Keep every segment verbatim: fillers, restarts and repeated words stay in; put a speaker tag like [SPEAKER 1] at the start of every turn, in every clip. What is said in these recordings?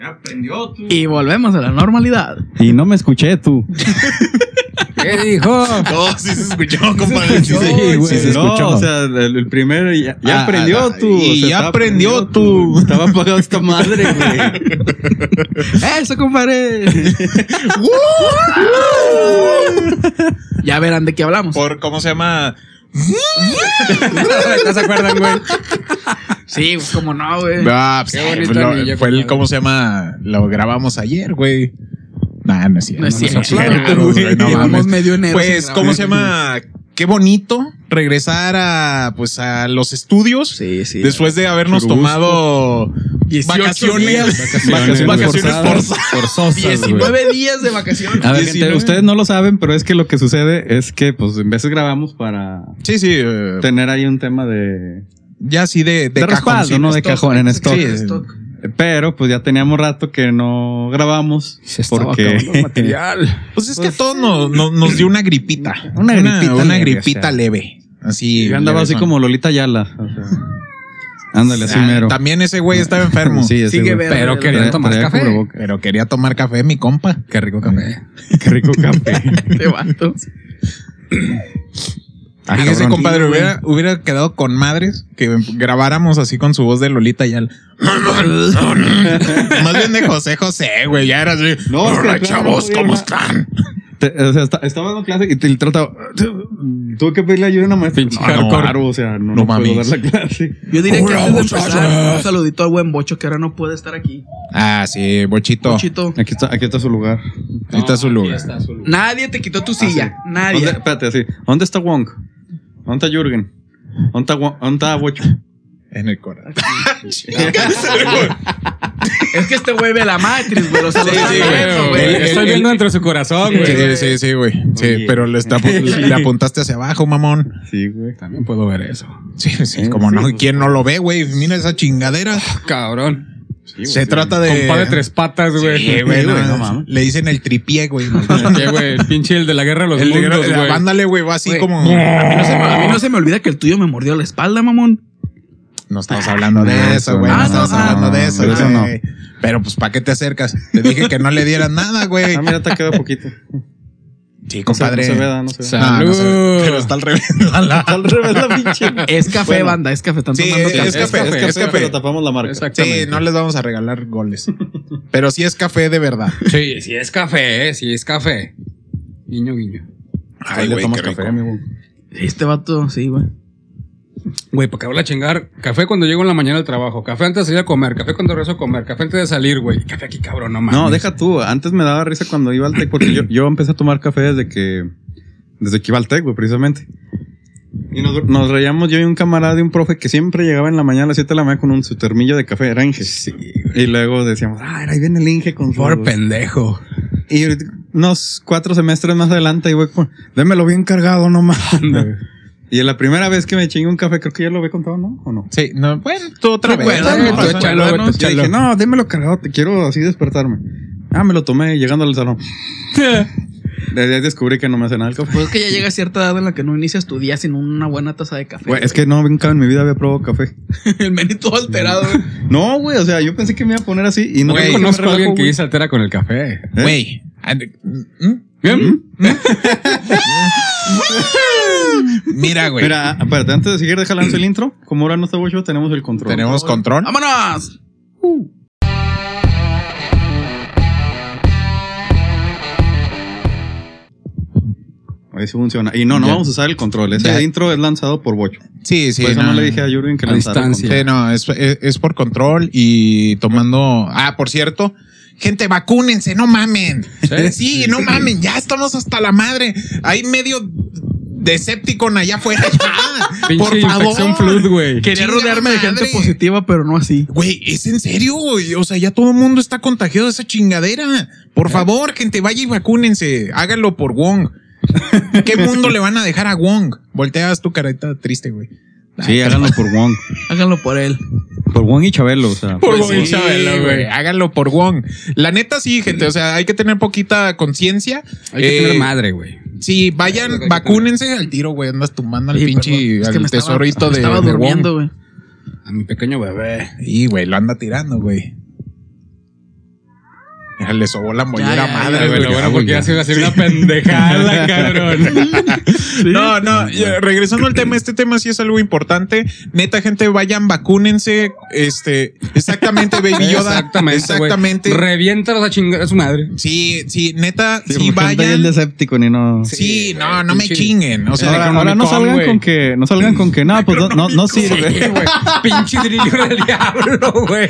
[SPEAKER 1] Aprendió tú.
[SPEAKER 2] Y volvemos a la normalidad.
[SPEAKER 3] Y no me escuché tú.
[SPEAKER 4] ¿Qué dijo?
[SPEAKER 5] No, sí se escuchó, compadre. Sí,
[SPEAKER 3] Sí, güey.
[SPEAKER 5] sí se
[SPEAKER 3] No,
[SPEAKER 5] escuchó.
[SPEAKER 3] o sea, el, el primero ya, ya
[SPEAKER 5] Ah,
[SPEAKER 3] aprendió
[SPEAKER 5] ah,
[SPEAKER 3] tú.
[SPEAKER 5] y
[SPEAKER 3] o sea,
[SPEAKER 5] ya
[SPEAKER 3] estaba
[SPEAKER 5] aprendió tú.
[SPEAKER 3] Estaba apagado esta madre, güey.
[SPEAKER 2] ¡Eso, compadre! Ya verán de qué hablamos.
[SPEAKER 5] Por, ¿cómo se llama?
[SPEAKER 4] ¿No se acuerdan, güey?
[SPEAKER 2] Sí, como no, güey.
[SPEAKER 5] Ah, pues,
[SPEAKER 4] Qué bonito
[SPEAKER 5] lo-
[SPEAKER 4] anillo,
[SPEAKER 5] fue el,
[SPEAKER 4] compadre.
[SPEAKER 5] ¿cómo se llama? Lo grabamos ayer, güey. Nah, no es cierto.
[SPEAKER 2] No es cierto,
[SPEAKER 5] exageramos,
[SPEAKER 2] güey.
[SPEAKER 5] güey, no
[SPEAKER 2] Llevamos
[SPEAKER 5] mames.
[SPEAKER 2] medio enero
[SPEAKER 5] Pues,
[SPEAKER 2] sin
[SPEAKER 5] ¿cómo
[SPEAKER 2] grabar.
[SPEAKER 5] se llama? Qué bonito regresar a, pues, a los estudios.
[SPEAKER 2] Sí, sí.
[SPEAKER 5] Después de habernos
[SPEAKER 3] Churubusco.
[SPEAKER 5] tomado
[SPEAKER 2] dieciocho
[SPEAKER 5] vacaciones,
[SPEAKER 2] días.
[SPEAKER 5] vacaciones, vacaciones forzadas.
[SPEAKER 3] forzosas, güey.
[SPEAKER 2] diecinueve días de vacaciones.
[SPEAKER 3] A ver, gente,
[SPEAKER 5] diecinueve.
[SPEAKER 3] ustedes no lo saben, pero es que lo que sucede es que, pues, en veces grabamos para
[SPEAKER 5] Sí, sí. eh,
[SPEAKER 3] tener ahí un tema de,
[SPEAKER 5] ya sí de, de,
[SPEAKER 3] de respaldo,
[SPEAKER 5] cajoncito.
[SPEAKER 3] ¿no? De
[SPEAKER 2] Stock,
[SPEAKER 3] cajón en stock.
[SPEAKER 5] Sí,
[SPEAKER 2] stock.
[SPEAKER 3] Pero, pues, ya teníamos rato que no grabamos.
[SPEAKER 4] Se estaba
[SPEAKER 3] porque
[SPEAKER 4] acabando el material.
[SPEAKER 5] Pues es que a todos nos, nos, nos dio una gripita.
[SPEAKER 3] Una gripita
[SPEAKER 5] Una
[SPEAKER 3] leve,
[SPEAKER 5] gripita
[SPEAKER 3] o sea.
[SPEAKER 5] leve. Así.
[SPEAKER 3] Yo andaba así
[SPEAKER 5] levesón.
[SPEAKER 3] como Lolita Ayala. O sea, ándale, así
[SPEAKER 5] Ah,
[SPEAKER 3] mero.
[SPEAKER 5] También ese güey estaba enfermo.
[SPEAKER 3] Sí, ese
[SPEAKER 2] Sigue
[SPEAKER 3] güey.
[SPEAKER 2] verde.
[SPEAKER 4] Pero querían
[SPEAKER 3] Traía-
[SPEAKER 4] tomar
[SPEAKER 3] traía
[SPEAKER 4] café.
[SPEAKER 3] cubrebocas.
[SPEAKER 5] Pero quería tomar café, mi compa.
[SPEAKER 4] Qué rico café.
[SPEAKER 3] Qué rico café.
[SPEAKER 2] Este vato.
[SPEAKER 3] Ah,
[SPEAKER 5] Fíjese,
[SPEAKER 3] cabrón.
[SPEAKER 5] compadre, hubiera, hubiera quedado con madres que grabáramos así con su voz de Lolita Ayala. Más bien de José José, güey. Ya era así.
[SPEAKER 3] No, es que
[SPEAKER 5] Hola,
[SPEAKER 3] claro,
[SPEAKER 5] chavos,
[SPEAKER 3] no,
[SPEAKER 5] ¿cómo
[SPEAKER 3] no.
[SPEAKER 5] están?
[SPEAKER 3] Te- o sea, está- estaba dando clase y te el trataba. Tuve que pedirle ayuda a una maestra.
[SPEAKER 4] Pinche
[SPEAKER 3] Ah, no,
[SPEAKER 5] hardcore.
[SPEAKER 3] claro, o sea, no,
[SPEAKER 5] No
[SPEAKER 3] no puedo
[SPEAKER 5] mames.
[SPEAKER 3] dar la clase.
[SPEAKER 2] Yo diría que
[SPEAKER 5] Hola,
[SPEAKER 2] antes de
[SPEAKER 5] muchachos.
[SPEAKER 2] empezar, un saludito al buen Bocho que ahora no puede estar aquí.
[SPEAKER 5] Ah, sí, Bochito.
[SPEAKER 2] Bochito.
[SPEAKER 3] Aquí está, aquí está su lugar.
[SPEAKER 5] Ahí está su lugar.
[SPEAKER 2] Nadie te quitó tu silla.
[SPEAKER 3] ¿Dónde,
[SPEAKER 2] Nadie.
[SPEAKER 3] espérate, así. ¿Dónde está Wong? ¿Dónde está Jürgen? ¿Dónde está, Wong- ¿dónde está Bocho?
[SPEAKER 5] En el corazón.
[SPEAKER 2] Es que este güey ve la Matrix, güey. O sea, lo
[SPEAKER 5] Sí,
[SPEAKER 2] está
[SPEAKER 5] sí,
[SPEAKER 2] viendo,
[SPEAKER 5] güey.
[SPEAKER 2] güey.
[SPEAKER 5] El-
[SPEAKER 4] Estoy
[SPEAKER 5] el-
[SPEAKER 4] viendo dentro de su corazón, güey.
[SPEAKER 5] Sí, sí, sí, güey. Sí,
[SPEAKER 3] Oye.
[SPEAKER 5] pero le, está, le apuntaste hacia abajo, mamón.
[SPEAKER 3] Sí, güey.
[SPEAKER 4] También puedo ver eso.
[SPEAKER 5] Sí, sí,
[SPEAKER 3] Sí,
[SPEAKER 5] como
[SPEAKER 3] sí,
[SPEAKER 5] no.
[SPEAKER 3] pues,
[SPEAKER 5] ¿Quién no lo ve, güey? Mira esa chingadera.
[SPEAKER 4] Cabrón.
[SPEAKER 3] Sí,
[SPEAKER 5] Se
[SPEAKER 3] güey,
[SPEAKER 5] trata de.
[SPEAKER 4] Compa de tres patas, güey.
[SPEAKER 5] Sí, güey, no,
[SPEAKER 3] güey, no mames.
[SPEAKER 5] le dicen el tripié, güey.
[SPEAKER 4] ¿Qué, güey? El pinche el de la guerra de los
[SPEAKER 5] El de-
[SPEAKER 4] mundos, güey.
[SPEAKER 5] Ándale, güey, va así
[SPEAKER 2] Güey,
[SPEAKER 5] como.
[SPEAKER 2] A mí, no se me, a mí no se me olvida que el tuyo me mordió la espalda, mamón.
[SPEAKER 5] No estamos hablando de
[SPEAKER 3] Ah,
[SPEAKER 5] eso, güey.
[SPEAKER 2] no,
[SPEAKER 5] No estamos
[SPEAKER 2] no,
[SPEAKER 5] hablando
[SPEAKER 2] no,
[SPEAKER 5] de
[SPEAKER 2] no,
[SPEAKER 5] eso,
[SPEAKER 3] de eso no.
[SPEAKER 5] güey. Pero pues, ¿para qué te acercas? Te dije que no le dieras nada, güey.
[SPEAKER 3] Ah, mira, te queda poquito.
[SPEAKER 5] Sí,
[SPEAKER 3] No se, no
[SPEAKER 5] compadre.
[SPEAKER 3] se ve, da, no se ve.
[SPEAKER 4] Sa-
[SPEAKER 5] No, no se ve,
[SPEAKER 4] Salud.
[SPEAKER 5] pero está al revés.
[SPEAKER 3] Está al revés la pinche.
[SPEAKER 2] Es café,
[SPEAKER 3] Bueno.
[SPEAKER 2] banda, es café. Están
[SPEAKER 5] Sí,
[SPEAKER 2] tomando
[SPEAKER 5] es
[SPEAKER 2] café.
[SPEAKER 5] café, es café, es café.
[SPEAKER 3] Pero tapamos la marca.
[SPEAKER 4] Exactamente.
[SPEAKER 5] Sí, no les vamos a regalar goles. Pero sí es café de verdad.
[SPEAKER 4] Sí, sí es café, eh, sí es café. Guiño, guiño.
[SPEAKER 5] Ay,
[SPEAKER 3] le
[SPEAKER 5] güey,
[SPEAKER 3] tomas
[SPEAKER 5] qué
[SPEAKER 3] café,
[SPEAKER 5] rico.
[SPEAKER 3] amigo.
[SPEAKER 2] Este vato, sí, güey.
[SPEAKER 4] Güey, porque habla a chingar. Café cuando llego en la mañana al trabajo. Café antes de salir a comer. Café cuando regreso a comer. Café antes de salir, güey. Café aquí, cabrón, no mames.
[SPEAKER 3] No, deja tú. Antes me daba risa cuando iba al TEC porque yo, yo empecé a tomar café desde que desde que iba al TEC, güey, precisamente. Y nos, nos reíamos yo y un camarada de un profe que siempre llegaba en la mañana a las siete de la mañana con un su termillo de café, era Inge.
[SPEAKER 4] Sí,
[SPEAKER 3] Y luego decíamos, ah, ahí viene el Inge con su...
[SPEAKER 4] por pendejo.
[SPEAKER 3] Y ahorita, unos cuatro semestres más adelante, y güey, pues, démelo bien cargado nomás. Y la primera vez que me chingué un café, creo que ya lo había contado, ¿no? ¿O no?
[SPEAKER 5] Sí, no, bueno, tú otra vez.
[SPEAKER 2] Recuerda,
[SPEAKER 5] No,
[SPEAKER 2] tú
[SPEAKER 5] pasa
[SPEAKER 2] échalo,
[SPEAKER 5] nada.
[SPEAKER 2] ¿no?
[SPEAKER 3] Yo dije, no, démelo cargado, te quiero así despertarme. Ah, me lo tomé llegando al salón. Desde ahí descubrí que no me hace nada el café.
[SPEAKER 2] Pues es que ya llega cierta edad en la que no inicias tu día sin una buena taza de café.
[SPEAKER 3] Güey, es que no, nunca en mi vida había probado café.
[SPEAKER 2] el menú todo alterado, güey.
[SPEAKER 3] No, güey, o sea, yo pensé que me iba a poner así y no
[SPEAKER 5] Güey,
[SPEAKER 4] Yo
[SPEAKER 3] me
[SPEAKER 4] conozco a
[SPEAKER 3] relajo,
[SPEAKER 4] alguien que
[SPEAKER 3] güey.
[SPEAKER 4] se altera con el café.
[SPEAKER 3] ¿Eh?
[SPEAKER 5] Güey. and- ¿Mm?
[SPEAKER 4] ¿Bien?
[SPEAKER 5] Mira, güey.
[SPEAKER 3] Mira, espérate, antes de seguir, déjala el intro. Como ahora no está Bocho, tenemos el control.
[SPEAKER 5] Tenemos control.
[SPEAKER 2] ¡Vámonos!
[SPEAKER 3] A ver si funciona. Y no, no
[SPEAKER 5] Ya.
[SPEAKER 3] vamos a usar el control. Ese
[SPEAKER 5] Ya.
[SPEAKER 3] intro es lanzado por Bocho.
[SPEAKER 5] Sí, sí.
[SPEAKER 3] por eso no, le dije a Jürgen que
[SPEAKER 4] A
[SPEAKER 3] lanzara el
[SPEAKER 4] distancia.
[SPEAKER 5] Sí, no, es, es, es por control y tomando. Ah, por cierto. Gente, vacúnense, no mamen.
[SPEAKER 4] ¿Sí?
[SPEAKER 5] Sí, no mamen, ya estamos hasta la madre. Hay medio Decepticon allá afuera. Ya.
[SPEAKER 4] Pinche
[SPEAKER 5] Por favor.
[SPEAKER 4] infección flu, güey.
[SPEAKER 2] Quería
[SPEAKER 5] Chinga
[SPEAKER 2] rodearme de gente
[SPEAKER 5] madre.
[SPEAKER 2] positiva, pero no así.
[SPEAKER 5] Güey, ¿es en serio? Güey? O sea, ya todo el mundo está contagiado de esa chingadera. Por favor, gente, vaya y vacúnense. Háganlo por Wong. ¿Qué mundo le van a dejar a Wong? Volteas tu carita triste, güey.
[SPEAKER 3] Sí, háganlo por Wong.
[SPEAKER 2] Háganlo por él.
[SPEAKER 3] Por Wong y Chabelo, o sea.
[SPEAKER 5] Por
[SPEAKER 4] Pues
[SPEAKER 5] Wong y
[SPEAKER 4] sí,
[SPEAKER 5] Chabelo,
[SPEAKER 4] güey.
[SPEAKER 5] güey. Háganlo por Wong. La neta, sí, gente. O sea, hay que tener poquita conciencia.
[SPEAKER 4] Hay que
[SPEAKER 5] Eh,
[SPEAKER 4] tener madre, güey.
[SPEAKER 5] Sí, vayan,
[SPEAKER 4] Claro que hay que
[SPEAKER 5] vacúnense al tiro, güey. Andas tumbando al
[SPEAKER 2] Sí,
[SPEAKER 5] pinche
[SPEAKER 2] perdón. Es que
[SPEAKER 5] al
[SPEAKER 2] me estaba-
[SPEAKER 5] tesorito
[SPEAKER 2] me
[SPEAKER 5] de,
[SPEAKER 2] Estaba
[SPEAKER 5] de
[SPEAKER 2] durmiendo,
[SPEAKER 5] Wong.
[SPEAKER 2] güey.
[SPEAKER 4] A mi pequeño bebé.
[SPEAKER 5] Y, güey, lo anda tirando, güey. Ya le sobó la mollera
[SPEAKER 2] Ya, ya,
[SPEAKER 5] madre,
[SPEAKER 2] ya,
[SPEAKER 5] güey.
[SPEAKER 4] Bueno, bueno, porque
[SPEAKER 3] ya.
[SPEAKER 4] ya se iba a hacer una pendejada, cabrón.
[SPEAKER 5] No, no, ya, regresando al tema, este tema sí es algo importante. Neta, gente, vayan, vacúnense. Este, exactamente, Baby Yoda.
[SPEAKER 4] Exactamente.
[SPEAKER 5] Exactamente.
[SPEAKER 4] Güey. Reviéntalos a chingar a su madre.
[SPEAKER 5] Sí, sí, neta,
[SPEAKER 3] Sí,
[SPEAKER 5] sí,
[SPEAKER 3] porque ahí el
[SPEAKER 5] vayan.
[SPEAKER 3] Decepticon y no.
[SPEAKER 5] Sí, no,
[SPEAKER 4] güey,
[SPEAKER 5] no me
[SPEAKER 4] pinche-
[SPEAKER 5] chinguen. O sea,
[SPEAKER 3] ahora,
[SPEAKER 4] Necronomicon,
[SPEAKER 3] ahora no salgan
[SPEAKER 4] güey.
[SPEAKER 3] con que, no salgan con que, no, pues no, no, no
[SPEAKER 4] Sí,
[SPEAKER 3] sirve.
[SPEAKER 4] güey. Pinche drillero del diablo, güey.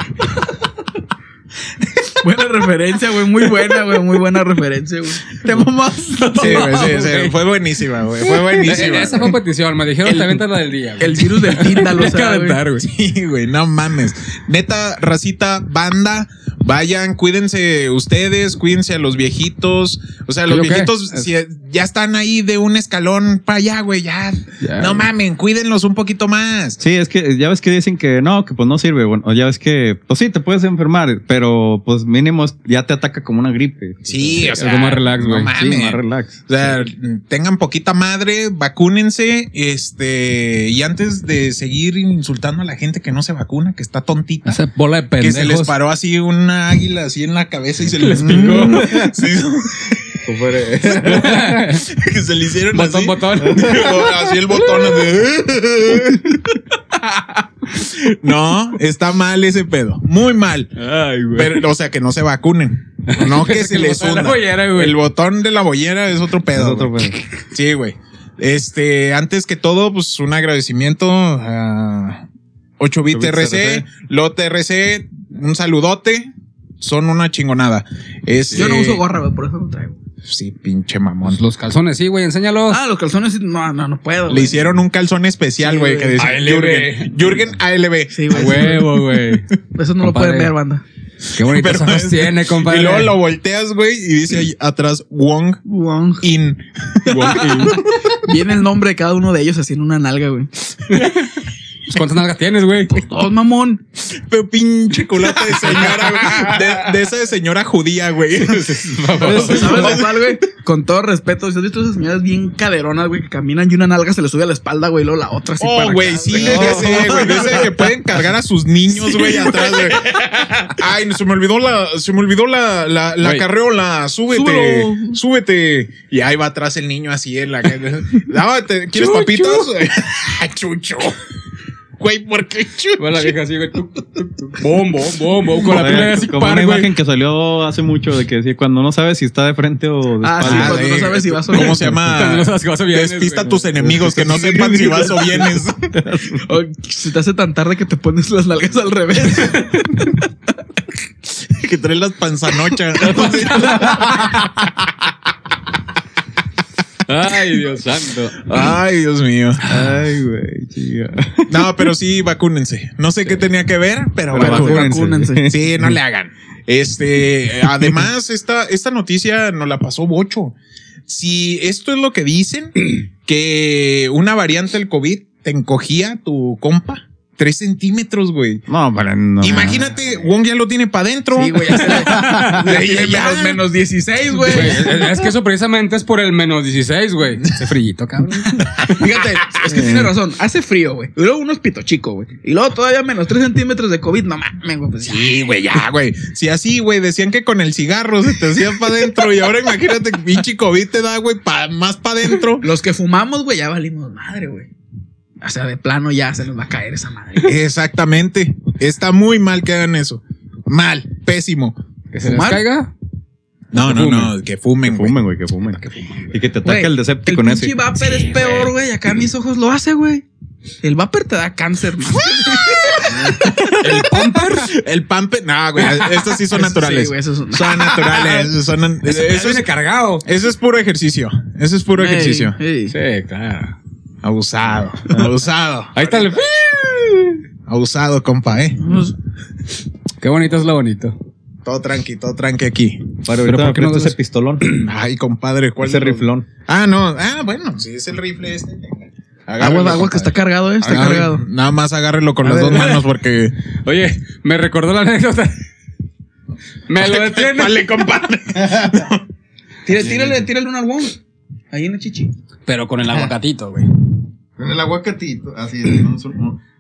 [SPEAKER 2] Buena referencia, güey. Muy buena, güey. Muy buena referencia, güey. Te mamás.
[SPEAKER 5] sí, güey, sí, sí,
[SPEAKER 4] güey.
[SPEAKER 5] fue buenísima, güey. Fue buenísima.
[SPEAKER 4] Esa fue petición. Me dijeron te aventas la del día. güey.
[SPEAKER 2] El virus del Tíndalo, o
[SPEAKER 4] Hay que
[SPEAKER 2] sea, güey.
[SPEAKER 4] aventar, güey.
[SPEAKER 5] Sí, güey, no mames. Neta, racita, banda, vayan, cuídense ustedes, cuídense a los viejitos. O sea, los
[SPEAKER 4] ¿Yo qué?
[SPEAKER 5] viejitos si ya están ahí de un escalón para allá, güey, ya.
[SPEAKER 4] Ya,
[SPEAKER 5] No
[SPEAKER 4] güey.
[SPEAKER 5] mamen, cuídenlos un poquito más.
[SPEAKER 3] Sí, es que ya ves que dicen que no, que pues no sirve. Bueno, o ya ves que, pues sí, te puedes enfermar, pero pues mínimo ya te ataca como una gripe.
[SPEAKER 5] Sí, o sea,
[SPEAKER 4] algo más relax,
[SPEAKER 5] no
[SPEAKER 4] güey.
[SPEAKER 3] Sí,
[SPEAKER 5] mames.
[SPEAKER 3] más relax.
[SPEAKER 5] O sea, tengan poquita madre, vacúnense, este, y antes de seguir insultando a la gente que no se vacuna, que está tontita,
[SPEAKER 4] Esa bola de
[SPEAKER 5] que
[SPEAKER 4] pendejos.
[SPEAKER 5] se les paró así una águila así en la cabeza y se les
[SPEAKER 4] Les picó.
[SPEAKER 5] Sí. Que se le hicieron
[SPEAKER 4] Botón,
[SPEAKER 5] así.
[SPEAKER 4] botón.
[SPEAKER 5] Así el botón. así. No, está mal ese pedo. Muy mal.
[SPEAKER 4] Ay, güey.
[SPEAKER 5] Pero, o sea, que no se vacunen. No que se
[SPEAKER 4] El
[SPEAKER 5] les
[SPEAKER 4] botón de la
[SPEAKER 5] hunda.
[SPEAKER 4] bollera, güey.
[SPEAKER 5] El botón de la bollera es otro pedo.
[SPEAKER 3] Es otro
[SPEAKER 5] güey.
[SPEAKER 3] pedo.
[SPEAKER 5] Sí, güey. Este, antes que todo, pues un agradecimiento a ocho bit R C, Lot R C, un saludote. Son una chingonada. Este,
[SPEAKER 2] Yo no uso gorra, güey. Por eso no traigo.
[SPEAKER 5] Sí, pinche mamón.
[SPEAKER 4] Pues los calzones, sí, güey, enséñalos.
[SPEAKER 2] Ah, los calzones. No, no, no puedo.
[SPEAKER 5] Le
[SPEAKER 2] güey.
[SPEAKER 5] hicieron un calzón especial,
[SPEAKER 2] Sí,
[SPEAKER 5] güey,
[SPEAKER 2] güey.
[SPEAKER 5] que decía
[SPEAKER 4] A L B.
[SPEAKER 5] Jürgen. Jürgen A L B.
[SPEAKER 2] Sí,
[SPEAKER 4] A
[SPEAKER 2] güey.
[SPEAKER 4] huevo, güey.
[SPEAKER 2] Eso no lo
[SPEAKER 4] Compadre.
[SPEAKER 2] pueden ver, banda.
[SPEAKER 4] Qué bonitos
[SPEAKER 5] Pero
[SPEAKER 4] ojos
[SPEAKER 5] es-
[SPEAKER 4] tiene, compadre.
[SPEAKER 5] Y luego lo volteas, güey, y dice ahí atrás Wong
[SPEAKER 2] Wong.
[SPEAKER 5] In. Wong In.
[SPEAKER 2] Viene el nombre de cada uno de ellos así en una nalga, güey.
[SPEAKER 4] Pues, ¿cuántas nalgas tienes, güey?
[SPEAKER 2] Todos, mamón.
[SPEAKER 5] Pero pinche culata de señora, güey. De, de esa de señora judía, güey.
[SPEAKER 2] ¿Sabes de cuál, güey? Con todo respeto, ¿has visto esas señoras bien caderonas, güey, que caminan y una nalga se le sube a la espalda, güey, y luego la otra así para
[SPEAKER 5] Oh,
[SPEAKER 2] acá,
[SPEAKER 5] güey, sí, de ese, güey. De ese que pueden cargar a sus niños, güey, atrás, güey. Ay, se me olvidó la, se me olvidó la, la, la
[SPEAKER 4] Güey.
[SPEAKER 5] carreola. Súbete,
[SPEAKER 2] Súbelo.
[SPEAKER 5] súbete. Y ahí va atrás el niño así en la calle. Dávate, ¿quieres
[SPEAKER 4] Chucho.
[SPEAKER 5] papitas? Chucho. Güey, ¿por qué chucho?
[SPEAKER 4] Bueno, la vieja así, güey. tuc, tuc, tuc, tuc. Bom, bom, bom, bom. Con la
[SPEAKER 3] Como,
[SPEAKER 4] tele así
[SPEAKER 3] como
[SPEAKER 4] par,
[SPEAKER 3] una
[SPEAKER 4] güey.
[SPEAKER 3] imagen que salió hace mucho de que decía cuando no sabes si está de frente o de
[SPEAKER 2] Ah, sí,
[SPEAKER 3] espalda.
[SPEAKER 2] cuando no sabes si vas o
[SPEAKER 5] ¿Cómo
[SPEAKER 2] vienes.
[SPEAKER 5] se llama?
[SPEAKER 4] Cuando no sabes que vas o vienes,
[SPEAKER 5] Despista a
[SPEAKER 4] güey.
[SPEAKER 5] tus enemigos que no sepan si vas o vienes.
[SPEAKER 2] O se te hace tan tarde que te pones las nalgas al revés.
[SPEAKER 5] Que trae las panzanochas.
[SPEAKER 4] Ay, Dios santo.
[SPEAKER 5] Ay, Dios mío.
[SPEAKER 3] Ay, güey, chica.
[SPEAKER 5] No, pero sí, vacúnense. No sé qué tenía que ver, pero,
[SPEAKER 3] Pero
[SPEAKER 5] vacúnense.
[SPEAKER 2] vacúnense.
[SPEAKER 5] Sí, no le hagan. Este, además, esta, esta noticia nos la pasó Bocho. Si esto es lo que dicen, que una variante del COVID te encogía tu compa, tres centímetros, güey.
[SPEAKER 3] No, para no.
[SPEAKER 5] Imagínate, Wong ya lo tiene para adentro.
[SPEAKER 2] Sí, güey, ya se le-
[SPEAKER 5] Ya,
[SPEAKER 2] ya,
[SPEAKER 5] ya.
[SPEAKER 2] menos, menos dieciséis, güey.
[SPEAKER 4] Güey, es, es que eso precisamente es por el menos dieciséis, güey. Ese frillito, cabrón.
[SPEAKER 2] Fíjate, es que tiene razón. Hace frío, güey. Y luego unos pito chico, güey. Y luego todavía menos tres centímetros de COVID. No mames, güey. Pues ya.
[SPEAKER 5] Sí, güey, ya, güey. Si así, güey, decían que con el cigarro se te hacía para adentro y ahora imagínate que pinche COVID te da, güey, pa, más para adentro.
[SPEAKER 2] Los que fumamos, güey, ya valimos madre, güey. O sea, de plano ya se nos va a caer esa madre.
[SPEAKER 5] Exactamente. Está muy mal que hagan eso. Mal, pésimo.
[SPEAKER 4] Que se les
[SPEAKER 2] ¿Fumar?
[SPEAKER 4] caiga.
[SPEAKER 5] No,
[SPEAKER 4] Que
[SPEAKER 5] no,
[SPEAKER 4] fumen.
[SPEAKER 5] no, que fumen,
[SPEAKER 3] Que
[SPEAKER 5] güey.
[SPEAKER 3] fumen, güey, que fumen. Y que te ataque
[SPEAKER 2] Güey,
[SPEAKER 3] el Decepticon
[SPEAKER 2] el
[SPEAKER 3] ese.
[SPEAKER 2] pinche vapor es peor, güey. Acá mis ojos lo hace, güey. El vapor te da cáncer, man.
[SPEAKER 5] El pamper, el pamper, no, güey, estos sí son
[SPEAKER 2] Eso
[SPEAKER 5] naturales.
[SPEAKER 2] sí, güey, esos son-
[SPEAKER 5] Son naturales, son,
[SPEAKER 4] Eso,
[SPEAKER 5] eso,
[SPEAKER 4] viene
[SPEAKER 5] es,
[SPEAKER 4] cargado.
[SPEAKER 5] eso es puro ejercicio. Eso es puro
[SPEAKER 2] Ey,
[SPEAKER 5] ejercicio.
[SPEAKER 2] ey.
[SPEAKER 4] Sí, claro.
[SPEAKER 5] Abusado, abusado,
[SPEAKER 4] Ahí está el.
[SPEAKER 5] abusado, compa, eh.
[SPEAKER 2] Unos-
[SPEAKER 4] Qué bonito es lo bonito.
[SPEAKER 5] Todo tranqui, todo tranqui aquí.
[SPEAKER 3] Para
[SPEAKER 4] Pero
[SPEAKER 3] ahorita
[SPEAKER 4] ¿por qué no
[SPEAKER 3] no
[SPEAKER 4] des-
[SPEAKER 3] ese pistolón.
[SPEAKER 5] Ay, compadre, ¿cuál
[SPEAKER 3] Ese
[SPEAKER 5] de los-
[SPEAKER 3] riflón.
[SPEAKER 5] Ah, no, ah, bueno, si es el rifle este. Agárrelo,
[SPEAKER 2] Aguas, aguas, que
[SPEAKER 5] compadre.
[SPEAKER 2] está cargado, eh. Está
[SPEAKER 5] Agarre-
[SPEAKER 2] cargado.
[SPEAKER 5] Nada más agárrelo con
[SPEAKER 4] A
[SPEAKER 5] las
[SPEAKER 4] ver.
[SPEAKER 5] dos manos porque.
[SPEAKER 4] Oye, me recordó la anécdota. Me lo detiene.
[SPEAKER 5] Vale, compadre.
[SPEAKER 2] Tírale, tírale, tírale un albón. Ahí en la chichi.
[SPEAKER 4] Pero con el aguacatito, güey.
[SPEAKER 3] Con el aguacatito. Así es. No, no.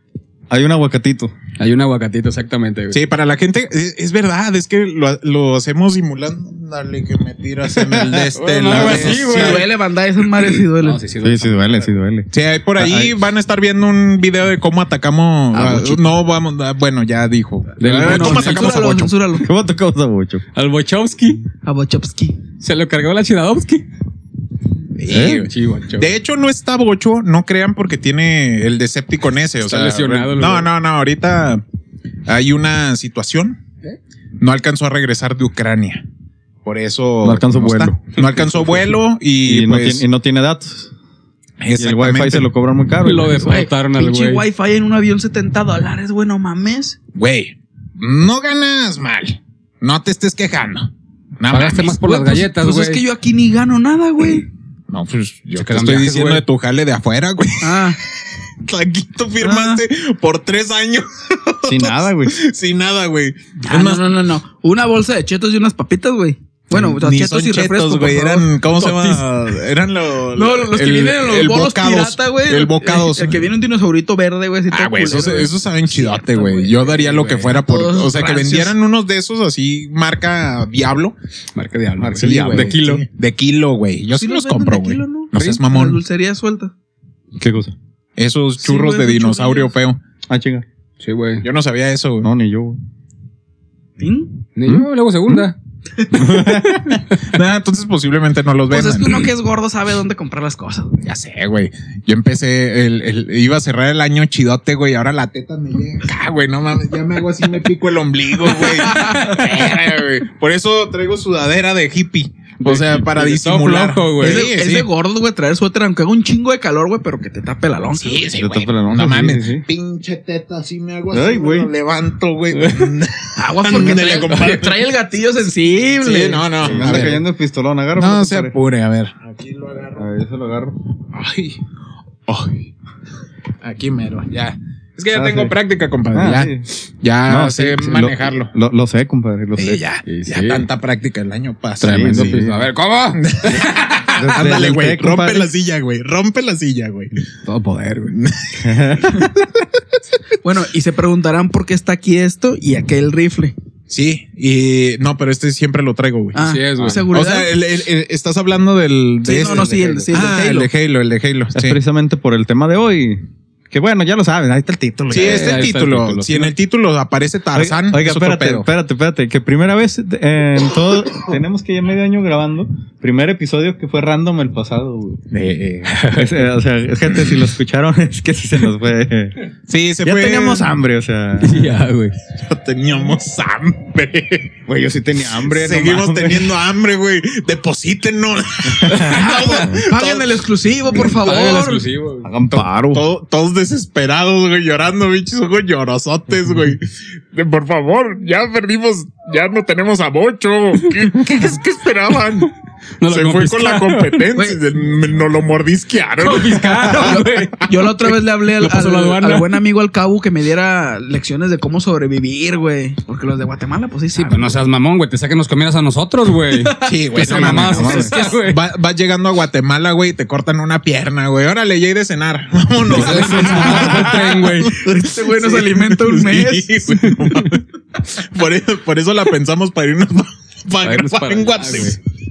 [SPEAKER 3] Hay un aguacatito.
[SPEAKER 4] Hay un aguacatito, exactamente, güey.
[SPEAKER 5] Sí, para la gente, es, es verdad, es que lo, lo hacemos simulando. Dale, que me tiras en el de este.
[SPEAKER 4] Bueno,
[SPEAKER 5] la
[SPEAKER 4] algo
[SPEAKER 5] vez.
[SPEAKER 4] así,
[SPEAKER 2] Si
[SPEAKER 4] güey.
[SPEAKER 2] duele, banda, esas madres sí duelen.
[SPEAKER 4] No, sí, sí,
[SPEAKER 3] Sí, sí duele, sí duele.
[SPEAKER 5] Sí, ahí por ahí
[SPEAKER 3] Ay.
[SPEAKER 5] van a estar viendo un video de cómo atacamos.
[SPEAKER 2] A
[SPEAKER 5] a-
[SPEAKER 2] Bochito.
[SPEAKER 5] no, vamos, a- bueno, ya dijo.
[SPEAKER 4] Del
[SPEAKER 5] Eh,
[SPEAKER 4] Bocho.
[SPEAKER 5] ¿Cómo atacamos a
[SPEAKER 2] censúralo,
[SPEAKER 5] Bocho?
[SPEAKER 2] censúralo.
[SPEAKER 3] ¿Cómo tocamos a Bocho?
[SPEAKER 4] Al Bochowski.
[SPEAKER 2] A Bochowski.
[SPEAKER 4] Se lo cargó la Chidadowski.
[SPEAKER 5] ¿Eh?
[SPEAKER 4] Sí, Bocho.
[SPEAKER 5] De hecho, no está Bocho, no crean porque tiene el Decepticon ese. O
[SPEAKER 4] Está
[SPEAKER 5] sea,
[SPEAKER 4] lesionado el
[SPEAKER 5] no,
[SPEAKER 4] güey.
[SPEAKER 5] no, no. Ahorita hay una situación. No alcanzó a regresar de Ucrania. Por eso.
[SPEAKER 3] No alcanzó
[SPEAKER 5] está.
[SPEAKER 3] vuelo.
[SPEAKER 5] No alcanzó vuelo y,
[SPEAKER 3] Y, no,
[SPEAKER 5] pues,
[SPEAKER 3] tiene, y no tiene datos. Y el
[SPEAKER 5] exactamente.
[SPEAKER 3] wifi se lo cobran muy caro.
[SPEAKER 4] Lo
[SPEAKER 3] güey.
[SPEAKER 4] desmontaron al
[SPEAKER 2] Pinche
[SPEAKER 4] güey.
[SPEAKER 2] wifi en un avión setenta dólares, güey, no mames.
[SPEAKER 5] Güey, no ganas mal. No te estés quejando. No
[SPEAKER 4] Pagaste
[SPEAKER 5] mames.
[SPEAKER 4] más por
[SPEAKER 2] Güey,
[SPEAKER 4] las
[SPEAKER 2] pues-
[SPEAKER 4] galletas,
[SPEAKER 2] pues
[SPEAKER 4] güey.
[SPEAKER 2] es que yo aquí ni gano nada, güey.
[SPEAKER 5] No, pues yo
[SPEAKER 4] Se
[SPEAKER 5] te
[SPEAKER 4] quedan
[SPEAKER 5] estoy
[SPEAKER 4] viajes,
[SPEAKER 5] diciendo
[SPEAKER 4] güey.
[SPEAKER 5] de tu jale de afuera, güey.
[SPEAKER 2] Ah,
[SPEAKER 5] Aquí tú firmaste por tres años
[SPEAKER 3] Sin nada, güey.
[SPEAKER 5] sin nada, güey.
[SPEAKER 2] ah,
[SPEAKER 5] Es
[SPEAKER 2] no,
[SPEAKER 5] más,
[SPEAKER 2] no, no, no. Una bolsa de chetos y unas papitas, güey. Bueno,
[SPEAKER 5] ni
[SPEAKER 2] chetos
[SPEAKER 5] son
[SPEAKER 2] y refresco,
[SPEAKER 5] chetos,
[SPEAKER 2] por
[SPEAKER 5] güey.
[SPEAKER 2] favor.
[SPEAKER 5] Eran, ¿cómo se llama? Eran los.
[SPEAKER 2] No, los que
[SPEAKER 5] el-
[SPEAKER 2] vienen en los
[SPEAKER 5] el
[SPEAKER 2] bolos
[SPEAKER 5] bocados,
[SPEAKER 2] pirata, güey.
[SPEAKER 5] El bocados.
[SPEAKER 2] El, el que viene un dinosaurito verde, güey. así
[SPEAKER 5] Ah,
[SPEAKER 2] todo
[SPEAKER 5] güey, esos,
[SPEAKER 2] culero, güey.
[SPEAKER 5] esos saben chidote,
[SPEAKER 2] Cierto,
[SPEAKER 5] güey.
[SPEAKER 2] güey.
[SPEAKER 5] Yo daría lo
[SPEAKER 4] güey.
[SPEAKER 5] que fuera por.
[SPEAKER 2] Todos
[SPEAKER 5] O sea, que
[SPEAKER 2] rancios.
[SPEAKER 5] vendieran unos de esos así, marca Diablo.
[SPEAKER 4] Marca de alma.
[SPEAKER 3] Marca
[SPEAKER 4] güey.
[SPEAKER 3] Diablo.
[SPEAKER 4] De kilo.
[SPEAKER 5] Sí, de kilo, güey. Yo sí, los
[SPEAKER 2] venden
[SPEAKER 5] compro,
[SPEAKER 2] de
[SPEAKER 5] güey.
[SPEAKER 2] kilo,
[SPEAKER 5] No,
[SPEAKER 2] ¿no?
[SPEAKER 5] seas
[SPEAKER 2] Sí, La
[SPEAKER 5] mamón.
[SPEAKER 2] dulcería suelta.
[SPEAKER 3] ¿Qué cosa?
[SPEAKER 5] Esos
[SPEAKER 2] Sí,
[SPEAKER 5] churros
[SPEAKER 2] güey,
[SPEAKER 5] de
[SPEAKER 2] esos
[SPEAKER 5] dinosaurio
[SPEAKER 2] churrillos.
[SPEAKER 5] feo.
[SPEAKER 3] Ah, chinga.
[SPEAKER 4] Sí, güey.
[SPEAKER 5] Yo no sabía eso, güey.
[SPEAKER 3] No, ni yo, güey.
[SPEAKER 2] ¿Fin?
[SPEAKER 4] Ni yo, luego segunda.
[SPEAKER 5] Nah, entonces posiblemente no los
[SPEAKER 2] Pues
[SPEAKER 5] vendan.
[SPEAKER 2] es que uno que es gordo sabe dónde comprar las cosas.
[SPEAKER 5] Ya sé, güey. Yo empecé, el, el- iba a cerrar el año chidote, güey. Ahora la teta me llega acá, güey. No mames, ya me hago así, me pico el ombligo, güey. Verga, güey. Por eso traigo sudadera de hippie. O sea, para
[SPEAKER 4] Porque está
[SPEAKER 5] disimular.
[SPEAKER 4] flojo, güey.
[SPEAKER 2] Es de,
[SPEAKER 5] Sí,
[SPEAKER 2] es
[SPEAKER 5] sí.
[SPEAKER 2] de gordo, güey, traer suéter, aunque haga un chingo de calor, güey, pero que te tape la lonja.
[SPEAKER 5] Sí, sí,
[SPEAKER 3] Yo
[SPEAKER 5] güey.
[SPEAKER 3] tapo la lonja,
[SPEAKER 5] No
[SPEAKER 3] sí,
[SPEAKER 5] mames.
[SPEAKER 3] sí, sí.
[SPEAKER 5] Pinche teta, así me hago así,
[SPEAKER 3] Ay,
[SPEAKER 5] güey.
[SPEAKER 3] güey.
[SPEAKER 5] Lo levanto, güey.
[SPEAKER 2] Agua porque
[SPEAKER 5] Ándale,
[SPEAKER 2] trae,
[SPEAKER 5] compadre.
[SPEAKER 2] trae el gatillo sensible.
[SPEAKER 5] Sí, no, no.
[SPEAKER 3] Me
[SPEAKER 5] A
[SPEAKER 3] anda
[SPEAKER 5] ver.
[SPEAKER 3] cayendo el pistolón. Agarra.
[SPEAKER 5] No se apure, a ver. Aquí lo
[SPEAKER 3] A
[SPEAKER 5] agarro.
[SPEAKER 3] ver, eso lo agarro.
[SPEAKER 5] Ay. Ay. Aquí mero, ya. Es que ya
[SPEAKER 3] Ah,
[SPEAKER 5] tengo
[SPEAKER 3] sí.
[SPEAKER 5] práctica, compadre.
[SPEAKER 3] Ah,
[SPEAKER 5] ya.
[SPEAKER 3] sí.
[SPEAKER 5] Ya
[SPEAKER 3] No,
[SPEAKER 5] sé
[SPEAKER 3] sí, sí,
[SPEAKER 5] manejarlo.
[SPEAKER 3] Lo, lo, lo sé, compadre. Lo
[SPEAKER 5] Sí,
[SPEAKER 3] sé.
[SPEAKER 5] ya,
[SPEAKER 4] Sí,
[SPEAKER 5] ya
[SPEAKER 4] sí.
[SPEAKER 5] tanta práctica el año pasado.
[SPEAKER 4] Tremendo
[SPEAKER 3] sí.
[SPEAKER 4] piso. A ver, ¿cómo?
[SPEAKER 5] Ándale,
[SPEAKER 3] Del
[SPEAKER 5] güey.
[SPEAKER 3] té,
[SPEAKER 5] Rompe
[SPEAKER 3] compadre.
[SPEAKER 5] la silla, güey. Rompe la silla, güey.
[SPEAKER 4] Todo poder, güey.
[SPEAKER 2] Bueno, y se preguntarán por qué está aquí esto y aquel rifle.
[SPEAKER 5] Sí, y no, pero este siempre lo traigo, güey.
[SPEAKER 2] Ah,
[SPEAKER 4] Así es, güey.
[SPEAKER 2] seguridad.
[SPEAKER 5] O sea, el- el- el- estás hablando del. De
[SPEAKER 2] Sí,
[SPEAKER 5] este,
[SPEAKER 2] no, no, sí,
[SPEAKER 5] de
[SPEAKER 2] el- sí, el de
[SPEAKER 5] ah,
[SPEAKER 2] Halo.
[SPEAKER 5] el de Halo, el de Halo.
[SPEAKER 3] Es
[SPEAKER 5] Sí,
[SPEAKER 3] precisamente por el tema de hoy. Que bueno, ya lo saben, ahí está el título.
[SPEAKER 5] sí
[SPEAKER 3] ya.
[SPEAKER 5] este es el
[SPEAKER 4] ahí está el
[SPEAKER 5] título.
[SPEAKER 4] título.
[SPEAKER 5] Si en el título aparece Tarzán,
[SPEAKER 3] Oiga, oiga,
[SPEAKER 5] es otro
[SPEAKER 3] espérate,
[SPEAKER 5] pedo.
[SPEAKER 3] espérate, espérate. Que primera vez eh, en todo. Tenemos que ya medio año grabando. Primer episodio que fue random el pasado, güey.
[SPEAKER 5] Eh,
[SPEAKER 3] Es, eh, o sea, gente, si lo escucharon, es que sí se nos fue.
[SPEAKER 5] sí, se
[SPEAKER 3] ya
[SPEAKER 5] fue.
[SPEAKER 3] teníamos hambre, o sea.
[SPEAKER 4] Ya, güey.
[SPEAKER 5] Ya teníamos hambre.
[SPEAKER 3] Güey, yo sí tenía hambre. no
[SPEAKER 5] Seguimos
[SPEAKER 3] mames.
[SPEAKER 5] teniendo hambre, güey. Deposítenos.
[SPEAKER 2] Paguen el exclusivo, por favor.
[SPEAKER 4] Paga el exclusivo, güey.
[SPEAKER 3] Hagan paro.
[SPEAKER 5] Todo- todos desesperados, güey, llorando, bichos, ojos llorosotes, güey. De, por favor, ya perdimos, ya no tenemos a Bocho. ¿Qué, qué, es que esperaban?
[SPEAKER 4] No lo
[SPEAKER 5] Se fue con la
[SPEAKER 4] confiscaron.
[SPEAKER 5] competencia, de- nos lo mordisquearon.
[SPEAKER 4] Confiscaron, güey.
[SPEAKER 2] Yo la otra vez le hablé al,
[SPEAKER 4] Lo pasó
[SPEAKER 2] al-
[SPEAKER 4] la aduana.
[SPEAKER 2] al buen amigo al cabo que me diera lecciones de cómo sobrevivir, güey. Porque los de Guatemala, pues sí,
[SPEAKER 4] Sí,
[SPEAKER 2] saben.
[SPEAKER 4] pero no seas mamón, güey. Te saquen los comieras a nosotros, güey.
[SPEAKER 5] Sí, güey,
[SPEAKER 4] Esa
[SPEAKER 5] no
[SPEAKER 4] mamá
[SPEAKER 5] mames, no
[SPEAKER 4] es
[SPEAKER 5] mames.
[SPEAKER 4] esta, güey.
[SPEAKER 5] Va- Vas llegando a Guatemala, güey, y te cortan una pierna, güey. Órale, ya iré a cenar. Vámonos.
[SPEAKER 4] El tren, güey.
[SPEAKER 2] Este güey nos alimenta un mes.
[SPEAKER 5] Sí, güey, no mames. por, eso, por eso la pensamos para irnos pa- pa-
[SPEAKER 4] Para irnos
[SPEAKER 5] pa-
[SPEAKER 4] para
[SPEAKER 5] en
[SPEAKER 4] allá,
[SPEAKER 5] Guatemala.
[SPEAKER 4] güey.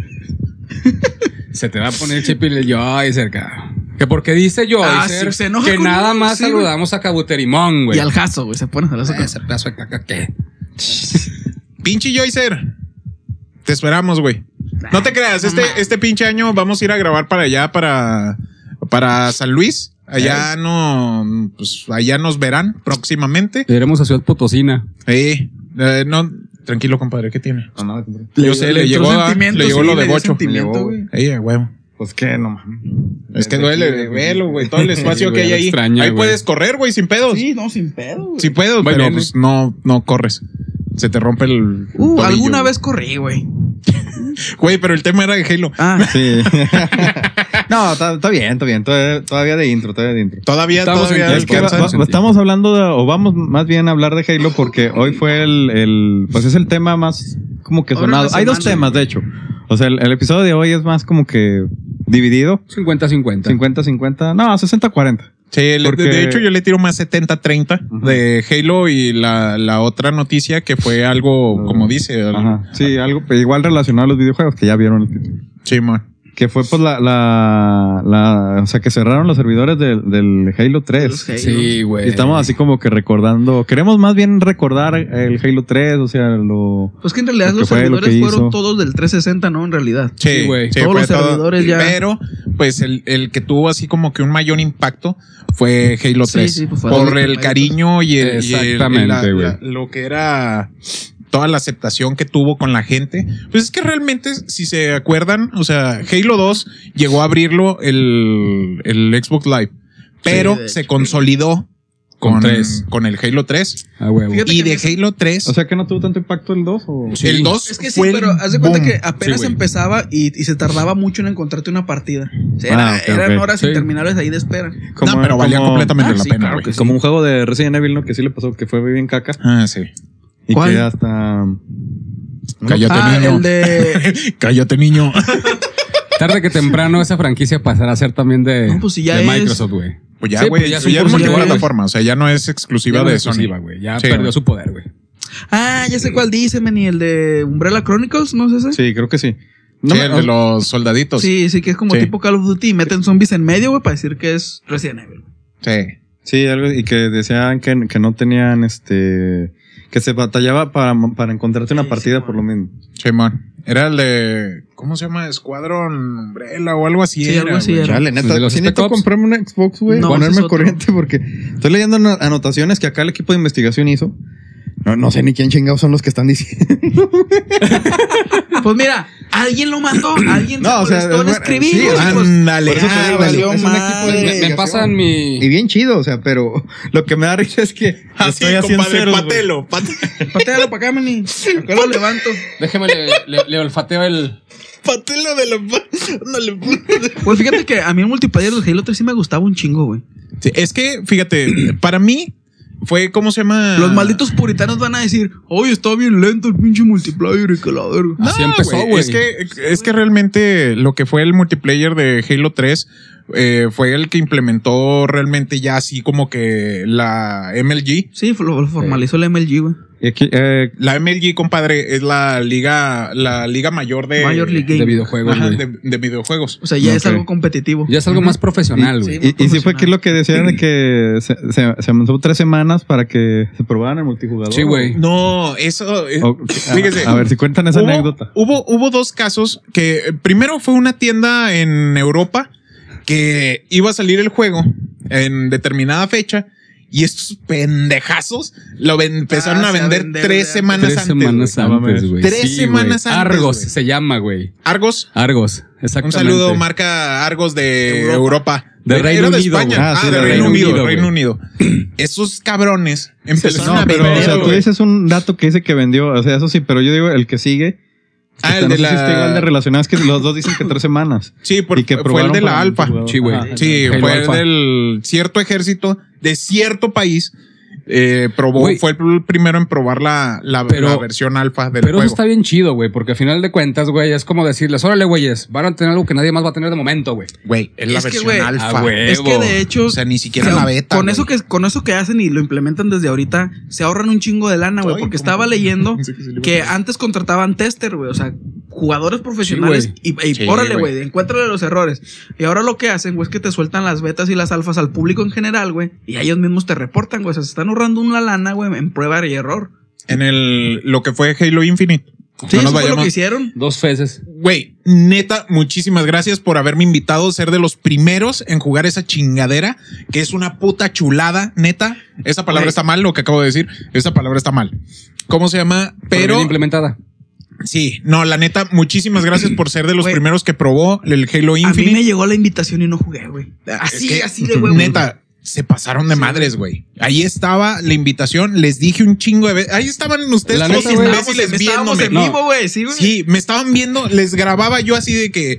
[SPEAKER 4] Se te va a poner chip y el Joycer, cerca. Que porque dice
[SPEAKER 2] Ah,
[SPEAKER 4] Joycer
[SPEAKER 2] sí, se enoja
[SPEAKER 4] que
[SPEAKER 2] con-
[SPEAKER 4] nada más
[SPEAKER 2] sí, güey.
[SPEAKER 4] saludamos a Cabuterimón, güey.
[SPEAKER 2] Y al jazo, güey. Se pone a hacer
[SPEAKER 4] Ese pedazo de caca que.
[SPEAKER 5] Pinche Joycer. Te esperamos, güey. No te creas, este, este pinche año vamos a ir a grabar para allá, para, para San Luis. Allá no, pues allá nos verán próximamente.
[SPEAKER 4] Iremos a Ciudad Potosina.
[SPEAKER 5] Sí, eh, no, tranquilo, compadre, ¿qué tiene?
[SPEAKER 3] No, nada, compadre.
[SPEAKER 5] Yo sé, le
[SPEAKER 2] entró
[SPEAKER 5] llegó, a-
[SPEAKER 2] sentimiento,
[SPEAKER 5] le llegó
[SPEAKER 2] sí,
[SPEAKER 5] lo de
[SPEAKER 2] dio
[SPEAKER 5] Bocho.
[SPEAKER 2] sentimiento,
[SPEAKER 3] Le llegó,
[SPEAKER 2] güey.
[SPEAKER 5] Ahí, a huevo.
[SPEAKER 3] Pues que no mames.
[SPEAKER 5] Es que
[SPEAKER 3] Desde
[SPEAKER 5] duele,
[SPEAKER 3] aquí,
[SPEAKER 5] velo, güey, todo el espacio
[SPEAKER 4] Sí,
[SPEAKER 5] que hay
[SPEAKER 4] güey,
[SPEAKER 5] ahí.
[SPEAKER 4] extraña,
[SPEAKER 5] ahí
[SPEAKER 4] güey.
[SPEAKER 5] puedes correr, güey, sin pedos.
[SPEAKER 2] Sí, no, sin pedo, güey.
[SPEAKER 5] Sí puedes,
[SPEAKER 4] Va y
[SPEAKER 5] pero
[SPEAKER 4] viene.
[SPEAKER 5] pues no, no corres. Se te rompe el
[SPEAKER 2] Uh,
[SPEAKER 5] tobillo,
[SPEAKER 2] alguna
[SPEAKER 5] güey.
[SPEAKER 2] vez corrí, güey.
[SPEAKER 5] Güey, pero el tema era de Halo.
[SPEAKER 2] Ah,
[SPEAKER 3] Sí. No, está está bien, está bien. Todavía, todavía de intro, todavía de intro.
[SPEAKER 5] Todavía,
[SPEAKER 4] Estamos
[SPEAKER 5] todavía
[SPEAKER 4] en-
[SPEAKER 3] Es que va-
[SPEAKER 5] alcanza.
[SPEAKER 3] va- estamos hablando de, o vamos más bien a hablar de Halo porque hoy fue el, el pues es el tema más como que
[SPEAKER 2] Ahora
[SPEAKER 3] sonado.
[SPEAKER 2] la
[SPEAKER 3] Hay dos
[SPEAKER 2] semana,
[SPEAKER 3] temas, de hecho. O sea, el, el episodio de hoy es más como que dividido.
[SPEAKER 4] cincuenta cincuenta.
[SPEAKER 3] cincuenta cincuenta, no, sesenta cuarenta.
[SPEAKER 5] Sí, le-
[SPEAKER 3] Porque-
[SPEAKER 5] de hecho yo le tiro más setenta treinta de Halo y la, la otra noticia que fue algo, como dice, algo-
[SPEAKER 3] Ajá. Sí, algo pues, igual relacionado a los videojuegos, que ya vieron el título.
[SPEAKER 5] sí, man.
[SPEAKER 3] Que fue pues la, la, la o sea, que cerraron los servidores del, del Halo tres.
[SPEAKER 2] Los Halo.
[SPEAKER 4] Sí, güey.
[SPEAKER 3] Y estamos así como que recordando, queremos más bien recordar el Halo tres, o sea, lo...
[SPEAKER 2] Pues que en realidad
[SPEAKER 3] Lo que
[SPEAKER 2] los
[SPEAKER 3] fue, lo
[SPEAKER 2] servidores
[SPEAKER 3] que
[SPEAKER 2] fueron
[SPEAKER 3] hizo.
[SPEAKER 2] todos del trescientos sesenta, ¿no? En realidad.
[SPEAKER 5] Sí,
[SPEAKER 4] Sí, güey.
[SPEAKER 5] sí,
[SPEAKER 2] Todos
[SPEAKER 5] fue
[SPEAKER 2] los
[SPEAKER 5] todo.
[SPEAKER 2] servidores ya-
[SPEAKER 5] Pero, pues, el, el que tuvo así como que un mayor impacto fue Halo
[SPEAKER 2] Sí,
[SPEAKER 5] tres.
[SPEAKER 2] sí, pues, fue
[SPEAKER 5] por
[SPEAKER 2] el-
[SPEAKER 5] el cariño y, el, y el-
[SPEAKER 4] Exactamente,
[SPEAKER 5] la-
[SPEAKER 4] güey.
[SPEAKER 5] la- lo que era toda la aceptación que tuvo con la gente. Pues es que realmente, si se acuerdan, o sea, Halo dos llegó a abrirlo el, el Xbox Live, pero
[SPEAKER 2] de
[SPEAKER 5] se
[SPEAKER 2] hecho.
[SPEAKER 5] consolidó con,
[SPEAKER 4] Con tres.
[SPEAKER 5] con el Halo tres.
[SPEAKER 4] Ah, huevo.
[SPEAKER 2] Fíjate
[SPEAKER 5] Y
[SPEAKER 2] que
[SPEAKER 5] de
[SPEAKER 2] me-
[SPEAKER 5] Halo tres,
[SPEAKER 3] O sea, que no tuvo tanto impacto el dos, o...
[SPEAKER 4] Sí.
[SPEAKER 5] el dos
[SPEAKER 2] Es que sí,
[SPEAKER 5] fue el
[SPEAKER 2] pero haz de cuenta
[SPEAKER 5] boom.
[SPEAKER 2] que apenas
[SPEAKER 4] Sí, güey.
[SPEAKER 2] empezaba y, y se tardaba mucho en encontrarte una partida. O sea,
[SPEAKER 3] Ah,
[SPEAKER 2] era-
[SPEAKER 3] ok,
[SPEAKER 2] eran
[SPEAKER 3] ok.
[SPEAKER 2] horas
[SPEAKER 4] Sí.
[SPEAKER 2] interminables ahí de espera.
[SPEAKER 5] No, pero valía
[SPEAKER 3] como-
[SPEAKER 5] completamente
[SPEAKER 2] Ah,
[SPEAKER 5] la
[SPEAKER 2] sí,
[SPEAKER 5] pena,
[SPEAKER 2] claro
[SPEAKER 5] güey.
[SPEAKER 2] que sí.
[SPEAKER 3] Como un juego de Resident Evil, ¿no? Que sí le pasó, que fue bien caca.
[SPEAKER 5] Ah, sí.
[SPEAKER 3] Y
[SPEAKER 2] ¿Cuál?
[SPEAKER 3] que hasta...
[SPEAKER 5] Cállate,
[SPEAKER 2] Ah,
[SPEAKER 5] niño.
[SPEAKER 2] el de...
[SPEAKER 5] Cállate, niño.
[SPEAKER 4] Tarde que temprano esa franquicia pasará a ser también de,
[SPEAKER 2] No, pues si ya
[SPEAKER 4] de
[SPEAKER 2] es-
[SPEAKER 4] Microsoft, güey.
[SPEAKER 5] Pues ya,
[SPEAKER 4] Sí,
[SPEAKER 5] güey.
[SPEAKER 4] pues ya
[SPEAKER 5] ya
[SPEAKER 4] es
[SPEAKER 5] es,
[SPEAKER 4] un
[SPEAKER 2] porcentaje,
[SPEAKER 5] multiplataforma. O sea, ya no es exclusiva
[SPEAKER 4] Ya no
[SPEAKER 5] de
[SPEAKER 4] es
[SPEAKER 5] Sony.
[SPEAKER 4] exclusiva, güey. Ya
[SPEAKER 5] Sí,
[SPEAKER 4] perdió
[SPEAKER 5] güey.
[SPEAKER 4] su poder, güey.
[SPEAKER 2] Ah, ya sé cuál dice, Manny, el de Umbrella Chronicles, ¿no es ese?
[SPEAKER 3] Sí, creo que sí. No
[SPEAKER 5] Sí,
[SPEAKER 3] me-
[SPEAKER 5] el de los soldaditos.
[SPEAKER 2] Sí, sí, que es como
[SPEAKER 5] Sí.
[SPEAKER 2] tipo Call of Duty y meten zombies en medio, güey, para decir que es Resident Evil.
[SPEAKER 5] Sí.
[SPEAKER 3] Sí, algo, y que decían que, que no tenían este... Que se batallaba para, para encontrarte una
[SPEAKER 2] Sí,
[SPEAKER 3] partida
[SPEAKER 2] sí,
[SPEAKER 3] por lo mismo.
[SPEAKER 5] Simón. Era el de. ¿Cómo se llama? Escuadrón Umbrella o algo así.
[SPEAKER 2] Sí,
[SPEAKER 5] era,
[SPEAKER 2] algo así
[SPEAKER 5] güey.
[SPEAKER 2] era.
[SPEAKER 3] Chale,
[SPEAKER 4] ¿El
[SPEAKER 3] neta,
[SPEAKER 4] de los
[SPEAKER 3] sí
[SPEAKER 4] Spec
[SPEAKER 3] necesito
[SPEAKER 4] Ops?
[SPEAKER 3] comprarme una Xbox, güey.
[SPEAKER 2] No, ese
[SPEAKER 3] ponerme
[SPEAKER 2] es
[SPEAKER 3] al
[SPEAKER 2] otro.
[SPEAKER 3] corriente porque estoy leyendo ano- anotaciones que acá el equipo de investigación hizo. No, no sé ni quién chingados son los que están diciendo.
[SPEAKER 2] Pues mira, alguien lo mandó, alguien
[SPEAKER 3] No,
[SPEAKER 2] se
[SPEAKER 3] o sea,
[SPEAKER 2] molestó en
[SPEAKER 3] es
[SPEAKER 2] escribir.
[SPEAKER 3] bueno, sí,
[SPEAKER 2] güey,
[SPEAKER 3] ah,
[SPEAKER 2] pues,
[SPEAKER 5] Ándale,
[SPEAKER 3] Por eso te digo,
[SPEAKER 5] ándale.
[SPEAKER 3] valió
[SPEAKER 2] es un
[SPEAKER 3] madre.
[SPEAKER 2] equipo de
[SPEAKER 4] Me, me
[SPEAKER 3] investigación.
[SPEAKER 4] pasan mi...
[SPEAKER 3] Y bien chido, o sea, pero lo que me da risa es que
[SPEAKER 5] Así,
[SPEAKER 3] estoy haciendo
[SPEAKER 5] compadre,
[SPEAKER 3] ceros, güey.
[SPEAKER 5] patelo, patelo.
[SPEAKER 2] patealo para acá, Manny. Acá lo levanto.
[SPEAKER 4] Déjeme, le, le, le olfateo el...
[SPEAKER 5] Patelo de la. Ándale.
[SPEAKER 2] Pues fíjate que a mí el multiplayer de Halo tres sí me gustaba un chingo, güey.
[SPEAKER 5] Sí, es que, fíjate, para mí fue, ¿cómo se llama?
[SPEAKER 2] Los malditos puritanos van a decir, oye, está bien lento el pinche multiplayer y que la verga.
[SPEAKER 5] No,
[SPEAKER 4] Así empezó, güey.
[SPEAKER 5] Es que, es que realmente lo que fue el multiplayer de Halo tres eh, fue el que implementó realmente ya así como que la M L G.
[SPEAKER 2] Sí, lo, lo formalizó el M L G, güey.
[SPEAKER 3] Y aquí, eh,
[SPEAKER 5] La M L G, compadre, es la liga, la liga mayor de,
[SPEAKER 2] Major League
[SPEAKER 4] De
[SPEAKER 2] Game.
[SPEAKER 4] videojuegos,
[SPEAKER 5] Ajá,
[SPEAKER 4] güey.
[SPEAKER 5] de, de videojuegos.
[SPEAKER 2] O sea, ya es
[SPEAKER 3] Ok.
[SPEAKER 2] algo competitivo.
[SPEAKER 4] Ya es algo más profesional, güey.
[SPEAKER 2] Sí.
[SPEAKER 3] y, y sí fue que lo que decían de que se, se, se avanzó tres semanas para que se probaran el multijugador.
[SPEAKER 4] Sí, güey.
[SPEAKER 5] No, eso. eh,
[SPEAKER 3] O-
[SPEAKER 5] fíjese.
[SPEAKER 3] a, a ver si cuentan esa
[SPEAKER 5] hubo,
[SPEAKER 3] anécdota.
[SPEAKER 5] Hubo, hubo dos casos que eh, primero fue una tienda en Europa que iba a salir el juego en determinada fecha y estos pendejazos lo ven- empezaron
[SPEAKER 2] Ah,
[SPEAKER 5] a
[SPEAKER 2] se a
[SPEAKER 5] vender
[SPEAKER 2] vender
[SPEAKER 5] tres
[SPEAKER 2] de
[SPEAKER 5] semanas
[SPEAKER 4] Tres
[SPEAKER 5] antes.
[SPEAKER 4] semanas
[SPEAKER 5] güey.
[SPEAKER 3] No
[SPEAKER 4] antes,
[SPEAKER 3] mames.
[SPEAKER 4] güey.
[SPEAKER 5] Tres
[SPEAKER 4] Sí,
[SPEAKER 5] semanas
[SPEAKER 4] güey.
[SPEAKER 5] antes,
[SPEAKER 4] Argos
[SPEAKER 5] güey.
[SPEAKER 4] se llama, güey.
[SPEAKER 5] Argos.
[SPEAKER 4] Argos,
[SPEAKER 5] Un
[SPEAKER 4] exactamente.
[SPEAKER 5] saludo, marca Argos de
[SPEAKER 2] Europa.
[SPEAKER 5] Europa.
[SPEAKER 4] De
[SPEAKER 5] Era-
[SPEAKER 4] Reino
[SPEAKER 5] era de
[SPEAKER 4] Unido,
[SPEAKER 5] España.
[SPEAKER 4] güey.
[SPEAKER 5] Ah,
[SPEAKER 3] Ah, sí,
[SPEAKER 5] de
[SPEAKER 3] de
[SPEAKER 5] Reino
[SPEAKER 3] Reino
[SPEAKER 5] Unido,
[SPEAKER 4] Unido,
[SPEAKER 5] Reino Unido. Esos cabrones empezaron
[SPEAKER 3] No,
[SPEAKER 5] a
[SPEAKER 3] pero,
[SPEAKER 5] vender.
[SPEAKER 3] o sea, tú
[SPEAKER 5] güey.
[SPEAKER 3] dices un dato que dice que vendió, o sea, eso sí, pero yo digo el que sigue.
[SPEAKER 5] Ah,
[SPEAKER 3] que
[SPEAKER 5] el
[SPEAKER 3] no
[SPEAKER 5] de
[SPEAKER 3] sé si está igual de
[SPEAKER 5] la.
[SPEAKER 3] relacionado, es que los dos dicen que tres semanas.
[SPEAKER 5] Sí, por-
[SPEAKER 3] y que
[SPEAKER 5] fue el
[SPEAKER 3] probaron
[SPEAKER 5] de la
[SPEAKER 3] para el
[SPEAKER 5] Alfa.
[SPEAKER 3] multijugador.
[SPEAKER 4] Sí, güey.
[SPEAKER 3] Ajá.
[SPEAKER 5] Sí,
[SPEAKER 4] Halo
[SPEAKER 5] fue
[SPEAKER 4] Alpha.
[SPEAKER 5] del cierto ejército de cierto país. Eh, probó,
[SPEAKER 4] Güey.
[SPEAKER 5] fue el primero en probar la, la,
[SPEAKER 4] Pero-
[SPEAKER 5] la versión alfa del
[SPEAKER 4] Pero
[SPEAKER 5] juego.
[SPEAKER 4] eso está bien chido, güey, porque al final de cuentas, güey, es como decirles, órale, güeyes, van a tener algo que nadie más va a tener de momento, güey.
[SPEAKER 5] Güey, es la
[SPEAKER 2] Es que,
[SPEAKER 5] versión
[SPEAKER 2] güey,
[SPEAKER 5] alfa.
[SPEAKER 4] ah, güey.
[SPEAKER 2] Es que de hecho,
[SPEAKER 5] O sea, ni siquiera
[SPEAKER 2] o sea,
[SPEAKER 5] la beta.
[SPEAKER 2] con
[SPEAKER 5] güey.
[SPEAKER 2] eso que con eso que hacen y lo implementan desde ahorita, se ahorran un chingo de lana, güey,
[SPEAKER 5] Ay,
[SPEAKER 2] porque
[SPEAKER 5] como-
[SPEAKER 2] estaba leyendo
[SPEAKER 5] pensé que se le iba a
[SPEAKER 2] que
[SPEAKER 5] pasar.
[SPEAKER 2] antes contrataban tester, güey, o sea, jugadores profesionales
[SPEAKER 4] Sí,
[SPEAKER 2] y, y
[SPEAKER 5] Sí,
[SPEAKER 2] órale,
[SPEAKER 5] güey.
[SPEAKER 2] güey, encuéntrale los errores. Y ahora lo que hacen, güey, es que te sueltan las betas y las alfas al público en general, güey, y ellos mismos te reportan, güey, o sea, se están ahorrando una lana, güey, en prueba y error.
[SPEAKER 5] En el, lo que fue Halo Infinite.
[SPEAKER 2] Sí,
[SPEAKER 5] No nos
[SPEAKER 2] eso fue lo
[SPEAKER 5] vayamos-
[SPEAKER 2] que hicieron.
[SPEAKER 4] Dos veces.
[SPEAKER 5] Güey, neta, muchísimas gracias por haberme invitado a ser de los primeros en jugar esa chingadera, que es una puta chulada, neta. Esa palabra
[SPEAKER 2] Güey.
[SPEAKER 5] está mal, lo que acabo de decir. Esa palabra está mal. ¿Cómo se llama?
[SPEAKER 4] Pero
[SPEAKER 5] Pero,
[SPEAKER 4] bien implementada.
[SPEAKER 5] sí, no, la neta, muchísimas gracias por ser de los
[SPEAKER 2] Güey.
[SPEAKER 5] primeros que probó el Halo
[SPEAKER 2] A mí
[SPEAKER 5] Infinite.
[SPEAKER 2] me llegó la invitación y no jugué, güey. Así,
[SPEAKER 5] Es que,
[SPEAKER 2] así de huevo.
[SPEAKER 5] Neta, se pasaron de
[SPEAKER 2] Sí,
[SPEAKER 5] madres, güey. Ahí estaba la invitación, les dije un chingo de veces. Ahí estaban ustedes
[SPEAKER 4] La
[SPEAKER 5] todos
[SPEAKER 4] neta, güey,
[SPEAKER 5] imbéciles
[SPEAKER 2] Estábamos
[SPEAKER 5] viéndome.
[SPEAKER 2] en
[SPEAKER 4] No.
[SPEAKER 2] vivo, güey, sí, güey.
[SPEAKER 5] Sí, me estaban viendo, les grababa yo así de que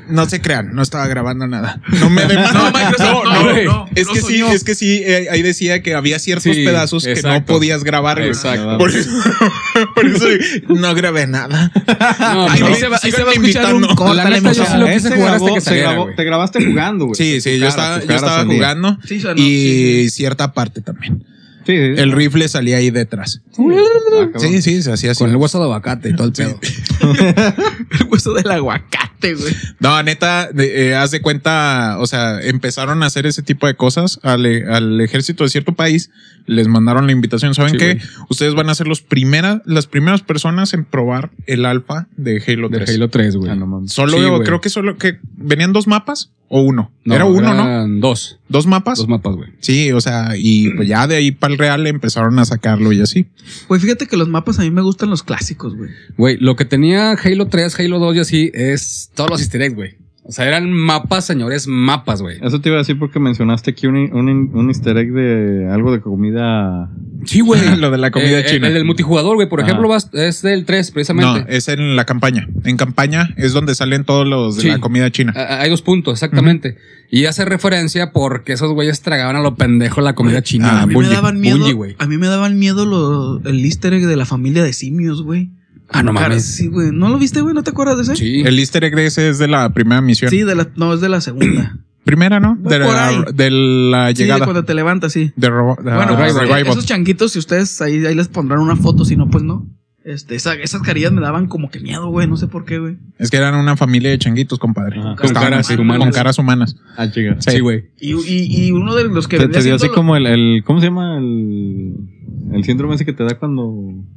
[SPEAKER 5] No se crean, no estaba grabando nada. No me demandan.
[SPEAKER 2] No, Microsoft, no,
[SPEAKER 5] no,
[SPEAKER 2] no,
[SPEAKER 5] Es
[SPEAKER 2] no
[SPEAKER 5] que
[SPEAKER 2] soy
[SPEAKER 5] sí,
[SPEAKER 2] yo.
[SPEAKER 5] es que sí, eh, ahí decía que había ciertos
[SPEAKER 4] Sí,
[SPEAKER 5] pedazos que no
[SPEAKER 4] exacto.
[SPEAKER 5] podías grabar. güey.
[SPEAKER 4] Exacto.
[SPEAKER 5] Por eso, por eso no grabé nada.
[SPEAKER 4] No,
[SPEAKER 5] Ay,
[SPEAKER 4] pero-
[SPEAKER 2] Ahí se va, ahí se va a
[SPEAKER 5] síganme
[SPEAKER 2] escuchar un
[SPEAKER 5] invitando.
[SPEAKER 2] corte.
[SPEAKER 4] La neta, yo sí lo quise
[SPEAKER 3] Ese
[SPEAKER 4] jugar hasta
[SPEAKER 3] grabó-
[SPEAKER 4] que
[SPEAKER 3] se
[SPEAKER 4] saliera,
[SPEAKER 3] grabó-
[SPEAKER 4] güey.
[SPEAKER 3] Te grabaste jugando, güey.
[SPEAKER 5] Sí, sí,
[SPEAKER 3] Tu
[SPEAKER 5] yo
[SPEAKER 3] cara,
[SPEAKER 5] estaba,
[SPEAKER 3] tu
[SPEAKER 5] yo
[SPEAKER 3] cara
[SPEAKER 5] estaba
[SPEAKER 3] salía.
[SPEAKER 5] jugando
[SPEAKER 2] Sí, sonó,
[SPEAKER 5] y
[SPEAKER 2] sí, sí.
[SPEAKER 5] cierta parte también.
[SPEAKER 3] Sí, sí.
[SPEAKER 5] El rifle salía ahí detrás.
[SPEAKER 3] Ah, cabrón.
[SPEAKER 5] Sí, sí, se hacía así.
[SPEAKER 4] Con el hueso de aguacate y todo el pedo.
[SPEAKER 2] El hueso del aguacate, güey.
[SPEAKER 5] No, neta, de- eh, haz de cuenta, o sea, empezaron a hacer ese tipo de cosas al, e- al ejército de cierto país, les mandaron la invitación, ¿saben
[SPEAKER 4] Sí,
[SPEAKER 5] qué?
[SPEAKER 4] güey.
[SPEAKER 5] Ustedes van a ser los primera, las primeras personas en probar el alfa de Halo
[SPEAKER 4] De
[SPEAKER 5] tres.
[SPEAKER 4] Halo tres, güey.
[SPEAKER 3] Ah, no mames.
[SPEAKER 5] Solo,
[SPEAKER 4] Sí, güey.
[SPEAKER 5] creo que solo, que venían dos mapas o uno. Era uno, ¿no?
[SPEAKER 4] eran Dos.
[SPEAKER 5] Dos mapas.
[SPEAKER 4] Dos mapas, güey.
[SPEAKER 5] Sí, o sea, y pues ya de ahí para el real empezaron a sacarlo y así.
[SPEAKER 2] Güey, fíjate que los mapas a mí me gustan los clásicos, güey.
[SPEAKER 4] Güey, lo que tenía Halo tres, Halo dos y así es todos los easter eggs, güey. O sea, eran mapas, señores, mapas, güey.
[SPEAKER 3] Eso te iba a decir porque mencionaste aquí un, un, un easter egg de algo de comida.
[SPEAKER 4] Sí, güey.
[SPEAKER 5] Lo de la comida
[SPEAKER 4] Eh,
[SPEAKER 5] china.
[SPEAKER 4] El del multijugador, güey, por
[SPEAKER 3] Ajá.
[SPEAKER 4] ejemplo, vas- es del tres,
[SPEAKER 5] No,
[SPEAKER 4] precisamente.
[SPEAKER 5] es en la campaña. En campaña es donde salen todos los de
[SPEAKER 4] Sí.
[SPEAKER 5] la comida china.
[SPEAKER 4] Ah, Hay dos puntos, exactamente. Y hace referencia porque esos güeyes tragaban a lo pendejo la comida china.
[SPEAKER 5] Ah,
[SPEAKER 2] A mí
[SPEAKER 4] Bungie.
[SPEAKER 2] me daban miedo.
[SPEAKER 4] Bungie, güey.
[SPEAKER 2] A mí me daban miedo lo- el easter egg de la familia de simios, güey.
[SPEAKER 4] Ah, no
[SPEAKER 2] Cara,
[SPEAKER 4] mames.
[SPEAKER 2] Sí, güey. ¿No lo viste, güey? ¿No te acuerdas de ese?
[SPEAKER 4] Sí.
[SPEAKER 5] El easter egg ese es de la primera misión.
[SPEAKER 2] Sí, de la, no, es de la segunda.
[SPEAKER 5] Primera, ¿no? De
[SPEAKER 2] Por ahí.
[SPEAKER 5] la, de la
[SPEAKER 2] Sí, de
[SPEAKER 5] llegada.
[SPEAKER 2] cuando te levantas, sí.
[SPEAKER 5] De, Robo- de
[SPEAKER 2] Bueno,
[SPEAKER 5] ah,
[SPEAKER 2] pues,
[SPEAKER 5] Revival.
[SPEAKER 2] esos changuitos, si ustedes ahí, ahí les pondrán una foto, si no, pues no. Este, esa- esas carillas me daban como que miedo, güey. No sé por qué, güey.
[SPEAKER 5] Es que eran una familia de changuitos, compadre.
[SPEAKER 3] Ajá.
[SPEAKER 4] Con
[SPEAKER 5] Estaban
[SPEAKER 4] caras
[SPEAKER 5] así,
[SPEAKER 4] humanas.
[SPEAKER 5] Con caras humanas.
[SPEAKER 3] Ah, chica.
[SPEAKER 4] Sí, güey.
[SPEAKER 2] Y, y, y uno de los que
[SPEAKER 3] Te,
[SPEAKER 2] vendría
[SPEAKER 3] te dio así
[SPEAKER 2] siendo lo-
[SPEAKER 3] como el, el. ¿Cómo se llama? El, el síndrome ese que te da cuando.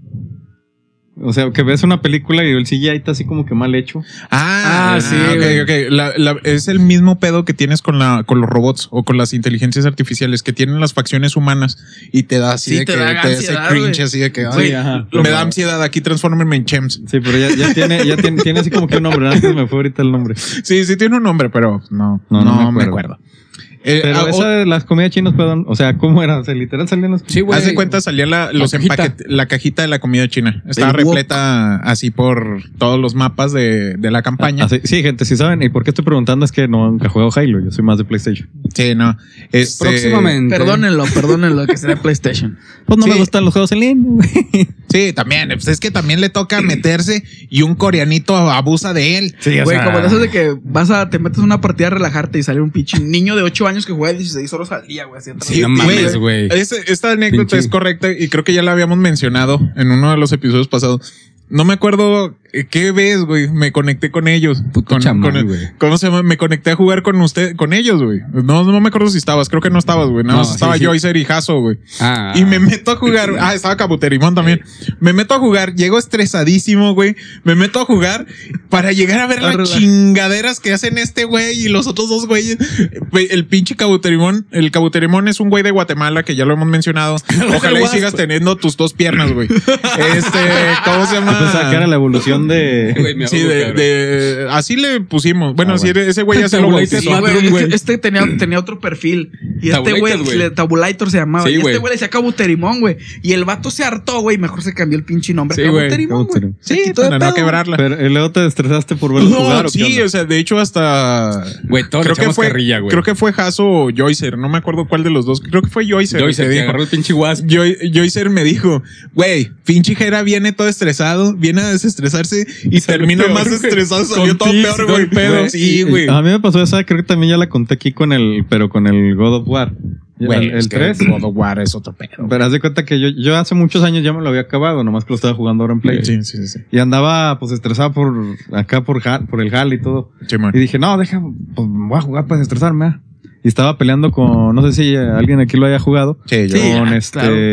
[SPEAKER 3] O sea, que ves una película y el C G I está así como que mal hecho.
[SPEAKER 5] Ah,
[SPEAKER 2] Ah,
[SPEAKER 5] sí,
[SPEAKER 2] sí,
[SPEAKER 5] ok,
[SPEAKER 2] güey.
[SPEAKER 5] ok. La- la- es el mismo pedo que tienes con, la, con los robots o con las inteligencias artificiales que tienen las facciones humanas y te da así
[SPEAKER 2] Sí,
[SPEAKER 5] de
[SPEAKER 2] te
[SPEAKER 5] que
[SPEAKER 2] da
[SPEAKER 5] te hace
[SPEAKER 2] ansiedad,
[SPEAKER 5] cringe,
[SPEAKER 2] güey.
[SPEAKER 5] así de que ay,
[SPEAKER 2] Güey,
[SPEAKER 3] ajá.
[SPEAKER 2] lo-
[SPEAKER 5] me da ansiedad. Aquí transfórmenme en Chems.
[SPEAKER 3] Sí, pero ya, ya tiene, ya tiene, tiene así como que un nombre. Antes me fue ahorita el nombre.
[SPEAKER 5] Sí, sí tiene un nombre, pero no,
[SPEAKER 3] No,
[SPEAKER 5] no,
[SPEAKER 3] no me
[SPEAKER 5] me
[SPEAKER 3] acuerdo.
[SPEAKER 5] acuerdo. Eh,
[SPEAKER 3] Pero
[SPEAKER 5] ah,
[SPEAKER 3] esa de las comidas chinas, perdón. O sea, ¿cómo era? O sea, literal salían las.
[SPEAKER 4] Sí, güey.
[SPEAKER 5] Haz de cuenta, salía la, los
[SPEAKER 4] cajita.
[SPEAKER 5] empaquet- la cajita de la comida china. Estaba
[SPEAKER 2] Del wok.
[SPEAKER 5] repleta así por todos los mapas de, de la campaña.
[SPEAKER 3] Ah, sí, sí, gente, si saben. ¿Y por qué estoy preguntando? Es que no, nunca juego Halo. Yo soy más de PlayStation.
[SPEAKER 5] Sí, no. Este,
[SPEAKER 4] Próximamente.
[SPEAKER 2] Perdónenlo, perdónenlo, que será PlayStation.
[SPEAKER 3] Pues no
[SPEAKER 5] Sí.
[SPEAKER 3] me gustan los juegos en línea, güey.
[SPEAKER 5] Sí, también. Pues es que también le toca meterse y un coreanito abusa de él.
[SPEAKER 3] Sí,
[SPEAKER 2] Güey, como de eso de que vas a, te metes en una partida a relajarte y sale un pinche niño de ocho años que juega dieciséis horas al día, güey. Así atrás.
[SPEAKER 4] Sí, no mames, güey.
[SPEAKER 5] Ese- esta anécdota
[SPEAKER 4] Pinche-
[SPEAKER 5] es correcta y creo que ya la habíamos mencionado en uno de los episodios pasados. No me acuerdo eh, qué ves, güey. Me conecté con ellos.
[SPEAKER 4] Puto
[SPEAKER 5] con,
[SPEAKER 4] chamán,
[SPEAKER 5] con el-
[SPEAKER 4] güey.
[SPEAKER 5] ¿Cómo se llama? Me conecté a jugar con usted, con ellos, güey. No, no me acuerdo si estabas. Creo que no estabas, güey. No,
[SPEAKER 4] No, sí,
[SPEAKER 5] estaba
[SPEAKER 4] sí.
[SPEAKER 5] Joycer y Jaso, güey.
[SPEAKER 4] Ah.
[SPEAKER 5] Y me meto a jugar. Ah, estaba Cabuterimón también. Me meto a jugar. Llego estresadísimo, güey. Me meto a jugar para llegar a ver las
[SPEAKER 2] Arregla.
[SPEAKER 5] chingaderas que hacen este güey y los otros dos güeyes. Güey, el pinche Cabuterimón. El Cabuterimón es un güey de Guatemala que ya lo hemos mencionado. Ojalá y sigas teniendo tus dos piernas, güey. Este, ¿cómo se llama?
[SPEAKER 3] Pensaba que era la evolución de.
[SPEAKER 4] Güey, me
[SPEAKER 5] Sí,
[SPEAKER 4] ahogo,
[SPEAKER 5] de,
[SPEAKER 4] cabrón.
[SPEAKER 5] de- así le pusimos. Bueno,
[SPEAKER 3] Ah,
[SPEAKER 5] sí,
[SPEAKER 3] bueno.
[SPEAKER 5] ese güey ya se lo
[SPEAKER 4] Tabulator,
[SPEAKER 5] bautizó.
[SPEAKER 2] Sí, güey,
[SPEAKER 4] Bathroom,
[SPEAKER 2] es que
[SPEAKER 4] güey.
[SPEAKER 2] este tenía, tenía otro perfil. Y este
[SPEAKER 4] Tabulator,
[SPEAKER 2] güey,
[SPEAKER 4] güey.
[SPEAKER 2] le- Tabulator se llamaba.
[SPEAKER 4] Sí,
[SPEAKER 2] y este
[SPEAKER 4] güey.
[SPEAKER 2] güey le decía Cabuterimón, güey. Y el vato se hartó, güey. Mejor se cambió el pinche nombre.
[SPEAKER 4] Sí, güey.
[SPEAKER 2] Cabuterimón, güey.
[SPEAKER 3] Cabuterimón.
[SPEAKER 2] Se
[SPEAKER 5] Sí,
[SPEAKER 2] quitó de
[SPEAKER 5] para no
[SPEAKER 2] pedo,
[SPEAKER 5] quebrarla.
[SPEAKER 3] Pero y luego te estresaste por verlo jugar.
[SPEAKER 5] No,
[SPEAKER 3] ¿o qué
[SPEAKER 5] sí,
[SPEAKER 3] onda?
[SPEAKER 5] o sea, de hecho hasta
[SPEAKER 4] Güey, todos le
[SPEAKER 5] creo que
[SPEAKER 4] echamos
[SPEAKER 5] fue
[SPEAKER 4] carrilla, güey.
[SPEAKER 5] creo que fue Haso o Joycer, no me acuerdo cuál de los dos. Creo que fue Joycer.
[SPEAKER 4] Joyce,
[SPEAKER 5] el
[SPEAKER 4] que
[SPEAKER 5] que dijo.
[SPEAKER 4] agarró el pinche guas.
[SPEAKER 5] Joy- Joycer me dijo, güey, pinche Jera viene todo estresado, viene a desestresarse y
[SPEAKER 4] Salió
[SPEAKER 5] termina
[SPEAKER 4] peor,
[SPEAKER 5] más
[SPEAKER 4] güey.
[SPEAKER 5] estresado, salió
[SPEAKER 4] Con
[SPEAKER 5] todo
[SPEAKER 4] tics y
[SPEAKER 5] peor,
[SPEAKER 4] todo el
[SPEAKER 5] güey.
[SPEAKER 4] pedo.
[SPEAKER 5] Sí, güey.
[SPEAKER 3] A mí me pasó esa, creo que también ya la conté aquí con el, pero con el God of War.
[SPEAKER 5] Güey,
[SPEAKER 3] el
[SPEAKER 5] es
[SPEAKER 3] el
[SPEAKER 5] que
[SPEAKER 3] tres.
[SPEAKER 5] God of War es otro pedo.
[SPEAKER 3] Pero haz de cuenta que yo, yo hace muchos años ya me lo había acabado, nomás que lo estaba jugando ahora en Play.
[SPEAKER 5] Sí, sí, sí.
[SPEAKER 3] Y andaba pues estresado por acá por, ja- por el Hal y todo.
[SPEAKER 5] Sí, man.
[SPEAKER 3] Y dije, no, deja, pues voy a jugar para desestresarme. ¿eh?". Y estaba peleando con, no sé si alguien aquí lo haya jugado,
[SPEAKER 5] Sí, yo-
[SPEAKER 2] Sí,
[SPEAKER 3] con
[SPEAKER 2] ah,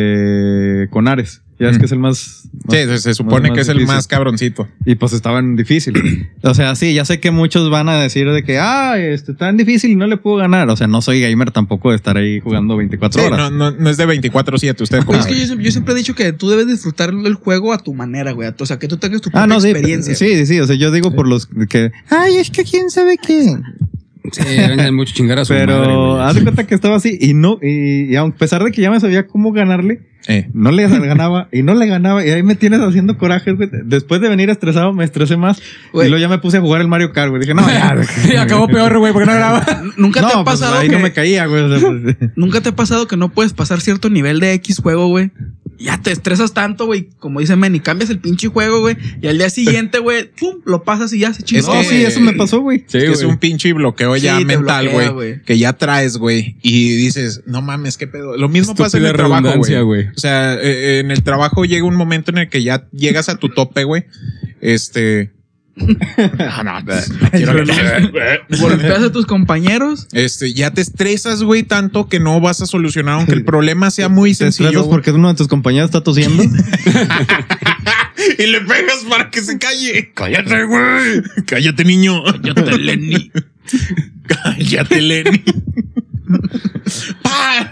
[SPEAKER 3] este, con Ares. Ya es
[SPEAKER 5] Mm.
[SPEAKER 3] que es el más... más-
[SPEAKER 5] Sí, se, se supone
[SPEAKER 3] más
[SPEAKER 5] que es el
[SPEAKER 3] difícil.
[SPEAKER 5] más cabroncito.
[SPEAKER 3] Y pues estaban difícil. O sea, sí, ya sé que muchos van a decir de que, ah, este tan difícil y no le puedo ganar. O sea, no soy gamer tampoco de estar ahí jugando veinticuatro
[SPEAKER 5] Sí,
[SPEAKER 3] horas.
[SPEAKER 5] no, no, no es de veinticuatro siete, usted
[SPEAKER 2] Güey,
[SPEAKER 5] como
[SPEAKER 2] es que yo, siempre- yo siempre he dicho que tú debes disfrutar el juego a tu manera, güey. O sea, que tú tengas tu propia
[SPEAKER 3] Ah, no, sí,
[SPEAKER 2] experiencia.
[SPEAKER 3] sí, sí, o sea, yo digo por los que, ay, es que quién sabe qué.
[SPEAKER 4] Sí, vengan mucho chingar a su
[SPEAKER 3] Pero
[SPEAKER 4] madre, güey.
[SPEAKER 3] haz de cuenta que estaba así y no, y, y a pesar de que ya me sabía cómo ganarle,
[SPEAKER 5] Eh.
[SPEAKER 3] no le ganaba y no le ganaba. Y ahí me tienes haciendo corajes, güey. Después de venir estresado, me estresé más.
[SPEAKER 2] Güey.
[SPEAKER 3] Y luego ya me puse a jugar el Mario Kart, güey. Dije, no, ya.
[SPEAKER 4] Sí, acabó peor, güey, porque no grababa.
[SPEAKER 2] ¿Nunca te
[SPEAKER 3] no,
[SPEAKER 2] ha
[SPEAKER 3] pues
[SPEAKER 2] pasado
[SPEAKER 3] ahí
[SPEAKER 2] que,
[SPEAKER 3] no me caía, güey. O sea, pues,
[SPEAKER 2] ¿Nunca te ha pasado que no puedes pasar cierto nivel de X juego, güey? Ya te estresas tanto, güey, como dice Manny, cambias el pinche juego, güey, y al día siguiente, güey, pum, lo pasas y ya se chingó.
[SPEAKER 5] Es
[SPEAKER 3] no,
[SPEAKER 5] que-
[SPEAKER 3] sí, eso me pasó, güey.
[SPEAKER 4] Sí,
[SPEAKER 5] es que es
[SPEAKER 4] güey.
[SPEAKER 5] un pinche bloqueo ya
[SPEAKER 2] Sí, te
[SPEAKER 5] mental,
[SPEAKER 2] bloquea,
[SPEAKER 5] güey.
[SPEAKER 2] güey.
[SPEAKER 5] Que ya traes, güey. Y dices, no mames, qué pedo. Lo mismo pasa en
[SPEAKER 4] Estúpida
[SPEAKER 5] el trabajo,
[SPEAKER 4] redundancia,
[SPEAKER 5] güey.
[SPEAKER 4] güey.
[SPEAKER 5] O sea, eh, en el trabajo llega un momento en el que ya llegas a tu tope, güey. Este. Ah, no, quiero que-
[SPEAKER 2] Golpeas a tus compañeros.
[SPEAKER 5] Este, ya te estresas, güey, tanto que no vas a solucionar, aunque el problema sea muy
[SPEAKER 3] Te
[SPEAKER 5] sencillo.
[SPEAKER 3] estresas
[SPEAKER 5] güey.
[SPEAKER 3] porque uno de tus compañeros está tosiendo.
[SPEAKER 5] Y le pegas para que se calle. Cállate, güey. Cállate, niño.
[SPEAKER 2] Cállate, Lenny.
[SPEAKER 5] Cállate, Lenny. ¡Pah!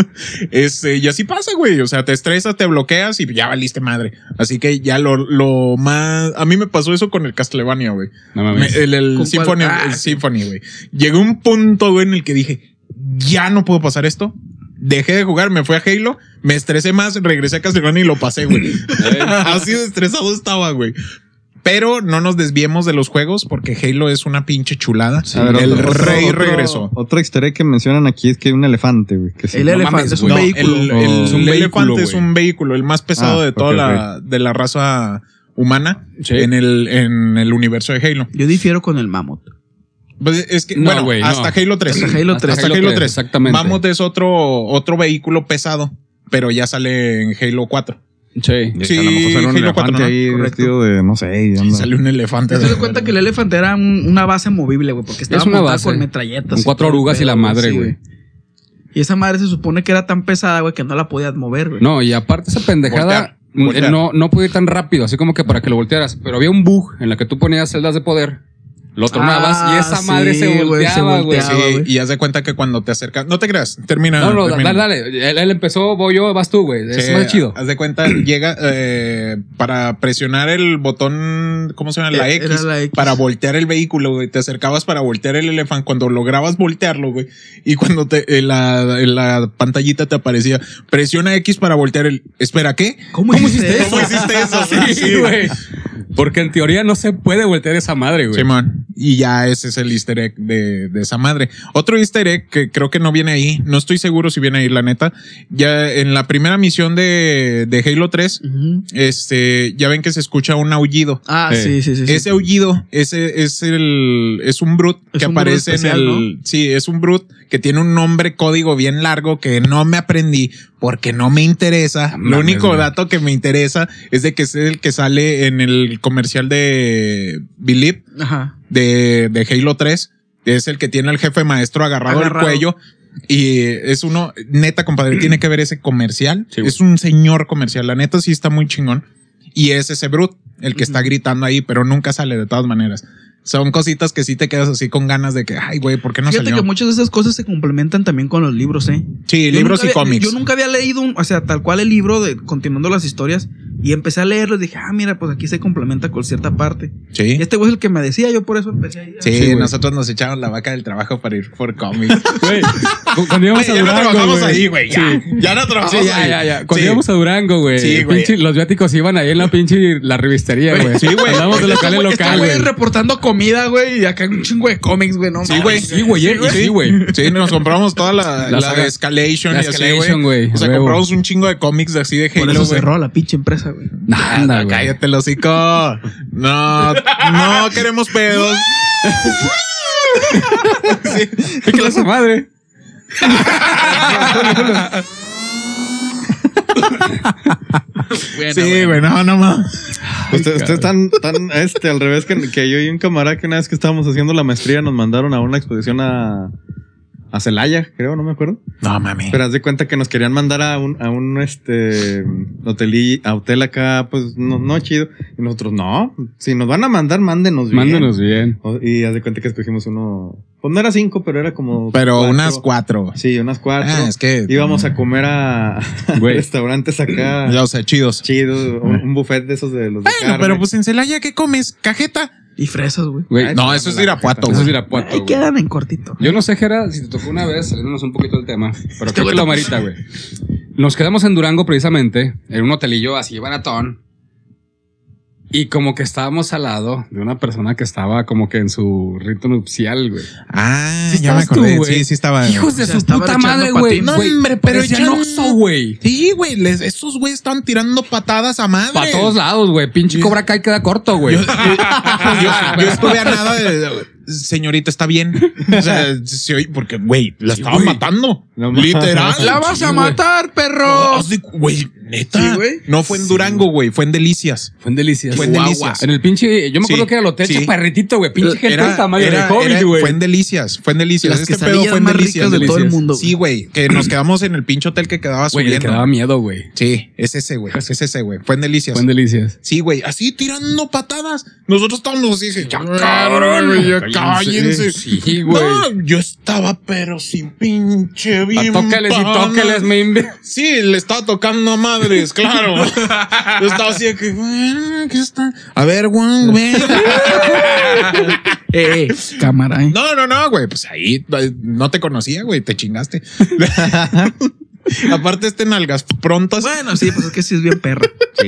[SPEAKER 5] Este, y así pasa, güey. O sea, te estresas, te bloqueas y ya valiste madre. Así que ya lo, lo más. A mí me pasó eso con el Castlevania, güey.
[SPEAKER 4] No mames.
[SPEAKER 5] Me- El, el
[SPEAKER 2] ¿Con
[SPEAKER 5] Symphony,
[SPEAKER 2] cuál? Ah,
[SPEAKER 5] el
[SPEAKER 2] sí.
[SPEAKER 5] Symphony, güey. Llegó un punto, güey, en el que dije, ya no puedo pasar esto. Dejé de jugar, me fui a Halo, me estresé más, regresé a Castlevania y lo pasé, güey. Así de estresado estaba, güey. Pero no nos desviemos de los juegos porque Halo es una pinche chulada.
[SPEAKER 3] A ver,
[SPEAKER 5] el
[SPEAKER 3] otro-
[SPEAKER 5] rey
[SPEAKER 3] otro-
[SPEAKER 5] regresó.
[SPEAKER 3] Otro easter egg que mencionan aquí es que hay un elefante, güey. Que sí.
[SPEAKER 2] El
[SPEAKER 4] No
[SPEAKER 2] elefante
[SPEAKER 4] mames,
[SPEAKER 2] es un
[SPEAKER 4] güey.
[SPEAKER 5] No,
[SPEAKER 2] vehículo.
[SPEAKER 5] el, el-
[SPEAKER 3] Oh.
[SPEAKER 4] Es un
[SPEAKER 5] el
[SPEAKER 4] vehículo,
[SPEAKER 5] elefante es
[SPEAKER 4] güey.
[SPEAKER 5] un vehículo, el más pesado
[SPEAKER 3] Ah,
[SPEAKER 5] de toda
[SPEAKER 3] ok,
[SPEAKER 5] la, de la raza humana
[SPEAKER 4] Sí.
[SPEAKER 5] en, el, en el universo de Halo.
[SPEAKER 2] Yo difiero con el mamut.
[SPEAKER 5] Pues es que,
[SPEAKER 4] No,
[SPEAKER 5] bueno,
[SPEAKER 4] güey, no.
[SPEAKER 5] hasta Halo tres.
[SPEAKER 2] Hasta Halo tres.
[SPEAKER 5] Hasta Halo tres.
[SPEAKER 4] Exactamente.
[SPEAKER 5] Mammoth es otro, otro vehículo pesado, pero ya sale en Halo cuatro.
[SPEAKER 4] Sí.
[SPEAKER 5] Sí,
[SPEAKER 3] a lo mejor sale un
[SPEAKER 5] Halo cuatro,
[SPEAKER 3] elefante
[SPEAKER 5] ¿no?
[SPEAKER 3] ahí
[SPEAKER 2] Correcto.
[SPEAKER 3] vestido de, no sé. y
[SPEAKER 5] Sí,
[SPEAKER 3] anda-
[SPEAKER 5] sale un elefante.
[SPEAKER 2] Te das cuenta que el elefante era un- una base movible, güey, porque estaba
[SPEAKER 4] Es una
[SPEAKER 2] montada
[SPEAKER 4] base.
[SPEAKER 2] con metralletas.
[SPEAKER 4] Con
[SPEAKER 2] y
[SPEAKER 4] cuatro
[SPEAKER 2] todo el
[SPEAKER 4] orugas y la
[SPEAKER 2] pedo,
[SPEAKER 4] madre,
[SPEAKER 2] sí,
[SPEAKER 4] güey.
[SPEAKER 2] Y esa madre se supone que era tan pesada, güey, que no la podías mover, güey.
[SPEAKER 4] No, y aparte esa pendejada
[SPEAKER 5] Voltear, voltear.
[SPEAKER 4] eh, no, no puede ir tan rápido, así como que para que lo voltearas. Pero había un bug en la que tú ponías celdas de poder, lo tornabas
[SPEAKER 2] Ah,
[SPEAKER 4] y esa
[SPEAKER 2] sí,
[SPEAKER 4] madre se
[SPEAKER 2] güey, se
[SPEAKER 4] volteaba, güey.
[SPEAKER 2] volteaba.
[SPEAKER 5] Sí,
[SPEAKER 2] güey.
[SPEAKER 5] y haz de cuenta que cuando te acercas, no te creas, termina.
[SPEAKER 4] No, no,
[SPEAKER 5] termina.
[SPEAKER 4] dale, dale. Él, él empezó, voy yo, vas tú, güey. Es
[SPEAKER 5] Sí,
[SPEAKER 4] más chido.
[SPEAKER 5] Haz de cuenta, llega eh, para presionar el botón, ¿cómo se llama? La
[SPEAKER 2] Era
[SPEAKER 5] X,
[SPEAKER 2] la X.
[SPEAKER 5] para voltear el vehículo, güey. Te acercabas para voltear el elefante cuando lograbas voltearlo, güey. Y cuando te, en la, en la pantallita te aparecía, presiona X para voltear el. Espera, ¿qué?
[SPEAKER 2] ¿Cómo, hiciste eso?
[SPEAKER 5] ¿Cómo hiciste eso?
[SPEAKER 4] Sí, güey. Porque en teoría no se puede voltear esa madre, güey.
[SPEAKER 5] Simón. Y ya ese es el easter egg de, de esa madre. Otro easter egg que creo que no viene ahí. No estoy seguro si viene ahí, la neta. Ya en la primera misión de, de Halo tres,
[SPEAKER 2] Ujú.
[SPEAKER 5] este, ya ven que se escucha un aullido.
[SPEAKER 2] Ah,
[SPEAKER 4] Eh,
[SPEAKER 2] sí, sí, sí. sí.
[SPEAKER 5] Ese aullido, ese es el, es un brute
[SPEAKER 2] Es
[SPEAKER 5] que
[SPEAKER 2] un brute
[SPEAKER 5] aparece
[SPEAKER 2] especial,
[SPEAKER 5] en el, sí, es un brute que tiene un nombre código bien largo que no me aprendí porque no me interesa.
[SPEAKER 4] Ah,
[SPEAKER 5] Lo
[SPEAKER 4] mames,
[SPEAKER 5] único
[SPEAKER 4] güey.
[SPEAKER 5] dato que me interesa es de que es el que sale en el comercial de Believe
[SPEAKER 2] Ajá.
[SPEAKER 5] de, de Halo tres. Es el que tiene al jefe maestro agarrado,
[SPEAKER 2] Agarrado.
[SPEAKER 5] al cuello. Y es uno, neta, compadre, tiene que ver ese comercial.
[SPEAKER 4] Sí, güey.
[SPEAKER 5] Es un señor comercial. La neta sí está muy chingón. Y es ese brute, el que está gritando ahí, pero nunca sale de todas maneras. Son cositas que sí te quedas así con ganas de que, ay, güey, ¿por qué no
[SPEAKER 2] Fíjate
[SPEAKER 5] salió?
[SPEAKER 2] que muchas de esas cosas se complementan también con los libros, ¿eh?
[SPEAKER 5] Sí,
[SPEAKER 2] Yo
[SPEAKER 5] libros
[SPEAKER 2] nunca
[SPEAKER 5] y
[SPEAKER 2] había-
[SPEAKER 5] cómics.
[SPEAKER 2] Yo nunca había leído, un, o sea, tal cual el libro de continuando las historias y empecé a leerlo y dije, ah, mira, pues aquí se complementa con cierta parte.
[SPEAKER 5] Sí.
[SPEAKER 2] Y este güey es el que me decía, yo por eso empecé a ir.
[SPEAKER 5] Sí,
[SPEAKER 4] Sí, güey.
[SPEAKER 5] nosotros nos echamos la vaca del trabajo para ir por cómics.
[SPEAKER 4] Güey, cu- cuando íbamos
[SPEAKER 5] Güey,
[SPEAKER 4] a
[SPEAKER 5] ya no
[SPEAKER 4] Durango,
[SPEAKER 5] trabajamos
[SPEAKER 4] güey.
[SPEAKER 5] ahí, güey. Ya,
[SPEAKER 4] Sí.
[SPEAKER 5] ya no trabajamos
[SPEAKER 4] Sí, ya,
[SPEAKER 5] ahí.
[SPEAKER 4] ya, ya. Cuando
[SPEAKER 5] Sí.
[SPEAKER 4] íbamos a Durango, güey.
[SPEAKER 5] Sí, güey.
[SPEAKER 4] pinche- los viáticos iban ahí en la pinche la revistería, güey.
[SPEAKER 5] Sí, güey.
[SPEAKER 4] Andamos de local en
[SPEAKER 2] Este
[SPEAKER 4] local,
[SPEAKER 2] güey
[SPEAKER 4] güey.
[SPEAKER 2] reportando comida, güey, y acá un chingo de cómics, güey, no
[SPEAKER 5] Sí,
[SPEAKER 2] mames.
[SPEAKER 5] güey.
[SPEAKER 4] Sí, güey, eh, y sí, güey.
[SPEAKER 5] Sí, nos compramos toda la,
[SPEAKER 4] La
[SPEAKER 5] la,
[SPEAKER 4] saga-
[SPEAKER 5] de Escalation
[SPEAKER 4] la
[SPEAKER 5] y así,
[SPEAKER 4] Escalation, güey,
[SPEAKER 5] O sea,
[SPEAKER 4] huevo.
[SPEAKER 5] compramos un chingo de cómics de así de
[SPEAKER 2] Por
[SPEAKER 5] Halo,
[SPEAKER 2] eso
[SPEAKER 5] güey.
[SPEAKER 2] cerró la pinche empresa, güey.
[SPEAKER 4] Anda, güey.
[SPEAKER 5] Cállate, el hocico. No, no queremos pedos.
[SPEAKER 4] Pícale a esa madre.
[SPEAKER 2] Bueno,
[SPEAKER 5] Sí, güey, no, no más.
[SPEAKER 3] Ustedes ustedes están tan este, al revés que, que yo y un camarada que una vez que estábamos haciendo la maestría nos mandaron a una expedición a, a Celaya, creo, no me acuerdo.
[SPEAKER 5] No, mami.
[SPEAKER 3] Pero haz de cuenta que nos querían mandar a un, a un este hotel, y- a hotel acá, pues no, no chido. Y nosotros, no, si nos van a mandar, mándenos bien.
[SPEAKER 4] Mándanos bien.
[SPEAKER 3] O- Y haz de cuenta que escogimos uno, pues no era cinco, pero era como.
[SPEAKER 5] Pero
[SPEAKER 3] cuatro.
[SPEAKER 5] unas cuatro.
[SPEAKER 3] Sí, unas cuatro.
[SPEAKER 5] Ah, es que.
[SPEAKER 3] Íbamos a comer a, a
[SPEAKER 4] Güey.
[SPEAKER 3] restaurantes acá.
[SPEAKER 5] Ya, o sea, chidos.
[SPEAKER 3] Chido, un, un buffet de esos de los de
[SPEAKER 5] Bueno,
[SPEAKER 3] carne.
[SPEAKER 5] pero pues en Celaya, ¿qué comes? ¿Cajeta?
[SPEAKER 2] Y fresas, güey.
[SPEAKER 4] Güey,
[SPEAKER 5] No, eso es Irapuato,
[SPEAKER 4] eso es
[SPEAKER 5] güey.
[SPEAKER 4] Irapuato,
[SPEAKER 2] Ahí
[SPEAKER 4] güey.
[SPEAKER 2] quedan en cortito.
[SPEAKER 4] Yo no sé, Jera, si te tocó una vez, saliéndonos un poquito del tema, pero
[SPEAKER 2] Este
[SPEAKER 4] creo que
[SPEAKER 2] güey
[SPEAKER 4] lo
[SPEAKER 2] te-
[SPEAKER 4] marita, güey. Nos quedamos en Durango precisamente, en un hotelillo así baratón. Y como que estábamos al lado de una persona que estaba como que en su rito nupcial, güey.
[SPEAKER 5] Ah,
[SPEAKER 4] Sí
[SPEAKER 5] ya me
[SPEAKER 4] estabas tú,
[SPEAKER 5] acordé.
[SPEAKER 4] güey.
[SPEAKER 5] sí, sí estaba.
[SPEAKER 4] Hijos de
[SPEAKER 2] O sea,
[SPEAKER 4] su
[SPEAKER 2] estaban
[SPEAKER 4] puta
[SPEAKER 2] echando
[SPEAKER 4] madre, güey.
[SPEAKER 2] patín.
[SPEAKER 5] No,
[SPEAKER 4] Güey,
[SPEAKER 5] hombre, pero
[SPEAKER 4] parecían
[SPEAKER 5] echan-
[SPEAKER 4] Oxxo, güey.
[SPEAKER 5] Sí, güey. les- Esos güeyes estaban tirando patadas a madre.
[SPEAKER 4] Para todos lados, güey. Pinche
[SPEAKER 5] Yo-
[SPEAKER 4] Cobra Kai queda corto, güey.
[SPEAKER 5] Yo, yo- yo estuve a nada de. Señorita, está bien. O sea, sí, oye, porque, güey, la
[SPEAKER 4] Sí,
[SPEAKER 5] estaban
[SPEAKER 4] güey.
[SPEAKER 5] matando.
[SPEAKER 3] No mames.
[SPEAKER 5] Literal.
[SPEAKER 2] ¡La vas
[SPEAKER 4] Sí,
[SPEAKER 2] a
[SPEAKER 4] güey.
[SPEAKER 2] matar, perro!
[SPEAKER 5] Así, Güey, neta.
[SPEAKER 2] Sí, güey.
[SPEAKER 5] No fue en Durango, güey. Fue en Delicias.
[SPEAKER 4] Fue en Delicias.
[SPEAKER 5] Fue en
[SPEAKER 2] Chihuahua.
[SPEAKER 5] Delicias.
[SPEAKER 4] En el pinche, yo me acuerdo
[SPEAKER 5] Sí,
[SPEAKER 4] que era el hotel
[SPEAKER 5] sí.
[SPEAKER 4] chaparritito, güey. Pinche gente del tamaño
[SPEAKER 5] era-
[SPEAKER 4] de Hobbit,
[SPEAKER 5] era-
[SPEAKER 4] güey.
[SPEAKER 5] Fue en Delicias. Fue en Delicias.
[SPEAKER 2] Las
[SPEAKER 5] Este pedo
[SPEAKER 2] quesadillas
[SPEAKER 5] fue en
[SPEAKER 2] más
[SPEAKER 5] Delicias.
[SPEAKER 2] ricas de todo el
[SPEAKER 4] Delicias.
[SPEAKER 2] mundo.
[SPEAKER 5] Sí, güey. Que nos quedamos en el pinche hotel que quedaba
[SPEAKER 4] Güey, le
[SPEAKER 5] subiendo.
[SPEAKER 4] quedaba miedo, güey.
[SPEAKER 5] Sí, es ese, güey. Es ese, güey. Fue en Delicias.
[SPEAKER 4] Fue en Delicias.
[SPEAKER 5] Sí, güey. Así tirando patadas. Nosotros estábamos así. Ya,
[SPEAKER 4] Cabrón,
[SPEAKER 5] cabrón. güey, Ya cállense.
[SPEAKER 4] Sí, güey.
[SPEAKER 5] No, yo estaba, pero sin pinche bien.
[SPEAKER 4] Tócales y
[SPEAKER 5] pana.
[SPEAKER 4] tócales, me inve-
[SPEAKER 5] Sí, le estaba tocando a madres, claro. Yo estaba así de que, bueno, ¿qué está? A ver, Juan, ven.
[SPEAKER 2] Eh, eh, cámara, eh.
[SPEAKER 5] No, no, no, güey. Pues ahí eh, no te conocía, güey. Te chingaste. Aparte, este nalgas prontas.
[SPEAKER 2] Bueno, sí, pues es que sí es bien perra.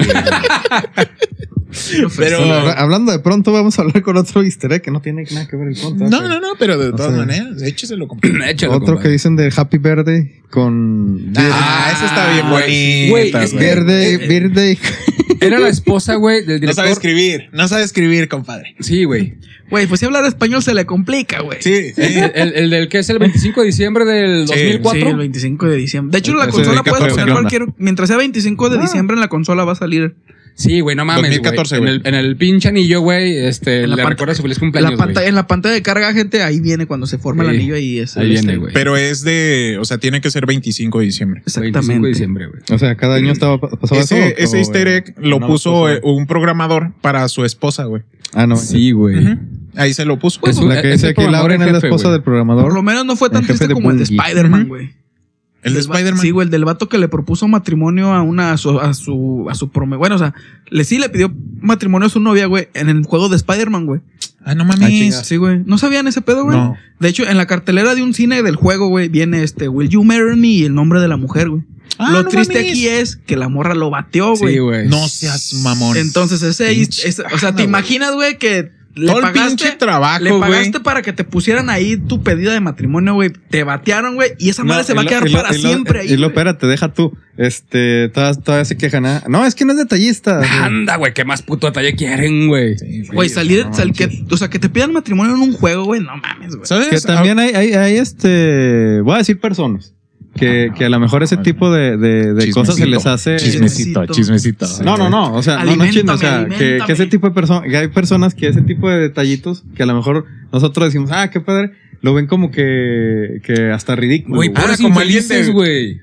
[SPEAKER 5] Pero-
[SPEAKER 3] Bueno, habla- hablando de pronto, vamos a hablar con otro easter egg que no tiene nada que ver el pronto.
[SPEAKER 5] No, no, no, pero de todas
[SPEAKER 3] sea,
[SPEAKER 5] maneras, écheselo, compadre.
[SPEAKER 4] Échalo,
[SPEAKER 3] Otro
[SPEAKER 4] compadre.
[SPEAKER 3] que dicen de Happy Birthday con
[SPEAKER 5] Ah, ese está bien bonito.
[SPEAKER 4] Güey, es que-
[SPEAKER 3] Birthday,
[SPEAKER 4] eh,
[SPEAKER 3] Birthday.
[SPEAKER 4] Era la esposa, güey, del
[SPEAKER 5] No sabe
[SPEAKER 4] director.
[SPEAKER 5] escribir, no sabe escribir, compadre.
[SPEAKER 4] Sí, güey.
[SPEAKER 2] Güey, pues si hablar español se le complica, güey.
[SPEAKER 5] Sí, sí.
[SPEAKER 4] El, el- el del que es el veinticinco de diciembre del
[SPEAKER 5] Sí,
[SPEAKER 4] dos mil cuatro.
[SPEAKER 2] Sí, el veinticinco de diciembre. De hecho, la
[SPEAKER 3] Ese
[SPEAKER 2] consola
[SPEAKER 3] de
[SPEAKER 2] puedes
[SPEAKER 3] catorce,
[SPEAKER 2] poner
[SPEAKER 3] ¿qué onda?
[SPEAKER 2] cualquier. Mientras sea veinticinco de diciembre, en la consola va a salir.
[SPEAKER 4] Sí, güey, no mames,
[SPEAKER 5] dos mil catorce,
[SPEAKER 4] güey. En
[SPEAKER 5] güey.
[SPEAKER 4] el, en el pinche anillo, güey, este,
[SPEAKER 2] En la
[SPEAKER 4] le
[SPEAKER 2] panta-
[SPEAKER 4] recuerda su feliz
[SPEAKER 2] En
[SPEAKER 4] cumpleaños,
[SPEAKER 2] la,
[SPEAKER 4] güey.
[SPEAKER 2] pantalla, en la pantalla de carga, gente, ahí viene cuando se forma el
[SPEAKER 4] Sí,
[SPEAKER 2] anillo y es
[SPEAKER 4] ahí
[SPEAKER 2] el
[SPEAKER 4] viene,
[SPEAKER 2] este-
[SPEAKER 4] güey.
[SPEAKER 5] Pero es de, o sea, tiene que ser veinticinco de diciembre.
[SPEAKER 4] veinticinco de
[SPEAKER 2] Exactamente.
[SPEAKER 4] diciembre, güey.
[SPEAKER 3] O sea, cada año estaba pasaba eso.
[SPEAKER 5] Ese,
[SPEAKER 3] ¿o-
[SPEAKER 5] ese
[SPEAKER 3] o,
[SPEAKER 5] easter egg
[SPEAKER 3] eh,
[SPEAKER 5] lo
[SPEAKER 3] no
[SPEAKER 5] puso
[SPEAKER 3] pasó?
[SPEAKER 5] eh, un programador para su esposa, güey.
[SPEAKER 3] Ah, no.
[SPEAKER 4] Sí, güey.
[SPEAKER 5] Ujú. Ahí se lo puso.
[SPEAKER 4] Pues,
[SPEAKER 3] La que
[SPEAKER 4] es
[SPEAKER 3] dice
[SPEAKER 4] el
[SPEAKER 3] aquí,
[SPEAKER 4] programador
[SPEAKER 3] Lauren
[SPEAKER 4] en
[SPEAKER 3] es la
[SPEAKER 4] jefe,
[SPEAKER 3] esposa
[SPEAKER 4] güey.
[SPEAKER 3] del programador.
[SPEAKER 2] Por lo menos no fue tan
[SPEAKER 3] El jefe
[SPEAKER 2] triste
[SPEAKER 3] de
[SPEAKER 2] como el de
[SPEAKER 3] Bungie.
[SPEAKER 2] Spider-Man,
[SPEAKER 5] Ujú.
[SPEAKER 2] güey.
[SPEAKER 5] El de
[SPEAKER 2] Del va-
[SPEAKER 5] Spider-Man.
[SPEAKER 2] Sí, güey, el del vato que le propuso matrimonio a una, a su, a su, a su prome- Bueno, o sea, le sí le pidió matrimonio a su novia, güey, en el juego de Spider-Man, güey.
[SPEAKER 5] Ah, no
[SPEAKER 3] Ah,
[SPEAKER 5] mames.
[SPEAKER 3] chinga.
[SPEAKER 2] Sí, güey. ¿No sabían ese pedo, güey?
[SPEAKER 5] No.
[SPEAKER 2] De hecho, en la cartelera de un cine del juego, güey, viene este, Will You Marry Me y el nombre de la mujer, güey.
[SPEAKER 5] Ah,
[SPEAKER 2] Lo
[SPEAKER 5] no
[SPEAKER 2] triste
[SPEAKER 5] mames.
[SPEAKER 2] aquí es que la morra lo bateó, güey.
[SPEAKER 4] Sí, güey.
[SPEAKER 5] No seas mamón.
[SPEAKER 2] Entonces, ese,
[SPEAKER 5] Pinche
[SPEAKER 2] ese- o sea, ¿te
[SPEAKER 5] güey.
[SPEAKER 2] imaginas, güey, que le
[SPEAKER 5] Todo el
[SPEAKER 2] pagaste,
[SPEAKER 5] pinche trabajo,
[SPEAKER 2] le
[SPEAKER 5] güey.
[SPEAKER 2] pagaste para que te pusieran ahí tu pedida de matrimonio, güey? Te batearon, güey, y esa
[SPEAKER 3] No,
[SPEAKER 2] madre se
[SPEAKER 3] y
[SPEAKER 2] va a
[SPEAKER 3] lo-
[SPEAKER 2] quedar
[SPEAKER 3] y lo-
[SPEAKER 2] para
[SPEAKER 3] y lo-
[SPEAKER 2] siempre ahí.
[SPEAKER 3] Y lo,
[SPEAKER 2] güey.
[SPEAKER 3] espérate, deja tú. Este, todavía, todavía se quejan. ¿ah? No, es que no es detallista.
[SPEAKER 4] Anda, güey, ¿qué más puto detalle quieren, güey?
[SPEAKER 2] Güey, salir,
[SPEAKER 3] no
[SPEAKER 2] sal-
[SPEAKER 3] manches.
[SPEAKER 2] que, o sea, que te pidan matrimonio en un juego, güey, no mames, güey.
[SPEAKER 5] ¿Sabes?
[SPEAKER 3] Que también hay, hay, hay este, voy a decir personas, que, que a lo mejor ese tipo de, de, de cosas se les hace...
[SPEAKER 5] Chismecito, chismecito.
[SPEAKER 3] No, no, no, o sea, no, no
[SPEAKER 2] Aliméntame,
[SPEAKER 3] chisme, o sea, que,
[SPEAKER 2] aliméntame.
[SPEAKER 3] que ese tipo de personas, que hay personas que ese tipo de detallitos, que a lo mejor nosotros decimos, ah, qué padre, lo ven como que, que hasta ridículo.
[SPEAKER 4] Güey,
[SPEAKER 3] güey.
[SPEAKER 4] puras
[SPEAKER 5] como alguien
[SPEAKER 4] infelices,
[SPEAKER 5] de-
[SPEAKER 4] güey.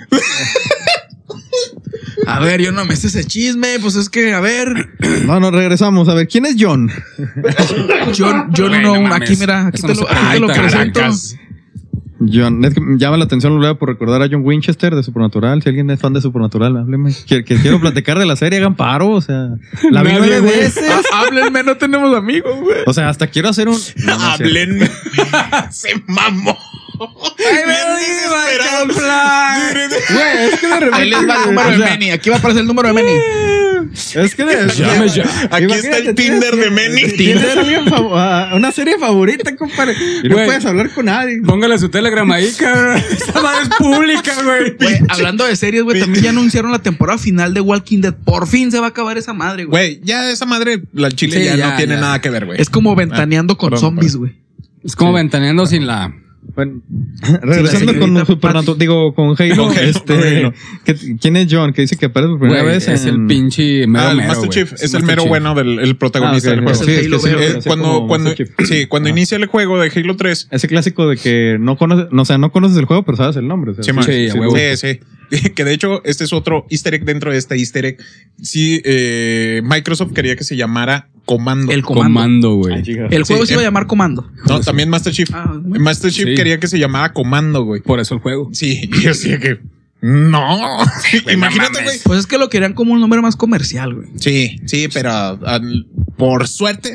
[SPEAKER 2] A ver, yo no me sé ese chisme, pues es que, a ver,
[SPEAKER 3] No, no, regresamos. A ver, ¿quién es John?
[SPEAKER 2] yo, yo
[SPEAKER 4] Güey,
[SPEAKER 2] no,
[SPEAKER 4] no mames.
[SPEAKER 2] aquí mira, aquí
[SPEAKER 4] Eso
[SPEAKER 2] te
[SPEAKER 4] no
[SPEAKER 2] lo,
[SPEAKER 4] se
[SPEAKER 2] aquí te lo
[SPEAKER 4] puede.
[SPEAKER 2] presento.
[SPEAKER 5] Caracas.
[SPEAKER 3] John, es que me llama la atención Lulea por recordar a John Winchester de Supernatural. Si alguien es fan de Supernatural, hábleme. Que, que quiero platicar de la serie, hagan paro, o sea, la vi
[SPEAKER 4] Nadie,
[SPEAKER 3] nueve
[SPEAKER 4] güey.
[SPEAKER 3] veces.
[SPEAKER 2] Ah, háblenme, no tenemos amigos, güey.
[SPEAKER 3] O sea, hasta quiero hacer un. No, no es cierto.
[SPEAKER 5] Háblenme. Se mamó.
[SPEAKER 4] Güey, es que de repente.
[SPEAKER 2] Ahí les va el número de
[SPEAKER 3] O sea,
[SPEAKER 2] Manny, aquí va a aparecer el número de Manny.
[SPEAKER 3] Es que de,
[SPEAKER 4] Llame ya.
[SPEAKER 5] Aquí está el Tinder de Manny.
[SPEAKER 3] Tienes alguien fav- ah, una serie favorita, compadre. Y no
[SPEAKER 4] Güey.
[SPEAKER 3] puedes hablar con nadie.
[SPEAKER 4] Póngale su Telegram ahí, cabrón. Esta madre es pública, güey.
[SPEAKER 2] Güey, hablando de series, güey, también ya anunciaron la temporada final de Walking Dead. Por fin se va a acabar esa madre, güey.
[SPEAKER 5] Güey, ya esa madre, la chile
[SPEAKER 4] Sí,
[SPEAKER 5] ya,
[SPEAKER 4] ya,
[SPEAKER 5] no tiene
[SPEAKER 4] ya.
[SPEAKER 5] nada que ver, güey.
[SPEAKER 2] Es como ventaneando con
[SPEAKER 5] perdón,
[SPEAKER 2] zombies,
[SPEAKER 5] perdón.
[SPEAKER 2] güey.
[SPEAKER 4] Es como ventaneando sin la.
[SPEAKER 3] Bueno, regresando
[SPEAKER 2] Sí, la
[SPEAKER 3] con
[SPEAKER 2] señorita
[SPEAKER 3] Supernatural, digo, con Halo.
[SPEAKER 5] Con Halo,
[SPEAKER 3] este,
[SPEAKER 5] con Halo.
[SPEAKER 3] que- ¿Quién es John? Que dice que aparece por primera
[SPEAKER 4] Güey,
[SPEAKER 3] vez
[SPEAKER 4] es
[SPEAKER 3] en-
[SPEAKER 4] el pinche mero
[SPEAKER 5] Ah, el
[SPEAKER 4] mero,
[SPEAKER 5] Master
[SPEAKER 4] güey.
[SPEAKER 5] Chief es, el
[SPEAKER 4] Master
[SPEAKER 5] mero
[SPEAKER 4] Chief.
[SPEAKER 5] bueno del el protagonista
[SPEAKER 3] Ah, ok,
[SPEAKER 5] del
[SPEAKER 3] ok.
[SPEAKER 5] juego.
[SPEAKER 2] Es el
[SPEAKER 3] Sí, es que
[SPEAKER 2] Halo
[SPEAKER 3] sí lo
[SPEAKER 2] verde.
[SPEAKER 5] Eh,
[SPEAKER 3] conocía
[SPEAKER 5] cuando
[SPEAKER 3] como
[SPEAKER 5] cuando,
[SPEAKER 3] Master Chief.
[SPEAKER 5] sí, cuando
[SPEAKER 3] Ajá.
[SPEAKER 5] inicia el juego de Halo tres.
[SPEAKER 3] Ese clásico de que no conoces, no, o sea, no conoces el juego, pero sabes el nombre. O sea,
[SPEAKER 5] Sí, man.
[SPEAKER 4] Sí, a
[SPEAKER 5] sí,
[SPEAKER 4] huevo.
[SPEAKER 5] sí, sí. Que de hecho, este es otro easter egg dentro de este easter egg. Sí, eh, Microsoft quería que se llamara Comando.
[SPEAKER 2] El comando.
[SPEAKER 4] Comando, güey.
[SPEAKER 3] Ay, chica.
[SPEAKER 2] El juego
[SPEAKER 5] Sí,
[SPEAKER 2] se iba a
[SPEAKER 5] em-
[SPEAKER 2] llamar Comando.
[SPEAKER 5] No, también Master Chief.
[SPEAKER 2] Ah, bueno.
[SPEAKER 5] Master Chief
[SPEAKER 4] Sí.
[SPEAKER 5] quería que se llamara Comando, güey.
[SPEAKER 4] Por eso el juego.
[SPEAKER 5] Sí, y yo sí que. No. Imagínate, güey.
[SPEAKER 2] Pues es que lo querían como un nombre más comercial, güey.
[SPEAKER 5] Sí, sí, pero ah, por suerte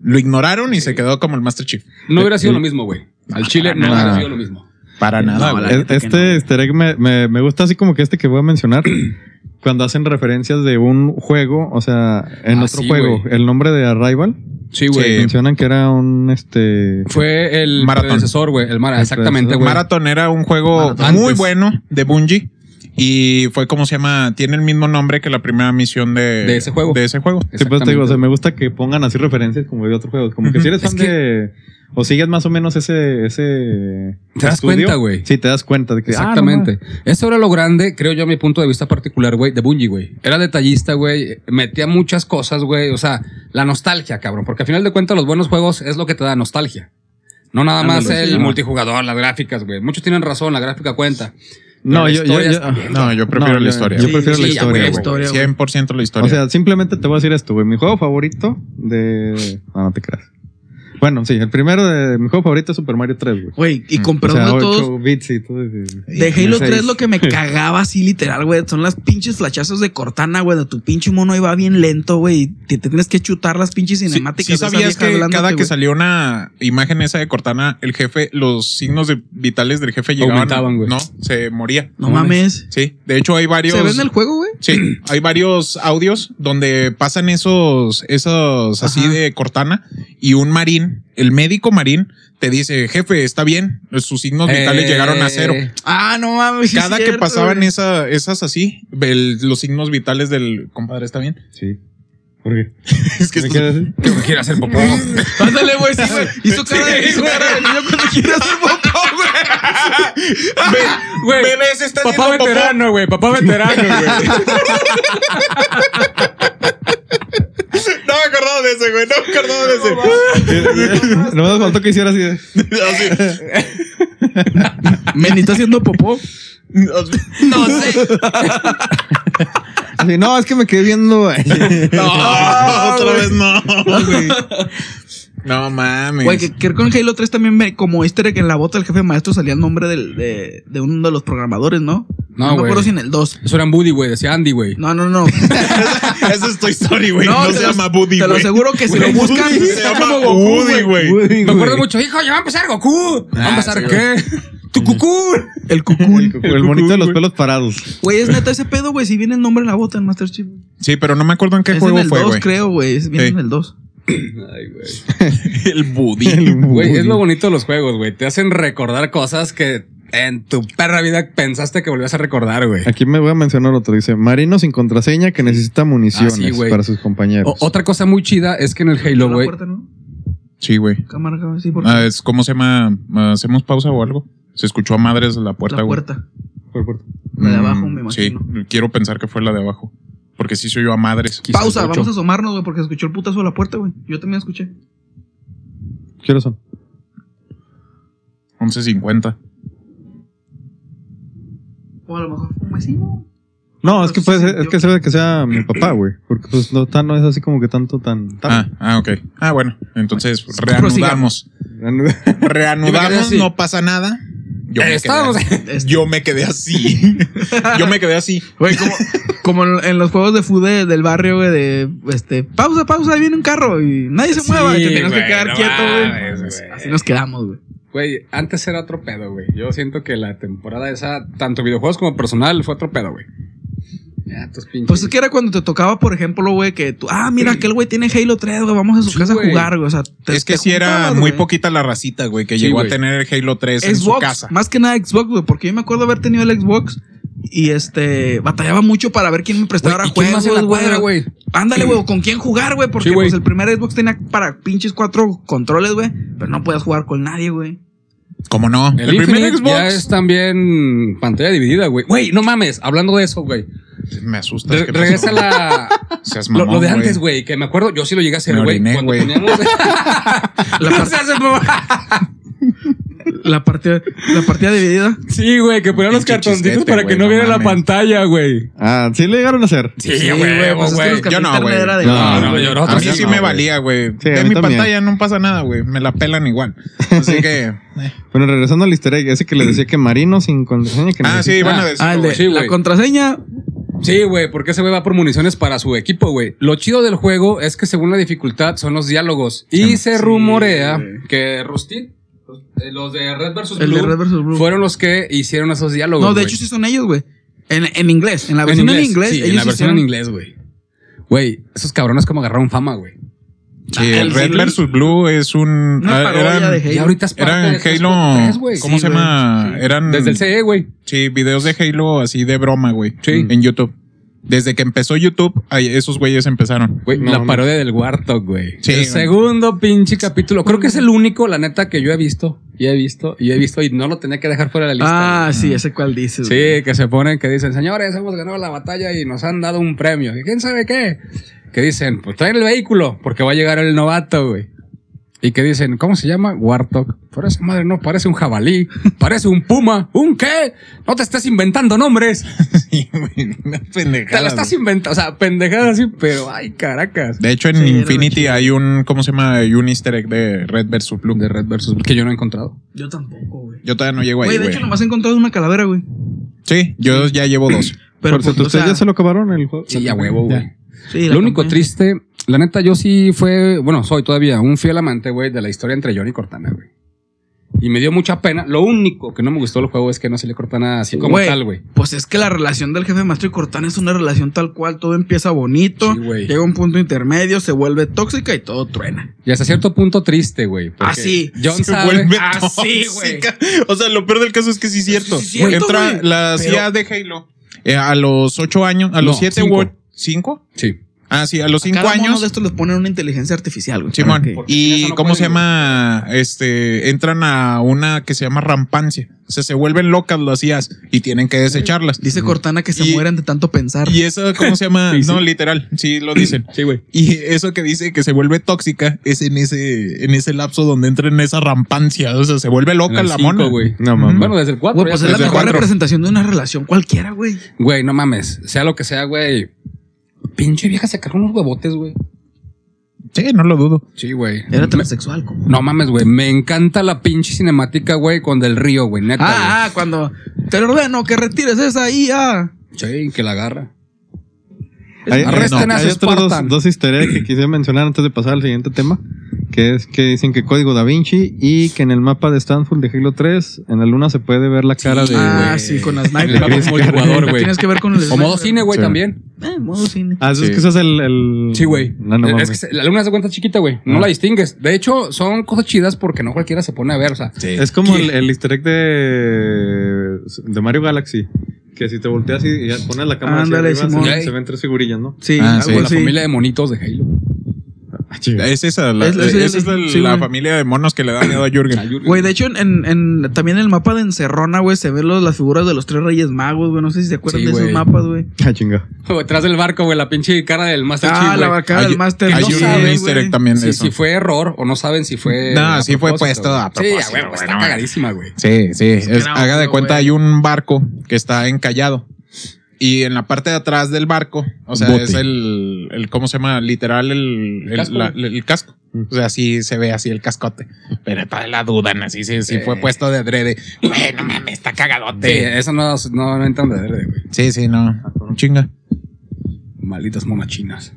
[SPEAKER 5] Lo ignoraron y se quedó como el Master Chief.
[SPEAKER 4] No hubiera sido lo mismo, güey. Al chile no hubiera sido lo mismo.
[SPEAKER 5] Para nada,
[SPEAKER 2] No,
[SPEAKER 5] güey.
[SPEAKER 2] la neta
[SPEAKER 3] Este
[SPEAKER 2] que no.
[SPEAKER 3] easter egg me, me, me gusta así como que este que voy a mencionar. Cuando hacen referencias de un juego, o sea, en
[SPEAKER 4] Ah,
[SPEAKER 3] otro
[SPEAKER 4] sí,
[SPEAKER 3] juego,
[SPEAKER 4] güey.
[SPEAKER 3] el nombre de Arrival,
[SPEAKER 4] Sí, güey.
[SPEAKER 5] Sí.
[SPEAKER 3] mencionan que era un este.
[SPEAKER 4] Fue el
[SPEAKER 5] Marathon.
[SPEAKER 4] predecesor, güey. El Mara,
[SPEAKER 3] El
[SPEAKER 4] exactamente,
[SPEAKER 3] predecesor.
[SPEAKER 4] güey.
[SPEAKER 5] Marathon era un juego
[SPEAKER 4] Marathon.
[SPEAKER 5] muy
[SPEAKER 4] Antes.
[SPEAKER 5] bueno de Bungie. Y fue como se llama, tiene el mismo nombre que la primera misión de,
[SPEAKER 4] De ese juego.
[SPEAKER 5] De ese juego.
[SPEAKER 3] Sí, pues te digo, o sea,
[SPEAKER 4] Exactamente.
[SPEAKER 3] me gusta que pongan así referencias como de otros juegos. Como que si eres
[SPEAKER 4] Es
[SPEAKER 3] fan
[SPEAKER 4] que-
[SPEAKER 3] de. O sigues más o menos ese. ese
[SPEAKER 4] Te das
[SPEAKER 3] estudio,
[SPEAKER 4] cuenta, güey.
[SPEAKER 3] Sí, te das cuenta de que. ah, no
[SPEAKER 4] Exactamente. Eso era lo grande, creo yo, a mi punto de vista particular, güey, de Bungie, güey. Era detallista, güey. Metía muchas cosas, güey. O sea, la nostalgia, cabrón. Porque al final de cuentas, los buenos juegos es lo que te da nostalgia. No nada más
[SPEAKER 2] Ándale,
[SPEAKER 4] el
[SPEAKER 2] sí.
[SPEAKER 4] multijugador, las gráficas, güey. Muchos tienen razón, la gráfica cuenta.
[SPEAKER 3] No,
[SPEAKER 4] Pero la
[SPEAKER 3] yo, yo,
[SPEAKER 4] historia
[SPEAKER 3] yo-
[SPEAKER 4] está bien.
[SPEAKER 5] No, yo prefiero
[SPEAKER 3] no,
[SPEAKER 5] la
[SPEAKER 3] yo-
[SPEAKER 5] historia.
[SPEAKER 3] Yo
[SPEAKER 2] Sí,
[SPEAKER 3] prefiero
[SPEAKER 2] sí,
[SPEAKER 3] la
[SPEAKER 2] ya,
[SPEAKER 3] historia.
[SPEAKER 2] güey,
[SPEAKER 3] güey.
[SPEAKER 2] historia, güey.
[SPEAKER 5] cien por ciento la historia.
[SPEAKER 3] O sea, simplemente te voy a decir esto, güey. Mi juego favorito de. No, no te creas. Bueno, sí, el primero de mi juego favorito es Super Mario tres, güey.
[SPEAKER 2] Güey, y con
[SPEAKER 3] O
[SPEAKER 2] perdón
[SPEAKER 3] sea,
[SPEAKER 2] de todos,
[SPEAKER 3] ocho bits y todo. eso.
[SPEAKER 2] de Halo
[SPEAKER 3] seis.
[SPEAKER 2] tres lo que me cagaba así literal, güey, son las pinches flachazos de Cortana, güey, de tu pinche mono iba bien lento, güey, y te, te tienes que chutar las pinches
[SPEAKER 5] Sí,
[SPEAKER 2] cinemáticas.
[SPEAKER 5] sí
[SPEAKER 2] de esa
[SPEAKER 5] sabías
[SPEAKER 2] vieja
[SPEAKER 5] que
[SPEAKER 2] hablándote,
[SPEAKER 5] cada que
[SPEAKER 2] güey.
[SPEAKER 5] salió una imagen esa de Cortana, el jefe, los signos de- vitales del jefe llegaban.
[SPEAKER 4] Aumentaban, güey.
[SPEAKER 5] No, se moría.
[SPEAKER 2] No mames.
[SPEAKER 5] Sí, de hecho hay varios.
[SPEAKER 2] ¿Se ve en el juego, güey?
[SPEAKER 5] Sí, hay varios audios donde pasan esos, esos así
[SPEAKER 2] Ajá.
[SPEAKER 5] de Cortana y un marín, el médico marín, te dice, jefe, está bien, sus signos vitales
[SPEAKER 4] Eh,
[SPEAKER 5] llegaron a cero.
[SPEAKER 2] Ah, no mames. sí es
[SPEAKER 5] Cada que
[SPEAKER 2] cierto,
[SPEAKER 5] pasaban
[SPEAKER 2] güey.
[SPEAKER 5] esa, esas así, el- los signos vitales del compadre, ¿está bien?
[SPEAKER 3] Sí. ¿Por qué?
[SPEAKER 5] Es que
[SPEAKER 3] ¿Me
[SPEAKER 5] esto-
[SPEAKER 3] quieres decir?
[SPEAKER 4] Que me quiere hacer popó.
[SPEAKER 2] Ándale, güey, sí, güey. Hizo cara de,
[SPEAKER 5] Sí,
[SPEAKER 2] hizo
[SPEAKER 5] güey.
[SPEAKER 2] cara de niño cuando quiere hacer popó, güey.
[SPEAKER 5] Ve-
[SPEAKER 4] Güey,
[SPEAKER 5] bebés están
[SPEAKER 4] papá
[SPEAKER 5] haciendo popó.
[SPEAKER 4] veterano, güey. Papá veterano, güey.
[SPEAKER 5] No me acordaba de ese, güey, no me acordaba de ese.
[SPEAKER 3] No me faltó que hiciera así de.
[SPEAKER 5] Así.
[SPEAKER 2] Men, ¿está haciendo popó?
[SPEAKER 5] Así.
[SPEAKER 2] No sé.
[SPEAKER 3] Así, no, es que me quedé viendo.
[SPEAKER 5] No, otra
[SPEAKER 2] güey.
[SPEAKER 5] vez no, güey. No mames.
[SPEAKER 2] Güey, que, que con Halo tres también me, como easter egg en la bota del jefe maestro salía el nombre del, de, de uno de los programadores, ¿no?
[SPEAKER 4] No,
[SPEAKER 2] No me
[SPEAKER 4] güey.
[SPEAKER 2] acuerdo si en el dos.
[SPEAKER 4] Eso era en Buddy, güey. Decía Andy, güey.
[SPEAKER 2] No, no, no.
[SPEAKER 5] Eso es Toy Story, güey. No,
[SPEAKER 2] te
[SPEAKER 5] se
[SPEAKER 2] lo-
[SPEAKER 5] llama Buddy,
[SPEAKER 2] Te lo
[SPEAKER 5] güey.
[SPEAKER 2] aseguro que si lo buscan.
[SPEAKER 5] Se llama
[SPEAKER 4] como Goku,
[SPEAKER 5] Woody, güey.
[SPEAKER 4] Me acuerdo mucho. Hijo, ya va a empezar Goku. ¿Va a
[SPEAKER 5] Ah,
[SPEAKER 4] empezar
[SPEAKER 5] sí,
[SPEAKER 4] qué? Tu cucú.
[SPEAKER 2] El cucún.
[SPEAKER 3] El monito de los pelos parados.
[SPEAKER 2] Güey, es neta ese pedo, güey. Si viene el nombre en la bota en Master Chief.
[SPEAKER 5] Sí, pero no me acuerdo en qué
[SPEAKER 2] Es
[SPEAKER 5] juego
[SPEAKER 2] en el
[SPEAKER 5] fue,
[SPEAKER 2] dos,
[SPEAKER 5] güey.
[SPEAKER 2] creo, güey. Es- Viene
[SPEAKER 5] Sí.
[SPEAKER 2] en el dos.
[SPEAKER 4] Ay, güey.
[SPEAKER 5] El Buddy.
[SPEAKER 4] Güey, es lo bonito de los juegos, güey. Te hacen recordar cosas que en tu perra vida pensaste que volvías a recordar, güey.
[SPEAKER 3] Aquí me voy a mencionar otro. Dice: Marino sin contraseña que necesita municiones
[SPEAKER 4] Ah, sí, güey.
[SPEAKER 3] para sus compañeros.
[SPEAKER 4] O- otra cosa muy chida es que en el Halo,
[SPEAKER 2] La
[SPEAKER 4] güey.
[SPEAKER 2] puerta, ¿no?
[SPEAKER 5] Sí, güey.
[SPEAKER 2] Cámara, cámara, sí, porque
[SPEAKER 5] Ah, es, ¿cómo se llama? ¿Hacemos pausa o algo? Se escuchó a madres la puerta,
[SPEAKER 2] la
[SPEAKER 5] güey.
[SPEAKER 2] puerta.
[SPEAKER 3] Por puerta.
[SPEAKER 2] La de abajo,
[SPEAKER 5] Mm,
[SPEAKER 2] me imagino.
[SPEAKER 5] Sí, quiero pensar que fue la de abajo. Porque sí se oyó a madres.
[SPEAKER 4] Quizás
[SPEAKER 2] Pausa,
[SPEAKER 4] ocho.
[SPEAKER 2] vamos a asomarnos, güey, porque se escuchó el putazo de la puerta, güey. Yo también escuché.
[SPEAKER 3] ¿Qué hora son?
[SPEAKER 5] once cincuenta.
[SPEAKER 2] O a lo mejor fue un vecino.
[SPEAKER 3] No, es que
[SPEAKER 2] Entonces,
[SPEAKER 3] puede
[SPEAKER 2] sí,
[SPEAKER 3] ser, es
[SPEAKER 2] yo-
[SPEAKER 3] que se ve que sea mi papá, güey. Porque pues no, tan- no es así como que tanto tan. tan-
[SPEAKER 5] Ah, ah, ok. Ah, bueno. Entonces
[SPEAKER 2] Prosigamos.
[SPEAKER 5] reanudamos.
[SPEAKER 4] Yo me quedé
[SPEAKER 5] Reanudamos,
[SPEAKER 4] así.
[SPEAKER 5] no pasa nada. Yo me, quedé
[SPEAKER 4] Estábamos-
[SPEAKER 5] así. Yo me quedé así. Yo me quedé así.
[SPEAKER 2] Güey, como, como en en los juegos de fútbol del barrio, güey, de este, pausa, pausa, ahí viene un carro y nadie se
[SPEAKER 4] Sí,
[SPEAKER 2] mueva. Y te tienes que
[SPEAKER 4] güey,
[SPEAKER 2] quedar
[SPEAKER 4] no
[SPEAKER 2] quieto,
[SPEAKER 4] mames,
[SPEAKER 2] güey.
[SPEAKER 4] güey.
[SPEAKER 2] Así nos quedamos, güey.
[SPEAKER 4] Güey, antes era otro pedo, güey. Yo siento que la temporada esa, tanto videojuegos como personal, fue otro pedo, güey. Ya, tus pinches.
[SPEAKER 2] Pues es que era cuando te tocaba, por ejemplo, güey, que tú, ah, mira, aquel güey tiene Halo tres, güey, vamos a su
[SPEAKER 4] Sí,
[SPEAKER 2] casa
[SPEAKER 4] güey.
[SPEAKER 2] a jugar, güey. O sea, te-
[SPEAKER 5] Es que
[SPEAKER 2] te
[SPEAKER 5] sí era
[SPEAKER 2] juntabas,
[SPEAKER 5] muy
[SPEAKER 2] güey.
[SPEAKER 5] poquita la racita, güey, que
[SPEAKER 4] Sí,
[SPEAKER 5] llegó
[SPEAKER 4] güey.
[SPEAKER 5] a tener el Halo tres en su
[SPEAKER 2] Xbox,
[SPEAKER 5] casa.
[SPEAKER 2] más que nada Xbox, güey, porque yo me acuerdo haber tenido el Xbox y este, batallaba mucho para ver quién me prestaba
[SPEAKER 4] Güey, ¿y quién
[SPEAKER 2] juegos,
[SPEAKER 4] más en la cuadra,
[SPEAKER 2] güey.
[SPEAKER 4] güey?
[SPEAKER 2] Ándale, güey, con quién jugar, güey, porque
[SPEAKER 4] Sí, güey.
[SPEAKER 2] pues el primer Xbox tenía para pinches cuatro controles, güey, pero no podías jugar con nadie, güey.
[SPEAKER 5] ¿Cómo no?
[SPEAKER 4] El,
[SPEAKER 5] El, primer
[SPEAKER 4] Infinite
[SPEAKER 5] Xbox.
[SPEAKER 4] ya es también pantalla dividida, güey. Güey, no mames, hablando de eso, güey.
[SPEAKER 5] Me asusta.
[SPEAKER 4] Re- regresa la...
[SPEAKER 5] Seas
[SPEAKER 4] lo,
[SPEAKER 5] mamón,
[SPEAKER 4] lo de antes, güey, que me acuerdo, yo sí lo llegué a hacer,
[SPEAKER 5] Me
[SPEAKER 4] güey.
[SPEAKER 5] oriné,
[SPEAKER 4] Cuando
[SPEAKER 5] güey.
[SPEAKER 4] poníamos...
[SPEAKER 2] La,
[SPEAKER 4] No
[SPEAKER 2] par-
[SPEAKER 4] seas mamón.
[SPEAKER 2] la partida, la partida dividida.
[SPEAKER 4] Sí, güey, que ponían los
[SPEAKER 5] Pinche
[SPEAKER 4] cartoncitos
[SPEAKER 5] chisquete,
[SPEAKER 4] para que
[SPEAKER 5] güey,
[SPEAKER 4] no
[SPEAKER 5] no
[SPEAKER 4] viera la
[SPEAKER 5] mames.
[SPEAKER 4] pantalla, güey.
[SPEAKER 3] Ah, sí le llegaron a hacer.
[SPEAKER 4] Sí,
[SPEAKER 2] Sí,
[SPEAKER 4] güey,
[SPEAKER 2] güey, pues es que
[SPEAKER 4] güey.
[SPEAKER 2] los
[SPEAKER 5] Yo no,
[SPEAKER 2] Internet
[SPEAKER 5] güey.
[SPEAKER 2] era de-
[SPEAKER 3] No,
[SPEAKER 4] no, yo no,
[SPEAKER 5] A mí
[SPEAKER 4] yo
[SPEAKER 5] sí
[SPEAKER 3] no,
[SPEAKER 5] me
[SPEAKER 3] güey.
[SPEAKER 5] valía, güey.
[SPEAKER 3] Sí, a
[SPEAKER 5] de
[SPEAKER 3] mí
[SPEAKER 5] mi
[SPEAKER 3] también.
[SPEAKER 5] pantalla no pasa nada, güey. Me la pelan igual. Así que. eh.
[SPEAKER 3] Bueno, regresando al easter egg, ese que le decía que Marino sin contraseña que
[SPEAKER 5] Ah, sí,
[SPEAKER 3] necesita-
[SPEAKER 5] van a decir.
[SPEAKER 2] Ah, el de
[SPEAKER 4] Sí,
[SPEAKER 2] la
[SPEAKER 4] güey.
[SPEAKER 2] contraseña.
[SPEAKER 4] Sí, güey, porque ese güey va por municiones para su equipo, güey. Lo chido del juego es que según la dificultad son los diálogos. Y
[SPEAKER 5] Sí,
[SPEAKER 4] se
[SPEAKER 2] sí,
[SPEAKER 4] rumorea
[SPEAKER 2] güey.
[SPEAKER 4] que Rusty, los de Red versus.
[SPEAKER 2] El
[SPEAKER 4] Blue,
[SPEAKER 2] de Red versus. Blue.
[SPEAKER 4] fueron los que hicieron esos diálogos.
[SPEAKER 2] No, de
[SPEAKER 4] güey.
[SPEAKER 2] hecho sí son ellos, güey. En, en inglés. En la versión en inglés.
[SPEAKER 4] Sí,
[SPEAKER 2] ellos
[SPEAKER 4] en la versión
[SPEAKER 2] hicieron-
[SPEAKER 4] en inglés, güey. Güey, esos cabrones como agarraron fama, güey.
[SPEAKER 5] Sí,
[SPEAKER 2] Ah,
[SPEAKER 5] el
[SPEAKER 2] el
[SPEAKER 5] Red
[SPEAKER 2] Blue.
[SPEAKER 5] versus. Blue es un.
[SPEAKER 2] Una
[SPEAKER 5] ah,
[SPEAKER 2] parodia
[SPEAKER 5] eran,
[SPEAKER 2] de Halo.
[SPEAKER 4] Y ahorita es parte
[SPEAKER 5] eran
[SPEAKER 4] de
[SPEAKER 5] Halo.
[SPEAKER 4] tres, güey.
[SPEAKER 5] ¿Cómo
[SPEAKER 2] Sí,
[SPEAKER 5] se
[SPEAKER 2] güey.
[SPEAKER 5] llama? Eran.
[SPEAKER 4] Desde el C E, güey.
[SPEAKER 5] Sí, videos de Halo así de broma, güey.
[SPEAKER 4] Sí.
[SPEAKER 5] En YouTube. Desde que empezó YouTube, ahí esos güeyes empezaron.
[SPEAKER 4] Güey,
[SPEAKER 3] No,
[SPEAKER 4] la
[SPEAKER 3] mames.
[SPEAKER 4] parodia del Warthog, güey.
[SPEAKER 5] Sí,
[SPEAKER 4] el
[SPEAKER 5] güey.
[SPEAKER 4] segundo pinche capítulo. Creo que es el único, la neta, que yo he visto. Y he visto, y he visto, y no lo tenía que dejar fuera de la lista.
[SPEAKER 2] Ah,
[SPEAKER 4] güey.
[SPEAKER 2] sí, ese cual dices. güey.
[SPEAKER 4] Sí, que se ponen, que dicen, señores, hemos ganado la batalla y nos han dado un premio. ¿Y quién sabe qué? Que dicen, pues traen el vehículo, porque va a llegar el novato, güey. Y que dicen, ¿cómo se llama? Warthog. Por esa madre no, parece un jabalí, parece un puma. ¿Un qué? No te estés inventando nombres.
[SPEAKER 5] Sí, güey, una pendejada.
[SPEAKER 4] Te lo estás inventando, o sea, pendejadas así, pero ay, caracas.
[SPEAKER 5] De hecho, en
[SPEAKER 2] Sí, era
[SPEAKER 5] Infinity
[SPEAKER 2] chido.
[SPEAKER 5] hay un, ¿cómo se llama? Hay un easter egg de Red versus Blue.
[SPEAKER 4] De Red versus que yo no he encontrado.
[SPEAKER 2] Yo tampoco, güey.
[SPEAKER 5] Yo todavía no llego ahí,
[SPEAKER 2] Güey, de
[SPEAKER 5] güey.
[SPEAKER 2] hecho, nomás he encontrado una calavera, güey.
[SPEAKER 5] Sí, yo ya llevo dos.
[SPEAKER 2] Pero
[SPEAKER 3] Por
[SPEAKER 2] pues,
[SPEAKER 3] cierto,
[SPEAKER 2] o
[SPEAKER 3] ¿ustedes
[SPEAKER 2] sea,
[SPEAKER 3] ya se lo acabaron el juego?
[SPEAKER 4] Sí, a huevo, güey.
[SPEAKER 5] Ya.
[SPEAKER 2] sí, la
[SPEAKER 4] Lo único
[SPEAKER 2] campaña.
[SPEAKER 4] triste, la neta, yo sí fue, bueno, soy todavía un fiel amante, güey, de la historia entre Johnny y Cortana, güey. Y me dio mucha pena. Lo único que no me gustó del juego es que no se le Cortana así como
[SPEAKER 2] Güey,
[SPEAKER 4] tal, güey.
[SPEAKER 2] Pues es que la relación del jefe maestro y Cortana es una relación tal cual. Todo empieza bonito,
[SPEAKER 4] Sí, güey.
[SPEAKER 2] llega a un punto intermedio, se vuelve tóxica y todo truena.
[SPEAKER 4] Y hasta cierto punto triste, güey. porque
[SPEAKER 2] Así.
[SPEAKER 4] John
[SPEAKER 5] Se
[SPEAKER 4] sabe.
[SPEAKER 5] vuelve
[SPEAKER 2] así, güey.
[SPEAKER 5] tóxica. O sea, lo peor del caso es que sí es cierto.
[SPEAKER 2] Sí, sí es cierto,
[SPEAKER 5] Entra
[SPEAKER 2] güey.
[SPEAKER 5] la
[SPEAKER 2] Pero-
[SPEAKER 5] C I A de Halo eh, a los ocho años, a los
[SPEAKER 4] No,
[SPEAKER 5] siete
[SPEAKER 4] cinco.
[SPEAKER 5] o cinco.
[SPEAKER 4] Sí.
[SPEAKER 5] Ah, sí, a los cinco
[SPEAKER 2] Cada mono
[SPEAKER 5] años.
[SPEAKER 2] de estos les ponen una inteligencia artificial, güey.
[SPEAKER 5] Simón.
[SPEAKER 2] Para que-
[SPEAKER 4] Porque sin
[SPEAKER 5] Y
[SPEAKER 4] eso no
[SPEAKER 5] cómo se
[SPEAKER 4] pueden,
[SPEAKER 5] llama, este, entran a una que se llama rampancia. O sea, se vuelven locas las I As y tienen que desecharlas.
[SPEAKER 2] Dice Cortana que se
[SPEAKER 5] Y-
[SPEAKER 2] mueren de tanto pensar.
[SPEAKER 5] Y eso, ¿cómo se llama?
[SPEAKER 4] Sí, sí.
[SPEAKER 5] No, literal, sí lo dicen.
[SPEAKER 4] Sí, güey.
[SPEAKER 5] Y eso que dice que se vuelve tóxica es en ese, en ese lapso donde entra en esa rampancia. O sea, se vuelve
[SPEAKER 4] En
[SPEAKER 5] loca
[SPEAKER 4] el
[SPEAKER 5] la
[SPEAKER 4] cinco,
[SPEAKER 5] mona.
[SPEAKER 4] güey.
[SPEAKER 3] No, mames.
[SPEAKER 4] Bueno, desde el cuatro.
[SPEAKER 2] Güey, pues
[SPEAKER 4] ya
[SPEAKER 2] es la
[SPEAKER 4] desde el
[SPEAKER 2] mejor
[SPEAKER 4] cuatro.
[SPEAKER 2] representación de una relación cualquiera, güey.
[SPEAKER 4] Güey, no mames. Sea lo que sea, güey. Pinche vieja se cargó unos huevotes, güey.
[SPEAKER 5] Sí, no lo dudo.
[SPEAKER 4] Sí, güey.
[SPEAKER 2] Era
[SPEAKER 4] Me-
[SPEAKER 2] transexual, como.
[SPEAKER 4] No mames, güey. Me encanta la pinche cinemática, güey, con Del Río, güey. Neta.
[SPEAKER 2] Ah, ah, cuando te lo ordeno que retires esa I A.
[SPEAKER 4] güey. Sí, que la agarra.
[SPEAKER 3] Hay,
[SPEAKER 4] Arresten
[SPEAKER 3] no,
[SPEAKER 4] a
[SPEAKER 3] hay
[SPEAKER 4] ese
[SPEAKER 3] otros dos,
[SPEAKER 4] Spartan.
[SPEAKER 3] dos easter eggs que quisiera mencionar antes de pasar al siguiente tema, que es que dicen que código Da Vinci y que en el mapa de Stanford de Halo tres, en la luna se puede ver la cara
[SPEAKER 4] Sí,
[SPEAKER 3] de...
[SPEAKER 2] Ah,
[SPEAKER 4] güey.
[SPEAKER 2] sí, con la
[SPEAKER 4] En el
[SPEAKER 2] sniper.
[SPEAKER 4] mapa multijugador, güey.
[SPEAKER 2] Tienes que ver con el
[SPEAKER 4] O modo
[SPEAKER 2] sniper.
[SPEAKER 4] cine, güey,
[SPEAKER 5] Sí.
[SPEAKER 4] también.
[SPEAKER 2] Eh, modo cine.
[SPEAKER 3] Ah, eso es
[SPEAKER 5] Sí.
[SPEAKER 3] que eso es el... el...
[SPEAKER 4] Sí, güey.
[SPEAKER 3] No, no
[SPEAKER 4] es
[SPEAKER 3] mames.
[SPEAKER 4] que se- la luna se cuenta chiquita, güey. No
[SPEAKER 3] Ah.
[SPEAKER 4] la distingues. De hecho, son cosas chidas porque no cualquiera se pone a ver. O sea,
[SPEAKER 5] Sí.
[SPEAKER 3] Es como
[SPEAKER 4] ¿Qué?
[SPEAKER 3] el, el easter egg de, de Mario Galaxy, que si te volteas y y pones la cámara hacia
[SPEAKER 2] Ándale,
[SPEAKER 3] arriba,
[SPEAKER 2] Simón.
[SPEAKER 3] se, se ven tres figurillas, ¿no?
[SPEAKER 2] Sí,
[SPEAKER 5] Ah,
[SPEAKER 2] algo
[SPEAKER 5] sí.
[SPEAKER 4] la
[SPEAKER 2] así.
[SPEAKER 4] familia de monitos de Halo.
[SPEAKER 5] Es esa, la,
[SPEAKER 2] Es- es-
[SPEAKER 5] esa
[SPEAKER 2] es-
[SPEAKER 5] es el-
[SPEAKER 2] sí,
[SPEAKER 5] la
[SPEAKER 2] güey.
[SPEAKER 5] familia de monos que le da miedo a Jürgen.
[SPEAKER 2] Güey, de hecho, en, en- también en el mapa de Encerrona, güey, se ven los- las figuras de los tres reyes magos, güey. No sé si se acuerdan
[SPEAKER 4] Sí,
[SPEAKER 2] de esos
[SPEAKER 4] güey.
[SPEAKER 2] mapas, güey.
[SPEAKER 3] Ah, chinga.
[SPEAKER 4] Detrás del barco, güey, la pinche cara del Master
[SPEAKER 2] Ah,
[SPEAKER 4] Chief, güey.
[SPEAKER 2] la cara
[SPEAKER 5] Hay-
[SPEAKER 2] del Master
[SPEAKER 5] hay
[SPEAKER 4] no
[SPEAKER 5] un
[SPEAKER 4] saben,
[SPEAKER 5] easter egg
[SPEAKER 2] güey.
[SPEAKER 5] también de
[SPEAKER 4] Si,
[SPEAKER 5] eso.
[SPEAKER 4] si fue error o no saben si fue.
[SPEAKER 5] No,
[SPEAKER 4] a
[SPEAKER 5] sí fue
[SPEAKER 4] propósito,
[SPEAKER 5] puesto
[SPEAKER 4] güey.
[SPEAKER 5] a propósito,
[SPEAKER 4] Sí, a huevo,
[SPEAKER 5] güey,
[SPEAKER 4] está
[SPEAKER 5] no.
[SPEAKER 4] cagadísima, güey.
[SPEAKER 5] Sí, sí. Es-
[SPEAKER 2] que era
[SPEAKER 5] haga de
[SPEAKER 2] obvio,
[SPEAKER 5] cuenta,
[SPEAKER 2] güey.
[SPEAKER 5] hay un barco que está encallado. Y en la parte de atrás del barco, o sea,
[SPEAKER 3] Bote.
[SPEAKER 5] es el, el, ¿cómo se llama? Literal, el,
[SPEAKER 4] El
[SPEAKER 5] el,
[SPEAKER 4] casco.
[SPEAKER 5] la- el casco. O sea, así se ve así el cascote. Pero todavía la dudan, así, sí, sí
[SPEAKER 4] Sí.
[SPEAKER 5] fue puesto de adrede. Güey, no mames, está
[SPEAKER 4] Sí,
[SPEAKER 5] cagadote.
[SPEAKER 4] eso no, no, no entran de verde, güey.
[SPEAKER 5] Sí, sí, no. Chinga.
[SPEAKER 4] Malditas monachinas.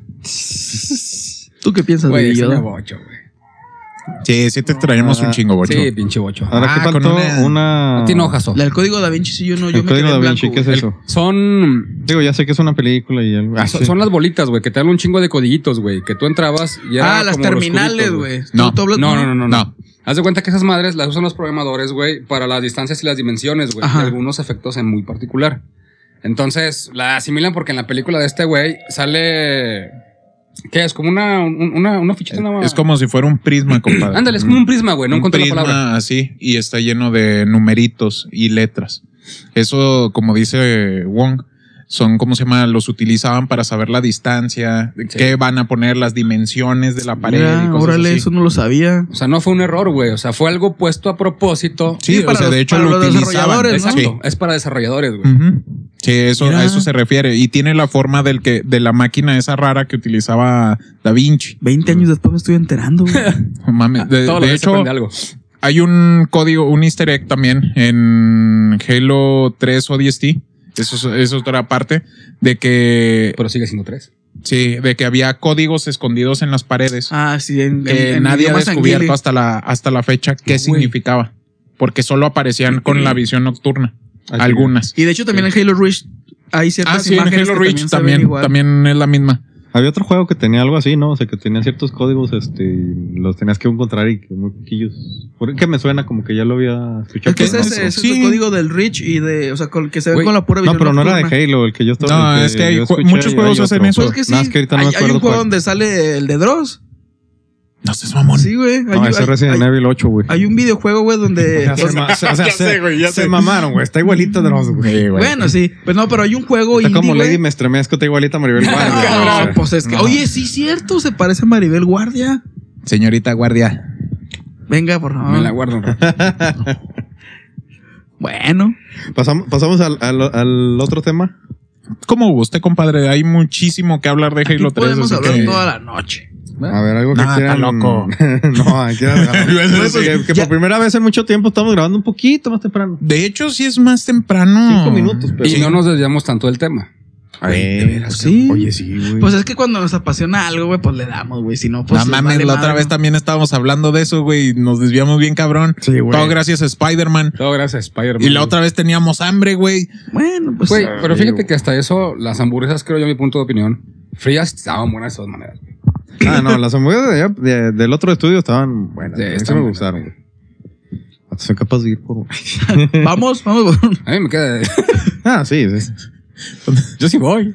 [SPEAKER 2] ¿Tú qué piensas
[SPEAKER 4] Güey,
[SPEAKER 2] de
[SPEAKER 4] ese
[SPEAKER 2] ello?
[SPEAKER 4] me bocho, güey.
[SPEAKER 5] Sí, sí te extrañamos un chingo, bocho.
[SPEAKER 4] Sí, pinche bocho.
[SPEAKER 3] Ahora
[SPEAKER 5] Ah,
[SPEAKER 3] que
[SPEAKER 5] con
[SPEAKER 3] faltó
[SPEAKER 5] una-
[SPEAKER 3] una...
[SPEAKER 4] No tiene hojas, o.
[SPEAKER 2] La del código Da Vinci, sí, yo no, yo
[SPEAKER 3] El
[SPEAKER 2] me
[SPEAKER 3] código
[SPEAKER 2] quedé
[SPEAKER 3] Da
[SPEAKER 2] en
[SPEAKER 3] Vinci,
[SPEAKER 2] blanco,
[SPEAKER 3] ¿qué es
[SPEAKER 2] güey.
[SPEAKER 3] eso?
[SPEAKER 4] Son.
[SPEAKER 3] Digo, ya sé que es una película y algo.
[SPEAKER 4] Ah,
[SPEAKER 3] Ah,
[SPEAKER 4] son,
[SPEAKER 3] sí.
[SPEAKER 4] son las bolitas, güey, que te dan un chingo de codiguitos, güey. Que tú entrabas y era
[SPEAKER 2] Ah, las
[SPEAKER 4] como los
[SPEAKER 2] terminales,
[SPEAKER 4] cubitos,
[SPEAKER 2] güey.
[SPEAKER 5] No,
[SPEAKER 2] ¿Tú- tú hablas-
[SPEAKER 4] No, no, no, no,
[SPEAKER 5] No.
[SPEAKER 4] no. Haz de cuenta que esas madres las usan los programadores, güey, para las distancias y las dimensiones, güey. Y
[SPEAKER 2] Ajá.
[SPEAKER 4] algunos efectos en muy particular. Entonces, la asimilan porque en la película de este güey sale. ¿Qué es? Como una, un- una, una fichita nada más.
[SPEAKER 5] Es como si fuera un prisma, compadre.
[SPEAKER 4] Ándale, es como un prisma, güey. No
[SPEAKER 5] un
[SPEAKER 4] encuentro la
[SPEAKER 5] prisma
[SPEAKER 4] palabra.
[SPEAKER 5] así y está lleno de numeritos y letras. Eso, como dice Wong, son, ¿cómo se llama? Los utilizaban para saber la distancia,
[SPEAKER 4] Sí.
[SPEAKER 5] qué van a poner, las dimensiones de la pared
[SPEAKER 2] Mira,
[SPEAKER 5] y cosas
[SPEAKER 2] órale,
[SPEAKER 5] así.
[SPEAKER 2] eso no lo sabía.
[SPEAKER 4] O sea, no fue un error, güey. O sea, fue algo puesto a propósito.
[SPEAKER 5] Sí,
[SPEAKER 2] Sí,
[SPEAKER 5] o
[SPEAKER 2] para
[SPEAKER 5] sea,
[SPEAKER 2] los-
[SPEAKER 5] de hecho
[SPEAKER 2] para
[SPEAKER 5] lo
[SPEAKER 2] los
[SPEAKER 5] utilizaban.
[SPEAKER 2] desarrolladores, ¿no?
[SPEAKER 4] Exacto.
[SPEAKER 5] Sí.
[SPEAKER 4] Es para desarrolladores, güey.
[SPEAKER 5] Ujú. Sí, eso,
[SPEAKER 2] Mira.
[SPEAKER 5] a eso se refiere. Y tiene la forma del que, de la máquina esa rara que utilizaba Da Vinci.
[SPEAKER 2] Veinte años después me estoy enterando, güey.
[SPEAKER 5] No mames. De,
[SPEAKER 4] Todo lo
[SPEAKER 5] de
[SPEAKER 4] que se
[SPEAKER 5] hecho,
[SPEAKER 4] aprende algo.
[SPEAKER 5] hay un código, un easter egg también en Halo tres O D S T, Eso es, eso es otra parte de que...
[SPEAKER 4] Pero sigue siendo tres.
[SPEAKER 5] Sí, de que había códigos escondidos en las paredes
[SPEAKER 2] Ah, sí. En,
[SPEAKER 5] que
[SPEAKER 2] en- en
[SPEAKER 5] nadie ha
[SPEAKER 2] idioma
[SPEAKER 5] descubierto
[SPEAKER 2] sanguíneo.
[SPEAKER 5] hasta la, hasta la fecha qué
[SPEAKER 4] No, güey.
[SPEAKER 5] significaba. Porque solo aparecían con la visión nocturna.
[SPEAKER 3] Aquí.
[SPEAKER 5] Algunas.
[SPEAKER 2] Y de hecho también en Halo Reach hay ciertas
[SPEAKER 5] Ah, sí, en
[SPEAKER 2] imágenes
[SPEAKER 5] Halo
[SPEAKER 2] que
[SPEAKER 5] Reach
[SPEAKER 2] también,
[SPEAKER 5] también,
[SPEAKER 2] se ven igual.
[SPEAKER 5] también es la misma.
[SPEAKER 3] Había otro juego que tenía algo así, ¿no? O sea, que tenía ciertos códigos, este, y los tenías que encontrar y que muy poquillos. ¿Por qué me suena como que ya lo había escuchado?
[SPEAKER 2] Es que
[SPEAKER 3] pero
[SPEAKER 2] ese,
[SPEAKER 3] no,
[SPEAKER 2] ese es
[SPEAKER 5] Sí.
[SPEAKER 2] el código del Reach y de, o sea, con el que se ve
[SPEAKER 4] Güey,
[SPEAKER 2] con la pura visión
[SPEAKER 3] No, pero no era de
[SPEAKER 2] nocturna.
[SPEAKER 3] Halo, el que yo estaba.
[SPEAKER 5] No,
[SPEAKER 3] el
[SPEAKER 5] es que hay
[SPEAKER 3] yo
[SPEAKER 5] ju-
[SPEAKER 3] escuché,
[SPEAKER 5] muchos
[SPEAKER 3] y
[SPEAKER 5] juegos
[SPEAKER 3] hay
[SPEAKER 5] hacen
[SPEAKER 3] otro.
[SPEAKER 5] eso.
[SPEAKER 2] Pues es que sí,
[SPEAKER 3] Nada más que ahorita no
[SPEAKER 2] hay,
[SPEAKER 3] me
[SPEAKER 2] hay
[SPEAKER 3] acuerdo
[SPEAKER 2] un juego
[SPEAKER 3] cuál.
[SPEAKER 2] donde sale el de Dross.
[SPEAKER 5] No seas mamón.
[SPEAKER 2] Sí, güey. Hay,
[SPEAKER 3] No,
[SPEAKER 2] un-
[SPEAKER 3] ese
[SPEAKER 2] hay-
[SPEAKER 3] es Resident
[SPEAKER 2] hay-
[SPEAKER 3] Evil ocho, güey.
[SPEAKER 2] hay un videojuego, güey, donde...
[SPEAKER 3] O sea, se, ma- o sea,
[SPEAKER 5] Ya
[SPEAKER 3] se-
[SPEAKER 5] sé, güey, ya
[SPEAKER 3] se
[SPEAKER 5] sé.
[SPEAKER 3] mamaron, güey. Está igualito de los, güey.
[SPEAKER 5] Sí, güey.
[SPEAKER 2] Bueno, sí. Pues no, pero hay un juego
[SPEAKER 3] Está
[SPEAKER 2] indie,
[SPEAKER 3] como
[SPEAKER 2] güey.
[SPEAKER 3] Lady Me Estremezco, está igualita a Maribel Guardia.
[SPEAKER 2] No,
[SPEAKER 3] o sea.
[SPEAKER 2] pues es que...
[SPEAKER 5] no.
[SPEAKER 2] Oye, sí, cierto. Se parece a Maribel Guardia.
[SPEAKER 5] Señorita guardia.
[SPEAKER 2] Venga, por favor.
[SPEAKER 4] Me la guardo un rato.
[SPEAKER 2] Bueno.
[SPEAKER 3] Pasamos, pasamos al, al, al otro tema.
[SPEAKER 5] ¿Cómo usted, compadre? Hay muchísimo que hablar de
[SPEAKER 2] Aquí
[SPEAKER 5] Halo tres.
[SPEAKER 2] podemos
[SPEAKER 5] así
[SPEAKER 2] hablar
[SPEAKER 5] que-
[SPEAKER 2] toda la noche.
[SPEAKER 3] A ver, algo que
[SPEAKER 5] Nah,
[SPEAKER 3] quieran.
[SPEAKER 5] está loco.
[SPEAKER 3] no, aquí que, que
[SPEAKER 2] Ya-
[SPEAKER 3] por primera vez en mucho tiempo estamos grabando un poquito más temprano.
[SPEAKER 5] De hecho, sí es más temprano.
[SPEAKER 3] Cinco minutos, pero
[SPEAKER 4] Y no nos desviamos tanto del tema.
[SPEAKER 5] Ay, de veras,
[SPEAKER 2] Sí.
[SPEAKER 3] Oye, sí, güey.
[SPEAKER 2] Pues es que cuando nos apasiona algo, güey, pues le damos, güey. Si no, pues.
[SPEAKER 5] no mames,
[SPEAKER 2] vale
[SPEAKER 5] la otra
[SPEAKER 2] madre,
[SPEAKER 5] vez
[SPEAKER 2] ¿no?
[SPEAKER 5] también estábamos hablando de eso, güey. y Nos desviamos bien cabrón.
[SPEAKER 3] Sí, güey.
[SPEAKER 5] Todo gracias a Spider-Man.
[SPEAKER 4] Todo gracias a Spider-Man.
[SPEAKER 5] Y la otra vez teníamos hambre, güey.
[SPEAKER 2] Bueno, pues.
[SPEAKER 4] Güey, pero
[SPEAKER 3] sí,
[SPEAKER 4] fíjate
[SPEAKER 3] güey.
[SPEAKER 4] que hasta eso, las hamburguesas, creo yo, mi punto de opinión, frías estaban buenas de todas maneras. güey.
[SPEAKER 3] Ah, no, las hamburguesas de allá- de- del otro estudio estaban buenas.
[SPEAKER 4] Sí,
[SPEAKER 3] a mí sí
[SPEAKER 4] están
[SPEAKER 3] me
[SPEAKER 4] buenas,
[SPEAKER 3] gustaron,
[SPEAKER 4] güey.
[SPEAKER 3] güey. Hasta soy capaz de ir por.
[SPEAKER 2] Vamos, vamos.
[SPEAKER 4] A mí me queda.
[SPEAKER 3] Ah, sí, sí.
[SPEAKER 4] Yo sí voy.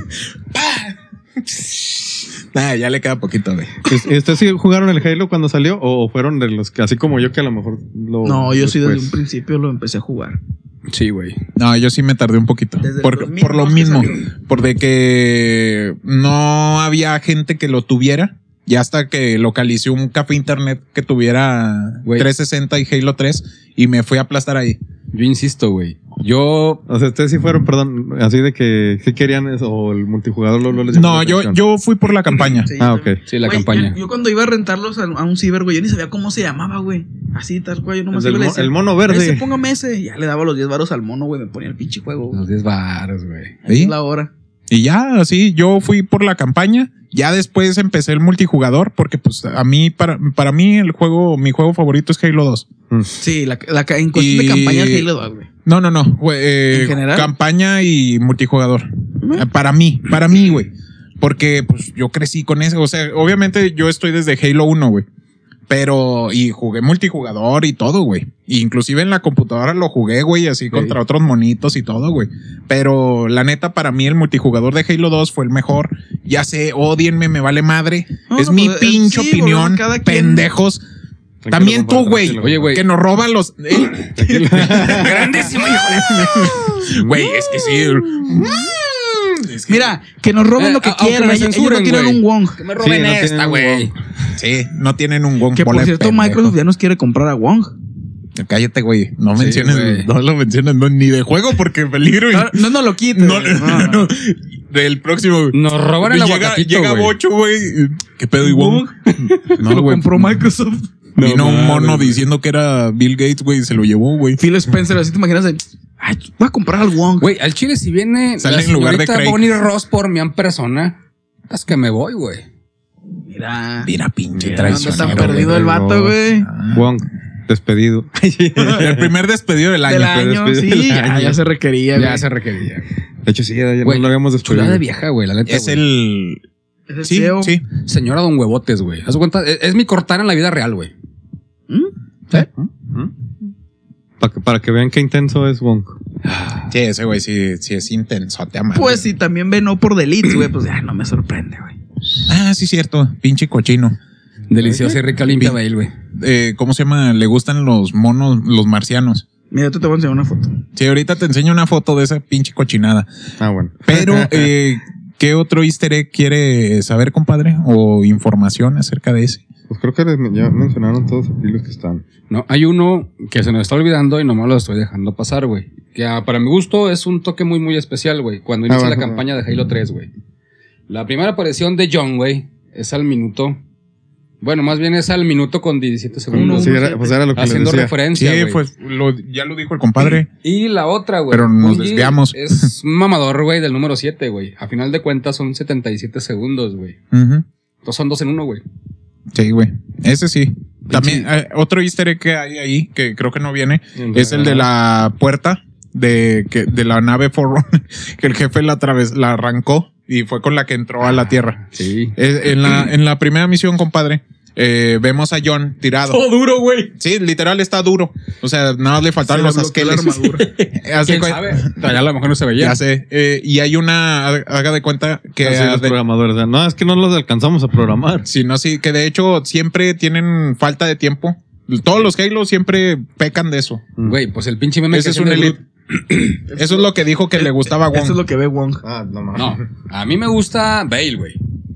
[SPEAKER 5] Nah, ya le queda poquito, güey.
[SPEAKER 3] ¿Y ¿Ustedes sí jugaron el Halo cuando salió? ¿O fueron de los que, así como yo, que a lo mejor lo.
[SPEAKER 2] No, yo sí desde
[SPEAKER 3] después?
[SPEAKER 2] un principio lo empecé a jugar.
[SPEAKER 4] Sí, güey.
[SPEAKER 5] No, yo sí me tardé un poquito.
[SPEAKER 2] Desde el
[SPEAKER 5] Por,
[SPEAKER 2] dos mil
[SPEAKER 5] por lo
[SPEAKER 2] dos que
[SPEAKER 5] mismo.
[SPEAKER 2] salió.
[SPEAKER 5] Por de que no había gente que lo tuviera. Y hasta que localicé un café internet que tuviera
[SPEAKER 4] Güey.
[SPEAKER 5] trescientos sesenta y Halo tres. Y me fui a aplastar ahí.
[SPEAKER 4] Yo insisto, güey. Yo.
[SPEAKER 3] O sea, ustedes sí fueron, perdón, así de que sí querían eso, o el multijugador lo, lo les llamó
[SPEAKER 5] No,
[SPEAKER 3] la
[SPEAKER 5] yo,
[SPEAKER 3] atención.
[SPEAKER 5] yo fui por la campaña.
[SPEAKER 2] Sí,
[SPEAKER 3] Ah,
[SPEAKER 2] yo también.
[SPEAKER 3] ok.
[SPEAKER 4] Sí, la
[SPEAKER 2] Güey,
[SPEAKER 4] campaña.
[SPEAKER 2] Yo, yo cuando iba a rentarlos a, a un ciber, güey, yo ni sabía cómo se llamaba, güey. Así, tal cual, yo nomás
[SPEAKER 3] El
[SPEAKER 2] iba y
[SPEAKER 3] del
[SPEAKER 2] le
[SPEAKER 3] mo-
[SPEAKER 2] decía,
[SPEAKER 3] el mono verde.
[SPEAKER 2] Ese, póngame ese. Y ya le daba los diez varos al mono, güey. Me ponía el pinche juego. güey.
[SPEAKER 4] Los diez baros, güey.
[SPEAKER 2] Ahí
[SPEAKER 5] ¿Sí?
[SPEAKER 2] es la hora.
[SPEAKER 5] Y ya, así, yo fui por la campaña. Ya después empecé el multijugador. Porque, pues, a mí, para, para mí, el juego, mi juego favorito es Halo dos.
[SPEAKER 2] Sí, la, la, en cuestión
[SPEAKER 5] Y-
[SPEAKER 2] de campaña de Halo dos, güey.
[SPEAKER 5] No, no, no. güey, eh,
[SPEAKER 2] ¿En general?
[SPEAKER 5] Campaña y multijugador. Eh, Para mí, para mí, güey. Porque, pues, yo crecí con eso. O sea, obviamente yo estoy desde Halo uno, güey. Pero, y jugué multijugador y todo, güey. Inclusive en la computadora lo jugué, güey, así
[SPEAKER 4] Sí.
[SPEAKER 5] contra otros monitos y todo, güey. Pero la neta, para mí el multijugador de Halo dos fue el mejor. Ya sé, odienme, me vale madre.
[SPEAKER 2] No,
[SPEAKER 5] es
[SPEAKER 2] no,
[SPEAKER 5] mi
[SPEAKER 2] pues,
[SPEAKER 5] pinche
[SPEAKER 2] sí,
[SPEAKER 5] opinión,
[SPEAKER 2] boludo, cada quien-
[SPEAKER 5] pendejos.
[SPEAKER 3] Tranquilo,
[SPEAKER 5] También tú,
[SPEAKER 3] compadre,
[SPEAKER 5] güey.
[SPEAKER 3] tranquilo.
[SPEAKER 4] Oye, güey.
[SPEAKER 5] Que nos roban los... ¿eh? Grandísimo, hijo. Güey, es que sí. Es que-
[SPEAKER 2] Mira, que nos roben
[SPEAKER 4] Eh,
[SPEAKER 2] lo que
[SPEAKER 4] a- aunque
[SPEAKER 2] quieran.
[SPEAKER 4] me
[SPEAKER 2] Ellos, ellos
[SPEAKER 4] censuren,
[SPEAKER 2] no tienen
[SPEAKER 4] güey.
[SPEAKER 2] un Wong.
[SPEAKER 4] Que me roben
[SPEAKER 3] Sí, no
[SPEAKER 4] esta,
[SPEAKER 3] tienen un
[SPEAKER 4] güey.
[SPEAKER 5] Sí, no tienen un Wong.
[SPEAKER 2] Que por
[SPEAKER 5] bola de
[SPEAKER 2] cierto,
[SPEAKER 5] pendejos.
[SPEAKER 2] Microsoft ya nos quiere comprar a Wong.
[SPEAKER 5] Cállate, güey. No
[SPEAKER 4] Sí,
[SPEAKER 5] menciones,
[SPEAKER 4] güey.
[SPEAKER 5] no lo menciones no, ni de juego porque peligro. y-
[SPEAKER 2] No, no, no lo quites.
[SPEAKER 5] no,
[SPEAKER 2] güey.
[SPEAKER 5] no, no. Del próximo.
[SPEAKER 4] Nos roban el
[SPEAKER 5] llega,
[SPEAKER 4] aguacatito,
[SPEAKER 5] llega
[SPEAKER 4] güey.
[SPEAKER 5] Bocho, güey. ¿Qué pedo, y Wong? No,
[SPEAKER 2] lo
[SPEAKER 5] güey.
[SPEAKER 2] compró Microsoft.
[SPEAKER 5] Vino
[SPEAKER 4] No
[SPEAKER 5] un mono
[SPEAKER 4] mames, güey.
[SPEAKER 5] diciendo que era Bill Gates, güey, y se lo llevó, güey.
[SPEAKER 2] Phil Spencer, así te imaginas. de, Ay, voy a comprar al Wong.
[SPEAKER 4] Güey, al chile, si viene
[SPEAKER 5] Sale
[SPEAKER 4] la
[SPEAKER 5] en lugar de
[SPEAKER 4] señorita
[SPEAKER 5] Craig.
[SPEAKER 4] Bonnie Ross por mi en persona, es que me voy, güey.
[SPEAKER 2] Mira.
[SPEAKER 5] Mira, pinche
[SPEAKER 2] Mira, anda tan
[SPEAKER 5] traicionero.
[SPEAKER 2] perdido el vato, güey.
[SPEAKER 3] Wong, despedido.
[SPEAKER 5] El primer despedido del año.
[SPEAKER 2] Del año,
[SPEAKER 3] despedido
[SPEAKER 2] sí,
[SPEAKER 3] del
[SPEAKER 2] ya,
[SPEAKER 3] año.
[SPEAKER 2] ya se requería,
[SPEAKER 4] Ya
[SPEAKER 2] güey.
[SPEAKER 4] se requería.
[SPEAKER 3] De hecho, sí, ya, ya
[SPEAKER 4] Güey,
[SPEAKER 3] no lo habíamos despedido.
[SPEAKER 4] Chulada de vieja, güey, la neta.
[SPEAKER 5] Es
[SPEAKER 4] güey.
[SPEAKER 5] el.
[SPEAKER 2] Es el
[SPEAKER 5] Sí,
[SPEAKER 2] C E O.
[SPEAKER 5] sí.
[SPEAKER 4] Señora Don Huevotes, güey. Haz cuenta, es, es mi Cortana en la vida real, güey.
[SPEAKER 2] ¿Mm?
[SPEAKER 3] Para que, para que vean qué intenso es Wong.
[SPEAKER 5] Sí, ese güey sí, sí es intenso, te ama.
[SPEAKER 2] Pues si también ve no por delitos, güey, pues ya no me sorprende, güey.
[SPEAKER 5] Ah, sí, cierto. Pinche cochino.
[SPEAKER 4] Deliciosa y rica limpia Bale, güey.
[SPEAKER 5] Eh, ¿Cómo se llama? Le gustan los monos, los marcianos.
[SPEAKER 2] Mira, tú te voy a enseñar una foto.
[SPEAKER 5] Sí, ahorita te enseño una foto de esa pinche cochinada.
[SPEAKER 3] Ah, bueno.
[SPEAKER 5] Pero, eh, ¿qué otro easter egg quiere saber, compadre? ¿O información acerca de ese?
[SPEAKER 3] Pues creo que les- ya mencionaron todos aquí los que están.
[SPEAKER 4] No, hay uno que se nos está olvidando y nomás lo estoy dejando pasar, güey. Que ah, para mi gusto es un toque muy, muy especial, güey. Cuando inicia
[SPEAKER 3] Ah,
[SPEAKER 4] la
[SPEAKER 3] bueno,
[SPEAKER 4] campaña de Halo tres, güey. La primera aparición de John, güey, es al minuto Bueno, más bien es al minuto con diecisiete segundos.
[SPEAKER 3] Sí, era, pues era lo que les
[SPEAKER 4] Haciendo
[SPEAKER 3] decía.
[SPEAKER 4] referencia,
[SPEAKER 5] Sí,
[SPEAKER 4] güey.
[SPEAKER 5] pues lo- ya lo dijo el compadre.
[SPEAKER 4] Y la otra, güey.
[SPEAKER 5] Pero nos
[SPEAKER 4] Bungie
[SPEAKER 5] desviamos.
[SPEAKER 4] Es un mamador, güey, del número siete, güey. A final de cuentas son setenta y siete segundos, güey.
[SPEAKER 5] Ujú.
[SPEAKER 4] Entonces son dos en uno, güey.
[SPEAKER 5] Sí, güey. Ese sí. También eh, otro easter egg que hay ahí, que creo que no viene, es el de la puerta de, que, de la nave Forerunner, que el jefe la, atraves, la arrancó y fue con la que entró a la Tierra.
[SPEAKER 4] Sí.
[SPEAKER 5] Es- en, la, en la primera misión, compadre, eh, vemos a John tirado.
[SPEAKER 4] Todo duro, güey.
[SPEAKER 5] Sí, literal está duro. O sea, nada más le faltaron los
[SPEAKER 2] Se le bloqueó la
[SPEAKER 5] asqueles.
[SPEAKER 2] armadura.
[SPEAKER 5] Hace
[SPEAKER 4] ¿Quién
[SPEAKER 5] cuen-
[SPEAKER 4] sabe? Allá a lo mejor no se veía.
[SPEAKER 5] Ya sé. Eh, y hay una, haga de cuenta que...
[SPEAKER 3] Así los
[SPEAKER 5] de-
[SPEAKER 3] programadores. O sea, no, es que no los alcanzamos a programar.
[SPEAKER 5] Sí, no, sí, que de hecho siempre tienen falta de tiempo. Todos los Halo siempre pecan de eso.
[SPEAKER 4] Güey, pues el pinche meme
[SPEAKER 5] Ese
[SPEAKER 4] que
[SPEAKER 5] es un
[SPEAKER 4] hacen de
[SPEAKER 5] elite.
[SPEAKER 4] Groot.
[SPEAKER 5] Eso es lo que dijo que le gustaba a Wong.
[SPEAKER 2] Eso es lo que ve Wong.
[SPEAKER 3] Ah, no mames.
[SPEAKER 4] No, a mí me gusta Bale, güey.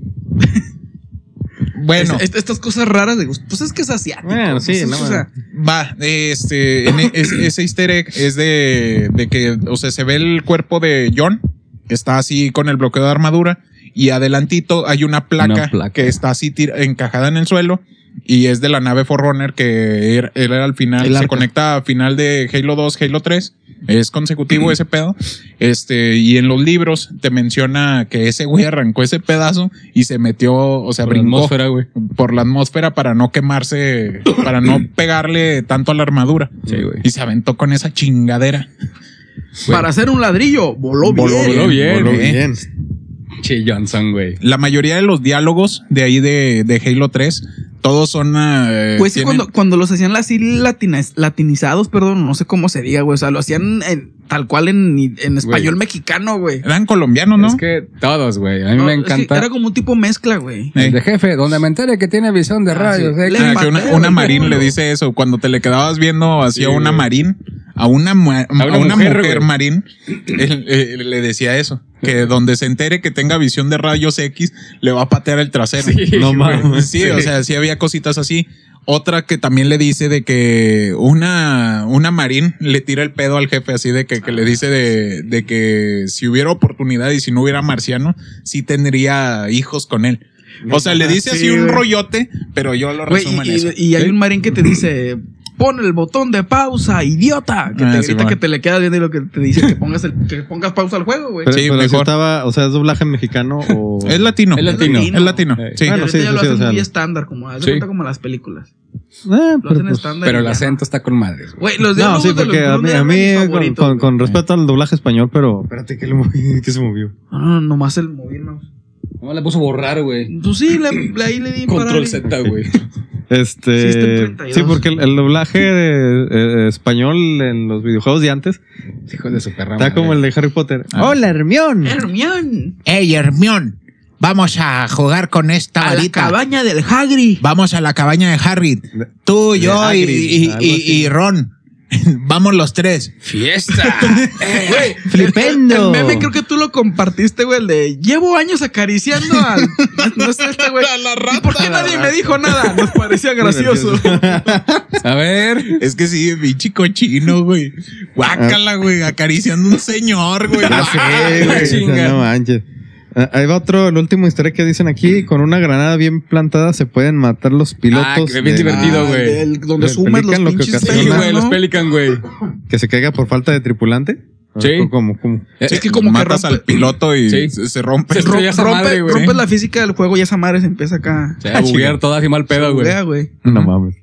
[SPEAKER 5] Bueno,
[SPEAKER 2] Es- es- estas cosas raras de gusto. Pues es que es asiático.
[SPEAKER 3] Bueno, sí,
[SPEAKER 2] pues,
[SPEAKER 3] no,
[SPEAKER 2] o sea,
[SPEAKER 5] va, este, en e- es- ese easter egg es de, de que, o sea, se ve el cuerpo de John, está así con el bloqueo de armadura, y adelantito hay una placa,
[SPEAKER 4] Una placa.
[SPEAKER 5] que está así tira- encajada en el suelo, y es de la nave Forerunner que era, era al final,
[SPEAKER 2] El
[SPEAKER 5] se
[SPEAKER 2] arca.
[SPEAKER 5] conecta a final de Halo dos, Halo tres, es consecutivo ese pedo, este, y en los libros te menciona que ese güey arrancó ese pedazo y se metió, o sea,
[SPEAKER 4] Por la
[SPEAKER 5] brincó
[SPEAKER 4] atmósfera, güey.
[SPEAKER 5] por la atmósfera para no quemarse, para no pegarle tanto a la armadura.
[SPEAKER 4] Sí, güey.
[SPEAKER 5] Y se aventó con esa chingadera.
[SPEAKER 2] para hacer un ladrillo, voló bien.
[SPEAKER 5] Voló
[SPEAKER 4] Voló bien,
[SPEAKER 3] Voló
[SPEAKER 5] ¿eh?
[SPEAKER 3] bien.
[SPEAKER 4] Che Johnson, güey.
[SPEAKER 5] La mayoría de los diálogos de ahí de, de Halo tres, todos son... eh,
[SPEAKER 2] Pues sí,
[SPEAKER 5] tienen-
[SPEAKER 2] cuando, cuando los hacían así latinas- latinizados, perdón, no sé cómo se diga, güey. O sea, lo hacían en- tal cual en, en español
[SPEAKER 4] Güey.
[SPEAKER 2] mexicano, güey.
[SPEAKER 5] Eran colombianos, ¿no?
[SPEAKER 4] Es que todos, güey. A mí
[SPEAKER 2] No,
[SPEAKER 4] me
[SPEAKER 2] es que
[SPEAKER 4] encanta.
[SPEAKER 2] era como un tipo mezcla, güey.
[SPEAKER 5] Eh.
[SPEAKER 4] El de jefe, donde me entere que tiene visión de
[SPEAKER 2] Ah,
[SPEAKER 4] rayos.
[SPEAKER 2] sí.
[SPEAKER 4] eh,
[SPEAKER 2] Le
[SPEAKER 5] Ah, que una,
[SPEAKER 2] empateo,
[SPEAKER 5] una
[SPEAKER 2] el
[SPEAKER 5] marín
[SPEAKER 2] culo.
[SPEAKER 5] le dice eso. Cuando te le quedabas viendo hacia
[SPEAKER 4] Sí,
[SPEAKER 5] una
[SPEAKER 4] güey.
[SPEAKER 5] marín, a una, ma- a
[SPEAKER 4] una
[SPEAKER 5] una
[SPEAKER 4] mujer,
[SPEAKER 5] mujer,
[SPEAKER 4] güey.
[SPEAKER 5] marín, él, eh, le decía eso. Que donde se entere que tenga visión de rayos X, le va a patear el trasero.
[SPEAKER 4] Sí,
[SPEAKER 3] No
[SPEAKER 4] güey.
[SPEAKER 3] mames.
[SPEAKER 5] Sí, o sea, sí había cositas así. Otra que también le dice de que una, una marín le tira el pedo al jefe, así de que, que le dice de, de que si hubiera oportunidad y si no hubiera marciano, sí tendría hijos con él. O sea, le dice
[SPEAKER 2] Sí,
[SPEAKER 5] así un
[SPEAKER 2] güey.
[SPEAKER 5] rollote, pero yo lo
[SPEAKER 2] Güey,
[SPEAKER 5] resumo en
[SPEAKER 2] y,
[SPEAKER 5] eso.
[SPEAKER 2] y- y hay un marín que te dice, pon el botón de pausa, idiota. Que
[SPEAKER 5] Ah,
[SPEAKER 2] te
[SPEAKER 5] sí,
[SPEAKER 2] grita
[SPEAKER 5] man.
[SPEAKER 2] que te le quedas viendo y lo que te dice que pongas, el, que pongas pausa al juego, güey.
[SPEAKER 3] Pero,
[SPEAKER 5] Sí,
[SPEAKER 3] pero si
[SPEAKER 5] mejor.
[SPEAKER 3] estaba, o sea, es doblaje mexicano o.
[SPEAKER 5] Es latino.
[SPEAKER 4] Es latino.
[SPEAKER 5] Es latino.
[SPEAKER 4] Eh,
[SPEAKER 5] Sí.
[SPEAKER 2] Y
[SPEAKER 3] bueno,
[SPEAKER 2] ahorita
[SPEAKER 3] sí,
[SPEAKER 2] ya
[SPEAKER 3] sí,
[SPEAKER 2] lo
[SPEAKER 3] sí,
[SPEAKER 2] hacen
[SPEAKER 3] o sea,
[SPEAKER 2] muy
[SPEAKER 3] lo-
[SPEAKER 2] estándar, como, haz de
[SPEAKER 4] Sí.
[SPEAKER 2] cuenta como las películas.
[SPEAKER 3] Eh,
[SPEAKER 2] Lo
[SPEAKER 3] pero,
[SPEAKER 2] hacen
[SPEAKER 3] pues,
[SPEAKER 2] estándar.
[SPEAKER 4] Pero
[SPEAKER 2] y
[SPEAKER 4] el
[SPEAKER 2] ya,
[SPEAKER 4] acento está con madres, güey.
[SPEAKER 2] Güey, los
[SPEAKER 3] no,
[SPEAKER 2] diálogos
[SPEAKER 3] sí,
[SPEAKER 2] de los
[SPEAKER 3] porque a
[SPEAKER 2] Groot
[SPEAKER 3] mí,
[SPEAKER 2] eran
[SPEAKER 3] a mí
[SPEAKER 2] mis
[SPEAKER 3] con,
[SPEAKER 2] favoritos,
[SPEAKER 3] con,
[SPEAKER 2] güey.
[SPEAKER 3] con respeto al doblaje español, pero espérate que le moví, que se movió.
[SPEAKER 2] No, no, nomás el movernos.
[SPEAKER 4] No le puso borrar, güey.
[SPEAKER 2] Pues sí, le, le- ahí le di parar
[SPEAKER 4] Control
[SPEAKER 2] y-
[SPEAKER 4] Z, güey.
[SPEAKER 3] Este,
[SPEAKER 2] Sí, está en treinta y dos.
[SPEAKER 3] sí, porque el, el doblaje de, eh, español en los videojuegos de antes
[SPEAKER 4] Hijo de su perra.
[SPEAKER 3] está
[SPEAKER 4] madre.
[SPEAKER 3] como el de Harry Potter.
[SPEAKER 5] Ah.
[SPEAKER 3] Hola, Hermión.
[SPEAKER 2] Hermión,
[SPEAKER 5] Ey, Hermión, vamos a jugar con esta
[SPEAKER 2] a la
[SPEAKER 5] varita.
[SPEAKER 2] cabaña del Hagrid.
[SPEAKER 5] Vamos a la cabaña de Harry. Tú,
[SPEAKER 3] De
[SPEAKER 5] yo y,
[SPEAKER 3] Hagrid,
[SPEAKER 5] y-
[SPEAKER 3] algo
[SPEAKER 5] y-
[SPEAKER 3] así.
[SPEAKER 5] y Ron. Vamos los tres.
[SPEAKER 4] ¡Fiesta!
[SPEAKER 2] Güey,
[SPEAKER 3] Flipendo.
[SPEAKER 2] El, el meme creo que tú lo compartiste, güey, el de llevo años acariciando al... No sé, este güey.
[SPEAKER 5] A la rata.
[SPEAKER 2] ¿Y por qué nadie me dijo nada? Nos parecía gracioso.
[SPEAKER 4] A ver.
[SPEAKER 5] Es que sí, pinche cochino, güey. Guácala, güey. Acariciando un señor, güey.
[SPEAKER 3] Ya sé, güey, o sea,
[SPEAKER 5] Chinga.
[SPEAKER 3] no manches. Ah, ahí va otro, el último historia que dicen aquí, con una granada bien plantada se pueden matar los pilotos.
[SPEAKER 4] Ah, que bien
[SPEAKER 3] de-
[SPEAKER 4] divertido, güey.
[SPEAKER 2] del- donde
[SPEAKER 3] Del
[SPEAKER 2] sumas los
[SPEAKER 3] Pelican, lo que
[SPEAKER 2] pinches
[SPEAKER 3] ocasiona-
[SPEAKER 4] Sí,
[SPEAKER 2] pelos,
[SPEAKER 4] güey,
[SPEAKER 2] ¿no?
[SPEAKER 4] los Pelican, güey.
[SPEAKER 3] que se caiga por falta de tripulante.
[SPEAKER 4] Sí.
[SPEAKER 3] O como, como.
[SPEAKER 2] Es que como que
[SPEAKER 5] matas
[SPEAKER 2] rompe-
[SPEAKER 5] al piloto y
[SPEAKER 4] Sí.
[SPEAKER 5] se, se rompe.
[SPEAKER 4] Se
[SPEAKER 2] Rom-
[SPEAKER 4] estrella esa
[SPEAKER 2] rompe,
[SPEAKER 4] madre, güey.
[SPEAKER 2] rompes la física del juego y esa madre se empieza acá.
[SPEAKER 4] Se va a buguear todo así mal pedo, güey.
[SPEAKER 2] Buguea, güey.
[SPEAKER 3] No
[SPEAKER 5] Ujú.
[SPEAKER 3] mames.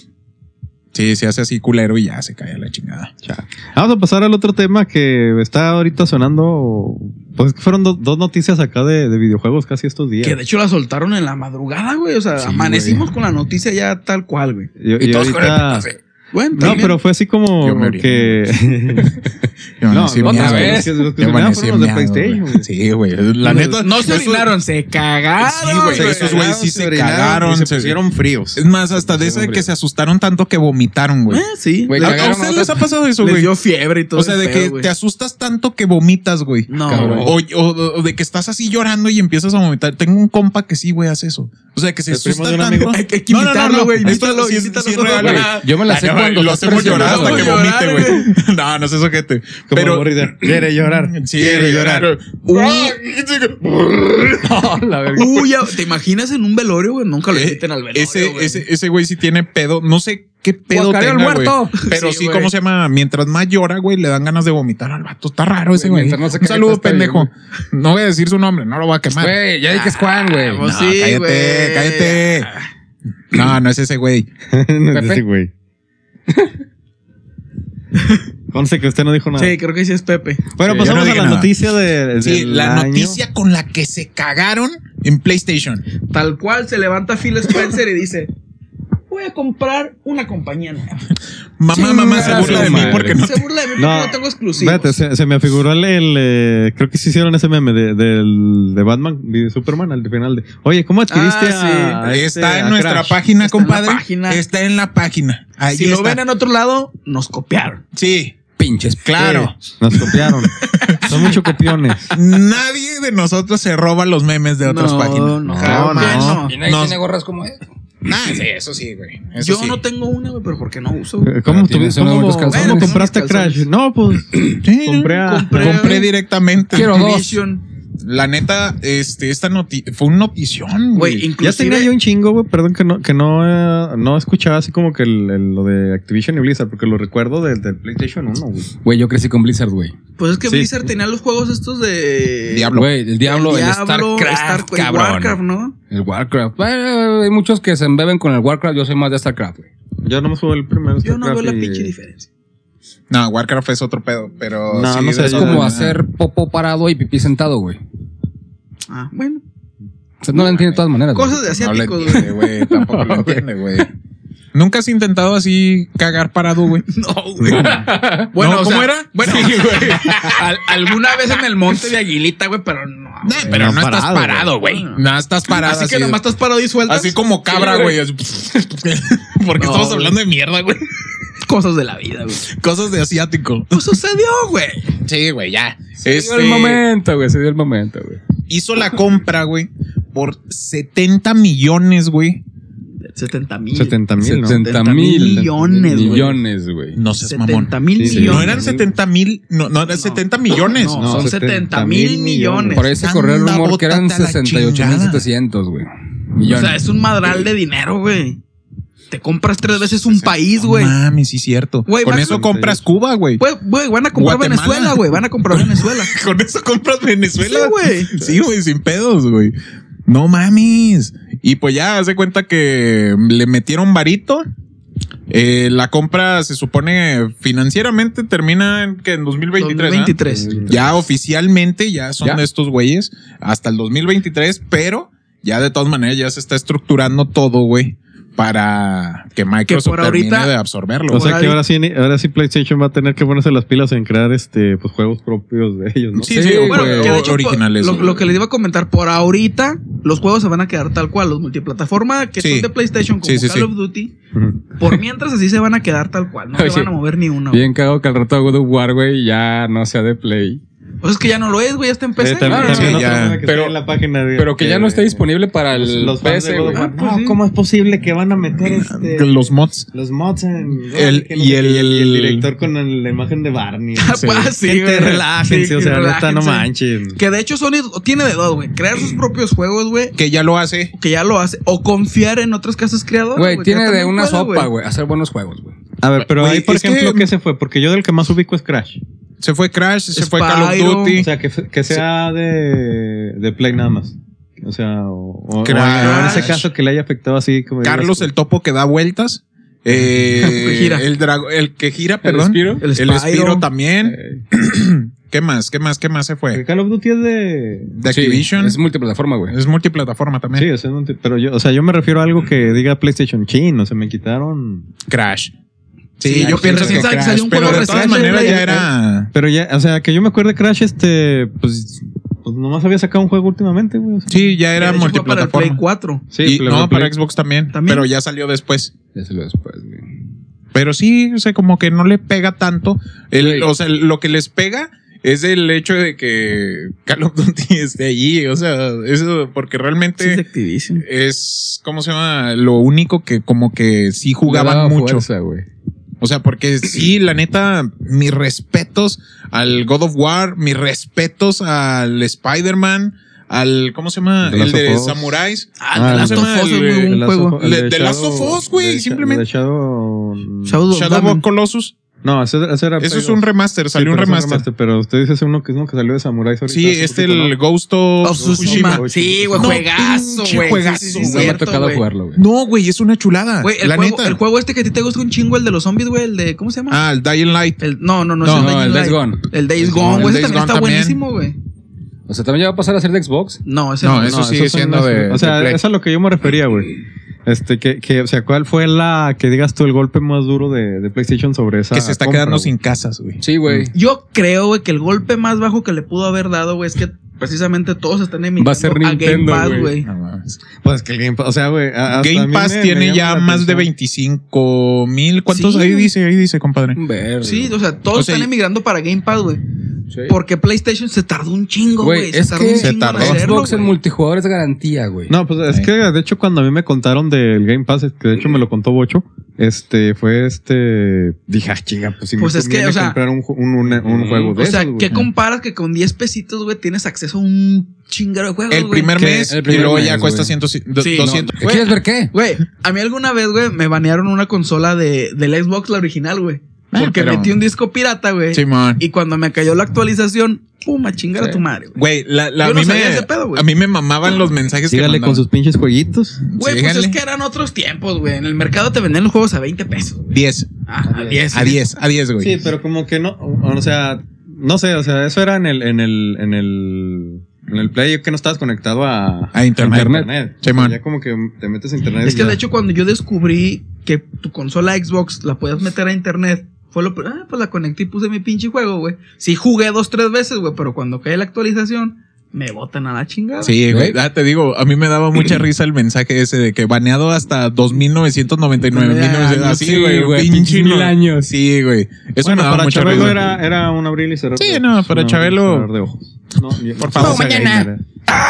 [SPEAKER 5] Sí, se hace así culero y ya se cae a la chingada.
[SPEAKER 3] Vamos a pasar al otro tema que está ahorita sonando. Pues que fueron do- dos noticias acá de, de videojuegos casi estos días.
[SPEAKER 2] Que de hecho la soltaron en la madrugada, güey. O sea,
[SPEAKER 5] Sí,
[SPEAKER 2] amanecimos
[SPEAKER 5] güey.
[SPEAKER 2] con la noticia ya tal cual, güey.
[SPEAKER 3] Y,
[SPEAKER 4] Y
[SPEAKER 3] y
[SPEAKER 4] todos con el
[SPEAKER 3] ahorita-
[SPEAKER 4] putazo.
[SPEAKER 2] Bueno,
[SPEAKER 3] No, pero fue así como
[SPEAKER 5] Yo me oriné.
[SPEAKER 3] que.
[SPEAKER 5] Yo
[SPEAKER 3] no,
[SPEAKER 5] amanecí
[SPEAKER 3] no,
[SPEAKER 4] otra
[SPEAKER 5] miado,
[SPEAKER 4] vez.
[SPEAKER 5] güey.
[SPEAKER 3] los que- los que
[SPEAKER 5] Yo
[SPEAKER 3] se miraron
[SPEAKER 5] amanecí
[SPEAKER 3] fueron los de
[SPEAKER 5] miado,
[SPEAKER 3] PlayStation.
[SPEAKER 5] güey. Sí, güey. La neta.
[SPEAKER 2] no se
[SPEAKER 5] eso-
[SPEAKER 2] orinaron, se cagaron.
[SPEAKER 5] Sí, güey,
[SPEAKER 2] güey.
[SPEAKER 5] esos güeyes sí se
[SPEAKER 3] orinaron
[SPEAKER 5] cagaron,
[SPEAKER 3] y se
[SPEAKER 5] se-
[SPEAKER 3] pusieron fríos.
[SPEAKER 5] Es más, hasta de esa de que se asustaron tanto que vomitaron, güey.
[SPEAKER 2] Eh, sí.
[SPEAKER 4] Güey,
[SPEAKER 2] Les-
[SPEAKER 5] ¿A,
[SPEAKER 4] cagaron
[SPEAKER 5] a ustedes
[SPEAKER 4] otros-
[SPEAKER 5] les ha pasado eso,
[SPEAKER 2] les
[SPEAKER 5] güey?
[SPEAKER 2] dio fiebre y todo.
[SPEAKER 5] O sea,
[SPEAKER 2] el
[SPEAKER 5] de
[SPEAKER 2] pedo,
[SPEAKER 5] que
[SPEAKER 2] güey.
[SPEAKER 5] te asustas tanto que vomitas, güey.
[SPEAKER 2] No,
[SPEAKER 4] Cabrón.
[SPEAKER 2] güey.
[SPEAKER 5] O, o- o de que estás así llorando y empiezas a vomitar. Tengo un compa que sí, güey, hace eso. O sea, que se
[SPEAKER 3] ¿El primo
[SPEAKER 5] asusta
[SPEAKER 3] de un
[SPEAKER 5] tanto.
[SPEAKER 3] amigo?
[SPEAKER 2] Hay que invitarlo, güey.
[SPEAKER 5] Esto
[SPEAKER 2] Invítalo,
[SPEAKER 5] sí es-
[SPEAKER 2] invítalo
[SPEAKER 5] sí es
[SPEAKER 2] nosotros,
[SPEAKER 5] real,
[SPEAKER 2] güey.
[SPEAKER 5] güey.
[SPEAKER 4] Yo me la
[SPEAKER 5] Ah,
[SPEAKER 4] sé
[SPEAKER 5] no
[SPEAKER 4] con cuando
[SPEAKER 5] Lo
[SPEAKER 4] estás
[SPEAKER 5] hacemos llorar hasta que
[SPEAKER 4] presionado,
[SPEAKER 5] vomite,
[SPEAKER 2] güey.
[SPEAKER 5] güey. No, no sé eso que te.
[SPEAKER 3] Como
[SPEAKER 5] Pero.
[SPEAKER 3] el gorrito, quiere llorar.
[SPEAKER 5] Sí,
[SPEAKER 3] quiere llorar.
[SPEAKER 5] Uh,
[SPEAKER 4] No, la verga.
[SPEAKER 2] Uy, ya, ¿te imaginas en un velorio, güey? Nunca lo
[SPEAKER 5] eh,
[SPEAKER 2] inviten al velorio,
[SPEAKER 5] ese,
[SPEAKER 2] güey.
[SPEAKER 5] ese, ese güey sí tiene pedo. No sé qué pedo
[SPEAKER 4] Guacareó al
[SPEAKER 5] tenga, güey.
[SPEAKER 4] muerto.
[SPEAKER 5] Pero
[SPEAKER 2] Sí,
[SPEAKER 5] sí,
[SPEAKER 2] güey.
[SPEAKER 5] ¿cómo se llama? Mientras más llora, güey, le dan ganas de vomitar al vato. Está raro ese
[SPEAKER 4] Güey,
[SPEAKER 5] güey.
[SPEAKER 4] mientras no se
[SPEAKER 5] Un
[SPEAKER 4] cague,
[SPEAKER 5] saludo,
[SPEAKER 4] está bien,
[SPEAKER 5] pendejo.
[SPEAKER 4] güey.
[SPEAKER 5] No voy a decir su nombre, no lo voy a quemar.
[SPEAKER 4] Güey, ya dije que es Juan, güey.
[SPEAKER 2] Pues
[SPEAKER 5] No,
[SPEAKER 2] sí,
[SPEAKER 5] cállate,
[SPEAKER 2] güey.
[SPEAKER 5] cállate. No, no es ese güey.
[SPEAKER 3] No es
[SPEAKER 4] Pepe.
[SPEAKER 3] ese güey. Conste que usted no dijo nada.
[SPEAKER 2] Sí, creo que sí es Pepe.
[SPEAKER 3] Bueno,
[SPEAKER 5] Sí,
[SPEAKER 3] pasamos
[SPEAKER 5] yo no
[SPEAKER 3] a
[SPEAKER 5] dije
[SPEAKER 3] la
[SPEAKER 5] nada.
[SPEAKER 3] noticia de.
[SPEAKER 5] Sí,
[SPEAKER 3] del
[SPEAKER 5] la
[SPEAKER 3] año.
[SPEAKER 5] noticia con la que se cagaron en PlayStation.
[SPEAKER 2] Tal cual se levanta Phil Spencer y dice: voy a comprar una compañía nueva.
[SPEAKER 5] Mamá,
[SPEAKER 4] Chinga
[SPEAKER 5] mamá se burla de mí
[SPEAKER 3] madre.
[SPEAKER 5] porque no
[SPEAKER 2] Se burla de mí porque no, tengo exclusivos.
[SPEAKER 3] Espérate, se, se me afiguró el, el, eh, creo que sí hicieron ese meme de, del, de Batman y de Superman al final de, oye, ¿cómo adquiriste
[SPEAKER 2] Ah,
[SPEAKER 3] a, a este-
[SPEAKER 5] Está en
[SPEAKER 3] a
[SPEAKER 5] nuestra
[SPEAKER 3] Crash?
[SPEAKER 5] página,
[SPEAKER 2] Está en la
[SPEAKER 5] compadre.
[SPEAKER 2] página.
[SPEAKER 5] Está en la página. Ahí
[SPEAKER 2] Si lo
[SPEAKER 5] está.
[SPEAKER 2] ven en otro lado, nos copiaron.
[SPEAKER 5] Sí,
[SPEAKER 4] Pinches.
[SPEAKER 5] claro.
[SPEAKER 3] Nos copiaron. Son muchos copiones.
[SPEAKER 5] Nadie de nosotros se roba los memes de otras
[SPEAKER 2] no,
[SPEAKER 5] páginas.
[SPEAKER 2] No,
[SPEAKER 3] No,
[SPEAKER 2] no,
[SPEAKER 3] no.
[SPEAKER 4] Y nadie
[SPEAKER 5] Nos-
[SPEAKER 4] tiene gorras como él.
[SPEAKER 5] Ah, sí, eso sí, güey. Eso
[SPEAKER 2] Yo
[SPEAKER 5] sí.
[SPEAKER 2] no tengo una, güey, pero ¿por qué no uso? güey?
[SPEAKER 3] ¿Cómo, tú,
[SPEAKER 4] tienes unos
[SPEAKER 3] cómo,
[SPEAKER 4] bonitos calzones.
[SPEAKER 3] cómo
[SPEAKER 2] Bueno,
[SPEAKER 3] compraste
[SPEAKER 2] tengo
[SPEAKER 3] Crash?
[SPEAKER 2] calzones.
[SPEAKER 3] No, pues
[SPEAKER 5] Sí,
[SPEAKER 3] compré a...
[SPEAKER 2] compré-
[SPEAKER 5] Compré directamente.
[SPEAKER 4] Quiero dos.
[SPEAKER 2] Activision.
[SPEAKER 5] La neta, este, esta noti fue un notición,
[SPEAKER 2] Güey,
[SPEAKER 5] güey.
[SPEAKER 3] Ya
[SPEAKER 2] inclusive.
[SPEAKER 3] tenía yo un chingo, güey. Perdón que no, que no, eh, no escuchaba así como que el, el- lo de Activision y Blizzard, porque lo recuerdo del, del PlayStation uno, güey.
[SPEAKER 4] Güey, yo crecí con Blizzard, güey.
[SPEAKER 2] Pues es que
[SPEAKER 3] Sí.
[SPEAKER 2] Blizzard tenía los juegos estos de.
[SPEAKER 5] Diablo.
[SPEAKER 4] Güey, el Diablo, el,
[SPEAKER 2] Diablo,
[SPEAKER 4] StarCraft,
[SPEAKER 2] Starcraft, el
[SPEAKER 4] cabrón.
[SPEAKER 2] Warcraft, ¿no?
[SPEAKER 4] El Warcraft. Bueno, hay muchos que se embeben con el Warcraft. Yo soy más de StarCraft, güey.
[SPEAKER 3] Yo no me jugué el primero.
[SPEAKER 2] Yo no veo
[SPEAKER 3] StarCraft
[SPEAKER 2] la
[SPEAKER 3] y-
[SPEAKER 2] pinche diferencia.
[SPEAKER 5] No, Warcraft es otro pedo, pero.
[SPEAKER 3] No,
[SPEAKER 5] sí,
[SPEAKER 3] no sé,
[SPEAKER 5] de
[SPEAKER 4] Es
[SPEAKER 3] yo-
[SPEAKER 5] eso-
[SPEAKER 4] como
[SPEAKER 3] Ah.
[SPEAKER 4] hacer popo parado y pipí sentado, güey.
[SPEAKER 2] Ah, bueno.
[SPEAKER 4] O sea, no lo entiende de todas maneras. güey.
[SPEAKER 2] Cosas de
[SPEAKER 5] No le
[SPEAKER 2] asiáticos,
[SPEAKER 5] entiende,
[SPEAKER 2] güey.
[SPEAKER 5] güey. Tampoco lo entiende, güey. ¿Nunca has intentado así cagar parado, güey?
[SPEAKER 2] No, güey. Bueno,
[SPEAKER 5] No,
[SPEAKER 2] o
[SPEAKER 5] ¿cómo
[SPEAKER 2] sea,
[SPEAKER 5] era?
[SPEAKER 2] Bueno, güey. Al- alguna vez en el monte de Aguilita, güey, pero no.
[SPEAKER 5] No,
[SPEAKER 2] güey.
[SPEAKER 5] pero no,
[SPEAKER 3] no
[SPEAKER 5] estás
[SPEAKER 3] parado,
[SPEAKER 5] parado, güey.
[SPEAKER 2] güey.
[SPEAKER 5] No estás parado.
[SPEAKER 2] Así que nomás estás parado y sueltas.
[SPEAKER 5] Así como cabra,
[SPEAKER 2] Sí,
[SPEAKER 5] güey. así- Porque
[SPEAKER 2] No,
[SPEAKER 5] estamos
[SPEAKER 2] güey.
[SPEAKER 5] hablando de mierda, güey.
[SPEAKER 2] Cosas de la vida, güey.
[SPEAKER 5] Cosas de asiático.
[SPEAKER 2] Pues sucedió, güey.
[SPEAKER 5] Sí, güey, ya.
[SPEAKER 4] Se dio
[SPEAKER 5] Este,
[SPEAKER 4] el momento, güey. Se dio el momento, güey.
[SPEAKER 5] hizo la compra, güey, por setenta millones, güey.
[SPEAKER 2] setenta mil.
[SPEAKER 3] setenta mil, ¿no?
[SPEAKER 4] setenta
[SPEAKER 2] mil
[SPEAKER 4] mil
[SPEAKER 2] millones, güey.
[SPEAKER 4] millones, güey.
[SPEAKER 5] No seas mamón.
[SPEAKER 2] setenta mil
[SPEAKER 3] Sí,
[SPEAKER 2] millones.
[SPEAKER 5] No eran setenta mil, no, no eran setenta millones.
[SPEAKER 2] No,
[SPEAKER 3] No,
[SPEAKER 2] son
[SPEAKER 3] setenta
[SPEAKER 2] setenta mil
[SPEAKER 3] mil
[SPEAKER 2] millones.
[SPEAKER 4] Por ahí se corrió el
[SPEAKER 5] Anda,
[SPEAKER 4] rumor que eran
[SPEAKER 5] bótate a la
[SPEAKER 4] sesenta y ocho mil
[SPEAKER 5] chingada.
[SPEAKER 4] setecientos, güey.
[SPEAKER 2] O
[SPEAKER 4] Millones.
[SPEAKER 2] sea, es un madral de dinero, güey. Te compras tres veces un país, güey.
[SPEAKER 5] No mames, sí, cierto.
[SPEAKER 2] Güey,
[SPEAKER 5] Con
[SPEAKER 2] Max-
[SPEAKER 5] eso compras Cuba, güey.
[SPEAKER 2] Güey, güey, van a comprar
[SPEAKER 5] Guatemala.
[SPEAKER 2] Venezuela, güey. Van a comprar Venezuela.
[SPEAKER 5] Con eso compras Venezuela.
[SPEAKER 2] Sí, güey.
[SPEAKER 5] Sí, güey, sin pedos, güey. No mames. Y pues ya, hace cuenta que le metieron varito. Eh, la compra se supone financieramente termina en, que en dos mil veintitrés.
[SPEAKER 2] dos mil veintitrés.
[SPEAKER 5] ¿no? Ya oficialmente ya son
[SPEAKER 4] ¿Ya?
[SPEAKER 5] de estos güeyes hasta el dos mil veintitrés, pero ya de todas maneras ya se está estructurando todo, güey, para que Microsoft
[SPEAKER 2] por
[SPEAKER 5] termine
[SPEAKER 2] ahorita-
[SPEAKER 5] de absorberlo.
[SPEAKER 3] O
[SPEAKER 5] güey.
[SPEAKER 3] sea que ahora sí, ahora sí PlayStation va a tener que ponerse las pilas en crear este pues juegos propios de ellos, ¿no?
[SPEAKER 5] Sí,
[SPEAKER 4] Sí,
[SPEAKER 5] sí,
[SPEAKER 2] Bueno,
[SPEAKER 5] güey,
[SPEAKER 2] que de hecho,
[SPEAKER 5] originales.
[SPEAKER 2] Lo,
[SPEAKER 5] güey.
[SPEAKER 2] lo que les iba a comentar, por ahorita, los juegos se van a quedar tal cual. Los multiplataforma que
[SPEAKER 5] Sí.
[SPEAKER 2] son de PlayStation, como
[SPEAKER 5] Sí, sí,
[SPEAKER 2] Call
[SPEAKER 5] sí.
[SPEAKER 2] of Duty,
[SPEAKER 3] Ujú.
[SPEAKER 2] por mientras así se van a quedar tal cual. No
[SPEAKER 4] Oye,
[SPEAKER 2] se van a mover ni uno.
[SPEAKER 4] Bien cago que al rato God of War, güey, ya no sea de Play.
[SPEAKER 2] Pues es que ya no lo es, güey. Ya está en P C.
[SPEAKER 3] Eh, también,
[SPEAKER 4] Ah,
[SPEAKER 3] también
[SPEAKER 5] sí,
[SPEAKER 3] otra
[SPEAKER 5] ya.
[SPEAKER 3] cosa que
[SPEAKER 4] Pero-
[SPEAKER 3] está en la página de-
[SPEAKER 4] Pero que ya no esté disponible para el
[SPEAKER 3] los fans de
[SPEAKER 4] P C,
[SPEAKER 3] God of
[SPEAKER 4] güey.
[SPEAKER 3] War.
[SPEAKER 2] Ah, pues
[SPEAKER 3] No,
[SPEAKER 2] sí.
[SPEAKER 3] ¿cómo es posible que van a meter este
[SPEAKER 5] Los mods.
[SPEAKER 3] los mods en
[SPEAKER 5] El-
[SPEAKER 3] que no
[SPEAKER 5] y
[SPEAKER 3] sé
[SPEAKER 5] el-
[SPEAKER 3] qué, y el director con el- la imagen de Barney?
[SPEAKER 2] Ah,
[SPEAKER 3] Sí.
[SPEAKER 2] pues, sí,
[SPEAKER 3] Gente,
[SPEAKER 2] güey.
[SPEAKER 3] relájense,
[SPEAKER 2] Sí,
[SPEAKER 3] o sea, neta, no
[SPEAKER 2] relájense.
[SPEAKER 3] manchen.
[SPEAKER 2] Que de hecho Sony tiene de dos, güey. Crear sus propios juegos, güey.
[SPEAKER 5] Que ya lo hace.
[SPEAKER 2] Que ya lo hace. O confiar en otras casas creadoras.
[SPEAKER 4] Güey,
[SPEAKER 2] que
[SPEAKER 4] tiene de
[SPEAKER 2] también
[SPEAKER 4] una
[SPEAKER 2] puede,
[SPEAKER 4] sopa, güey. Hacer buenos juegos, güey.
[SPEAKER 3] A ver, pero
[SPEAKER 5] Güey,
[SPEAKER 3] ahí, por
[SPEAKER 5] es
[SPEAKER 3] ejemplo,
[SPEAKER 5] que-
[SPEAKER 3] ¿qué se fue? Porque yo del que más ubico es Crash.
[SPEAKER 5] Se fue Crash, se fue Call of
[SPEAKER 2] Spyro.
[SPEAKER 5] Duty.
[SPEAKER 3] O sea, que, que sea de, de Play nada más. O sea, o, o-
[SPEAKER 5] Crash.
[SPEAKER 3] o en ese caso que le haya afectado así como... digas
[SPEAKER 5] Carlos
[SPEAKER 3] tú.
[SPEAKER 5] el topo que da vueltas. Eh,
[SPEAKER 2] Que gira.
[SPEAKER 5] El, drago- el que gira, perdón.
[SPEAKER 4] Spyro?
[SPEAKER 2] El
[SPEAKER 5] El
[SPEAKER 2] Spyro.
[SPEAKER 5] Spyro también.
[SPEAKER 3] Eh,
[SPEAKER 5] ¿Qué más? ¿Qué más? ¿Qué más se
[SPEAKER 3] el
[SPEAKER 5] fue?
[SPEAKER 3] Call of Duty es de...
[SPEAKER 5] De
[SPEAKER 4] Sí,
[SPEAKER 5] Activision.
[SPEAKER 4] es multiplataforma, güey.
[SPEAKER 5] Es multiplataforma también.
[SPEAKER 3] Sí, o sea, no te- pero yo, o sea, yo me refiero a algo que diga PlayStation Chin, o sea, me quitaron...
[SPEAKER 5] Crash. Sí,
[SPEAKER 2] Sí,
[SPEAKER 5] yo
[SPEAKER 2] porque
[SPEAKER 5] pienso que
[SPEAKER 2] recién sal-
[SPEAKER 5] Crash,
[SPEAKER 2] salió un
[SPEAKER 5] pero
[SPEAKER 2] juego
[SPEAKER 5] de todas
[SPEAKER 2] reciente,
[SPEAKER 5] maneras
[SPEAKER 2] güey.
[SPEAKER 5] ya era...
[SPEAKER 3] Pero ya, o sea, que yo me acuerdo de Crash, este, pues, pues nomás había sacado un juego últimamente, güey. o sea.
[SPEAKER 5] Sí, ya
[SPEAKER 2] Que
[SPEAKER 5] era
[SPEAKER 2] de hecho fue para el Play
[SPEAKER 5] multiplataforma.
[SPEAKER 2] cuatro.
[SPEAKER 3] Sí,
[SPEAKER 5] Y-
[SPEAKER 3] pero
[SPEAKER 5] no,
[SPEAKER 3] Play-
[SPEAKER 5] para Xbox también,
[SPEAKER 2] ¿También?
[SPEAKER 5] pero ya salió después.
[SPEAKER 4] Ya se lo después, güey.
[SPEAKER 5] Pero sí, o sea, como que no le pega tanto. El-
[SPEAKER 4] Güey.
[SPEAKER 5] o sea, lo que les pega es el hecho de que Call of Duty esté allí. O sea, eso porque realmente
[SPEAKER 2] Sí, es de Activision.
[SPEAKER 5] es, ¿cómo se llama? Lo único que como que sí
[SPEAKER 4] Le
[SPEAKER 5] jugaban
[SPEAKER 4] daba
[SPEAKER 5] mucho.
[SPEAKER 4] fuerza, güey.
[SPEAKER 5] O sea, porque sí, la neta, mis respetos al God of War, mis respetos al Spider-Man, al, ¿cómo se llama?
[SPEAKER 3] The
[SPEAKER 5] El
[SPEAKER 3] Last
[SPEAKER 5] de
[SPEAKER 3] of Us.
[SPEAKER 5] Samuráis.
[SPEAKER 2] Ah,
[SPEAKER 5] ¿Cómo
[SPEAKER 2] The Last
[SPEAKER 5] se
[SPEAKER 2] of
[SPEAKER 5] llama?
[SPEAKER 2] Us es
[SPEAKER 5] El-
[SPEAKER 2] muy buen
[SPEAKER 3] The
[SPEAKER 2] juego.
[SPEAKER 3] Last of-
[SPEAKER 5] The- The Last of Us, güey,
[SPEAKER 3] de-
[SPEAKER 5] simplemente.
[SPEAKER 3] de Shadow...
[SPEAKER 2] Shadow of
[SPEAKER 5] Shadow of
[SPEAKER 2] Damon.
[SPEAKER 5] Colossus.
[SPEAKER 3] No, ese, ese era...
[SPEAKER 5] Eso
[SPEAKER 3] Play
[SPEAKER 5] es un
[SPEAKER 3] dos.
[SPEAKER 5] remaster,
[SPEAKER 3] Sí,
[SPEAKER 5] salió un
[SPEAKER 3] pero es
[SPEAKER 5] remaster.
[SPEAKER 3] Pero usted dice uno que es uno que salió de Samurai ahorita.
[SPEAKER 5] Sí,
[SPEAKER 3] hace
[SPEAKER 5] este
[SPEAKER 3] poquito,
[SPEAKER 5] el
[SPEAKER 3] ¿no?
[SPEAKER 5] Ghost of
[SPEAKER 2] Of Tsushima.
[SPEAKER 5] Tsushima.
[SPEAKER 2] Sí, güey,
[SPEAKER 5] No,
[SPEAKER 2] juegazo,
[SPEAKER 5] pinche
[SPEAKER 2] güey.
[SPEAKER 5] juegazo,
[SPEAKER 2] Sí, sí, sí,
[SPEAKER 5] güey.
[SPEAKER 4] No me ha
[SPEAKER 2] cierto,
[SPEAKER 4] tocado
[SPEAKER 2] güey.
[SPEAKER 4] jugarlo, güey.
[SPEAKER 5] No, güey, es una chulada.
[SPEAKER 2] Güey, el,
[SPEAKER 5] la
[SPEAKER 2] juego,
[SPEAKER 5] neta.
[SPEAKER 2] el juego este que a ti te gusta un chingo, el de los zombies, güey, el de, ¿cómo se llama?
[SPEAKER 5] Ah, el Dying Light.
[SPEAKER 2] El, no, no, no,
[SPEAKER 5] No,
[SPEAKER 2] es el,
[SPEAKER 4] no,
[SPEAKER 2] Dying
[SPEAKER 4] el Days
[SPEAKER 2] Light.
[SPEAKER 4] Gone.
[SPEAKER 2] El Days
[SPEAKER 5] Days
[SPEAKER 2] Gone,
[SPEAKER 5] Gone,
[SPEAKER 2] güey.
[SPEAKER 5] el
[SPEAKER 2] Ese
[SPEAKER 5] Days
[SPEAKER 2] también está
[SPEAKER 5] Gone también.
[SPEAKER 2] buenísimo, güey.
[SPEAKER 4] O sea, también ya va a pasar a ser de Xbox.
[SPEAKER 2] No, ese
[SPEAKER 5] No,
[SPEAKER 2] no.
[SPEAKER 5] eso
[SPEAKER 3] No,
[SPEAKER 5] sigue
[SPEAKER 3] esos son
[SPEAKER 5] siendo
[SPEAKER 3] las-
[SPEAKER 5] de-
[SPEAKER 3] O sea,
[SPEAKER 5] de Play.
[SPEAKER 3] es a lo que yo me refería, güey. Este, que, que, o sea, ¿cuál fue la, que digas tú, el golpe más duro de, de PlayStation sobre esa
[SPEAKER 5] Que se está
[SPEAKER 3] compra,
[SPEAKER 5] quedando
[SPEAKER 3] güey?
[SPEAKER 5] sin casas, güey.
[SPEAKER 4] Sí, güey.
[SPEAKER 2] Yo creo, güey, que el golpe más bajo que le pudo haber dado, güey, es que precisamente todos están emigrando
[SPEAKER 4] Va a ser
[SPEAKER 2] a Game
[SPEAKER 4] Nintendo,
[SPEAKER 2] Pass,
[SPEAKER 4] güey.
[SPEAKER 2] güey.
[SPEAKER 5] No mames.
[SPEAKER 3] Pues que el Game Pass, o sea, güey. a- hasta a
[SPEAKER 5] Game
[SPEAKER 3] mí
[SPEAKER 5] Pass
[SPEAKER 3] me- me
[SPEAKER 5] tiene
[SPEAKER 3] llama
[SPEAKER 5] ya
[SPEAKER 3] la
[SPEAKER 5] más de
[SPEAKER 3] atención.
[SPEAKER 5] veinticinco mil. ¿Cuántos?
[SPEAKER 2] Sí,
[SPEAKER 5] Ahí
[SPEAKER 2] güey.
[SPEAKER 5] dice, ahí dice, compadre.
[SPEAKER 4] Ver,
[SPEAKER 2] Sí, o sea, todos
[SPEAKER 5] O sea,
[SPEAKER 2] están emigrando para Game Pass, güey.
[SPEAKER 4] sí.
[SPEAKER 2] Porque PlayStation se tardó un chingo,
[SPEAKER 4] Güey,
[SPEAKER 2] güey. Se
[SPEAKER 4] es
[SPEAKER 2] tardó
[SPEAKER 4] que
[SPEAKER 2] un
[SPEAKER 5] se
[SPEAKER 2] chingo en
[SPEAKER 5] tardó.
[SPEAKER 2] hacerlo,
[SPEAKER 4] Xbox en
[SPEAKER 2] güey.
[SPEAKER 4] multijugador es garantía, güey.
[SPEAKER 3] No, pues es
[SPEAKER 5] Sí.
[SPEAKER 3] que de hecho cuando a mí me contaron del Game Pass, que de hecho me lo contó Bocho, este, fue este, dije, ah, chinga, pues si
[SPEAKER 2] Pues
[SPEAKER 3] me
[SPEAKER 2] es que,
[SPEAKER 3] conviene
[SPEAKER 2] o sea,
[SPEAKER 3] comprar un, ju- un, un, un
[SPEAKER 4] mm,
[SPEAKER 3] juego de
[SPEAKER 2] O sea,
[SPEAKER 3] esos, güey.
[SPEAKER 2] ¿qué comparas que con diez pesitos, güey, tienes acceso a un chingero de juegos,
[SPEAKER 5] El
[SPEAKER 2] güey?
[SPEAKER 5] primer
[SPEAKER 3] ¿Qué?
[SPEAKER 5] mes
[SPEAKER 4] El primer
[SPEAKER 5] y luego
[SPEAKER 4] mes,
[SPEAKER 5] ya cuesta
[SPEAKER 4] güey.
[SPEAKER 5] cien, do-
[SPEAKER 2] Sí,
[SPEAKER 5] doscientos.
[SPEAKER 2] no.
[SPEAKER 4] ¿Quieres ver qué?
[SPEAKER 2] Güey, a mí alguna vez, güey, me banearon una consola de, del Xbox, la original, güey.
[SPEAKER 5] Ah,
[SPEAKER 2] Porque
[SPEAKER 5] pero-
[SPEAKER 2] metí un disco pirata, güey.
[SPEAKER 5] Simón.
[SPEAKER 2] Y cuando me cayó la actualización, pum, a chingar a
[SPEAKER 4] Sí.
[SPEAKER 2] tu madre, güey.
[SPEAKER 5] Güey, la, la-
[SPEAKER 2] Yo
[SPEAKER 5] a,
[SPEAKER 2] no
[SPEAKER 5] mí
[SPEAKER 2] sabía
[SPEAKER 5] me,
[SPEAKER 2] ese pedo, güey.
[SPEAKER 5] a mí me mamaban los mensajes
[SPEAKER 3] Sígale
[SPEAKER 5] que
[SPEAKER 3] con
[SPEAKER 5] mandaban.
[SPEAKER 3] sus pinches jueguitos.
[SPEAKER 2] Güey, pues
[SPEAKER 5] Síganle.
[SPEAKER 2] es que eran otros tiempos, güey. En el mercado te vendían los juegos a veinte pesos. güey.
[SPEAKER 5] diez.
[SPEAKER 2] Ah, a diez.
[SPEAKER 5] A diez, a diez, güey.
[SPEAKER 3] Sí, pero como que no, o sea, no sé, o sea, eso era en el, en el, en el, en el Play que no estabas conectado a,
[SPEAKER 5] A internet.
[SPEAKER 3] internet.
[SPEAKER 5] Sí,
[SPEAKER 3] O sea,
[SPEAKER 5] man.
[SPEAKER 3] ya como que te metes a internet.
[SPEAKER 2] Es
[SPEAKER 3] y
[SPEAKER 2] que
[SPEAKER 3] ya.
[SPEAKER 2] de hecho cuando yo descubrí que tu consola Xbox la podías meter a internet, fue lo ah, pues la conecté y puse mi pinche juego, güey. Sí jugué dos, tres veces, güey, pero cuando cae la actualización, me botan a la chingada.
[SPEAKER 5] Sí, güey.
[SPEAKER 4] ¿Eh?
[SPEAKER 5] Ah, te digo, a mí me daba mucha risa el mensaje ese de que baneado hasta dos mil novecientos noventa y nueve.
[SPEAKER 2] Ah,
[SPEAKER 5] Así,
[SPEAKER 4] sí,
[SPEAKER 5] güey.
[SPEAKER 4] güey,
[SPEAKER 5] Pinche
[SPEAKER 4] pinches mil
[SPEAKER 5] no-
[SPEAKER 4] años.
[SPEAKER 5] Sí, güey. Eso
[SPEAKER 3] Bueno,
[SPEAKER 5] me daba
[SPEAKER 3] para
[SPEAKER 5] mucha
[SPEAKER 3] Chabelo
[SPEAKER 5] risa.
[SPEAKER 3] era, era un abrir y cerrar.
[SPEAKER 5] Sí,
[SPEAKER 3] de
[SPEAKER 5] no,
[SPEAKER 3] ojos,
[SPEAKER 5] para
[SPEAKER 3] un abrir y
[SPEAKER 5] Chabelo-
[SPEAKER 3] cerrar de ojos. No, yo-
[SPEAKER 5] Por
[SPEAKER 3] no
[SPEAKER 5] favor,
[SPEAKER 3] sea
[SPEAKER 5] mañana.
[SPEAKER 3] gamer, eh.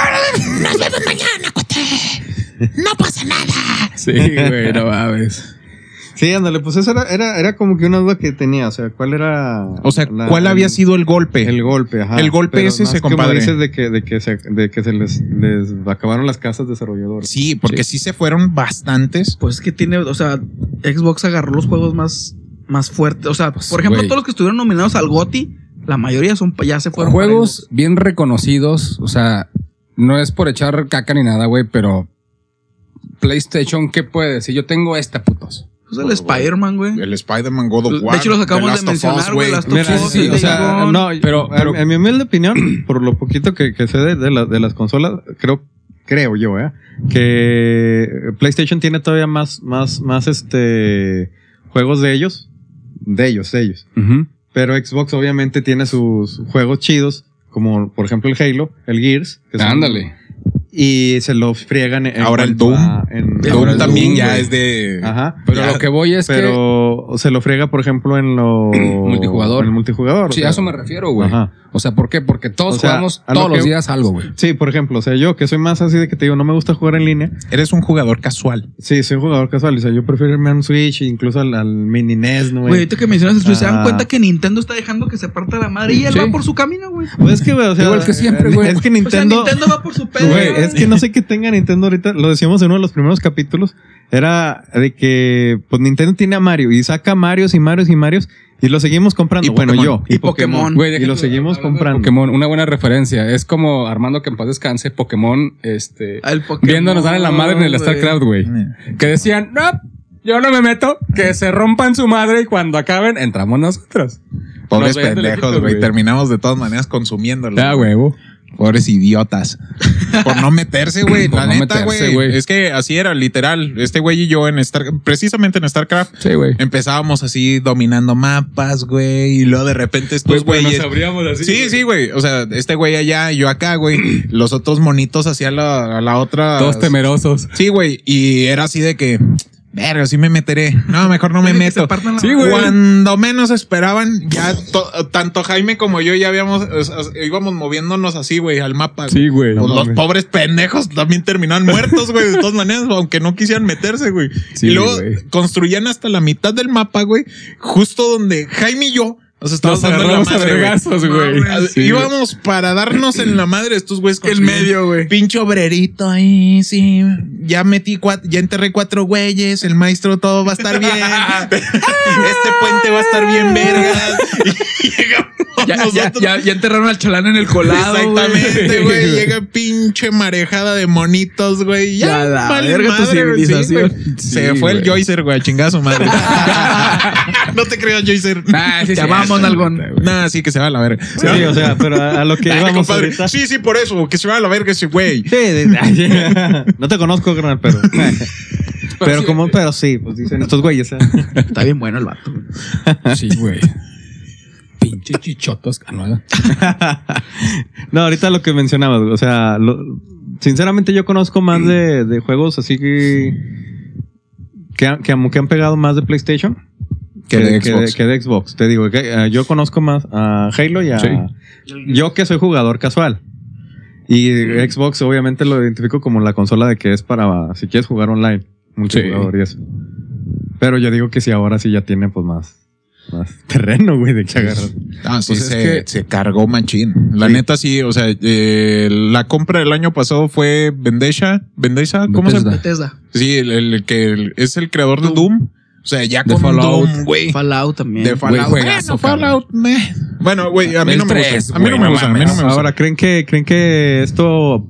[SPEAKER 5] Nos vemos mañana, cuate. No pasa nada.
[SPEAKER 4] Sí, güey, no mames.
[SPEAKER 3] Sí, ándale, pues eso era, era, era como que una duda que tenía, o sea, ¿cuál era?
[SPEAKER 5] O sea,
[SPEAKER 3] la-
[SPEAKER 5] ¿cuál había
[SPEAKER 3] el-
[SPEAKER 5] sido el golpe?
[SPEAKER 3] El golpe, ajá.
[SPEAKER 5] El golpe
[SPEAKER 3] Pero
[SPEAKER 5] ese
[SPEAKER 3] más
[SPEAKER 5] se
[SPEAKER 3] como
[SPEAKER 5] compadre.
[SPEAKER 3] dices de que, de que se, de que se les, les acabaron las casas desarrolladoras.
[SPEAKER 5] Sí, porque sí. se fueron bastantes.
[SPEAKER 2] Pues es que tiene, o sea, Xbox agarró los juegos más, más fuertes. O sea,
[SPEAKER 4] Pues,
[SPEAKER 2] por ejemplo,
[SPEAKER 4] güey.
[SPEAKER 2] todos los que estuvieron nominados al GOTY, la mayoría son ya se fueron. para
[SPEAKER 4] Juegos bien reconocidos, o sea, no es por echar caca ni nada, güey, pero PlayStation, ¿qué puede decir? Yo tengo esta, putos.
[SPEAKER 2] Xbox. Pues el Spider-Man, güey.
[SPEAKER 5] El Spider-Man God of
[SPEAKER 2] De
[SPEAKER 5] War.
[SPEAKER 2] hecho, los acabamos
[SPEAKER 5] The
[SPEAKER 2] de
[SPEAKER 5] Last of
[SPEAKER 2] mencionar,
[SPEAKER 5] Us,
[SPEAKER 2] güey. Last of
[SPEAKER 3] Mira,
[SPEAKER 2] Us,
[SPEAKER 3] sí,
[SPEAKER 2] el
[SPEAKER 3] o
[SPEAKER 2] Days
[SPEAKER 3] sea,
[SPEAKER 2] Gone.
[SPEAKER 3] no,
[SPEAKER 4] pero-
[SPEAKER 3] a-
[SPEAKER 4] pero-
[SPEAKER 3] en mi humilde opinión, por lo poquito que, que sé de, de, la- de las consolas, creo, creo yo, ¿eh? Que PlayStation tiene todavía más, más, más este juegos de ellos, de ellos, de ellos.
[SPEAKER 4] Ujú.
[SPEAKER 3] Pero Xbox obviamente tiene sus juegos chidos, como por ejemplo el Halo, el Gears. que son-
[SPEAKER 4] Ándale.
[SPEAKER 3] Y se los friegan en
[SPEAKER 5] Ahora el
[SPEAKER 3] cuanto
[SPEAKER 5] Doom.
[SPEAKER 3] a- en-
[SPEAKER 2] El
[SPEAKER 5] Ahora
[SPEAKER 2] Doom,
[SPEAKER 5] también
[SPEAKER 2] güey.
[SPEAKER 5] ya es de.
[SPEAKER 3] Ajá.
[SPEAKER 4] Pero
[SPEAKER 5] Ya,
[SPEAKER 4] lo que voy es
[SPEAKER 3] Pero se lo friega, por ejemplo, en lo
[SPEAKER 4] Multijugador.
[SPEAKER 3] En el multijugador.
[SPEAKER 4] que... Sí,
[SPEAKER 3] o sea,
[SPEAKER 4] a eso me refiero, güey.
[SPEAKER 3] Ajá.
[SPEAKER 4] O sea, ¿por qué? Porque todos
[SPEAKER 3] O sea,
[SPEAKER 4] jugamos
[SPEAKER 3] a lo
[SPEAKER 4] todos
[SPEAKER 3] que-
[SPEAKER 4] los días algo, güey.
[SPEAKER 3] Sí, por ejemplo, o sea, yo que soy más así de que te digo, no me gusta jugar en línea.
[SPEAKER 5] Eres un jugador casual.
[SPEAKER 3] Sí, soy un jugador casual. O sea, yo prefiero irme a un Switch, incluso al, al mini N E S, ¿no,
[SPEAKER 2] Güey,
[SPEAKER 3] güey?
[SPEAKER 2] ahorita que mencionas el Switch, ¿se dan
[SPEAKER 3] Ah.
[SPEAKER 2] cuenta que Nintendo está dejando que se parta la madre y él
[SPEAKER 4] Sí.
[SPEAKER 2] va por su camino, güey?
[SPEAKER 3] Pues es que, güey, o sea.
[SPEAKER 4] Igual que siempre, güey.
[SPEAKER 3] Es que
[SPEAKER 2] O sea,
[SPEAKER 3] Nintendo.
[SPEAKER 2] Nintendo va por su pedo.
[SPEAKER 3] Güey, es que no sé qué tenga Nintendo ahorita. Lo decíamos en uno de los primeros capítulos. Era de que, pues Nintendo tiene a Mario y saca Marios y Marios y Marios y lo seguimos comprando.
[SPEAKER 5] Y
[SPEAKER 3] bueno,
[SPEAKER 5] Pokémon.
[SPEAKER 3] yo.
[SPEAKER 2] Y Pokémon.
[SPEAKER 4] Güey,
[SPEAKER 3] y
[SPEAKER 4] déjate-
[SPEAKER 3] lo seguimos
[SPEAKER 4] hablando de
[SPEAKER 3] comprando.
[SPEAKER 4] Pokémon, una buena referencia. Es como Armando que en paz descanse, Pokémon, este,
[SPEAKER 2] Ah, el Pokémon,
[SPEAKER 4] viéndonos dar en la madre en el
[SPEAKER 2] güey.
[SPEAKER 4] StarCraft, güey. Que decían, no, yo no me meto, que se rompan su madre y cuando acaben, entramos nosotros.
[SPEAKER 5] Pobres
[SPEAKER 4] Nos veían de
[SPEAKER 5] pendejos,
[SPEAKER 4] lejitos,
[SPEAKER 5] güey.
[SPEAKER 4] güey.
[SPEAKER 5] Terminamos de todas maneras consumiéndolo.
[SPEAKER 4] Ya, huevo.
[SPEAKER 5] Pobres idiotas. Por no meterse, güey.
[SPEAKER 4] Por
[SPEAKER 5] La
[SPEAKER 4] no
[SPEAKER 5] neta,
[SPEAKER 4] meterse,
[SPEAKER 5] güey.
[SPEAKER 4] güey.
[SPEAKER 5] Es que así era, literal. Este güey y yo en Star, precisamente en StarCraft,
[SPEAKER 4] Sí, güey.
[SPEAKER 5] empezábamos así dominando mapas, güey. Y luego de repente estos güeyes.
[SPEAKER 4] abríamos así.
[SPEAKER 5] Sí, sí, güey. O sea, este güey allá y yo acá, güey. Los otros monitos hacia la, a la otra.
[SPEAKER 4] Todos temerosos.
[SPEAKER 5] Sí, güey. Y era así de que, Verga, sí me meteré. No, mejor no me meto.
[SPEAKER 4] Sí, güey.
[SPEAKER 5] Cuando menos esperaban, ya to- tanto Jaime como yo ya habíamos, o sea, íbamos moviéndonos así, güey, al mapa.
[SPEAKER 4] Sí, güey.
[SPEAKER 5] Pues
[SPEAKER 4] No
[SPEAKER 5] los
[SPEAKER 4] mames.
[SPEAKER 5] pobres pendejos también terminaban muertos, güey, de todas maneras, aunque no quisieran meterse, güey.
[SPEAKER 4] Sí,
[SPEAKER 5] y luego
[SPEAKER 4] güey.
[SPEAKER 5] construían hasta la mitad del mapa, güey, justo donde Jaime y yo nos estábamos
[SPEAKER 4] Nos
[SPEAKER 5] dando en la
[SPEAKER 4] agarramos a
[SPEAKER 5] madre, güey.
[SPEAKER 4] vergazos, güey.
[SPEAKER 5] Ah,
[SPEAKER 4] Sí,
[SPEAKER 5] Íbamos para darnos en la madre estos güeyes.
[SPEAKER 2] El
[SPEAKER 5] construían
[SPEAKER 2] medio, güey.
[SPEAKER 5] Pinche obrerito ahí, sí. Ya metí cuatro, ya enterré cuatro güeyes. El maestro, todo va a estar bien. Este puente va a estar bien, vergas. Y llegamos
[SPEAKER 2] Ya, ya,
[SPEAKER 5] nosotros.
[SPEAKER 2] ya, ya enterraron al chalán en el colado, güey.
[SPEAKER 5] Exactamente, güey. Llega pinche marejada de monitos, güey. Ya,
[SPEAKER 2] Ya la
[SPEAKER 5] vale
[SPEAKER 2] verga tu
[SPEAKER 5] madre, güey. Sí,
[SPEAKER 2] civilización.
[SPEAKER 5] güey.
[SPEAKER 4] Sí,
[SPEAKER 5] Se fue el
[SPEAKER 4] güey.
[SPEAKER 5] Joycer, güey. A chingar a su madre. No te creas, Joycer.
[SPEAKER 4] Ah, sí,
[SPEAKER 2] Te
[SPEAKER 4] sí,
[SPEAKER 2] amamos,
[SPEAKER 4] sí,
[SPEAKER 2] Nalgón.
[SPEAKER 4] güey.
[SPEAKER 5] Nah, sí, que se va a la verga.
[SPEAKER 3] Sí, o sea, pero a, a lo que
[SPEAKER 5] Ay,
[SPEAKER 3] íbamos
[SPEAKER 5] compadre.
[SPEAKER 3] ahorita.
[SPEAKER 5] Sí, sí, por eso. Que se va a la verga ese güey.
[SPEAKER 3] Sí, de- no te conozco, carnal, pero. Pero
[SPEAKER 4] sí,
[SPEAKER 3] como,
[SPEAKER 4] güey.
[SPEAKER 3] pero sí, pues dicen estos güeyes. ¿eh?
[SPEAKER 2] Está bien bueno el vato, güey.
[SPEAKER 4] Sí, güey. Pinche chichotos. Ah, no,
[SPEAKER 3] No, ahorita lo que mencionabas, o sea, lo- sinceramente yo conozco más de, de juegos así que que, han- que, han- que han pegado más de PlayStation
[SPEAKER 5] Que de Xbox.
[SPEAKER 3] que de Xbox. Te digo, que, eh, yo conozco más a Halo y a
[SPEAKER 4] Sí.
[SPEAKER 3] yo que soy jugador casual. Y Xbox obviamente lo identifico como la consola de que es para si quieres jugar online, multijugador y eso. Pero yo digo que si ahora sí ya tiene pues más más terreno, güey, de que agarrar.
[SPEAKER 5] Ah, sí,
[SPEAKER 4] Pues es
[SPEAKER 5] se,
[SPEAKER 4] que-
[SPEAKER 5] se cargó machín. La
[SPEAKER 3] Sí.
[SPEAKER 5] neta, sí, o sea, eh, la compra del año pasado fue Vendesha. ¿Vendesha? ¿Cómo se llama?
[SPEAKER 2] Bethesda.
[SPEAKER 5] Sí, el, el que el- es el creador de Doom. O sea, ya
[SPEAKER 4] De
[SPEAKER 5] con
[SPEAKER 4] Fallout.
[SPEAKER 5] Doom, güey.
[SPEAKER 2] Fallout también.
[SPEAKER 5] De Fallout.
[SPEAKER 4] Güey, juegazo,
[SPEAKER 5] Bueno, Fallout, meh. Bueno, güey, a mí
[SPEAKER 4] El
[SPEAKER 5] no me
[SPEAKER 4] tres,
[SPEAKER 5] gusta. A mí
[SPEAKER 4] güey,
[SPEAKER 5] no me
[SPEAKER 4] no
[SPEAKER 5] gusta. A mí no me gusta.
[SPEAKER 3] Ahora, ¿creen que, ¿creen que esto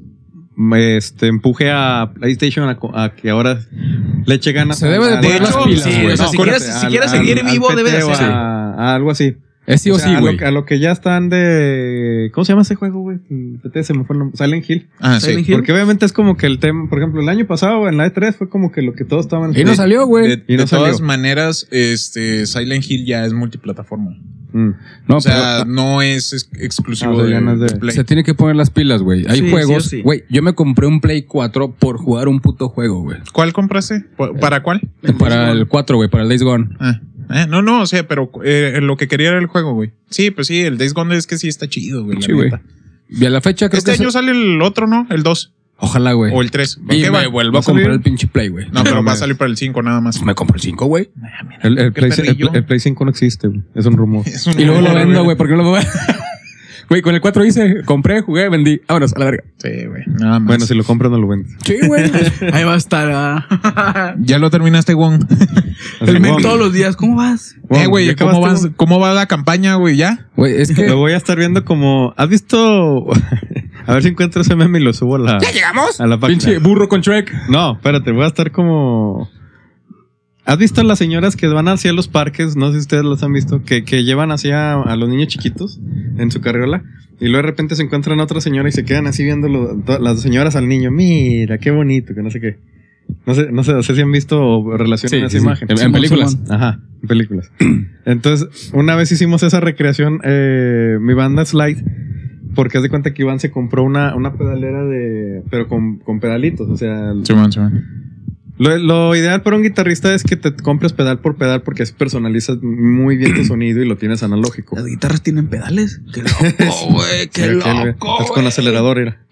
[SPEAKER 3] este, empuje a PlayStation a, co- a que ahora le eche ganas?
[SPEAKER 4] Se debe de
[SPEAKER 3] a-
[SPEAKER 4] poner
[SPEAKER 5] las pilas,
[SPEAKER 2] sí,
[SPEAKER 5] güey.
[SPEAKER 2] o sea,
[SPEAKER 5] No,
[SPEAKER 2] si
[SPEAKER 5] con-
[SPEAKER 2] quieres, si
[SPEAKER 3] al-
[SPEAKER 2] quieres
[SPEAKER 3] al-
[SPEAKER 2] seguir
[SPEAKER 3] al
[SPEAKER 2] vivo,
[SPEAKER 3] P C
[SPEAKER 2] debe de
[SPEAKER 3] o
[SPEAKER 2] ser.
[SPEAKER 3] a, a algo así.
[SPEAKER 4] Es sí o,
[SPEAKER 3] O sea,
[SPEAKER 4] sí,
[SPEAKER 3] a,
[SPEAKER 4] güey.
[SPEAKER 3] lo, a lo que ya están de... ¿Cómo se llama ese juego, güey? El P T se me fue el nombre. Silent Hill.
[SPEAKER 5] Ah, sí.
[SPEAKER 2] Silent Hill.
[SPEAKER 3] Porque obviamente es como que el tema... Por ejemplo, el año pasado en la E tres fue como que lo que todos estaban...
[SPEAKER 4] Y no salió, güey.
[SPEAKER 5] De,
[SPEAKER 3] Y no
[SPEAKER 5] de todas
[SPEAKER 3] salió.
[SPEAKER 5] maneras, este Silent Hill ya es multiplataforma.
[SPEAKER 3] Mm.
[SPEAKER 4] No,
[SPEAKER 5] o sea,
[SPEAKER 4] pero
[SPEAKER 5] no es ex- exclusivo
[SPEAKER 3] Ah, o sea,
[SPEAKER 5] de,
[SPEAKER 3] ya no es de-
[SPEAKER 5] de Play.
[SPEAKER 4] se tiene que poner las pilas, güey. Hay
[SPEAKER 2] Sí,
[SPEAKER 4] juegos.
[SPEAKER 2] sí o sí.
[SPEAKER 4] Güey, yo me compré un Play cuatro por jugar un puto juego, güey.
[SPEAKER 5] ¿Cuál compraste? ¿Pu- ¿Para cuál?
[SPEAKER 4] Para el cuatro, güey, para el Days Gone.
[SPEAKER 5] Ah, eh, no, no, o sea, pero eh, lo que quería era el juego, güey. Sí, pues sí, el Days Gone es que sí está chido, güey. la
[SPEAKER 4] Sí, güey.
[SPEAKER 5] neta.
[SPEAKER 4] Y a la fecha creo
[SPEAKER 5] Este
[SPEAKER 4] que...
[SPEAKER 5] año
[SPEAKER 4] se-
[SPEAKER 5] sale el otro, ¿no? El dos.
[SPEAKER 4] Ojalá, güey.
[SPEAKER 5] O el tres.
[SPEAKER 4] Y
[SPEAKER 5] ¿Qué
[SPEAKER 4] me
[SPEAKER 5] va?
[SPEAKER 4] vuelvo
[SPEAKER 3] ¿Va
[SPEAKER 4] a
[SPEAKER 3] a salir?
[SPEAKER 4] comprar el pinche Play, güey.
[SPEAKER 5] No, pero va
[SPEAKER 3] me-
[SPEAKER 5] a salir para el cinco nada más.
[SPEAKER 4] Me compro el cinco, güey.
[SPEAKER 3] El, el
[SPEAKER 5] Qué
[SPEAKER 3] Play, el,
[SPEAKER 5] perrillo.
[SPEAKER 3] el Play cinco no existe, güey. Es un rumor.
[SPEAKER 5] Es un
[SPEAKER 4] Y luego lo
[SPEAKER 5] rumor,
[SPEAKER 4] vendo, güey, porque no lo voy a... Güey, con el cuatro hice, compré, jugué, vendí. Vámonos, a la verga.
[SPEAKER 5] Sí, güey. Nada más.
[SPEAKER 3] Bueno, si lo compras no lo vendes.
[SPEAKER 4] Sí, güey.
[SPEAKER 2] Ahí va a estar. ah.
[SPEAKER 5] Ya lo terminaste, Wong.
[SPEAKER 3] Así,
[SPEAKER 2] El men
[SPEAKER 3] wow.
[SPEAKER 2] todos los días. ¿Cómo vas?
[SPEAKER 3] Wow,
[SPEAKER 5] eh, güey,
[SPEAKER 3] ¿ya
[SPEAKER 5] ¿cómo,
[SPEAKER 3] acabaste,
[SPEAKER 5] vas- ¿cómo va la campaña, güey? ¿Ya?
[SPEAKER 4] Güey, es que...
[SPEAKER 3] Lo voy a estar viendo como... ¿Has visto? A ver si encuentro ese meme y lo subo a la,
[SPEAKER 4] ¿Ya llegamos?
[SPEAKER 3] a la página.
[SPEAKER 4] Pinche burro con Shrek.
[SPEAKER 3] No, espérate, voy a estar como... ¿Has visto las señoras que van hacia los parques? No sé si ustedes los han visto. Que, que llevan hacia a los niños chiquitos en su carriola. Y luego de repente se encuentran a otra señora y se quedan así viendo lo- to- las señoras al niño. Mira, qué bonito, que no sé qué. No sé, no sé, no sé si han visto o relacionan
[SPEAKER 4] Sí,
[SPEAKER 3] esa
[SPEAKER 4] sí, sí.
[SPEAKER 3] imagen.
[SPEAKER 4] En, en
[SPEAKER 2] Simón,
[SPEAKER 4] películas.
[SPEAKER 2] Simón.
[SPEAKER 3] Ajá, en películas. Entonces, una vez hicimos esa recreación, eh, mi banda Slide, porque haz de cuenta que Iván se compró una, una pedalera de. Pero con, con pedalitos. O sea,
[SPEAKER 5] Simón, Simón.
[SPEAKER 3] lo, lo ideal para un guitarrista es que te compres pedal por pedal, porque así personalizas muy bien tu sonido y lo tienes analógico.
[SPEAKER 2] Las guitarras tienen pedales. Qué loco, güey. Qué
[SPEAKER 3] Mira, aquel, güey,
[SPEAKER 2] loco.
[SPEAKER 3] estás con
[SPEAKER 2] güey.
[SPEAKER 3] acelerador, era.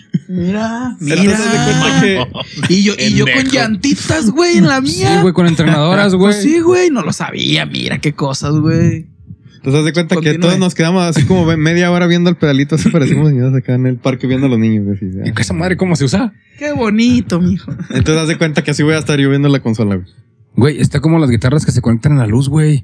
[SPEAKER 2] Mira, mira.
[SPEAKER 3] Entonces, haz de cuenta que.
[SPEAKER 2] Y yo, y yo con
[SPEAKER 5] Pendejo.
[SPEAKER 2] llantitas, güey, en la mía.
[SPEAKER 4] Sí, güey, con entrenadoras, güey.
[SPEAKER 2] Pues sí, güey, no lo sabía. Mira qué cosas, güey.
[SPEAKER 3] Entonces, haz de cuenta que
[SPEAKER 2] Continúe.
[SPEAKER 3] todos nos quedamos así como ve- media hora viendo el pedalito, así parecimos señoras acá en el parque viendo a los niños. Así, ya.
[SPEAKER 4] ¿Y esa madre cómo se usa?
[SPEAKER 2] Qué bonito, mijo.
[SPEAKER 3] Entonces, haz de cuenta que así voy a estar yo viendo la consola, güey.
[SPEAKER 4] Güey, está como las guitarras que se conectan a la luz, güey.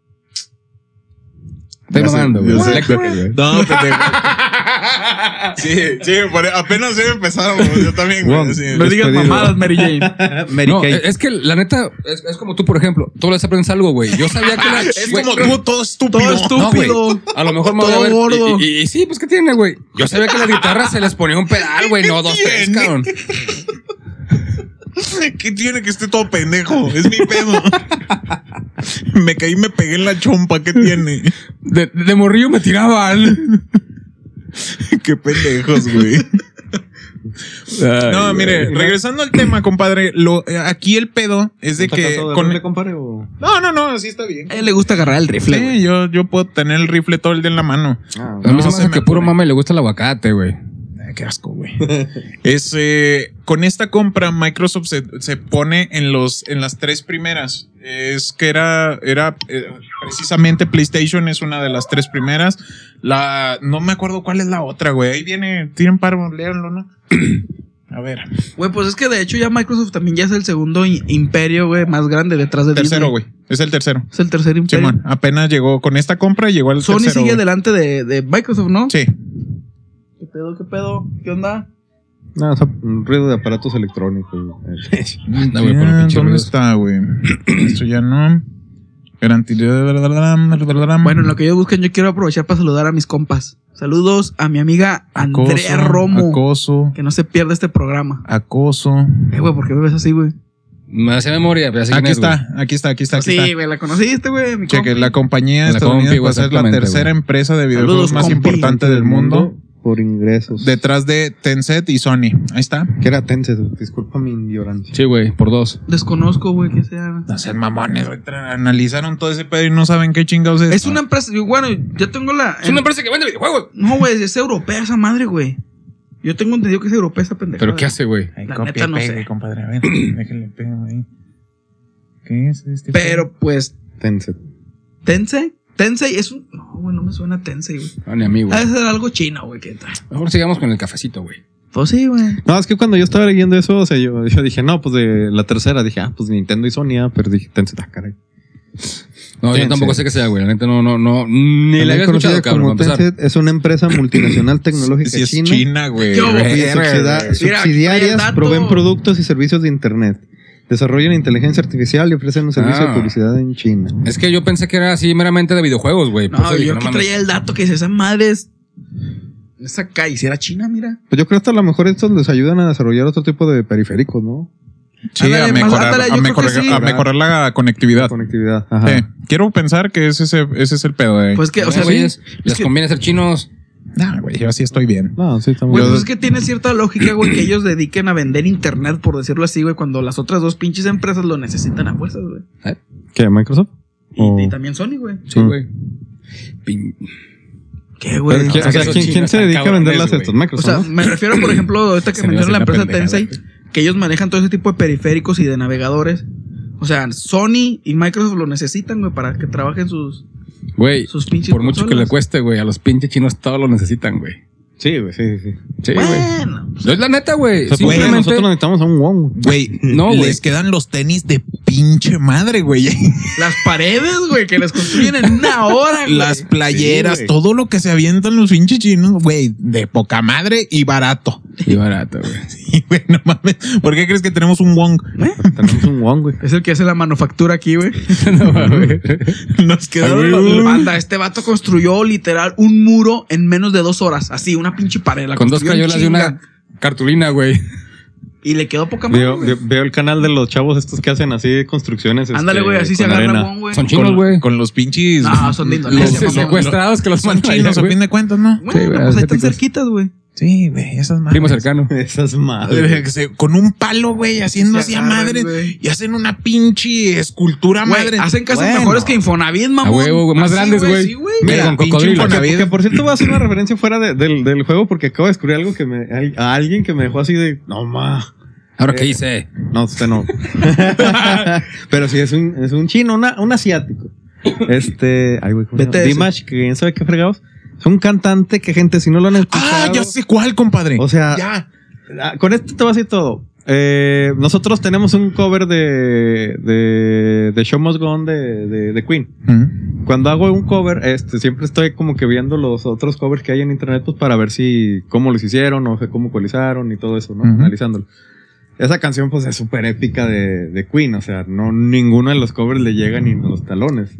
[SPEAKER 4] Estoy
[SPEAKER 5] Ya sé,
[SPEAKER 4] mamando, güey.
[SPEAKER 5] ya sé.
[SPEAKER 4] Eléctrico, güey.
[SPEAKER 5] No, pendejo. Sí, sí, por- apenas sí empezamos. Yo también, güey.
[SPEAKER 3] Wow.
[SPEAKER 5] sí.
[SPEAKER 2] No digas
[SPEAKER 3] Despedido.
[SPEAKER 2] mamadas, Mary Jane.
[SPEAKER 3] Mary
[SPEAKER 4] No,
[SPEAKER 3] Kay.
[SPEAKER 4] es que la neta, es, es como tú, por ejemplo. Tú les aprendes algo, güey. Yo sabía que la...
[SPEAKER 5] Es
[SPEAKER 4] güey,
[SPEAKER 5] como tú, todo estúpido.
[SPEAKER 2] Todo estúpido.
[SPEAKER 4] No, güey. A lo mejor me voy a
[SPEAKER 2] Todo
[SPEAKER 4] ver.
[SPEAKER 2] gordo.
[SPEAKER 4] Y, y- y sí, pues, ¿qué tiene, güey? Yo sabía que las guitarras se les ponía un pedal, güey, no dos, tres,
[SPEAKER 5] tiene?
[SPEAKER 4] cabrón.
[SPEAKER 5] ¿Qué tiene que esté todo pendejo? Es mi pedo. Me caí y me pegué en la chompa. ¿Qué tiene?
[SPEAKER 4] De, de morrillo me tiraban.
[SPEAKER 5] Qué pendejos, güey. No, mire, regresando al tema, compadre, lo, aquí el pedo es de que...
[SPEAKER 3] Con... ¿Le compadre o...?
[SPEAKER 5] No, no, no, así está bien.
[SPEAKER 2] A él le gusta agarrar el rifle,
[SPEAKER 5] Sí,
[SPEAKER 2] güey.
[SPEAKER 5] yo, yo puedo tener el rifle todo el día en la mano.
[SPEAKER 3] Ah,
[SPEAKER 4] A mí
[SPEAKER 5] No,
[SPEAKER 4] se me
[SPEAKER 5] se
[SPEAKER 4] hace
[SPEAKER 5] me
[SPEAKER 4] que puro
[SPEAKER 5] ocurre.
[SPEAKER 4] mame le gusta el aguacate, güey.
[SPEAKER 5] Ay, qué asco, güey. es, eh, con esta compra, Microsoft se, se pone en, los, en las tres primeras. Es que era, era eh, precisamente PlayStation es una de las tres primeras. La, no me acuerdo cuál es la otra, güey. Ahí viene, tienen paro, léanlo, ¿no? A ver.
[SPEAKER 2] Güey, pues es que de hecho ya Microsoft también ya es el segundo i- imperio, güey, más grande detrás de
[SPEAKER 5] Tercero,
[SPEAKER 2] Disney.
[SPEAKER 5] güey. Es el tercero.
[SPEAKER 2] Es el tercer imperio.
[SPEAKER 5] Simón, apenas llegó con esta compra y llegó al
[SPEAKER 2] Sony
[SPEAKER 5] tercero.
[SPEAKER 2] sigue
[SPEAKER 5] güey.
[SPEAKER 2] delante de, de Microsoft, ¿no?
[SPEAKER 5] Sí.
[SPEAKER 2] ¿Qué pedo, qué pedo? ¿Qué onda?
[SPEAKER 3] No, o sea, un ruido de aparatos electrónicos.
[SPEAKER 4] Anda, güey, por el
[SPEAKER 5] Ya,
[SPEAKER 4] pinche
[SPEAKER 5] ¿dónde
[SPEAKER 4] ruido.
[SPEAKER 5] está, güey? Esto ya no. Garantía.
[SPEAKER 2] Bueno, en lo que ellos buscan, yo quiero aprovechar para saludar a mis compas. Saludos a mi amiga Andrea
[SPEAKER 5] Acoso,
[SPEAKER 2] Romo.
[SPEAKER 5] Acoso.
[SPEAKER 2] Que no se pierda este programa.
[SPEAKER 5] Acoso.
[SPEAKER 2] Eh, güey, ¿por qué me ves así, güey?
[SPEAKER 4] Me hace memoria, pero así
[SPEAKER 5] Aquí está, aquí está, aquí está, aquí
[SPEAKER 2] Sí,
[SPEAKER 5] está.
[SPEAKER 2] güey, la conociste, güey, mi
[SPEAKER 5] Cheque,
[SPEAKER 2] compi.
[SPEAKER 5] la compañía
[SPEAKER 4] La
[SPEAKER 5] estadounidense
[SPEAKER 4] compi, güey,
[SPEAKER 5] va a ser la
[SPEAKER 4] exactamente,
[SPEAKER 5] tercera
[SPEAKER 4] güey.
[SPEAKER 5] empresa de videojuegos
[SPEAKER 2] Saludos,
[SPEAKER 5] más
[SPEAKER 2] compi.
[SPEAKER 5] importante del mundo,
[SPEAKER 3] por ingresos.
[SPEAKER 5] detrás de Tencent y Sony. Ahí está.
[SPEAKER 3] Que era Tencent, disculpa mi ignorancia.
[SPEAKER 4] Sí, güey, por dos.
[SPEAKER 2] Desconozco, güey, que sea.
[SPEAKER 5] No sean mamones, güey. Tra- Analizaron todo ese pedo y no saben qué chingados es.
[SPEAKER 2] Es una empresa, yo, bueno, yo tengo la.
[SPEAKER 4] Es una empresa que vende videojuegos.
[SPEAKER 2] No, güey, es europea esa madre, güey. Yo tengo entendido que es europea esa pendejada.
[SPEAKER 4] ¿Pero qué hace, güey?
[SPEAKER 5] Ay,
[SPEAKER 2] La
[SPEAKER 5] copia
[SPEAKER 2] neta
[SPEAKER 5] y
[SPEAKER 2] no
[SPEAKER 5] pegue,
[SPEAKER 2] sé.
[SPEAKER 5] compadre. A ver, déjenle pegar ahí. ¿Qué es este?
[SPEAKER 2] Pero, pues,
[SPEAKER 3] Tencent.
[SPEAKER 2] Tensei. Tensei es un. No, güey, no me suena Tensei, güey.
[SPEAKER 4] No, ni a mí, güey.
[SPEAKER 2] Ha de ser algo chino, güey, ¿qué tal?
[SPEAKER 4] Mejor sigamos con el cafecito, güey.
[SPEAKER 2] Pues sí, güey.
[SPEAKER 3] No, es que cuando yo estaba leyendo eso, o sea, yo, yo dije, no, pues de la tercera, dije, ah, pues Nintendo y Sony, ah, pero dije, Tencent, ah, caray.
[SPEAKER 4] No, yo
[SPEAKER 3] Tencent.
[SPEAKER 4] tampoco sé qué sea, güey. La neta no, no, no. Ni la
[SPEAKER 3] También
[SPEAKER 4] había
[SPEAKER 3] conocida
[SPEAKER 4] escuchado, cabrón.
[SPEAKER 3] como
[SPEAKER 4] para empezar.
[SPEAKER 3] Tencent, es una empresa multinacional tecnológica
[SPEAKER 5] Sí, es
[SPEAKER 3] china.
[SPEAKER 5] China, güey.
[SPEAKER 2] Yo, güey.
[SPEAKER 3] Cuyas subsida-
[SPEAKER 2] Mira, trae el
[SPEAKER 3] subsidiarias
[SPEAKER 2] dato.
[SPEAKER 3] proveen productos y servicios de Internet. Desarrollan inteligencia artificial y ofrecen un servicio
[SPEAKER 4] Ah.
[SPEAKER 3] de publicidad en China.
[SPEAKER 4] Es que yo pensé que era así meramente de videojuegos, güey. Por
[SPEAKER 2] No,
[SPEAKER 4] eso dije,
[SPEAKER 2] yo
[SPEAKER 4] no
[SPEAKER 2] aquí
[SPEAKER 4] mames.
[SPEAKER 2] traía el dato que dice, esa madre es. Esa calle, si era China, mira.
[SPEAKER 3] Pues yo creo que a lo mejor estos les ayudan a desarrollar otro tipo de periféricos, ¿no?
[SPEAKER 5] Sí,
[SPEAKER 2] Ándale,
[SPEAKER 5] a
[SPEAKER 2] más-
[SPEAKER 5] mejorar,
[SPEAKER 2] ándale, yo
[SPEAKER 5] a,
[SPEAKER 2] creo
[SPEAKER 5] mejorar,
[SPEAKER 2] que sí.
[SPEAKER 5] a mejorar la conectividad.
[SPEAKER 3] Conectividad. Ajá.
[SPEAKER 5] Sí. Quiero pensar que ese, ese, ese es el pedo de ahí.
[SPEAKER 2] Pues que, o sea,
[SPEAKER 4] Güeyes,
[SPEAKER 2] sí.
[SPEAKER 4] les
[SPEAKER 2] Es que,
[SPEAKER 4] conviene ser chinos.
[SPEAKER 5] Nah, güey, yo así estoy bien.
[SPEAKER 3] No, sí, estamos.
[SPEAKER 2] güey, pues es que tiene cierta lógica, güey, que ellos dediquen a vender internet, por decirlo así, güey, cuando las otras dos pinches empresas lo necesitan a fuerzas, güey.
[SPEAKER 4] ¿Eh?
[SPEAKER 3] ¿Qué? ¿Microsoft?
[SPEAKER 2] Y,
[SPEAKER 3] Oh.
[SPEAKER 2] y también Sony, güey.
[SPEAKER 4] Sí,
[SPEAKER 3] Mm.
[SPEAKER 4] güey. Pin-
[SPEAKER 2] ¿Qué, güey?
[SPEAKER 3] Pero, ¿quién-
[SPEAKER 4] sea,
[SPEAKER 3] o sea,
[SPEAKER 4] que esos
[SPEAKER 3] ¿quién, quién
[SPEAKER 4] chinos
[SPEAKER 3] se
[SPEAKER 4] están
[SPEAKER 3] dedica a venderlas
[SPEAKER 4] cabrones,
[SPEAKER 3] estos?
[SPEAKER 4] güey.
[SPEAKER 2] O
[SPEAKER 3] Microsoft,
[SPEAKER 2] sea,
[SPEAKER 3] ¿no?
[SPEAKER 2] me refiero, por ejemplo, ahorita que
[SPEAKER 4] Se me
[SPEAKER 2] mencionó la
[SPEAKER 4] hace una
[SPEAKER 2] empresa
[SPEAKER 4] pendejada,
[SPEAKER 2] Tensei, que ellos manejan todo ese tipo de periféricos y de navegadores. O sea, Sony y Microsoft lo necesitan, güey, para que trabajen sus,
[SPEAKER 4] Güey,
[SPEAKER 2] sus pinches
[SPEAKER 4] por mucho que
[SPEAKER 2] consolas.
[SPEAKER 4] le cueste, güey, a los pinches chinos todos lo necesitan, güey.
[SPEAKER 3] Sí, güey, sí, sí.
[SPEAKER 4] Sí, güey.
[SPEAKER 2] Bueno,
[SPEAKER 4] Es la neta, güey.
[SPEAKER 3] O sea, porque
[SPEAKER 4] Simplemente.
[SPEAKER 3] nosotros necesitamos a un Wong.
[SPEAKER 5] Güey,
[SPEAKER 4] No, güey.
[SPEAKER 5] les quedan los tenis de pinche madre, güey.
[SPEAKER 2] las paredes, güey, que les construyen en una hora, güey.
[SPEAKER 5] Las playeras,
[SPEAKER 3] Sí, güey.
[SPEAKER 5] todo lo que se avientan los pinches chinos, güey, de poca madre y barato.
[SPEAKER 4] Y barato, güey.
[SPEAKER 5] Sí, güey, no mames. ¿Por qué crees que tenemos un Wong?
[SPEAKER 3] Tenemos un Wong, güey.
[SPEAKER 2] Es el que hace la manufactura aquí, güey.
[SPEAKER 4] No, mames.
[SPEAKER 5] Nos quedaron
[SPEAKER 2] Ay,
[SPEAKER 5] los-
[SPEAKER 2] güey, banda, este vato construyó literal un muro en menos de dos horas. Así, una pinche pared. La
[SPEAKER 4] Con dos
[SPEAKER 2] construyó en
[SPEAKER 4] cayolas de
[SPEAKER 2] chinga.
[SPEAKER 4] una cartulina, güey.
[SPEAKER 2] Y le quedó poca madre,
[SPEAKER 3] Veo,
[SPEAKER 2] güey.
[SPEAKER 3] veo, veo el canal de los chavos estos que hacen así construcciones.
[SPEAKER 2] Ándale,
[SPEAKER 3] este,
[SPEAKER 2] güey, así se
[SPEAKER 3] con
[SPEAKER 2] agarra
[SPEAKER 3] arena.
[SPEAKER 2] Wong, güey.
[SPEAKER 4] Son chinos,
[SPEAKER 5] con,
[SPEAKER 4] güey.
[SPEAKER 5] con los pinches.
[SPEAKER 2] No, son de Indonesia,
[SPEAKER 5] los-
[SPEAKER 2] mamón.
[SPEAKER 4] secuestrados que los
[SPEAKER 5] Son
[SPEAKER 4] mandan
[SPEAKER 5] chinos,
[SPEAKER 4] allá,
[SPEAKER 5] a
[SPEAKER 4] güey.
[SPEAKER 5] fin de cuentas, ¿no?
[SPEAKER 2] Bueno,
[SPEAKER 4] Sí, güey,
[SPEAKER 2] pues ahí están
[SPEAKER 4] asiáticos.
[SPEAKER 2] cerquitas, güey.
[SPEAKER 5] Sí, güey, esas madres.
[SPEAKER 4] Primo cercano.
[SPEAKER 3] Esas madres.
[SPEAKER 5] Madre, que se- Con un palo, güey, haciendo
[SPEAKER 2] Se
[SPEAKER 5] así a
[SPEAKER 2] agarran,
[SPEAKER 5] madre.
[SPEAKER 2] güey.
[SPEAKER 5] Y hacen una pinche escultura
[SPEAKER 2] Güey,
[SPEAKER 5] madre.
[SPEAKER 2] hacen casas
[SPEAKER 3] Bueno.
[SPEAKER 2] mejores que Infonavit, mamón.
[SPEAKER 4] A huevo, güey, más
[SPEAKER 2] Así,
[SPEAKER 4] grandes, güey.
[SPEAKER 2] Sí, güey.
[SPEAKER 5] Mira,
[SPEAKER 4] con
[SPEAKER 5] pinche
[SPEAKER 4] cocodrilo.
[SPEAKER 5] Infonavit.
[SPEAKER 3] Que por cierto voy a hacer una referencia fuera de- del, del juego porque acabo de descubrir algo que me a alguien que me dejó así de no ma.
[SPEAKER 4] Ahora, ¿qué hice?
[SPEAKER 3] No, usted no. Pero sí es un es un chino, una, un asiático. Este, ay güey, ¿cómo se llama?
[SPEAKER 2] B T S.
[SPEAKER 3] Dimash, que quién sabe qué fregados. Es un cantante que gente si no lo han escuchado.
[SPEAKER 5] Ah, ya sé cuál, compadre.
[SPEAKER 3] O sea,
[SPEAKER 5] ya.
[SPEAKER 3] Ah, con esto te voy a decir todo. Eh, nosotros tenemos un cover de de, de Show Must Go On de, de, de Queen.
[SPEAKER 5] Mm.
[SPEAKER 3] Cuando hago un cover, este, siempre estoy como que viendo los otros covers que hay en internet, pues para ver si, cómo los hicieron, o sea, cómo ecualizaron y todo eso, ¿no?
[SPEAKER 5] Ujú.
[SPEAKER 3] Analizándolo. Esa canción, pues, es súper épica de, de Queen, o sea, no, ninguno de los covers le llega ni en los talones.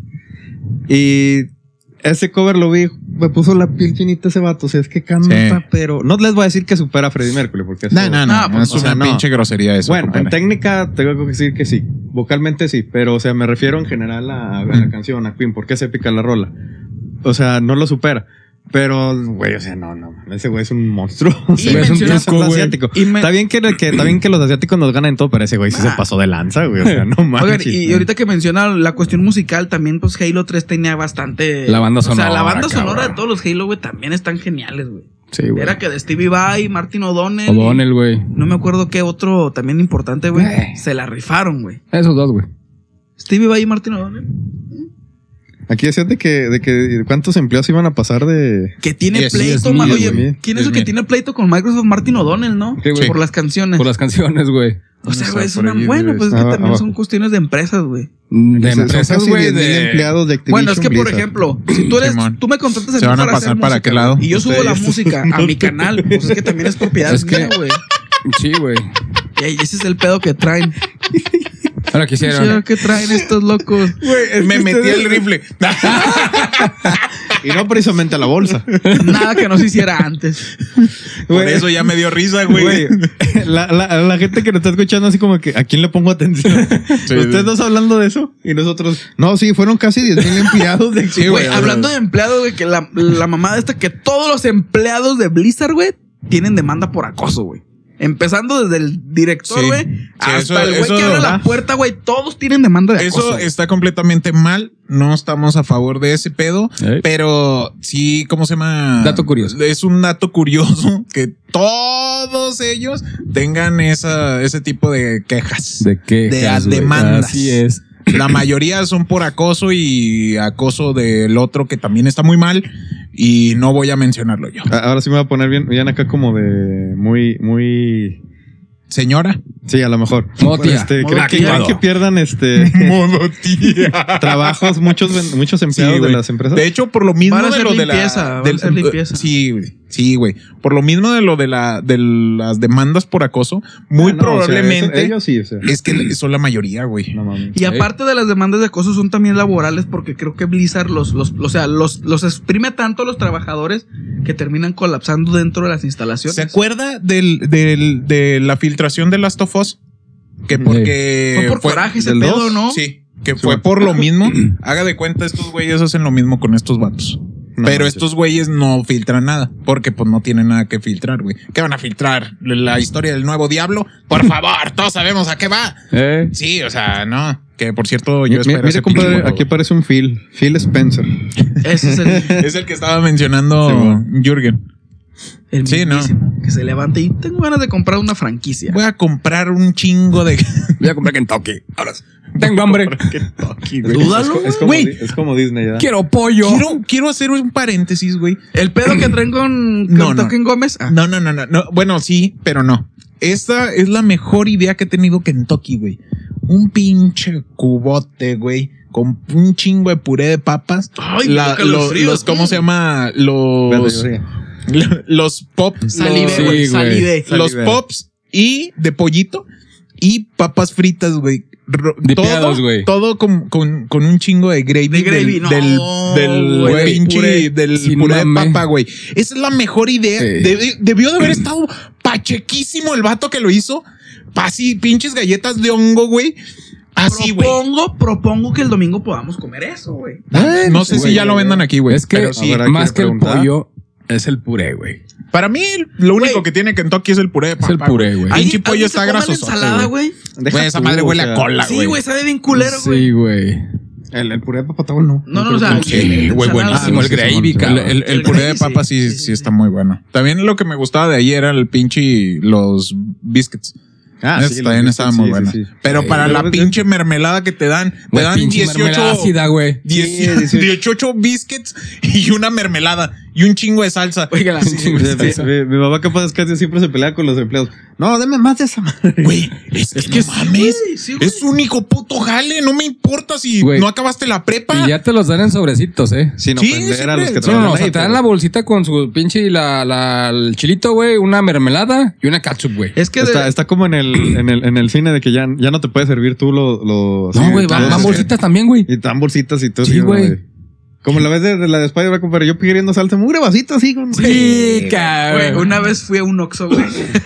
[SPEAKER 3] Y ese cover lo vi, me puso la piel chinita ese vato, o sea, es que canta,
[SPEAKER 5] Sí.
[SPEAKER 3] pero no les voy a decir que supera a Freddie Mercury, porque eso...
[SPEAKER 5] No, no, no.
[SPEAKER 2] No, pues,
[SPEAKER 5] es
[SPEAKER 3] o sea,
[SPEAKER 5] una
[SPEAKER 3] no.
[SPEAKER 5] pinche grosería eso.
[SPEAKER 3] Bueno, en
[SPEAKER 5] compadre.
[SPEAKER 3] técnica tengo que decir que sí. Vocalmente sí, pero o sea, me refiero en general a, a la canción, a Queen, porque es épica la rola. O sea, no lo supera. Pero, güey, o sea, no, no. Ese güey es un monstruo. O sea,
[SPEAKER 2] Y
[SPEAKER 3] es un
[SPEAKER 2] mencionas-
[SPEAKER 3] es un asiático.
[SPEAKER 2] y me-
[SPEAKER 3] Está bien que, que, está bien que los asiáticos nos ganan todo, pero ese güey sí
[SPEAKER 2] Ah.
[SPEAKER 3] se pasó de lanza, güey. O sea, no
[SPEAKER 2] Oigan,
[SPEAKER 3] manches.
[SPEAKER 2] y ahorita que menciona la cuestión musical, también pues Halo tres tenía bastante...
[SPEAKER 4] La banda
[SPEAKER 2] O sea, la
[SPEAKER 4] sonora,
[SPEAKER 2] banda sonora
[SPEAKER 4] cabrón.
[SPEAKER 2] de todos los Halo, güey, también están geniales, güey.
[SPEAKER 4] Sí, güey.
[SPEAKER 2] Era que de Stevie Vai, Martin O'Donnell...
[SPEAKER 4] O'Donnell, güey.
[SPEAKER 2] y No me acuerdo qué otro también importante, güey.
[SPEAKER 4] Eh.
[SPEAKER 2] Se la rifaron, güey.
[SPEAKER 4] Esos dos, güey.
[SPEAKER 2] Stevie Vai y Martin O'Donnell.
[SPEAKER 3] Aquí decían de que, de que cuántos empleados iban a pasar de.
[SPEAKER 2] Que tiene
[SPEAKER 5] Diez,
[SPEAKER 2] pleito,
[SPEAKER 5] diez
[SPEAKER 2] ma-
[SPEAKER 5] mil,
[SPEAKER 2] Oye,
[SPEAKER 3] güey.
[SPEAKER 2] ¿quién es
[SPEAKER 5] Diez
[SPEAKER 2] el que
[SPEAKER 5] mil.
[SPEAKER 2] tiene pleito con Microsoft? Martin O'Donnell, ¿no?
[SPEAKER 4] Sí, güey.
[SPEAKER 2] Por las canciones.
[SPEAKER 4] Por las canciones, güey.
[SPEAKER 2] O sea,
[SPEAKER 3] Está
[SPEAKER 2] güey, es
[SPEAKER 3] por
[SPEAKER 2] una...
[SPEAKER 3] ahí,
[SPEAKER 2] Bueno,
[SPEAKER 3] güey.
[SPEAKER 2] pues es que
[SPEAKER 3] Ah,
[SPEAKER 2] también
[SPEAKER 3] abajo.
[SPEAKER 2] son cuestiones de empresas, güey.
[SPEAKER 4] De
[SPEAKER 3] Son
[SPEAKER 4] empresas,
[SPEAKER 3] casi
[SPEAKER 4] güey.
[SPEAKER 3] diez mil
[SPEAKER 4] De...
[SPEAKER 3] empleados de Activision
[SPEAKER 2] Bueno, es que por
[SPEAKER 3] Blizzard.
[SPEAKER 2] ejemplo, si tú eres,
[SPEAKER 5] Simón.
[SPEAKER 2] tú me contratas a
[SPEAKER 5] ¿Se
[SPEAKER 2] mí
[SPEAKER 5] van a
[SPEAKER 2] para hacer
[SPEAKER 5] pasar para
[SPEAKER 2] música,
[SPEAKER 5] qué lado?
[SPEAKER 2] y yo subo la
[SPEAKER 3] Ustedes.
[SPEAKER 2] música a mi canal, pues es que también es propiedad
[SPEAKER 4] Es que-
[SPEAKER 2] mía, güey.
[SPEAKER 4] Sí, güey.
[SPEAKER 2] Y ahí ese es el pedo que traen.
[SPEAKER 4] Ahora
[SPEAKER 2] Sí,
[SPEAKER 4] quisieron.
[SPEAKER 2] ¿qué traen estos locos?
[SPEAKER 5] Me metí el rifle.
[SPEAKER 3] Y no precisamente a la bolsa.
[SPEAKER 2] Nada que no se hiciera antes.
[SPEAKER 5] Por
[SPEAKER 3] Güey.
[SPEAKER 5] eso ya me dio risa, güey.
[SPEAKER 3] Güey, la, la, la gente que nos está escuchando así como que ¿a quién le pongo atención?
[SPEAKER 5] Sí,
[SPEAKER 3] Ustedes
[SPEAKER 5] sí.
[SPEAKER 3] dos hablando de eso y nosotros, no, sí, fueron casi diez mil empleados de
[SPEAKER 5] Sí,
[SPEAKER 2] Güey,
[SPEAKER 5] güey,
[SPEAKER 2] hablando de empleados, güey, que la, la mamada esta, que todos los empleados de Blizzard, güey, tienen demanda por acoso, güey. Empezando desde el director,
[SPEAKER 5] Sí.
[SPEAKER 2] güey,
[SPEAKER 5] Sí,
[SPEAKER 2] hasta
[SPEAKER 5] eso-
[SPEAKER 2] el güey
[SPEAKER 5] eso
[SPEAKER 2] que abre
[SPEAKER 5] lo
[SPEAKER 2] la
[SPEAKER 5] da.
[SPEAKER 2] puerta, güey, todos tienen demanda de acoso.
[SPEAKER 5] Eso
[SPEAKER 2] güey.
[SPEAKER 5] está completamente mal. No estamos a favor de ese pedo.
[SPEAKER 4] ¿Eh?
[SPEAKER 5] Pero sí, ¿cómo se llama?
[SPEAKER 4] Dato curioso.
[SPEAKER 5] Es un dato curioso que todos ellos tengan esa, ese tipo de quejas.
[SPEAKER 4] ¿De qué?
[SPEAKER 5] De
[SPEAKER 4] Jas, güey?
[SPEAKER 5] demandas.
[SPEAKER 4] Así es.
[SPEAKER 5] La mayoría son por acoso y acoso del otro que también está muy mal. Y no voy a mencionarlo yo.
[SPEAKER 3] A- Ahora sí me voy a poner bien, bien acá como de muy, muy.
[SPEAKER 5] Señora.
[SPEAKER 3] Sí, a lo mejor.
[SPEAKER 4] Modo tía.
[SPEAKER 3] Este,
[SPEAKER 2] Modo
[SPEAKER 3] ¿creen, que,
[SPEAKER 2] tía.
[SPEAKER 3] creen que pierdan este
[SPEAKER 5] Modo tía.
[SPEAKER 3] trabajos muchos, ven- muchos empleados
[SPEAKER 5] Sí,
[SPEAKER 3] de
[SPEAKER 5] güey.
[SPEAKER 3] las empresas?
[SPEAKER 5] De hecho, por lo mismo
[SPEAKER 2] Van a
[SPEAKER 5] de
[SPEAKER 2] hacer
[SPEAKER 5] lo de
[SPEAKER 2] limpieza,
[SPEAKER 5] la.
[SPEAKER 2] van a
[SPEAKER 5] del-
[SPEAKER 2] hacer limpieza.
[SPEAKER 5] Sí, güey. Sí, güey. Por lo mismo de lo de la de las demandas por acoso, muy
[SPEAKER 3] Ah, no, o sea,
[SPEAKER 5] probablemente
[SPEAKER 3] eso- ellos sí, o sea.
[SPEAKER 5] es que son la mayoría, güey.
[SPEAKER 3] No mames.
[SPEAKER 2] Y aparte de las demandas de acoso, son también laborales, porque creo que Blizzard los, los, o sea, los, los exprime tanto a los trabajadores que terminan colapsando dentro de las instalaciones.
[SPEAKER 5] ¿Se acuerda del, del, de la filtración de Last of Us? Que porque
[SPEAKER 2] Fue por coraje ese
[SPEAKER 3] del
[SPEAKER 2] pedo,
[SPEAKER 3] dos,
[SPEAKER 2] ¿no?
[SPEAKER 5] Sí, que fue por lo mismo. Haga de cuenta, estos güeyes hacen lo mismo con estos vatos.
[SPEAKER 3] No
[SPEAKER 5] Pero
[SPEAKER 3] manches.
[SPEAKER 5] estos güeyes no filtran nada, porque pues no tienen nada que filtrar, güey. ¿Qué van a filtrar? ¿La historia del nuevo diablo? Por favor, todos sabemos a qué va.
[SPEAKER 4] ¿Eh?
[SPEAKER 5] Sí, o sea, no. Que por cierto, yo
[SPEAKER 3] Mi-
[SPEAKER 5] espero
[SPEAKER 3] Mire,
[SPEAKER 5] ese
[SPEAKER 3] compadre,
[SPEAKER 5] pinche
[SPEAKER 3] aquí aparece un Phil. Phil Spencer.
[SPEAKER 2] Ese es el,
[SPEAKER 5] juego. Es el que estaba mencionando
[SPEAKER 3] Sí, bueno.
[SPEAKER 5] Jürgen.
[SPEAKER 2] el
[SPEAKER 5] Sí, ¿no?
[SPEAKER 2] mismísimo, que se levante y tengo ganas de comprar una franquicia.
[SPEAKER 5] Voy a comprar un chingo de...
[SPEAKER 4] Voy a comprar Kentucky. Ahora sí. Tengo hambre.
[SPEAKER 2] Dúdalo,
[SPEAKER 3] Es como,
[SPEAKER 5] güey.
[SPEAKER 3] Di- es como Disney, ¿ya?
[SPEAKER 4] Quiero pollo.
[SPEAKER 5] Quiero, quiero hacer un paréntesis, güey.
[SPEAKER 2] El pedo que traen con, con
[SPEAKER 5] No, no.
[SPEAKER 2] Token Gómez. Ah,
[SPEAKER 5] No, no, no, no, no. Bueno, sí, pero no. Esta es la mejor idea que ha tenido Kentucky, güey. Un pinche cubote, güey. Con un chingo de puré de papas.
[SPEAKER 2] Ay,
[SPEAKER 5] La-
[SPEAKER 2] toca los
[SPEAKER 5] los,
[SPEAKER 2] fríos.
[SPEAKER 5] los- ¿cómo
[SPEAKER 2] Mm.
[SPEAKER 5] se llama?
[SPEAKER 3] Verde,
[SPEAKER 5] Los,
[SPEAKER 3] yo sí.
[SPEAKER 5] los pop.
[SPEAKER 2] Salivé,
[SPEAKER 4] Sí,
[SPEAKER 2] güey,
[SPEAKER 4] güey.
[SPEAKER 2] salivé.
[SPEAKER 5] Los
[SPEAKER 3] Salivé.
[SPEAKER 5] pops y de pollito y papas fritas, güey. Ro-
[SPEAKER 4] Dipeados,
[SPEAKER 5] todo,
[SPEAKER 4] güey.
[SPEAKER 5] todo con, con, con un chingo de gravy,
[SPEAKER 2] De gravy,
[SPEAKER 5] del,
[SPEAKER 2] no,
[SPEAKER 5] del, del
[SPEAKER 2] güey,
[SPEAKER 5] pinche
[SPEAKER 2] puré.
[SPEAKER 5] del
[SPEAKER 4] Sin
[SPEAKER 5] puré de
[SPEAKER 4] mame.
[SPEAKER 5] papa, güey. Esa es la mejor idea.
[SPEAKER 4] Sí.
[SPEAKER 5] Deb- debió de haber estado pachequísimo el vato que lo hizo. Así, pinches galletas de hongo, güey. Así, güey.
[SPEAKER 2] propongo, propongo que el domingo podamos comer eso, güey.
[SPEAKER 5] No sé
[SPEAKER 4] güey,
[SPEAKER 5] si ya lo
[SPEAKER 4] güey.
[SPEAKER 5] vendan aquí, güey.
[SPEAKER 4] Es que
[SPEAKER 5] pero sí.
[SPEAKER 3] Habrá
[SPEAKER 4] más
[SPEAKER 3] que
[SPEAKER 4] que el
[SPEAKER 3] preguntar.
[SPEAKER 4] pollo es el puré, güey.
[SPEAKER 5] Para mí, lo único
[SPEAKER 2] Güey.
[SPEAKER 5] que tiene Kentucky es el puré de
[SPEAKER 4] Es
[SPEAKER 5] papa.
[SPEAKER 4] el puré, güey.
[SPEAKER 5] Pinche
[SPEAKER 2] ¿Alguien-
[SPEAKER 5] pollo
[SPEAKER 2] alguien
[SPEAKER 5] está
[SPEAKER 2] se come la
[SPEAKER 5] grasoso.
[SPEAKER 2] ensalada, güey?
[SPEAKER 3] Deja
[SPEAKER 5] Güey, esa
[SPEAKER 3] tú,
[SPEAKER 5] madre
[SPEAKER 3] o
[SPEAKER 5] huele
[SPEAKER 3] sea,
[SPEAKER 5] a cola,
[SPEAKER 2] Sí,
[SPEAKER 5] güey.
[SPEAKER 2] güey, sabe bien culero, güey.
[SPEAKER 4] Sí, güey.
[SPEAKER 3] El, el puré de papa está bueno.
[SPEAKER 2] No, no, o sea,
[SPEAKER 3] creo que-
[SPEAKER 5] Sí, güey,
[SPEAKER 2] ensalada,
[SPEAKER 5] buenísimo.
[SPEAKER 3] Ah,
[SPEAKER 5] El
[SPEAKER 3] no, sí,
[SPEAKER 5] gravy,
[SPEAKER 3] sí,
[SPEAKER 5] cabrón.
[SPEAKER 3] sí.
[SPEAKER 5] El, el
[SPEAKER 2] El
[SPEAKER 5] puré de
[SPEAKER 2] gravy,
[SPEAKER 5] papa
[SPEAKER 2] sí,
[SPEAKER 5] sí,
[SPEAKER 2] sí,
[SPEAKER 5] sí
[SPEAKER 2] sí.
[SPEAKER 5] está muy bueno. También lo que me gustaba de ahí era el pinche los biscuits.
[SPEAKER 3] Ah,
[SPEAKER 5] Esos
[SPEAKER 3] sí,
[SPEAKER 5] también
[SPEAKER 3] los
[SPEAKER 5] estaban
[SPEAKER 3] biscuits,
[SPEAKER 5] muy
[SPEAKER 3] sí,
[SPEAKER 5] buenos.
[SPEAKER 3] sí, sí.
[SPEAKER 5] Pero
[SPEAKER 4] Sí,
[SPEAKER 5] para
[SPEAKER 3] pero
[SPEAKER 5] la
[SPEAKER 3] ves-
[SPEAKER 5] pinche mermelada que te dan, te
[SPEAKER 4] Güey,
[SPEAKER 5] dan
[SPEAKER 4] pinche
[SPEAKER 5] dieciocho,
[SPEAKER 4] mermelada ácida, güey.
[SPEAKER 5] diez- dieciocho biscuits y una mermelada y un chingo de salsa.
[SPEAKER 2] Oiga,
[SPEAKER 4] Sí,
[SPEAKER 2] sí,
[SPEAKER 4] güey.
[SPEAKER 3] Mi, mi- mi mamá capaz es que siempre se pelea con los empleados. No, deme más de esa madre.
[SPEAKER 5] Güey, es,
[SPEAKER 2] Es
[SPEAKER 5] que,
[SPEAKER 2] que
[SPEAKER 5] no
[SPEAKER 2] sí,
[SPEAKER 5] mames.
[SPEAKER 2] güey, sí, güey.
[SPEAKER 5] Es un único puto jale. No me importa si
[SPEAKER 4] Güey.
[SPEAKER 5] no acabaste la prepa.
[SPEAKER 4] Y ya te los dan en sobrecitos, ¿eh?
[SPEAKER 3] Sin
[SPEAKER 5] Sí,
[SPEAKER 3] ofender a
[SPEAKER 5] siempre.
[SPEAKER 3] los que
[SPEAKER 4] Sí, no, no,
[SPEAKER 3] trabajan
[SPEAKER 4] o sea,
[SPEAKER 3] ahí,
[SPEAKER 4] te dan
[SPEAKER 3] pero-
[SPEAKER 4] la bolsita con su pinche y la, la, el chilito, güey, una mermelada y una ketchup, güey.
[SPEAKER 2] Es que
[SPEAKER 3] Está,
[SPEAKER 2] de-
[SPEAKER 3] está como en el, en el, en el cine de que ya, ya no te puedes servir tú los... los
[SPEAKER 4] No,
[SPEAKER 3] así,
[SPEAKER 4] güey, van,
[SPEAKER 3] todos-
[SPEAKER 4] van bolsitas también, güey.
[SPEAKER 3] Y dan bolsitas y todo.
[SPEAKER 4] Sí,
[SPEAKER 3] así,
[SPEAKER 4] güey.
[SPEAKER 3] Como la vez de, de la de Spider-Man, compadre, yo queriendo salsa, mugre vasito así. Con...
[SPEAKER 4] Sí,
[SPEAKER 2] Güey,
[SPEAKER 4] cabrón.
[SPEAKER 2] una vez fui a un Oxxo, güey.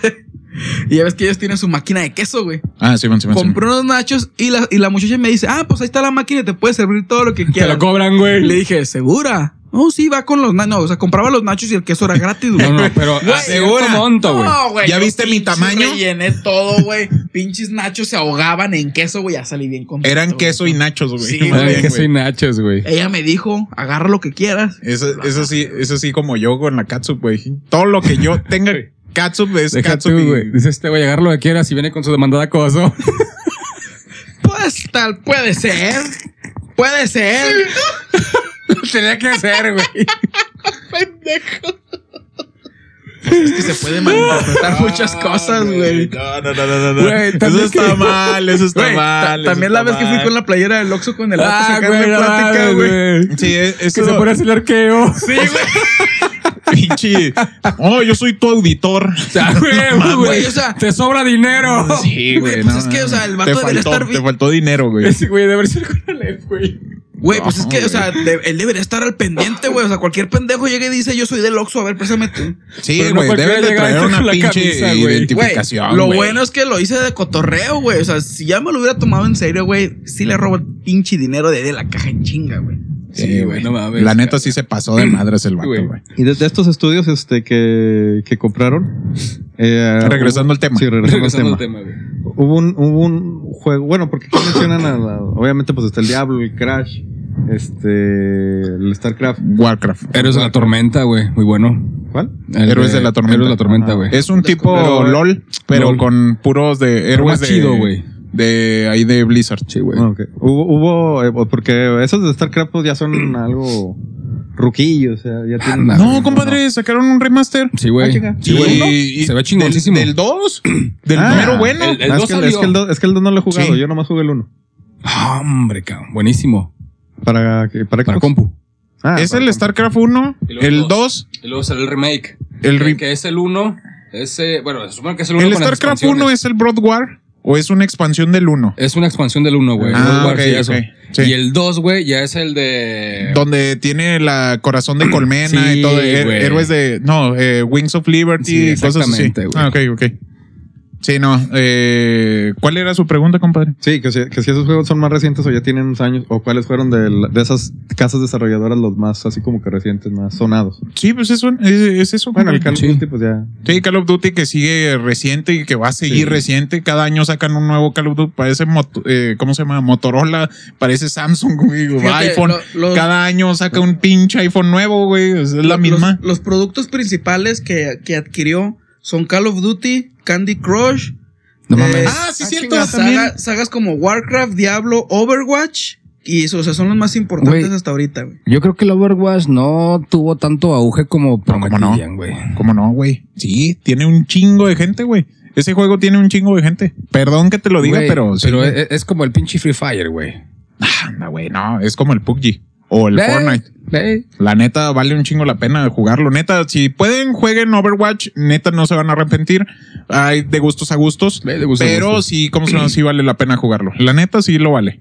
[SPEAKER 2] Y ya ves que ellos tienen su máquina de queso, güey.
[SPEAKER 5] Ah, sí, man, sí, man, sí, man.
[SPEAKER 2] Compré unos nachos y la, y la muchacha me dice, ah, pues ahí está la máquina y te puedes servir todo lo que
[SPEAKER 4] Te
[SPEAKER 2] quieras.
[SPEAKER 4] lo cobran, güey.
[SPEAKER 2] Le dije, ¿segura? No, sí, va con los nachos. No, o sea, compraba los nachos y el queso era gratis, güey.
[SPEAKER 4] No, no, pero
[SPEAKER 2] Güey,
[SPEAKER 4] segura. Monto, güey.
[SPEAKER 2] No, güey.
[SPEAKER 5] ¿Ya
[SPEAKER 2] yo
[SPEAKER 5] viste mi
[SPEAKER 2] pinche
[SPEAKER 5] tamaño?
[SPEAKER 2] Rellené todo, güey. Pinches nachos se ahogaban en queso, güey. Ya salí bien contento.
[SPEAKER 5] Eran
[SPEAKER 2] güey.
[SPEAKER 5] queso y nachos, güey.
[SPEAKER 2] Sí,
[SPEAKER 5] Más
[SPEAKER 2] güey.
[SPEAKER 5] bien,
[SPEAKER 4] Que soy nachos, güey.
[SPEAKER 2] Ella me dijo, agarra lo que quieras.
[SPEAKER 5] Eso, eso sí, eso sí como yo con la catsup, güey. Todo lo que yo tenga catsup es
[SPEAKER 4] Deja
[SPEAKER 5] catsup.
[SPEAKER 4] tú,
[SPEAKER 5] y-
[SPEAKER 4] güey. Dice este güey, agarra lo que quieras y viene con su demanda de acoso.
[SPEAKER 2] Pues tal, puede ser. Puede ser.
[SPEAKER 4] Tenía que hacer, güey.
[SPEAKER 2] Pendejo. Es que se puede malinterpretar muchas cosas, güey.
[SPEAKER 5] No, no, no, no, no.
[SPEAKER 4] Güey,
[SPEAKER 5] Eso
[SPEAKER 4] también
[SPEAKER 5] está
[SPEAKER 4] que-
[SPEAKER 5] mal, eso está
[SPEAKER 2] Güey,
[SPEAKER 5] mal.
[SPEAKER 2] ta-
[SPEAKER 5] eso
[SPEAKER 2] también la
[SPEAKER 5] está
[SPEAKER 2] vez que fui
[SPEAKER 5] mal.
[SPEAKER 2] con la playera del Oxxo con el vato a
[SPEAKER 4] Ah,
[SPEAKER 2] sacarle
[SPEAKER 4] güey, no
[SPEAKER 2] plática,
[SPEAKER 4] mames,
[SPEAKER 2] güey.
[SPEAKER 5] Sí, es, es
[SPEAKER 4] Que
[SPEAKER 5] eso,
[SPEAKER 4] se pone a hacer el arqueo.
[SPEAKER 2] Sí, güey.
[SPEAKER 5] pinche. Oh, yo soy tu auditor.
[SPEAKER 4] O sea, güey,
[SPEAKER 2] Güey,
[SPEAKER 4] güey.
[SPEAKER 2] o sea-
[SPEAKER 4] Te sobra dinero.
[SPEAKER 5] Sí,
[SPEAKER 2] Güey,
[SPEAKER 5] güey.
[SPEAKER 2] pues
[SPEAKER 5] no,
[SPEAKER 2] es que,
[SPEAKER 5] no,
[SPEAKER 2] o sea, el
[SPEAKER 5] no.
[SPEAKER 2] vato
[SPEAKER 5] te
[SPEAKER 2] debería
[SPEAKER 5] faltó,
[SPEAKER 2] estar-
[SPEAKER 5] Te faltó dinero, güey.
[SPEAKER 4] Ese güey debe ser con el F, güey.
[SPEAKER 2] Güey, pues es que,
[SPEAKER 5] No,
[SPEAKER 2] o sea, de- él debería estar al pendiente, güey. O sea, cualquier pendejo llega y dice, yo soy del Oxxo, a ver, préstame tú.
[SPEAKER 5] Sí,
[SPEAKER 4] Pero no
[SPEAKER 5] güey.
[SPEAKER 4] cualquiera
[SPEAKER 5] Deben de
[SPEAKER 4] llega
[SPEAKER 5] traer
[SPEAKER 4] con
[SPEAKER 5] una
[SPEAKER 4] la
[SPEAKER 5] pinche
[SPEAKER 4] camisa, güey.
[SPEAKER 2] Güey,
[SPEAKER 5] identificación.
[SPEAKER 2] lo
[SPEAKER 5] güey.
[SPEAKER 2] bueno es que lo hice de cotorreo, güey. O sea, si ya me lo hubiera tomado en serio, güey, sí le robo el pinche dinero de, de la caja en chinga, güey.
[SPEAKER 5] Sí, güey.
[SPEAKER 4] no mames.
[SPEAKER 5] La neta sí se pasó de madres el vato,
[SPEAKER 4] Güey.
[SPEAKER 5] güey.
[SPEAKER 3] Y de, de estos estudios este, que, que compraron. eh,
[SPEAKER 5] Regresando
[SPEAKER 3] hubo-
[SPEAKER 5] al tema.
[SPEAKER 3] Sí, regresando,
[SPEAKER 4] Regresando
[SPEAKER 3] al
[SPEAKER 4] al
[SPEAKER 3] tema.
[SPEAKER 4] tema, güey.
[SPEAKER 3] Hubo un, hubo un juego. Bueno, porque aquí mencionan a la- obviamente, pues está el Diablo, el Crash, este. El StarCraft.
[SPEAKER 5] Warcraft.
[SPEAKER 4] Héroes de la Tormenta, güey. Muy bueno.
[SPEAKER 3] ¿Cuál?
[SPEAKER 4] El
[SPEAKER 5] Héroes de la Tormenta.
[SPEAKER 4] Héroes de la Tormenta,
[SPEAKER 3] Ajá.
[SPEAKER 4] güey.
[SPEAKER 5] Es un tipo
[SPEAKER 3] Pero-
[SPEAKER 5] LOL, pero
[SPEAKER 4] LOL.
[SPEAKER 5] con puros de héroes
[SPEAKER 4] más
[SPEAKER 5] de.
[SPEAKER 4] chido, güey.
[SPEAKER 5] De ahí de Blizzard.
[SPEAKER 4] Sí, güey.
[SPEAKER 3] Ah, ok. Hubo, hubo eh, porque esos de StarCraft pues, ya son algo ruquillos, o sea, ya tienen.
[SPEAKER 4] Anda,
[SPEAKER 5] No,
[SPEAKER 4] güey,
[SPEAKER 5] compadre, sacaron un remaster.
[SPEAKER 4] Sí, güey.
[SPEAKER 3] Ah, chica.
[SPEAKER 4] Sí, güey.
[SPEAKER 5] Y- y
[SPEAKER 4] Se ve chingoncísimo.
[SPEAKER 5] Del dos. Del
[SPEAKER 3] Ah,
[SPEAKER 5] primero bueno.
[SPEAKER 4] el- el-
[SPEAKER 3] Ah,
[SPEAKER 4] dos
[SPEAKER 3] es, que, el-
[SPEAKER 4] salió.
[SPEAKER 3] es que el dos es que el dos no lo he jugado,
[SPEAKER 5] Sí.
[SPEAKER 3] yo nomás jugué el uno.
[SPEAKER 4] Ah, hombre, cabrón. Buenísimo.
[SPEAKER 3] Para, que- para,
[SPEAKER 4] Para
[SPEAKER 3] Xbox.
[SPEAKER 4] compu.
[SPEAKER 5] es
[SPEAKER 3] Ah, para
[SPEAKER 5] el
[SPEAKER 3] compu.
[SPEAKER 5] StarCraft uno,
[SPEAKER 4] Y luego
[SPEAKER 5] el
[SPEAKER 4] dos.
[SPEAKER 5] dos.
[SPEAKER 4] Y luego sale el remake.
[SPEAKER 5] El
[SPEAKER 4] que,
[SPEAKER 5] re-
[SPEAKER 4] que es el uno. Ese, bueno, se supone que es el uno
[SPEAKER 5] ¿El
[SPEAKER 4] con las
[SPEAKER 5] StarCraft
[SPEAKER 4] expansiones.
[SPEAKER 5] uno es el Broad War o es una expansión del uno?
[SPEAKER 4] Es una expansión del uno, güey.
[SPEAKER 5] Ah,
[SPEAKER 4] World War,
[SPEAKER 5] ok,
[SPEAKER 4] sí, eso.
[SPEAKER 5] ok. Sí.
[SPEAKER 4] Y el dos, güey, ya es el de...
[SPEAKER 5] Donde tiene la corazón de colmena
[SPEAKER 4] Sí,
[SPEAKER 5] y todo. eh,
[SPEAKER 4] güey.
[SPEAKER 5] Héroes de. No, eh, Wings of Liberty,
[SPEAKER 4] Sí,
[SPEAKER 5] cosas así.
[SPEAKER 4] exactamente, güey.
[SPEAKER 5] Ah, ok, ok. Sí, no. Eh, ¿Cuál era su pregunta, compadre?
[SPEAKER 3] Sí, que si, que si esos juegos son más recientes o ya tienen unos años, o cuáles fueron de, la- de esas casas desarrolladoras los más así como que recientes, más sonados.
[SPEAKER 5] Sí, pues eso, es, es eso.
[SPEAKER 3] Bueno, el Call
[SPEAKER 5] compadre.
[SPEAKER 3] of Duty, pues ya.
[SPEAKER 5] Sí, Call of Duty que sigue reciente y que va a seguir
[SPEAKER 3] Sí.
[SPEAKER 5] reciente. Cada año sacan un nuevo Call of Duty. Parece, moto- eh, ¿cómo se llama? Motorola. Parece Samsung, güey. o
[SPEAKER 2] Fíjate,
[SPEAKER 5] iPhone.
[SPEAKER 2] lo- los-
[SPEAKER 5] Cada año saca un pinche iPhone nuevo, güey. Es la
[SPEAKER 2] Los-
[SPEAKER 5] misma.
[SPEAKER 2] Los, los productos principales que, que adquirió son Call of Duty, Candy Crush.
[SPEAKER 4] No mames.
[SPEAKER 5] Ah, sí, cierto,
[SPEAKER 2] chinga,
[SPEAKER 5] también.
[SPEAKER 2] saga- sagas como Warcraft, Diablo, Overwatch. Y eso, o sea, son los más importantes
[SPEAKER 4] Güey.
[SPEAKER 2] hasta ahorita, güey.
[SPEAKER 4] Yo creo que el Overwatch no tuvo tanto auge como
[SPEAKER 5] ¿cómo no?
[SPEAKER 4] prometían, güey.
[SPEAKER 5] ¿Cómo no, güey? Sí, tiene un chingo de gente, güey. Ese juego tiene un chingo de gente. Perdón que te lo diga,
[SPEAKER 4] Güey,
[SPEAKER 5] pero sí.
[SPEAKER 4] Pero
[SPEAKER 5] güey.
[SPEAKER 4] es, es como el pinche Free Fire, güey.
[SPEAKER 5] Ah, anda, güey, no. Es como el P U B G o el
[SPEAKER 4] Ve,
[SPEAKER 5] Fortnite.
[SPEAKER 4] ve.
[SPEAKER 5] La neta, vale un chingo la pena jugarlo. Neta, si pueden, jueguen Overwatch. Neta, no se van a arrepentir. Hay de gustos a gustos.
[SPEAKER 4] Ve, de gustos a
[SPEAKER 5] pero
[SPEAKER 4] gustos.
[SPEAKER 5] sí, como se llama, sí vale la pena jugarlo. La neta, sí lo vale.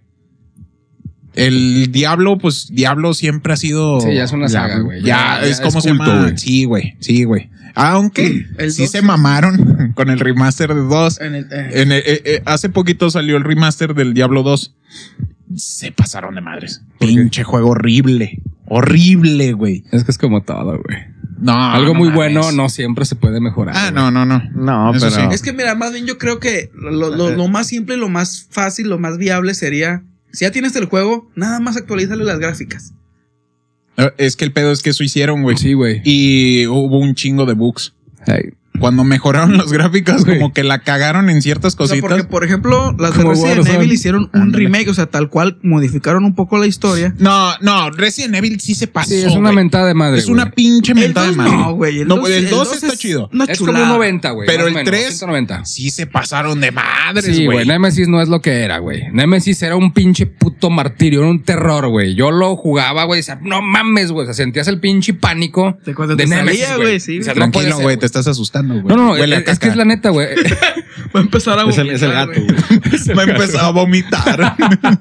[SPEAKER 5] El Diablo, pues Diablo siempre ha sido.
[SPEAKER 4] Sí, ya es una saga, güey.
[SPEAKER 5] Ya,
[SPEAKER 4] Ya- ya
[SPEAKER 5] es como
[SPEAKER 4] es
[SPEAKER 5] se
[SPEAKER 4] culto,
[SPEAKER 5] llama.
[SPEAKER 4] güey.
[SPEAKER 5] Sí, güey. Sí, güey. Aunque
[SPEAKER 2] El
[SPEAKER 5] sí
[SPEAKER 2] dos,
[SPEAKER 5] se
[SPEAKER 2] sí.
[SPEAKER 5] mamaron con el remaster de dos.
[SPEAKER 2] En el, eh,
[SPEAKER 5] En el- eh, eh, hace poquito salió el remaster del Diablo dos. Se pasaron de madres. Pinche juego horrible. Horrible, güey.
[SPEAKER 4] Es que es como todo, güey.
[SPEAKER 5] No.
[SPEAKER 4] Algo
[SPEAKER 5] no
[SPEAKER 4] muy
[SPEAKER 5] mames.
[SPEAKER 4] bueno no siempre se puede mejorar.
[SPEAKER 5] Ah,
[SPEAKER 4] güey.
[SPEAKER 5] no, no, no.
[SPEAKER 3] No,
[SPEAKER 5] Eso
[SPEAKER 3] pero.
[SPEAKER 5] sí.
[SPEAKER 2] Es que mira, más bien yo creo que lo, lo- lo más simple, lo más fácil, lo más viable sería, si ya tienes el juego, nada más actualízale las gráficas.
[SPEAKER 5] Eh, Es que el pedo es que eso hicieron, güey.
[SPEAKER 4] Sí, güey.
[SPEAKER 5] Y hubo un chingo de bugs.
[SPEAKER 4] Hey.
[SPEAKER 5] Cuando mejoraron las gráficas,
[SPEAKER 4] Güey.
[SPEAKER 5] como que la cagaron en ciertas
[SPEAKER 2] O sea,
[SPEAKER 5] cositas.
[SPEAKER 2] porque, por ejemplo, las de
[SPEAKER 4] Como
[SPEAKER 2] Resident
[SPEAKER 4] Warzone.
[SPEAKER 2] Evil hicieron un
[SPEAKER 5] Ándale.
[SPEAKER 2] remake, o sea, tal cual modificaron un poco la historia.
[SPEAKER 5] No, no, Resident Evil sí se pasó.
[SPEAKER 4] Sí, es una
[SPEAKER 5] güey.
[SPEAKER 4] mentada de madre.
[SPEAKER 5] Es una
[SPEAKER 4] güey.
[SPEAKER 5] pinche
[SPEAKER 2] El
[SPEAKER 5] mentada de
[SPEAKER 2] dos
[SPEAKER 5] madre.
[SPEAKER 2] no, güey. El
[SPEAKER 5] No,
[SPEAKER 2] dos-
[SPEAKER 5] el
[SPEAKER 2] el
[SPEAKER 5] dos
[SPEAKER 2] dos
[SPEAKER 5] está
[SPEAKER 2] es
[SPEAKER 5] chido.
[SPEAKER 2] una
[SPEAKER 4] Es como
[SPEAKER 2] chulada.
[SPEAKER 4] un noventa, güey.
[SPEAKER 5] Pero
[SPEAKER 4] más
[SPEAKER 5] el
[SPEAKER 4] o menos,
[SPEAKER 5] tres
[SPEAKER 4] ciento noventa.
[SPEAKER 5] Sí se pasaron de madres,
[SPEAKER 4] Sí,
[SPEAKER 5] güey.
[SPEAKER 4] güey. Nemesis no es lo que era, güey. Nemesis era un pinche puto martirio, era un terror, güey. Yo lo jugaba, güey. Decía, no mames, güey. O sea, sentías el pinche pánico
[SPEAKER 2] De cuando
[SPEAKER 4] de
[SPEAKER 2] te
[SPEAKER 4] Nemesis,
[SPEAKER 2] salía, güey, sí,
[SPEAKER 4] Decías,
[SPEAKER 2] güey.
[SPEAKER 4] no puede
[SPEAKER 5] Tranquilo,
[SPEAKER 4] ser,
[SPEAKER 5] güey, te estás asustando, güey.
[SPEAKER 4] No, no, no.
[SPEAKER 5] Huele a
[SPEAKER 4] Es, es que
[SPEAKER 5] caca.
[SPEAKER 4] es la neta, güey.
[SPEAKER 2] Va a empezar a
[SPEAKER 3] Es el, es el
[SPEAKER 2] vomitar,
[SPEAKER 3] gato,
[SPEAKER 2] güey.
[SPEAKER 3] güey.
[SPEAKER 5] Me empezó a vomitar.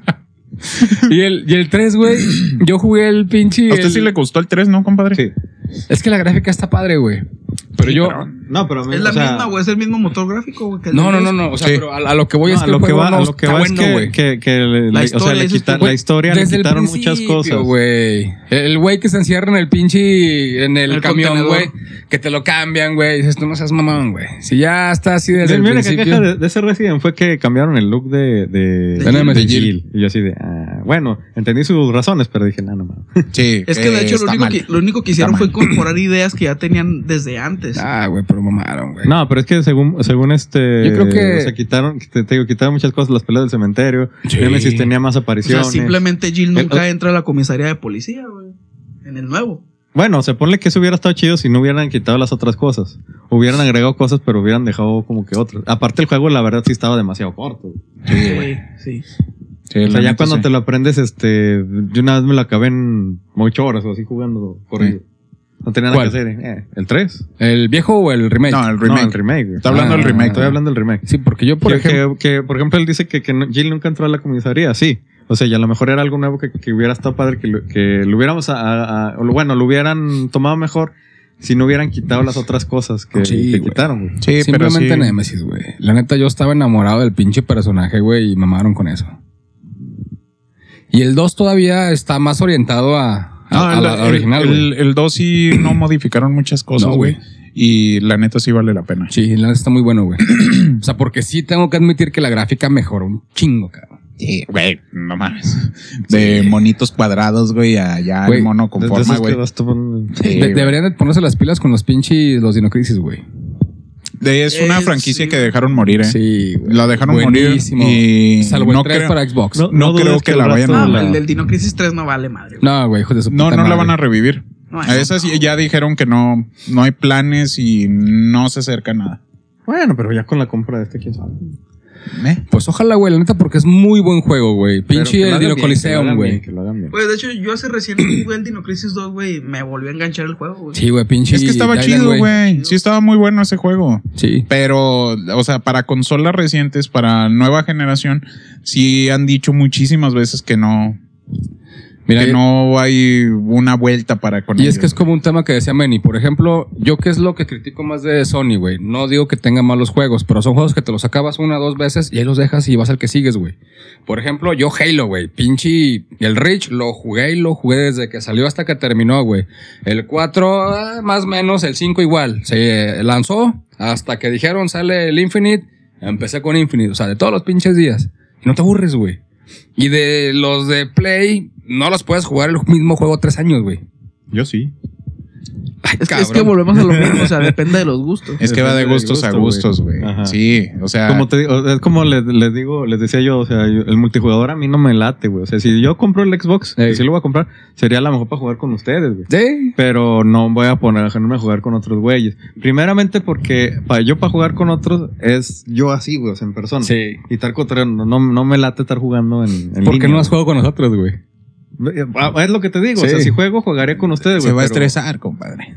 [SPEAKER 4] y el, y el tres, güey. Yo jugué el pinche.
[SPEAKER 5] A usted
[SPEAKER 4] el-
[SPEAKER 5] sí le gustó el tres, ¿no, compadre?
[SPEAKER 3] Sí.
[SPEAKER 4] Es que la gráfica está padre, güey. Pero
[SPEAKER 2] Sí,
[SPEAKER 4] yo...
[SPEAKER 5] pero-
[SPEAKER 3] No, pero a mí,
[SPEAKER 2] Es la
[SPEAKER 3] o sea,
[SPEAKER 2] misma, güey. Es el mismo motor gráfico, güey. que el
[SPEAKER 4] No,
[SPEAKER 2] de
[SPEAKER 4] no, no,
[SPEAKER 2] Dios.
[SPEAKER 4] no. O sea,
[SPEAKER 5] Sí.
[SPEAKER 4] pero a, a lo que voy
[SPEAKER 3] no,
[SPEAKER 4] es
[SPEAKER 3] a
[SPEAKER 4] que
[SPEAKER 3] lo
[SPEAKER 4] el
[SPEAKER 3] que
[SPEAKER 4] juego
[SPEAKER 3] va,
[SPEAKER 4] no
[SPEAKER 3] a lo que
[SPEAKER 4] está
[SPEAKER 3] va es
[SPEAKER 4] bueno,
[SPEAKER 3] que,
[SPEAKER 4] güey.
[SPEAKER 3] que, que le-
[SPEAKER 2] La
[SPEAKER 3] le- o
[SPEAKER 2] historia,
[SPEAKER 3] sea, le,
[SPEAKER 2] dices
[SPEAKER 3] quita-
[SPEAKER 2] tú.
[SPEAKER 3] la historia le
[SPEAKER 4] Desde el
[SPEAKER 3] quitaron muchas
[SPEAKER 4] principio,
[SPEAKER 3] cosas.
[SPEAKER 4] güey. El güey que se encierra en el pinche... En el,
[SPEAKER 2] El
[SPEAKER 4] camión,
[SPEAKER 2] contenedor.
[SPEAKER 4] güey. Que te lo cambian, güey. Dices, tú no seas mamón, güey. Si ya está así desde
[SPEAKER 3] Mi
[SPEAKER 4] el
[SPEAKER 3] única
[SPEAKER 4] principio...
[SPEAKER 3] queja de, de ese Resident fue que cambiaron el look de, de,
[SPEAKER 2] De
[SPEAKER 3] de
[SPEAKER 4] Jill.
[SPEAKER 3] Jill. Y yo así de, ah, bueno, entendí sus razones, pero dije, no, no, no.
[SPEAKER 5] Sí.
[SPEAKER 2] Es que de
[SPEAKER 5] eh,
[SPEAKER 2] hecho lo
[SPEAKER 5] está
[SPEAKER 2] único,
[SPEAKER 5] mal.
[SPEAKER 2] que, lo único que hicieron
[SPEAKER 5] Está
[SPEAKER 2] fue incorporar ideas que ya tenían desde antes.
[SPEAKER 4] Ah, güey, pero mamaron, güey.
[SPEAKER 3] No, pero es que según, según este,
[SPEAKER 4] Yo creo que-
[SPEAKER 3] o sea, quitaron, te, te digo, quitaron muchas cosas, las peleas del cementerio,
[SPEAKER 4] Sí.
[SPEAKER 3] Nemesis tenía más
[SPEAKER 2] O sea,
[SPEAKER 3] apariciones.
[SPEAKER 2] simplemente Jill nunca
[SPEAKER 3] El-
[SPEAKER 2] entra a la comisaría de policía, güey. En el nuevo.
[SPEAKER 3] Bueno, se pone que eso hubiera estado chido si no hubieran quitado las otras cosas. Hubieran agregado cosas, pero hubieran dejado como que otras. Aparte el juego, la verdad, sí estaba demasiado corto.
[SPEAKER 2] Sí, sí.
[SPEAKER 5] Sí,
[SPEAKER 3] O
[SPEAKER 5] la
[SPEAKER 3] sea, ya
[SPEAKER 5] neta,
[SPEAKER 3] cuando
[SPEAKER 5] sí.
[SPEAKER 3] te lo aprendes, este, yo una vez me lo acabé en ocho horas o así jugando corrido. No tenía nada
[SPEAKER 4] ¿Cuál?
[SPEAKER 3] que hacer. Eh, ¿El tres?
[SPEAKER 4] ¿El viejo o el remake?
[SPEAKER 5] No, el
[SPEAKER 3] No,
[SPEAKER 5] remake.
[SPEAKER 3] el remake. güey.
[SPEAKER 5] Está hablando
[SPEAKER 4] Ah,
[SPEAKER 5] del remake.
[SPEAKER 3] Estoy hablando del remake.
[SPEAKER 4] Sí, porque yo, por
[SPEAKER 3] que,
[SPEAKER 4] ejemplo...
[SPEAKER 3] que, que, por ejemplo, él dice que, que no- Jill nunca entró a la comisaría. Sí. O sea, y a lo mejor era algo nuevo que, que hubiera estado padre, que lo, que lo hubiéramos, a, a- a- o lo- bueno, lo hubieran tomado mejor si no hubieran quitado las otras cosas que,
[SPEAKER 4] Sí,
[SPEAKER 3] que
[SPEAKER 4] güey.
[SPEAKER 3] quitaron, güey.
[SPEAKER 5] Sí, pero
[SPEAKER 4] Simplemente
[SPEAKER 5] sí.
[SPEAKER 4] Nemesis, güey. La neta, yo estaba enamorado del pinche personaje, güey, y mamaron con eso. Y el dos todavía está más orientado a, a,
[SPEAKER 5] No,
[SPEAKER 4] a
[SPEAKER 5] el,
[SPEAKER 4] la
[SPEAKER 5] el-
[SPEAKER 4] original, güey.
[SPEAKER 5] el, el dos sí no modificaron muchas cosas,
[SPEAKER 4] No,
[SPEAKER 5] güey.
[SPEAKER 4] güey.
[SPEAKER 5] Y la neta sí vale la pena.
[SPEAKER 4] Sí, la neta está muy bueno, güey. O sea, porque sí tengo que admitir que la gráfica mejoró un chingo, cabrón.
[SPEAKER 5] Sí, güey, no mames. De monitos cuadrados, güey, a ya
[SPEAKER 4] Güey,
[SPEAKER 5] el mono con
[SPEAKER 3] Desde
[SPEAKER 5] forma,
[SPEAKER 3] esos
[SPEAKER 5] güey.
[SPEAKER 3] que vas tomando-
[SPEAKER 5] Sí,
[SPEAKER 4] De-
[SPEAKER 5] güey.
[SPEAKER 4] deberían de ponerse las pilas con los pinches los Dino Crisis, güey.
[SPEAKER 5] De- Es una
[SPEAKER 2] Eh,
[SPEAKER 5] franquicia
[SPEAKER 2] sí.
[SPEAKER 5] que dejaron morir, ¿eh?
[SPEAKER 4] Sí, güey.
[SPEAKER 5] La dejaron
[SPEAKER 4] Buenísimo.
[SPEAKER 5] morir y
[SPEAKER 4] Salvo
[SPEAKER 5] no
[SPEAKER 4] el tres
[SPEAKER 5] creo-
[SPEAKER 4] para Xbox.
[SPEAKER 3] No,
[SPEAKER 5] No
[SPEAKER 3] dudes
[SPEAKER 5] creo que
[SPEAKER 3] el
[SPEAKER 5] la
[SPEAKER 3] rato
[SPEAKER 5] vayan a-
[SPEAKER 2] No,
[SPEAKER 3] la-
[SPEAKER 2] el del Dino Crisis tres no vale madre, güey.
[SPEAKER 4] No, güey, hijo de su
[SPEAKER 5] No,
[SPEAKER 4] puta
[SPEAKER 5] no la
[SPEAKER 4] madre.
[SPEAKER 5] van a revivir.
[SPEAKER 2] No,
[SPEAKER 5] A esas sí ya dijeron que no, no hay planes y no se acerca nada.
[SPEAKER 3] Bueno, pero ya con la compra de este, quién sabe.
[SPEAKER 5] ¿Eh?
[SPEAKER 4] Pues ojalá, güey, la neta, porque es muy buen juego, güey.
[SPEAKER 3] Pero
[SPEAKER 4] Pinche
[SPEAKER 3] que lo
[SPEAKER 4] el
[SPEAKER 3] hagan
[SPEAKER 4] Dino
[SPEAKER 3] bien, que lo
[SPEAKER 4] Coliseum,
[SPEAKER 3] hagan
[SPEAKER 4] güey.
[SPEAKER 3] bien, que lo hagan bien.
[SPEAKER 2] Pues de hecho, yo hace recién jugué el Dino Crisis dos, güey. Me volvió a enganchar el juego, güey.
[SPEAKER 4] Sí, güey, pinche.
[SPEAKER 5] Es que estaba
[SPEAKER 4] Dylan,
[SPEAKER 5] chido, güey. Sí estaba muy bueno ese juego.
[SPEAKER 4] Sí.
[SPEAKER 5] Pero, o sea, para consolas recientes, para nueva generación, sí han dicho muchísimas veces que no,
[SPEAKER 4] Mira,
[SPEAKER 5] que
[SPEAKER 4] yo-
[SPEAKER 5] no hay una vuelta para con
[SPEAKER 4] y
[SPEAKER 5] ellos.
[SPEAKER 4] es que es como un tema que decía Manny. Por ejemplo, yo qué es lo que critico más de Sony, güey. No digo que tenga malos juegos, pero son juegos que te los acabas una o dos veces y ahí los dejas y vas al que sigues, güey. Por ejemplo, yo Halo, güey. Pinche el Reach lo jugué y lo jugué desde que salió hasta que terminó, güey. El cuatro, ah, más o menos, el cinco igual. Se eh, lanzó hasta que dijeron sale el Infinite. Empecé con Infinite, o sea, de todos los pinches días. Y no te aburres, güey. Y de los de Play, no los puedes jugar el mismo juego tres años, güey.
[SPEAKER 3] Yo sí.
[SPEAKER 4] Ay,
[SPEAKER 2] Es que, es
[SPEAKER 4] cabrón.
[SPEAKER 2] que volvemos a lo mismo, o sea, depende de los gustos.
[SPEAKER 5] Es que va de
[SPEAKER 3] Depende de
[SPEAKER 5] gustos a
[SPEAKER 3] gusto,
[SPEAKER 5] gustos,
[SPEAKER 3] güey.
[SPEAKER 5] güey.
[SPEAKER 3] Ajá.
[SPEAKER 5] Sí, o sea,
[SPEAKER 3] Como te digo, es como les, les digo, les decía yo, o sea, yo- el multijugador a mí no me late, güey. O sea, si yo compro el Xbox,
[SPEAKER 4] Ey.
[SPEAKER 3] que sí lo voy a comprar, sería la mejor para jugar con ustedes, güey.
[SPEAKER 4] Sí.
[SPEAKER 3] Pero no voy a poner, dejarme jugar con otros güeyes. Primeramente porque para yo para jugar con otros es yo así, güey, o sea, en persona.
[SPEAKER 4] Sí.
[SPEAKER 3] Y estar contra, no, no me late estar jugando en, en
[SPEAKER 4] ¿Por qué
[SPEAKER 3] línea,
[SPEAKER 4] no has
[SPEAKER 3] güey.
[SPEAKER 4] jugado con nosotros, güey?
[SPEAKER 3] Ah, Es lo que te digo, o
[SPEAKER 4] Sí.
[SPEAKER 3] sea, si juego, jugaré con ustedes,
[SPEAKER 5] se
[SPEAKER 3] güey.
[SPEAKER 5] va a
[SPEAKER 3] pero
[SPEAKER 5] estresar, compadre.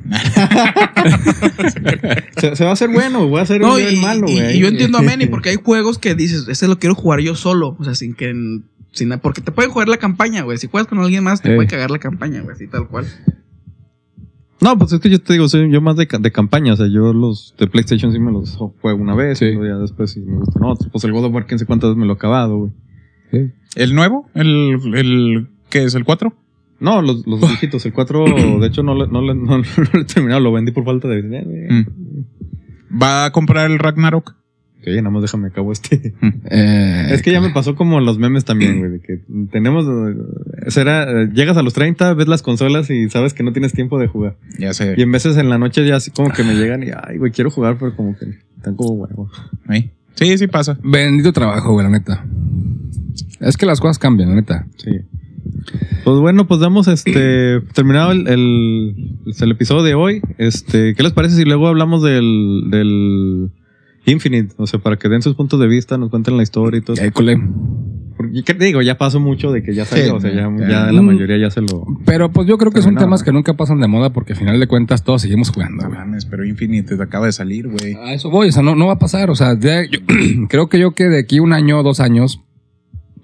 [SPEAKER 3] Se, se va a hacer bueno, voy a hacer
[SPEAKER 2] No,
[SPEAKER 3] un
[SPEAKER 2] y,
[SPEAKER 3] nivel malo,
[SPEAKER 2] y-
[SPEAKER 3] güey.
[SPEAKER 2] y yo entiendo a Manny porque hay juegos que dices, ese lo quiero jugar yo solo, o sea, sin que sin porque te pueden jugar la campaña, güey. Si juegas con alguien más te
[SPEAKER 4] Sí.
[SPEAKER 2] puede cagar la campaña, güey, así tal cual.
[SPEAKER 3] No, pues es que yo te digo, soy yo más de, ca- de campaña, o sea, yo los de PlayStation sí me los juego una vez,
[SPEAKER 4] Sí.
[SPEAKER 3] y luego ya después sí me gustan otros. Pues el God of War, quién sé cuántas veces me lo he acabado, güey.
[SPEAKER 5] ¿El nuevo? ¿El, el qué es? ¿El cuatro?
[SPEAKER 3] No, los, los viejitos, el cuatro, de hecho no, le- no, le- no, no lo he terminado, lo vendí por falta de dinero. güey.
[SPEAKER 5] Mm. ¿Va a comprar el Ragnarok?
[SPEAKER 3] Sí, nada más déjame acabo este.
[SPEAKER 4] Eh,
[SPEAKER 3] Es que ya me pasó como los memes también, güey, de que tenemos, eh, será, eh, llegas a los treinta, ves las consolas y sabes que no tienes tiempo de jugar.
[SPEAKER 5] Ya sé.
[SPEAKER 3] Y en veces en la noche ya así como que me llegan y, ay, güey, quiero jugar, pero como que están como huevos.
[SPEAKER 5] ¿Sí? Sí, sí pasa.
[SPEAKER 4] Bendito trabajo, güey, la neta. Es que las cosas cambian, la neta.
[SPEAKER 3] Sí. Pues bueno, pues damos este terminado el, el, el episodio de hoy. Este, ¿qué les parece si luego hablamos del, del Infinite? O sea, para que den sus puntos de vista, nos cuenten la historia y todo.
[SPEAKER 4] École.
[SPEAKER 3] Porque, ¿qué te digo? Ya pasó mucho de que ya salió,
[SPEAKER 5] Sí,
[SPEAKER 3] o sea, ya,
[SPEAKER 5] ya.
[SPEAKER 3] ya la mayoría ya se lo...
[SPEAKER 4] Pero pues yo creo que son
[SPEAKER 3] Terminado,
[SPEAKER 4] temas
[SPEAKER 3] ¿no?
[SPEAKER 4] que nunca pasan de moda porque al final de cuentas todos seguimos jugando,
[SPEAKER 5] No
[SPEAKER 4] güey.
[SPEAKER 5] mames, pero Infinite te acaba de salir, güey.
[SPEAKER 4] A eso voy, o sea, no, no va a pasar. O sea, de- yo- creo que yo que de aquí un año o dos años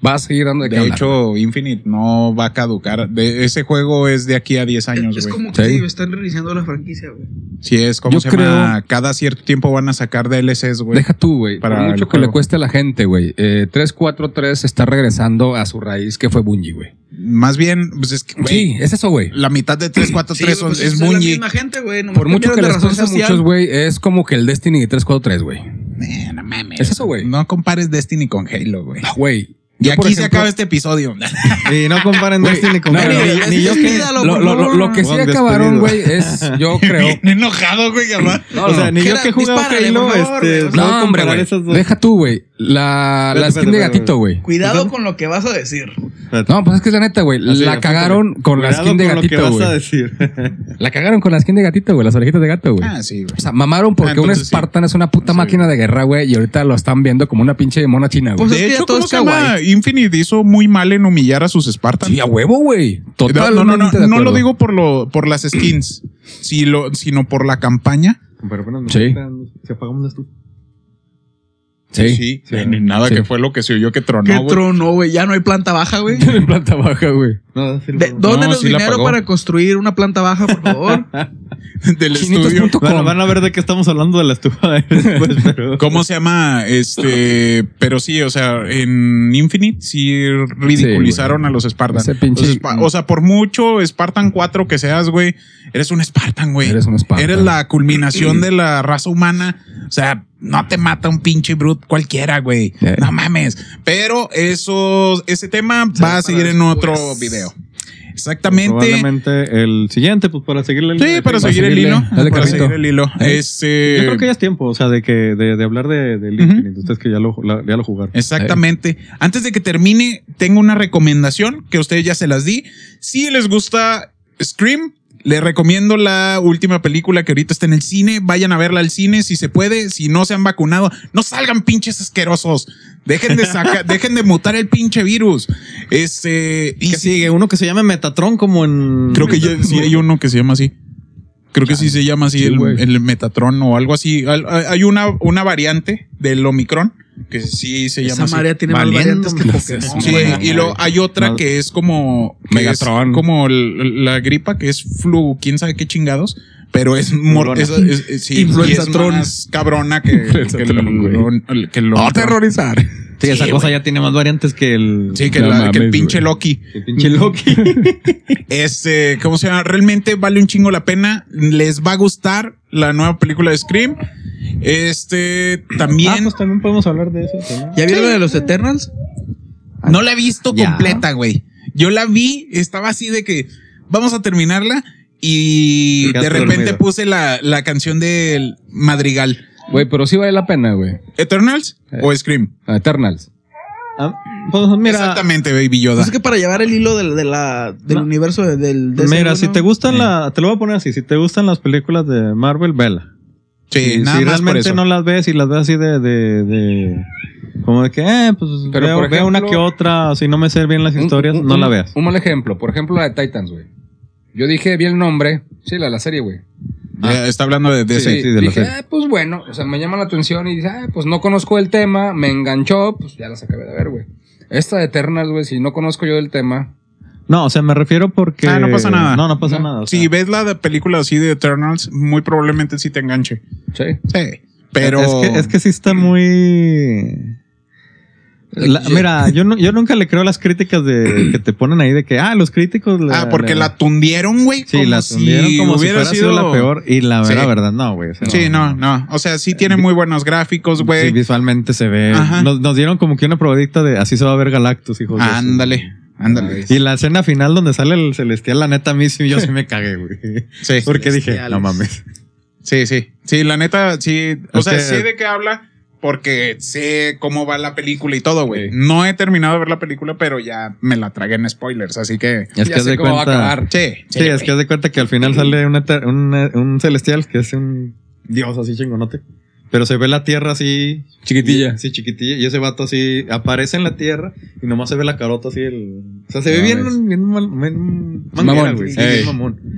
[SPEAKER 4] Va a seguir dando de qué
[SPEAKER 5] De
[SPEAKER 4] hablar.
[SPEAKER 5] hecho, Infinite no va a caducar. De, ese juego es de aquí a diez años,
[SPEAKER 2] Es
[SPEAKER 5] güey.
[SPEAKER 2] como que
[SPEAKER 4] Sí.
[SPEAKER 2] sí, están reiniciando la franquicia, güey.
[SPEAKER 5] Sí, es como
[SPEAKER 4] Yo
[SPEAKER 5] se
[SPEAKER 4] creo-
[SPEAKER 5] llama. Cada cierto tiempo van a sacar D L Cs, güey.
[SPEAKER 4] Deja tú, güey. Por
[SPEAKER 5] Para
[SPEAKER 4] mucho
[SPEAKER 5] el
[SPEAKER 4] que le
[SPEAKER 5] juego.
[SPEAKER 4] cueste a la gente, güey. Eh, tres cuatro tres está regresando a su raíz, que fue Bungie, güey.
[SPEAKER 5] Más bien, pues es que, güey,
[SPEAKER 4] Sí, es eso, güey.
[SPEAKER 5] la mitad de tres cuatro tres
[SPEAKER 2] Sí, güey, pues
[SPEAKER 5] es
[SPEAKER 2] es la
[SPEAKER 5] Bungie.
[SPEAKER 2] misma gente, güey. nomás
[SPEAKER 4] Por mucho que
[SPEAKER 2] cambiaron de
[SPEAKER 4] les
[SPEAKER 2] razón
[SPEAKER 4] cueste a
[SPEAKER 2] social.
[SPEAKER 4] muchos, güey, es como que el Destiny de tres cuatro tres, güey.
[SPEAKER 5] Eh, no mames.
[SPEAKER 4] Es eso, güey.
[SPEAKER 5] No compares Destiny con Halo, güey.
[SPEAKER 4] Ah, Güey.
[SPEAKER 5] Y
[SPEAKER 4] Yo,
[SPEAKER 5] aquí
[SPEAKER 4] por
[SPEAKER 5] se
[SPEAKER 4] ejemplo-
[SPEAKER 5] acaba este episodio.
[SPEAKER 3] Y no comparen
[SPEAKER 4] Güey,
[SPEAKER 3] Destiny con
[SPEAKER 4] no,
[SPEAKER 3] Halo.
[SPEAKER 4] no,
[SPEAKER 3] Ni-
[SPEAKER 2] no,
[SPEAKER 3] Ni yo
[SPEAKER 2] es-
[SPEAKER 3] que...
[SPEAKER 2] Despídalo,
[SPEAKER 4] Lo,
[SPEAKER 2] por
[SPEAKER 4] lo, lo,
[SPEAKER 2] favor.
[SPEAKER 4] lo que sí
[SPEAKER 3] Juan
[SPEAKER 4] acabaron, güey,
[SPEAKER 3] despedido.
[SPEAKER 4] es, yo creo.
[SPEAKER 5] Bien enojado, güey, además.
[SPEAKER 4] No,
[SPEAKER 3] O sea,
[SPEAKER 4] no.
[SPEAKER 3] ni yo
[SPEAKER 2] Gerard,
[SPEAKER 3] que he jugado
[SPEAKER 2] dispárale,
[SPEAKER 3] Halo,
[SPEAKER 2] por favor,
[SPEAKER 3] este...
[SPEAKER 2] güey.
[SPEAKER 3] puedo
[SPEAKER 4] No, hombre,
[SPEAKER 3] comparar
[SPEAKER 4] güey.
[SPEAKER 3] esas dos.
[SPEAKER 4] Deja tú, güey. La, la
[SPEAKER 3] Espérate,
[SPEAKER 4] skin de
[SPEAKER 3] espérate,
[SPEAKER 4] gatito, güey.
[SPEAKER 2] Cuidado con lo que vas a decir.
[SPEAKER 3] Espérate.
[SPEAKER 4] No, pues es que es la neta, güey.
[SPEAKER 3] Así,
[SPEAKER 4] La
[SPEAKER 3] apúntale.
[SPEAKER 4] cagaron con la
[SPEAKER 3] Cuidado
[SPEAKER 4] skin de
[SPEAKER 3] con lo que
[SPEAKER 4] gatito,
[SPEAKER 3] vas a
[SPEAKER 4] güey.
[SPEAKER 3] decir.
[SPEAKER 4] La cagaron con la skin de gatito, güey. Las orejitas de gato, güey.
[SPEAKER 5] Ah, sí, güey.
[SPEAKER 4] O sea, mamaron porque
[SPEAKER 5] Ah,
[SPEAKER 4] un
[SPEAKER 5] entonces sí.
[SPEAKER 4] Spartan es una puta
[SPEAKER 5] Sí.
[SPEAKER 4] máquina de guerra, güey. Y ahorita lo están viendo como una pinche mona china, güey.
[SPEAKER 2] Pues es
[SPEAKER 5] De
[SPEAKER 2] que
[SPEAKER 5] hecho,
[SPEAKER 2] ya todo
[SPEAKER 5] ¿cómo
[SPEAKER 2] es
[SPEAKER 5] se llama?
[SPEAKER 2] kawaii.
[SPEAKER 5] Infinite hizo muy mal en humillar a sus Spartans.
[SPEAKER 4] Sí, a huevo, güey.
[SPEAKER 5] No,
[SPEAKER 4] Totalmente
[SPEAKER 5] no, no,
[SPEAKER 4] de
[SPEAKER 5] no, no
[SPEAKER 4] acuerdo.
[SPEAKER 5] lo digo por lo, por las skins, si lo, sino por la campaña.
[SPEAKER 3] Pero bueno,
[SPEAKER 4] Sí.
[SPEAKER 3] si apagamos la estufa.
[SPEAKER 4] Sí.
[SPEAKER 5] sí,
[SPEAKER 3] sí.
[SPEAKER 5] ni nada
[SPEAKER 4] Sí.
[SPEAKER 5] que fue lo que se oyó que tronó.
[SPEAKER 2] ¿Qué
[SPEAKER 5] güey.
[SPEAKER 2] trono, güey? Ya no hay planta baja, güey.
[SPEAKER 4] En planta baja, güey.
[SPEAKER 3] No, sí,
[SPEAKER 2] De-
[SPEAKER 3] lo-
[SPEAKER 2] Dónenos
[SPEAKER 5] sí la
[SPEAKER 2] dinero
[SPEAKER 5] pagó.
[SPEAKER 2] para construir una planta baja, por favor.
[SPEAKER 5] Del
[SPEAKER 4] quinientos
[SPEAKER 5] estudio.
[SPEAKER 4] punto com.
[SPEAKER 3] Bueno, van a ver de qué estamos hablando de la estufa después, pero...
[SPEAKER 5] ¿Cómo se llama? Este, pero sí, o sea, en Infinite sí ridiculizaron
[SPEAKER 4] Sí,
[SPEAKER 5] a los Spartans.
[SPEAKER 4] Ese pinche-
[SPEAKER 5] Los Spa- o sea, por mucho Spartan cuatro que seas, güey, eres un Spartan, güey.
[SPEAKER 4] Eres un Spartan.
[SPEAKER 5] Eres la culminación de la raza humana. O sea, no te mata un pinche brute cualquiera, güey.
[SPEAKER 4] Eh.
[SPEAKER 5] No mames. Pero eso, ese tema va a seguir en otro video. Exactamente.
[SPEAKER 3] Probablemente el siguiente, pues para seguirle el
[SPEAKER 5] Sí, para
[SPEAKER 4] Va a
[SPEAKER 5] seguir el
[SPEAKER 4] seguirle.
[SPEAKER 5] hilo.
[SPEAKER 4] Dale,
[SPEAKER 5] Para
[SPEAKER 4] Carlito.
[SPEAKER 5] seguir el hilo.
[SPEAKER 4] Eh.
[SPEAKER 5] Este.
[SPEAKER 3] Yo creo que ya es tiempo, o sea, de que de, de hablar de, del
[SPEAKER 5] Ujú.
[SPEAKER 3] Infinite. Ustedes que ya lo, la- ya lo jugaron.
[SPEAKER 5] Exactamente. Antes de que termine, tengo una recomendación que a ustedes ya se las di. Si les gusta Scream, les recomiendo la última película que ahorita está en el cine. Vayan a verla al cine si se puede. Si no se han vacunado, no salgan pinches asquerosos. Dejen de sacar, dejen de mutar el pinche virus. Este, y
[SPEAKER 3] ¿Qué
[SPEAKER 5] si-
[SPEAKER 3] sigue? Uno que se llama Metatron, como en...
[SPEAKER 5] creo que ya, sí hay uno que se llama así. Creo que sí se llama así
[SPEAKER 4] Sí,
[SPEAKER 5] el,
[SPEAKER 4] güey.
[SPEAKER 5] el Metatron o algo así. Al- Hay una, una variante del Omicron que sí se llama
[SPEAKER 2] Esa
[SPEAKER 5] así.
[SPEAKER 2] María tiene más
[SPEAKER 3] Valiendo
[SPEAKER 2] variantes que
[SPEAKER 3] clases.
[SPEAKER 2] Pokémon.
[SPEAKER 5] Sí,
[SPEAKER 2] güey.
[SPEAKER 5] y luego hay otra
[SPEAKER 3] No.
[SPEAKER 5] que es como que
[SPEAKER 4] Megatron.
[SPEAKER 5] es como el- la gripa, que es flu, quién sabe qué chingados, pero es, mor-
[SPEAKER 3] Flurona.
[SPEAKER 5] es, es- es- sí, y es
[SPEAKER 2] Influenzatron.
[SPEAKER 5] más cabrona que, que,
[SPEAKER 4] Influenzatron, güey.
[SPEAKER 5] lo, que lo-
[SPEAKER 4] No aterrorizar.
[SPEAKER 3] Sí, esa
[SPEAKER 5] Sí,
[SPEAKER 3] cosa
[SPEAKER 5] güey.
[SPEAKER 3] ya tiene más variantes que el...
[SPEAKER 5] Sí, que,
[SPEAKER 4] No
[SPEAKER 5] la- que el
[SPEAKER 4] mames,
[SPEAKER 5] pinche
[SPEAKER 4] güey.
[SPEAKER 5] Loki.
[SPEAKER 3] el pinche Loki.
[SPEAKER 5] Este, ¿cómo se llama? Realmente vale un chingo la pena. Les va a gustar la nueva película de Scream. Este, también.
[SPEAKER 3] Ah, pues también podemos hablar de eso. también.
[SPEAKER 2] ¿Ya vieron la de los Eternals?
[SPEAKER 5] No la he visto
[SPEAKER 3] Ya.
[SPEAKER 5] completa, güey. Yo la vi, estaba así de que vamos a terminarla y
[SPEAKER 3] Te quedaste
[SPEAKER 5] de repente
[SPEAKER 3] dormido.
[SPEAKER 5] puse la, la canción del Madrigal.
[SPEAKER 4] Güey, pero sí vale la pena, güey.
[SPEAKER 5] ¿Eternals
[SPEAKER 4] Eh.
[SPEAKER 5] o Scream?
[SPEAKER 4] Eternals.
[SPEAKER 3] Ah, pues mira,
[SPEAKER 5] Exactamente, Baby Yoda.
[SPEAKER 2] Pues es que para llevar el hilo del, de la, del
[SPEAKER 3] No.
[SPEAKER 2] universo de- del... de ese
[SPEAKER 3] mira,
[SPEAKER 2] uno-
[SPEAKER 3] si te gustan la... Te lo voy a poner así. Si te gustan las películas de Marvel, vela.
[SPEAKER 5] Sí,
[SPEAKER 3] si
[SPEAKER 5] nada
[SPEAKER 3] si
[SPEAKER 5] más por
[SPEAKER 3] realmente
[SPEAKER 5] eso.
[SPEAKER 3] no las ves y las ves así de... de, de como de que, eh, pues
[SPEAKER 4] Pero,
[SPEAKER 3] veo,
[SPEAKER 4] por
[SPEAKER 3] veo una
[SPEAKER 4] ejemplo,
[SPEAKER 3] que otra. Si no me sé bien las
[SPEAKER 4] Un-
[SPEAKER 3] historias,
[SPEAKER 4] un-
[SPEAKER 3] no
[SPEAKER 4] un-
[SPEAKER 3] la veas.
[SPEAKER 4] Un mal ejemplo. Por ejemplo, la de Titans, güey. Yo dije bien el nombre. Sí, la de la serie, güey.
[SPEAKER 5] Ya está hablando de, de
[SPEAKER 3] Sí,
[SPEAKER 5] ese.
[SPEAKER 3] sí, de la
[SPEAKER 4] dije,
[SPEAKER 3] serie.
[SPEAKER 4] ah, pues bueno, o sea, me llama la atención y dije, ah, pues no conozco el tema, me enganchó, pues ya las acabé de ver, güey. Esta de Eternals, güey, si no conozco yo el tema,
[SPEAKER 3] No, o sea, me refiero porque...
[SPEAKER 5] Ah, no pasa nada.
[SPEAKER 3] No, no pasa
[SPEAKER 4] No.
[SPEAKER 3] nada. o
[SPEAKER 5] Si
[SPEAKER 3] sea,
[SPEAKER 5] ves la de película así de Eternals, muy probablemente sí te enganche.
[SPEAKER 4] sí.
[SPEAKER 5] Sí. Pero.
[SPEAKER 3] Es que, es que sí está muy... La- mira, yo, no, yo nunca le creo las críticas de que te ponen ahí de que, ah, los críticos...
[SPEAKER 5] Ah, porque la tundieron, güey.
[SPEAKER 3] Sí,
[SPEAKER 5] como
[SPEAKER 3] la tundieron
[SPEAKER 5] si
[SPEAKER 3] como si
[SPEAKER 5] hubiera
[SPEAKER 3] fuera sido la peor. Y la
[SPEAKER 5] Sí.
[SPEAKER 3] verdad, verdad, no, güey. o sea,
[SPEAKER 5] Sí, no, no. O sea, sí tiene muy buenos gráficos,
[SPEAKER 3] Sí,
[SPEAKER 5] güey.
[SPEAKER 3] visualmente se ve.
[SPEAKER 5] Ajá.
[SPEAKER 3] Nos, nos dieron como que una probadita de así se va a ver Galactus, hijos de su-
[SPEAKER 5] Ándale, ándale.
[SPEAKER 3] Y la escena final donde sale el celestial, la neta, a mí sí, yo sí me cagué, güey.
[SPEAKER 5] Sí.
[SPEAKER 3] Porque dije,
[SPEAKER 2] Celestiales.
[SPEAKER 3] no mames.
[SPEAKER 5] Sí, sí. Sí, la neta, sí. O
[SPEAKER 3] Es
[SPEAKER 5] sea,
[SPEAKER 3] que-
[SPEAKER 5] sé de qué habla porque sé cómo va la película y todo, güey.
[SPEAKER 4] Sí.
[SPEAKER 5] No he terminado de ver la película, pero ya me la tragué en spoilers, así que...
[SPEAKER 3] Es
[SPEAKER 4] Ya
[SPEAKER 3] que haz
[SPEAKER 4] sé
[SPEAKER 3] de
[SPEAKER 4] cómo va a
[SPEAKER 3] cuenta.
[SPEAKER 4] acabar.
[SPEAKER 5] Sí,
[SPEAKER 3] Sí, es que haz de cuenta que al final sale una ter- un, un celestial que es un dios así chingonote. Pero se ve la tierra así.
[SPEAKER 4] Chiquitilla.
[SPEAKER 3] Sí, chiquitilla. Y ese vato así aparece en la tierra y nomás se ve la carota así. El... O sea, se ve
[SPEAKER 4] No,
[SPEAKER 3] bien,
[SPEAKER 4] es-
[SPEAKER 3] bien, mal- bien manguera,
[SPEAKER 4] Mamón.
[SPEAKER 3] güey. Sí,
[SPEAKER 5] Ey.
[SPEAKER 3] bien mamón.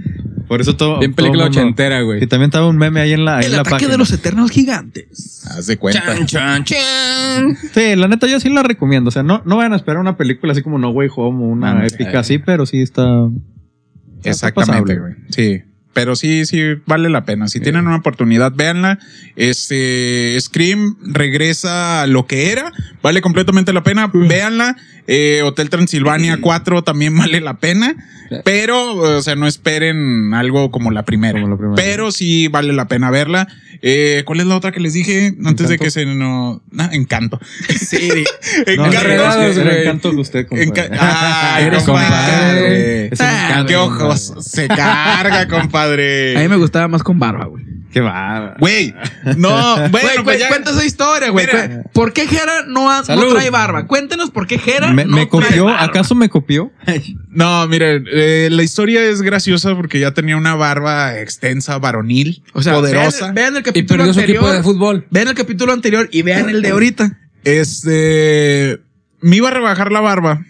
[SPEAKER 3] Por eso todo.
[SPEAKER 4] Bien
[SPEAKER 3] todo
[SPEAKER 4] película
[SPEAKER 3] mundo-
[SPEAKER 4] ochentera, güey.
[SPEAKER 3] Y también estaba un meme ahí en la, ahí
[SPEAKER 2] El
[SPEAKER 3] en la
[SPEAKER 2] ataque
[SPEAKER 3] página.
[SPEAKER 2] de los eternos gigantes.
[SPEAKER 5] Haz de cuenta.
[SPEAKER 4] Chan, chan, chan.
[SPEAKER 3] Sí, la neta yo sí la recomiendo. O sea, no, no vayan a esperar una película así como No Way Home o una
[SPEAKER 5] Ah,
[SPEAKER 3] épica
[SPEAKER 4] eh.
[SPEAKER 3] así, pero sí está. está
[SPEAKER 5] Exactamente,
[SPEAKER 3] pasable.
[SPEAKER 5] güey. Sí. Pero sí, sí, vale la pena. Si tienen una oportunidad, véanla. Este, Scream regresa a lo que era. Vale completamente la pena. Véanla. Eh, Hotel Transilvania cuatro también vale la pena. Pero, o sea, no esperen algo como la primera.
[SPEAKER 3] Como la primera.
[SPEAKER 5] Pero sí vale la pena verla. Eh, ¿cuál es la otra que les dije? Antes de
[SPEAKER 3] Encanto.
[SPEAKER 5] que se nos... Ah, Encanto.
[SPEAKER 2] Sí,
[SPEAKER 3] No,
[SPEAKER 5] Encanto.
[SPEAKER 4] enredados,
[SPEAKER 3] era
[SPEAKER 4] güey.
[SPEAKER 3] encanto de usted, compadre.
[SPEAKER 5] Enca- Ay,
[SPEAKER 2] Eres
[SPEAKER 5] compadre.
[SPEAKER 3] Es un
[SPEAKER 2] Ah,
[SPEAKER 3] encanto,
[SPEAKER 5] ¿Qué
[SPEAKER 3] compadre.
[SPEAKER 5] ojos? Se carga, compadre.
[SPEAKER 2] a mí me gustaba más con barba, güey.
[SPEAKER 3] Qué va.
[SPEAKER 5] Güey, no, bueno,
[SPEAKER 2] Güey,
[SPEAKER 5] pues
[SPEAKER 2] güey,
[SPEAKER 5] ya.
[SPEAKER 2] cuenta esa historia, güey.
[SPEAKER 5] Mira.
[SPEAKER 2] Cu- ¿Por qué Jera no, ha- no
[SPEAKER 4] Salud.
[SPEAKER 2] trae barba? Cuéntenos por qué Jera
[SPEAKER 3] ¿Me,
[SPEAKER 2] no
[SPEAKER 3] me
[SPEAKER 2] trae
[SPEAKER 3] copió?
[SPEAKER 2] barba.
[SPEAKER 3] ¿Acaso me copió?
[SPEAKER 5] No, miren, eh, la historia es graciosa porque ya tenía una barba extensa, varonil,
[SPEAKER 2] O sea,
[SPEAKER 5] poderosa.
[SPEAKER 2] Vean, vean el
[SPEAKER 4] Y
[SPEAKER 2] capítulo
[SPEAKER 4] perdió su equipo de
[SPEAKER 2] anterior.
[SPEAKER 4] fútbol.
[SPEAKER 2] Vean el capítulo anterior y vean el de ahorita.
[SPEAKER 5] Este, me iba a rebajar la barba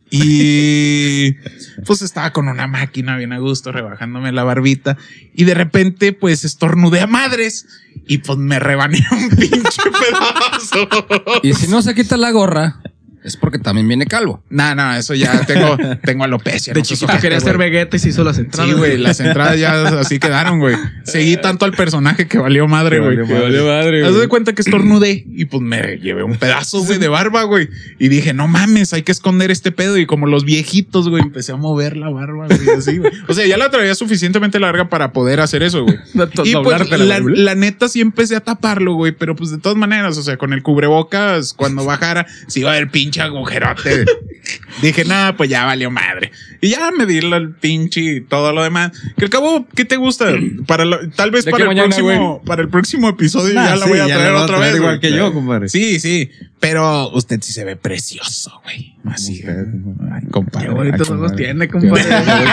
[SPEAKER 5] y pues estaba con una máquina bien a gusto rebajándome la barbita y de repente pues estornudé a madres y pues me rebané un pinche pedazo.
[SPEAKER 4] Y si no se quita la gorra, es porque también viene calvo.
[SPEAKER 5] No, no, eso ya tengo, tengo alopecia.
[SPEAKER 2] De
[SPEAKER 5] no seas
[SPEAKER 2] chiquito
[SPEAKER 5] ojete,
[SPEAKER 2] quería
[SPEAKER 5] güey.
[SPEAKER 2] ser Vegeta y se hizo las entradas.
[SPEAKER 5] Sí, güey, las entradas ya así quedaron, güey. Seguí tanto al personaje que valió madre, güey.
[SPEAKER 3] valió madre.
[SPEAKER 4] madre,
[SPEAKER 5] Haz de cuenta que estornudé y pues me llevé un pedazo, güey, de barba, güey. Y dije, no mames, hay que esconder este pedo. Y como los viejitos, güey, empecé a mover la barba, güey, así, güey. O sea, ya la traía suficientemente larga para poder hacer eso, güey. Y pues, la, la neta sí empecé a taparlo, güey. Pero pues de todas maneras, o sea, con el cubrebocas, cuando bajara, sí iba a haber pinche agujerote. Dije, nada, pues ya valió madre. Y ya me di el pinche y todo lo demás. Que al cabo, ¿qué te gusta? Para lo- tal vez
[SPEAKER 4] ¿De
[SPEAKER 5] para
[SPEAKER 4] qué
[SPEAKER 5] el,
[SPEAKER 4] mañana,
[SPEAKER 5] próximo, para el próximo episodio
[SPEAKER 3] Nah,
[SPEAKER 5] ya la
[SPEAKER 3] sí,
[SPEAKER 5] voy a
[SPEAKER 3] ya
[SPEAKER 5] traer
[SPEAKER 3] la vas a
[SPEAKER 5] otra
[SPEAKER 3] traer
[SPEAKER 5] vez.
[SPEAKER 3] igual
[SPEAKER 5] güey.
[SPEAKER 3] que yo, compadre.
[SPEAKER 5] Sí, sí. Pero usted sí se ve precioso, güey. Así.
[SPEAKER 3] Usted,
[SPEAKER 5] Ay, compadre.
[SPEAKER 2] Qué bonitos
[SPEAKER 5] ay,
[SPEAKER 2] ojos
[SPEAKER 5] compadre.
[SPEAKER 2] tiene, compadre.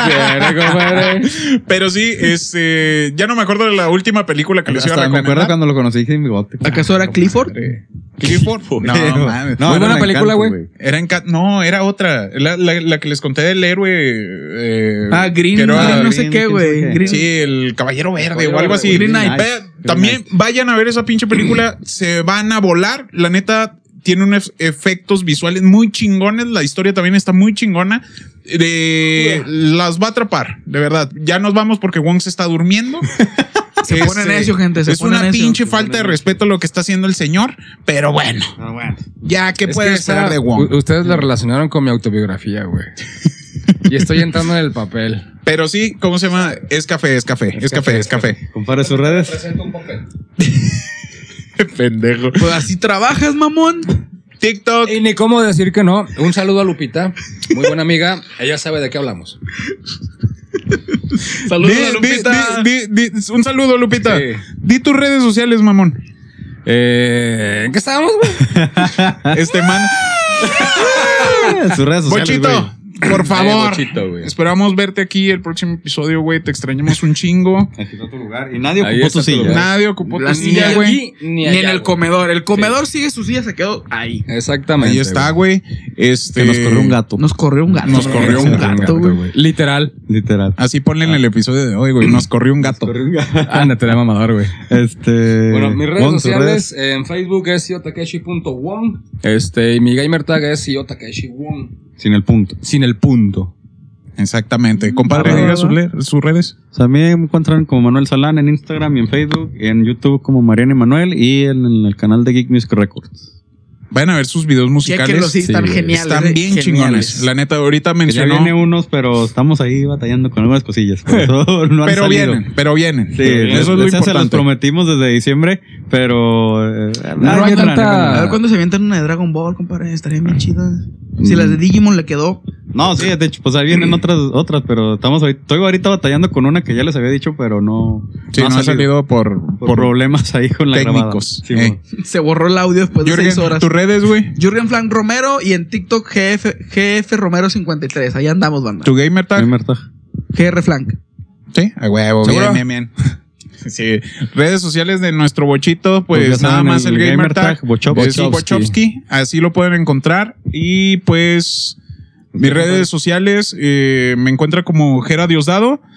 [SPEAKER 5] Pero sí, este, ya no me acuerdo de la última película que les iba a
[SPEAKER 3] Hasta me
[SPEAKER 5] recomendar.
[SPEAKER 3] acuerdo cuando lo conocí sin bigote.
[SPEAKER 2] ¿Acaso era Clifford?
[SPEAKER 5] Clifford. No, mames.
[SPEAKER 3] No,
[SPEAKER 4] Muy
[SPEAKER 3] era
[SPEAKER 4] buena
[SPEAKER 3] un
[SPEAKER 4] película,
[SPEAKER 3] encanto,
[SPEAKER 4] güey.
[SPEAKER 5] Era en ca- no, era otra. La, la- la que les conté del héroe. eh,
[SPEAKER 2] Ah, Green,
[SPEAKER 5] que era-
[SPEAKER 2] Green no sé
[SPEAKER 3] Green,
[SPEAKER 2] qué,
[SPEAKER 3] quién
[SPEAKER 2] güey.
[SPEAKER 3] sabe qué.
[SPEAKER 2] Green-
[SPEAKER 5] Sí, el Caballero Verde
[SPEAKER 4] Caballero
[SPEAKER 5] o algo
[SPEAKER 4] Verde,
[SPEAKER 5] así.
[SPEAKER 2] Green Knight.
[SPEAKER 5] Ve,
[SPEAKER 3] Green
[SPEAKER 5] también
[SPEAKER 3] Knight.
[SPEAKER 5] vayan a ver esa pinche película. Se van a volar. La neta tiene unos efectos visuales muy chingones. La historia también está muy chingona. De, las va a atrapar, de verdad. Ya nos vamos porque Wong se está durmiendo.
[SPEAKER 2] Se pone necio, gente, se
[SPEAKER 5] es
[SPEAKER 2] pone
[SPEAKER 5] una
[SPEAKER 2] necio.
[SPEAKER 5] pinche
[SPEAKER 2] Se
[SPEAKER 5] falta de respeto lo que está haciendo el señor. Pero bueno,
[SPEAKER 3] Pero bueno.
[SPEAKER 5] ya que
[SPEAKER 4] Es
[SPEAKER 5] puede
[SPEAKER 4] que
[SPEAKER 5] esperar
[SPEAKER 4] esa-
[SPEAKER 5] de Wong.
[SPEAKER 4] u- Ustedes la relacionaron con mi autobiografía, güey. Y estoy entrando en el papel.
[SPEAKER 5] Pero sí, ¿cómo se llama? Es café, es café, es café, es café.
[SPEAKER 3] Compare sus redes.
[SPEAKER 4] Presento un papel.
[SPEAKER 5] Pendejo.
[SPEAKER 2] Pues así trabajas, mamón.
[SPEAKER 5] TikTok.
[SPEAKER 4] Y ni cómo decir que no. Un saludo a Lupita, muy buena amiga. Ella sabe de qué hablamos.
[SPEAKER 2] Saludos
[SPEAKER 5] Di-
[SPEAKER 2] a Lupita.
[SPEAKER 5] di- di- di- un saludo, Lupita.
[SPEAKER 4] Sí.
[SPEAKER 5] Di tus redes sociales, mamón.
[SPEAKER 4] Eh, ¿En qué estábamos, güey?
[SPEAKER 5] Este man.
[SPEAKER 3] Sus redes sociales,
[SPEAKER 5] Bochito,
[SPEAKER 3] güey.
[SPEAKER 5] por favor.
[SPEAKER 4] Bochito, güey.
[SPEAKER 5] Esperamos verte aquí el próximo episodio, güey. Te extrañamos un chingo.
[SPEAKER 3] Aquí está tu lugar. Y nadie
[SPEAKER 4] Ahí
[SPEAKER 3] ocupó
[SPEAKER 4] está
[SPEAKER 3] tu
[SPEAKER 4] tu
[SPEAKER 3] silla.
[SPEAKER 4] lugar.
[SPEAKER 5] Nadie ocupó tu
[SPEAKER 2] La
[SPEAKER 5] silla,
[SPEAKER 2] silla,
[SPEAKER 5] güey.
[SPEAKER 4] aquí,
[SPEAKER 2] Ni,
[SPEAKER 4] ni
[SPEAKER 2] en
[SPEAKER 4] allá,
[SPEAKER 2] el
[SPEAKER 4] güey.
[SPEAKER 2] comedor. El comedor sigue su silla, se quedó ahí.
[SPEAKER 4] Exactamente.
[SPEAKER 5] Ahí está, güey. Este.
[SPEAKER 3] Que nos corrió un gato.
[SPEAKER 2] Nos corrió un gato.
[SPEAKER 5] Nos corrió un gato,
[SPEAKER 2] güey.
[SPEAKER 4] Literal.
[SPEAKER 3] Literal.
[SPEAKER 5] Así ponle en el episodio de hoy, güey. Nos corrió un gato.
[SPEAKER 3] Corrió un gato.
[SPEAKER 4] Ándate, de mamador, güey.
[SPEAKER 3] Este.
[SPEAKER 4] Bueno, mis redes
[SPEAKER 3] Wong, sus
[SPEAKER 4] sociales en Facebook es iotakeshi punto wong. Este, y mi gamer tag es iotakeshi wong.
[SPEAKER 3] Sin el punto.
[SPEAKER 4] Sin el punto.
[SPEAKER 5] Exactamente. Compadre,
[SPEAKER 3] Ah,
[SPEAKER 5] diga
[SPEAKER 3] va,
[SPEAKER 5] sus,
[SPEAKER 3] va.
[SPEAKER 5] le- sus redes.
[SPEAKER 3] O sea, a mí me encuentran como Manuel Salán en Instagram y en Facebook, y en YouTube como Mariana y Manuel y en, en el canal de Geek Music Records.
[SPEAKER 5] Vayan a ver sus videos musicales.
[SPEAKER 2] Chequenlo, sí, están
[SPEAKER 3] Sí,
[SPEAKER 2] geniales.
[SPEAKER 5] Están
[SPEAKER 2] eh,
[SPEAKER 5] bien
[SPEAKER 2] geniales.
[SPEAKER 5] chingones. La neta, ahorita
[SPEAKER 3] Que ya
[SPEAKER 5] mencionó.
[SPEAKER 3] viene unos, pero estamos ahí batallando con algunas cosillas. Por eso no han
[SPEAKER 5] Pero
[SPEAKER 3] salido.
[SPEAKER 5] vienen, pero vienen.
[SPEAKER 3] Sí,
[SPEAKER 5] Pero
[SPEAKER 3] les-
[SPEAKER 5] eso es lo
[SPEAKER 3] les- se los
[SPEAKER 5] importante.
[SPEAKER 3] prometimos desde diciembre, pero... eh,
[SPEAKER 4] No
[SPEAKER 3] ah,
[SPEAKER 4] hay
[SPEAKER 3] vienen,
[SPEAKER 4] tanta-
[SPEAKER 2] A ver cuándo se avientan una de Dragon Ball, compadre. Estaría bien chida.
[SPEAKER 3] Mm.
[SPEAKER 2] Si las de Digimon le quedó.
[SPEAKER 3] No, sí, de hecho, pues ahí vienen otras, otras, pero estamos ahorita, estoy ahorita batallando con una que ya les había dicho, pero no...
[SPEAKER 5] Sí, no, ha salido por,
[SPEAKER 3] por,
[SPEAKER 5] por
[SPEAKER 3] problemas ahí con la
[SPEAKER 5] técnicos.
[SPEAKER 3] grabada. Sí,
[SPEAKER 5] Eh.
[SPEAKER 3] mo.
[SPEAKER 2] Se borró el audio después de
[SPEAKER 5] Jürgen,
[SPEAKER 2] seis horas.
[SPEAKER 5] tus redes, güey.
[SPEAKER 2] Jürgen Frank Romero y en TikTok G F, G F Romero cincuenta y tres. Ahí andamos, banda.
[SPEAKER 5] Tu gamer tag.
[SPEAKER 3] Gamer tag.
[SPEAKER 2] G R Frank.
[SPEAKER 5] Sí, a huevo,
[SPEAKER 4] ¿Seguro?
[SPEAKER 5] bien, bien, bien. Sí, redes sociales de nuestro bochito, pues,
[SPEAKER 3] Pues ya
[SPEAKER 5] nada
[SPEAKER 3] saben,
[SPEAKER 5] más el,
[SPEAKER 3] el
[SPEAKER 5] gamer
[SPEAKER 3] gamer
[SPEAKER 5] tag,
[SPEAKER 3] tag, Bochowski.
[SPEAKER 5] es Bochowski, así lo pueden encontrar y pues mis redes sociales eh, me encuentra como Gera Diosdado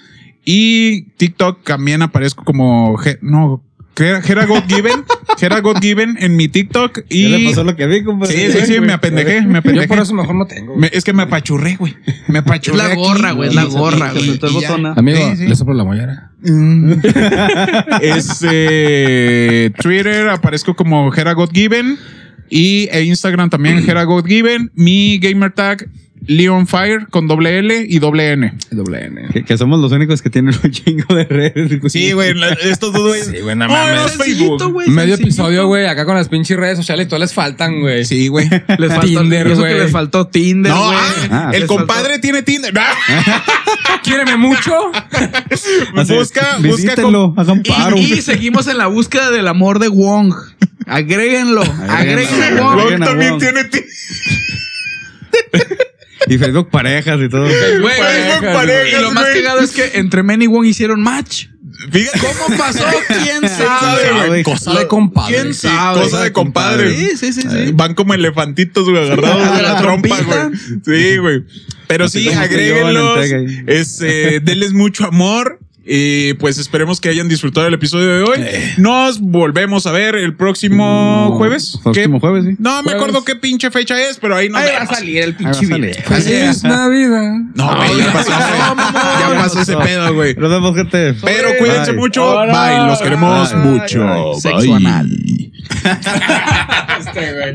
[SPEAKER 5] Y TikTok también aparezco como... Ge- no, Jera God Given. Jera God Given en mi TikTok. Y...
[SPEAKER 3] ¿Qué le pasó lo que vi, compadre?
[SPEAKER 5] Sí, sí, sí, me apendejé, me apendejé.
[SPEAKER 4] Yo por eso mejor no tengo.
[SPEAKER 5] Me- es que me apachurré, güey. Me
[SPEAKER 2] Es
[SPEAKER 5] apachurré.
[SPEAKER 2] la
[SPEAKER 5] aquí.
[SPEAKER 2] gorra, güey. Es la gorra,
[SPEAKER 3] Se
[SPEAKER 2] güey.
[SPEAKER 3] metió el
[SPEAKER 5] Y ya.
[SPEAKER 3] botón, ¿ah?
[SPEAKER 4] Amigo,
[SPEAKER 5] Sí, sí.
[SPEAKER 4] le soplo la mollera.
[SPEAKER 5] Es eh, Twitter, aparezco como Jera God Given. Y e Instagram también, Jera God Given. Mi gamer tag, Leon Fire, con doble L y doble N.
[SPEAKER 4] Doble N.
[SPEAKER 3] Que, que somos los únicos que tienen un chingo de redes.
[SPEAKER 5] Sí, güey, la- estos dos güeyes.
[SPEAKER 4] Sí, güey, no
[SPEAKER 5] Oh,
[SPEAKER 4] mames.
[SPEAKER 5] no,
[SPEAKER 2] Sencillito,
[SPEAKER 5] Facebook.
[SPEAKER 2] güey.
[SPEAKER 4] Medio
[SPEAKER 2] sencillito.
[SPEAKER 4] episodio, güey, acá con las pinches redes sociales, todas les faltan, güey.
[SPEAKER 5] Sí, güey.
[SPEAKER 2] Les faltó
[SPEAKER 4] Tinder,
[SPEAKER 2] y eso
[SPEAKER 4] güey.
[SPEAKER 2] que les faltó Tinder,
[SPEAKER 5] No,
[SPEAKER 2] güey.
[SPEAKER 5] ah,
[SPEAKER 3] Ah,
[SPEAKER 5] el
[SPEAKER 2] Les
[SPEAKER 5] compadre
[SPEAKER 2] faltó-
[SPEAKER 5] tiene Tinder.
[SPEAKER 4] Quiéreme mucho.
[SPEAKER 3] Así,
[SPEAKER 5] busca, busca.
[SPEAKER 3] visítenlo, hagan paro.
[SPEAKER 2] Y, y seguimos en la búsqueda del amor de Wong. Agréguenlo. Agréguenlo,
[SPEAKER 3] Agréguenlo.
[SPEAKER 2] Wong.
[SPEAKER 5] Wong
[SPEAKER 3] Agreguen a
[SPEAKER 5] también
[SPEAKER 3] Wong.
[SPEAKER 5] tiene Tinder.
[SPEAKER 3] Y Facebook parejas y todo.
[SPEAKER 2] Güey,
[SPEAKER 5] Facebook
[SPEAKER 2] güey,
[SPEAKER 5] parejas,
[SPEAKER 2] y lo más
[SPEAKER 5] güey.
[SPEAKER 2] cagado es que entre Men y Wong hicieron match.
[SPEAKER 5] Fíjate.
[SPEAKER 2] ¿Cómo pasó? ¿Quién
[SPEAKER 5] sabe,
[SPEAKER 2] sabe?
[SPEAKER 5] güey?
[SPEAKER 4] Cosa de compadre.
[SPEAKER 2] ¿Quién
[SPEAKER 5] Sí,
[SPEAKER 2] sabe?
[SPEAKER 5] cosa de compadre.
[SPEAKER 2] Sí, sí, sí, sí.
[SPEAKER 5] Van como elefantitos, güey, agarrados de la
[SPEAKER 2] La
[SPEAKER 5] trompa,
[SPEAKER 2] trompita.
[SPEAKER 5] güey. Sí, güey. Pero sí,
[SPEAKER 3] como que llevan
[SPEAKER 5] agréguenlos.
[SPEAKER 3] entrega ahí.
[SPEAKER 5] Es, eh, denles mucho amor. Y pues esperemos que hayan disfrutado el episodio de hoy. Nos volvemos a ver el próximo jueves.
[SPEAKER 3] Próximo
[SPEAKER 5] ¿Qué?
[SPEAKER 3] jueves, sí.
[SPEAKER 5] No me
[SPEAKER 4] Jueves.
[SPEAKER 5] acuerdo qué pinche fecha es, pero ahí nos
[SPEAKER 2] Ahí va a
[SPEAKER 5] vemos.
[SPEAKER 2] salir el
[SPEAKER 3] Ahí va a
[SPEAKER 2] pinche
[SPEAKER 3] salir.
[SPEAKER 2] video.
[SPEAKER 5] Así es.
[SPEAKER 4] Feliz Navidad.
[SPEAKER 5] No, güey, ya pasó. Ya pasó ese pedo, güey.
[SPEAKER 3] Nos vemos, gente.
[SPEAKER 5] Pero cuídense
[SPEAKER 3] Bye.
[SPEAKER 5] mucho. Bye. Los queremos
[SPEAKER 3] Bye.
[SPEAKER 5] mucho.
[SPEAKER 3] Bye.
[SPEAKER 5] Bye.
[SPEAKER 2] Sexo anal.
[SPEAKER 4] Este, güey.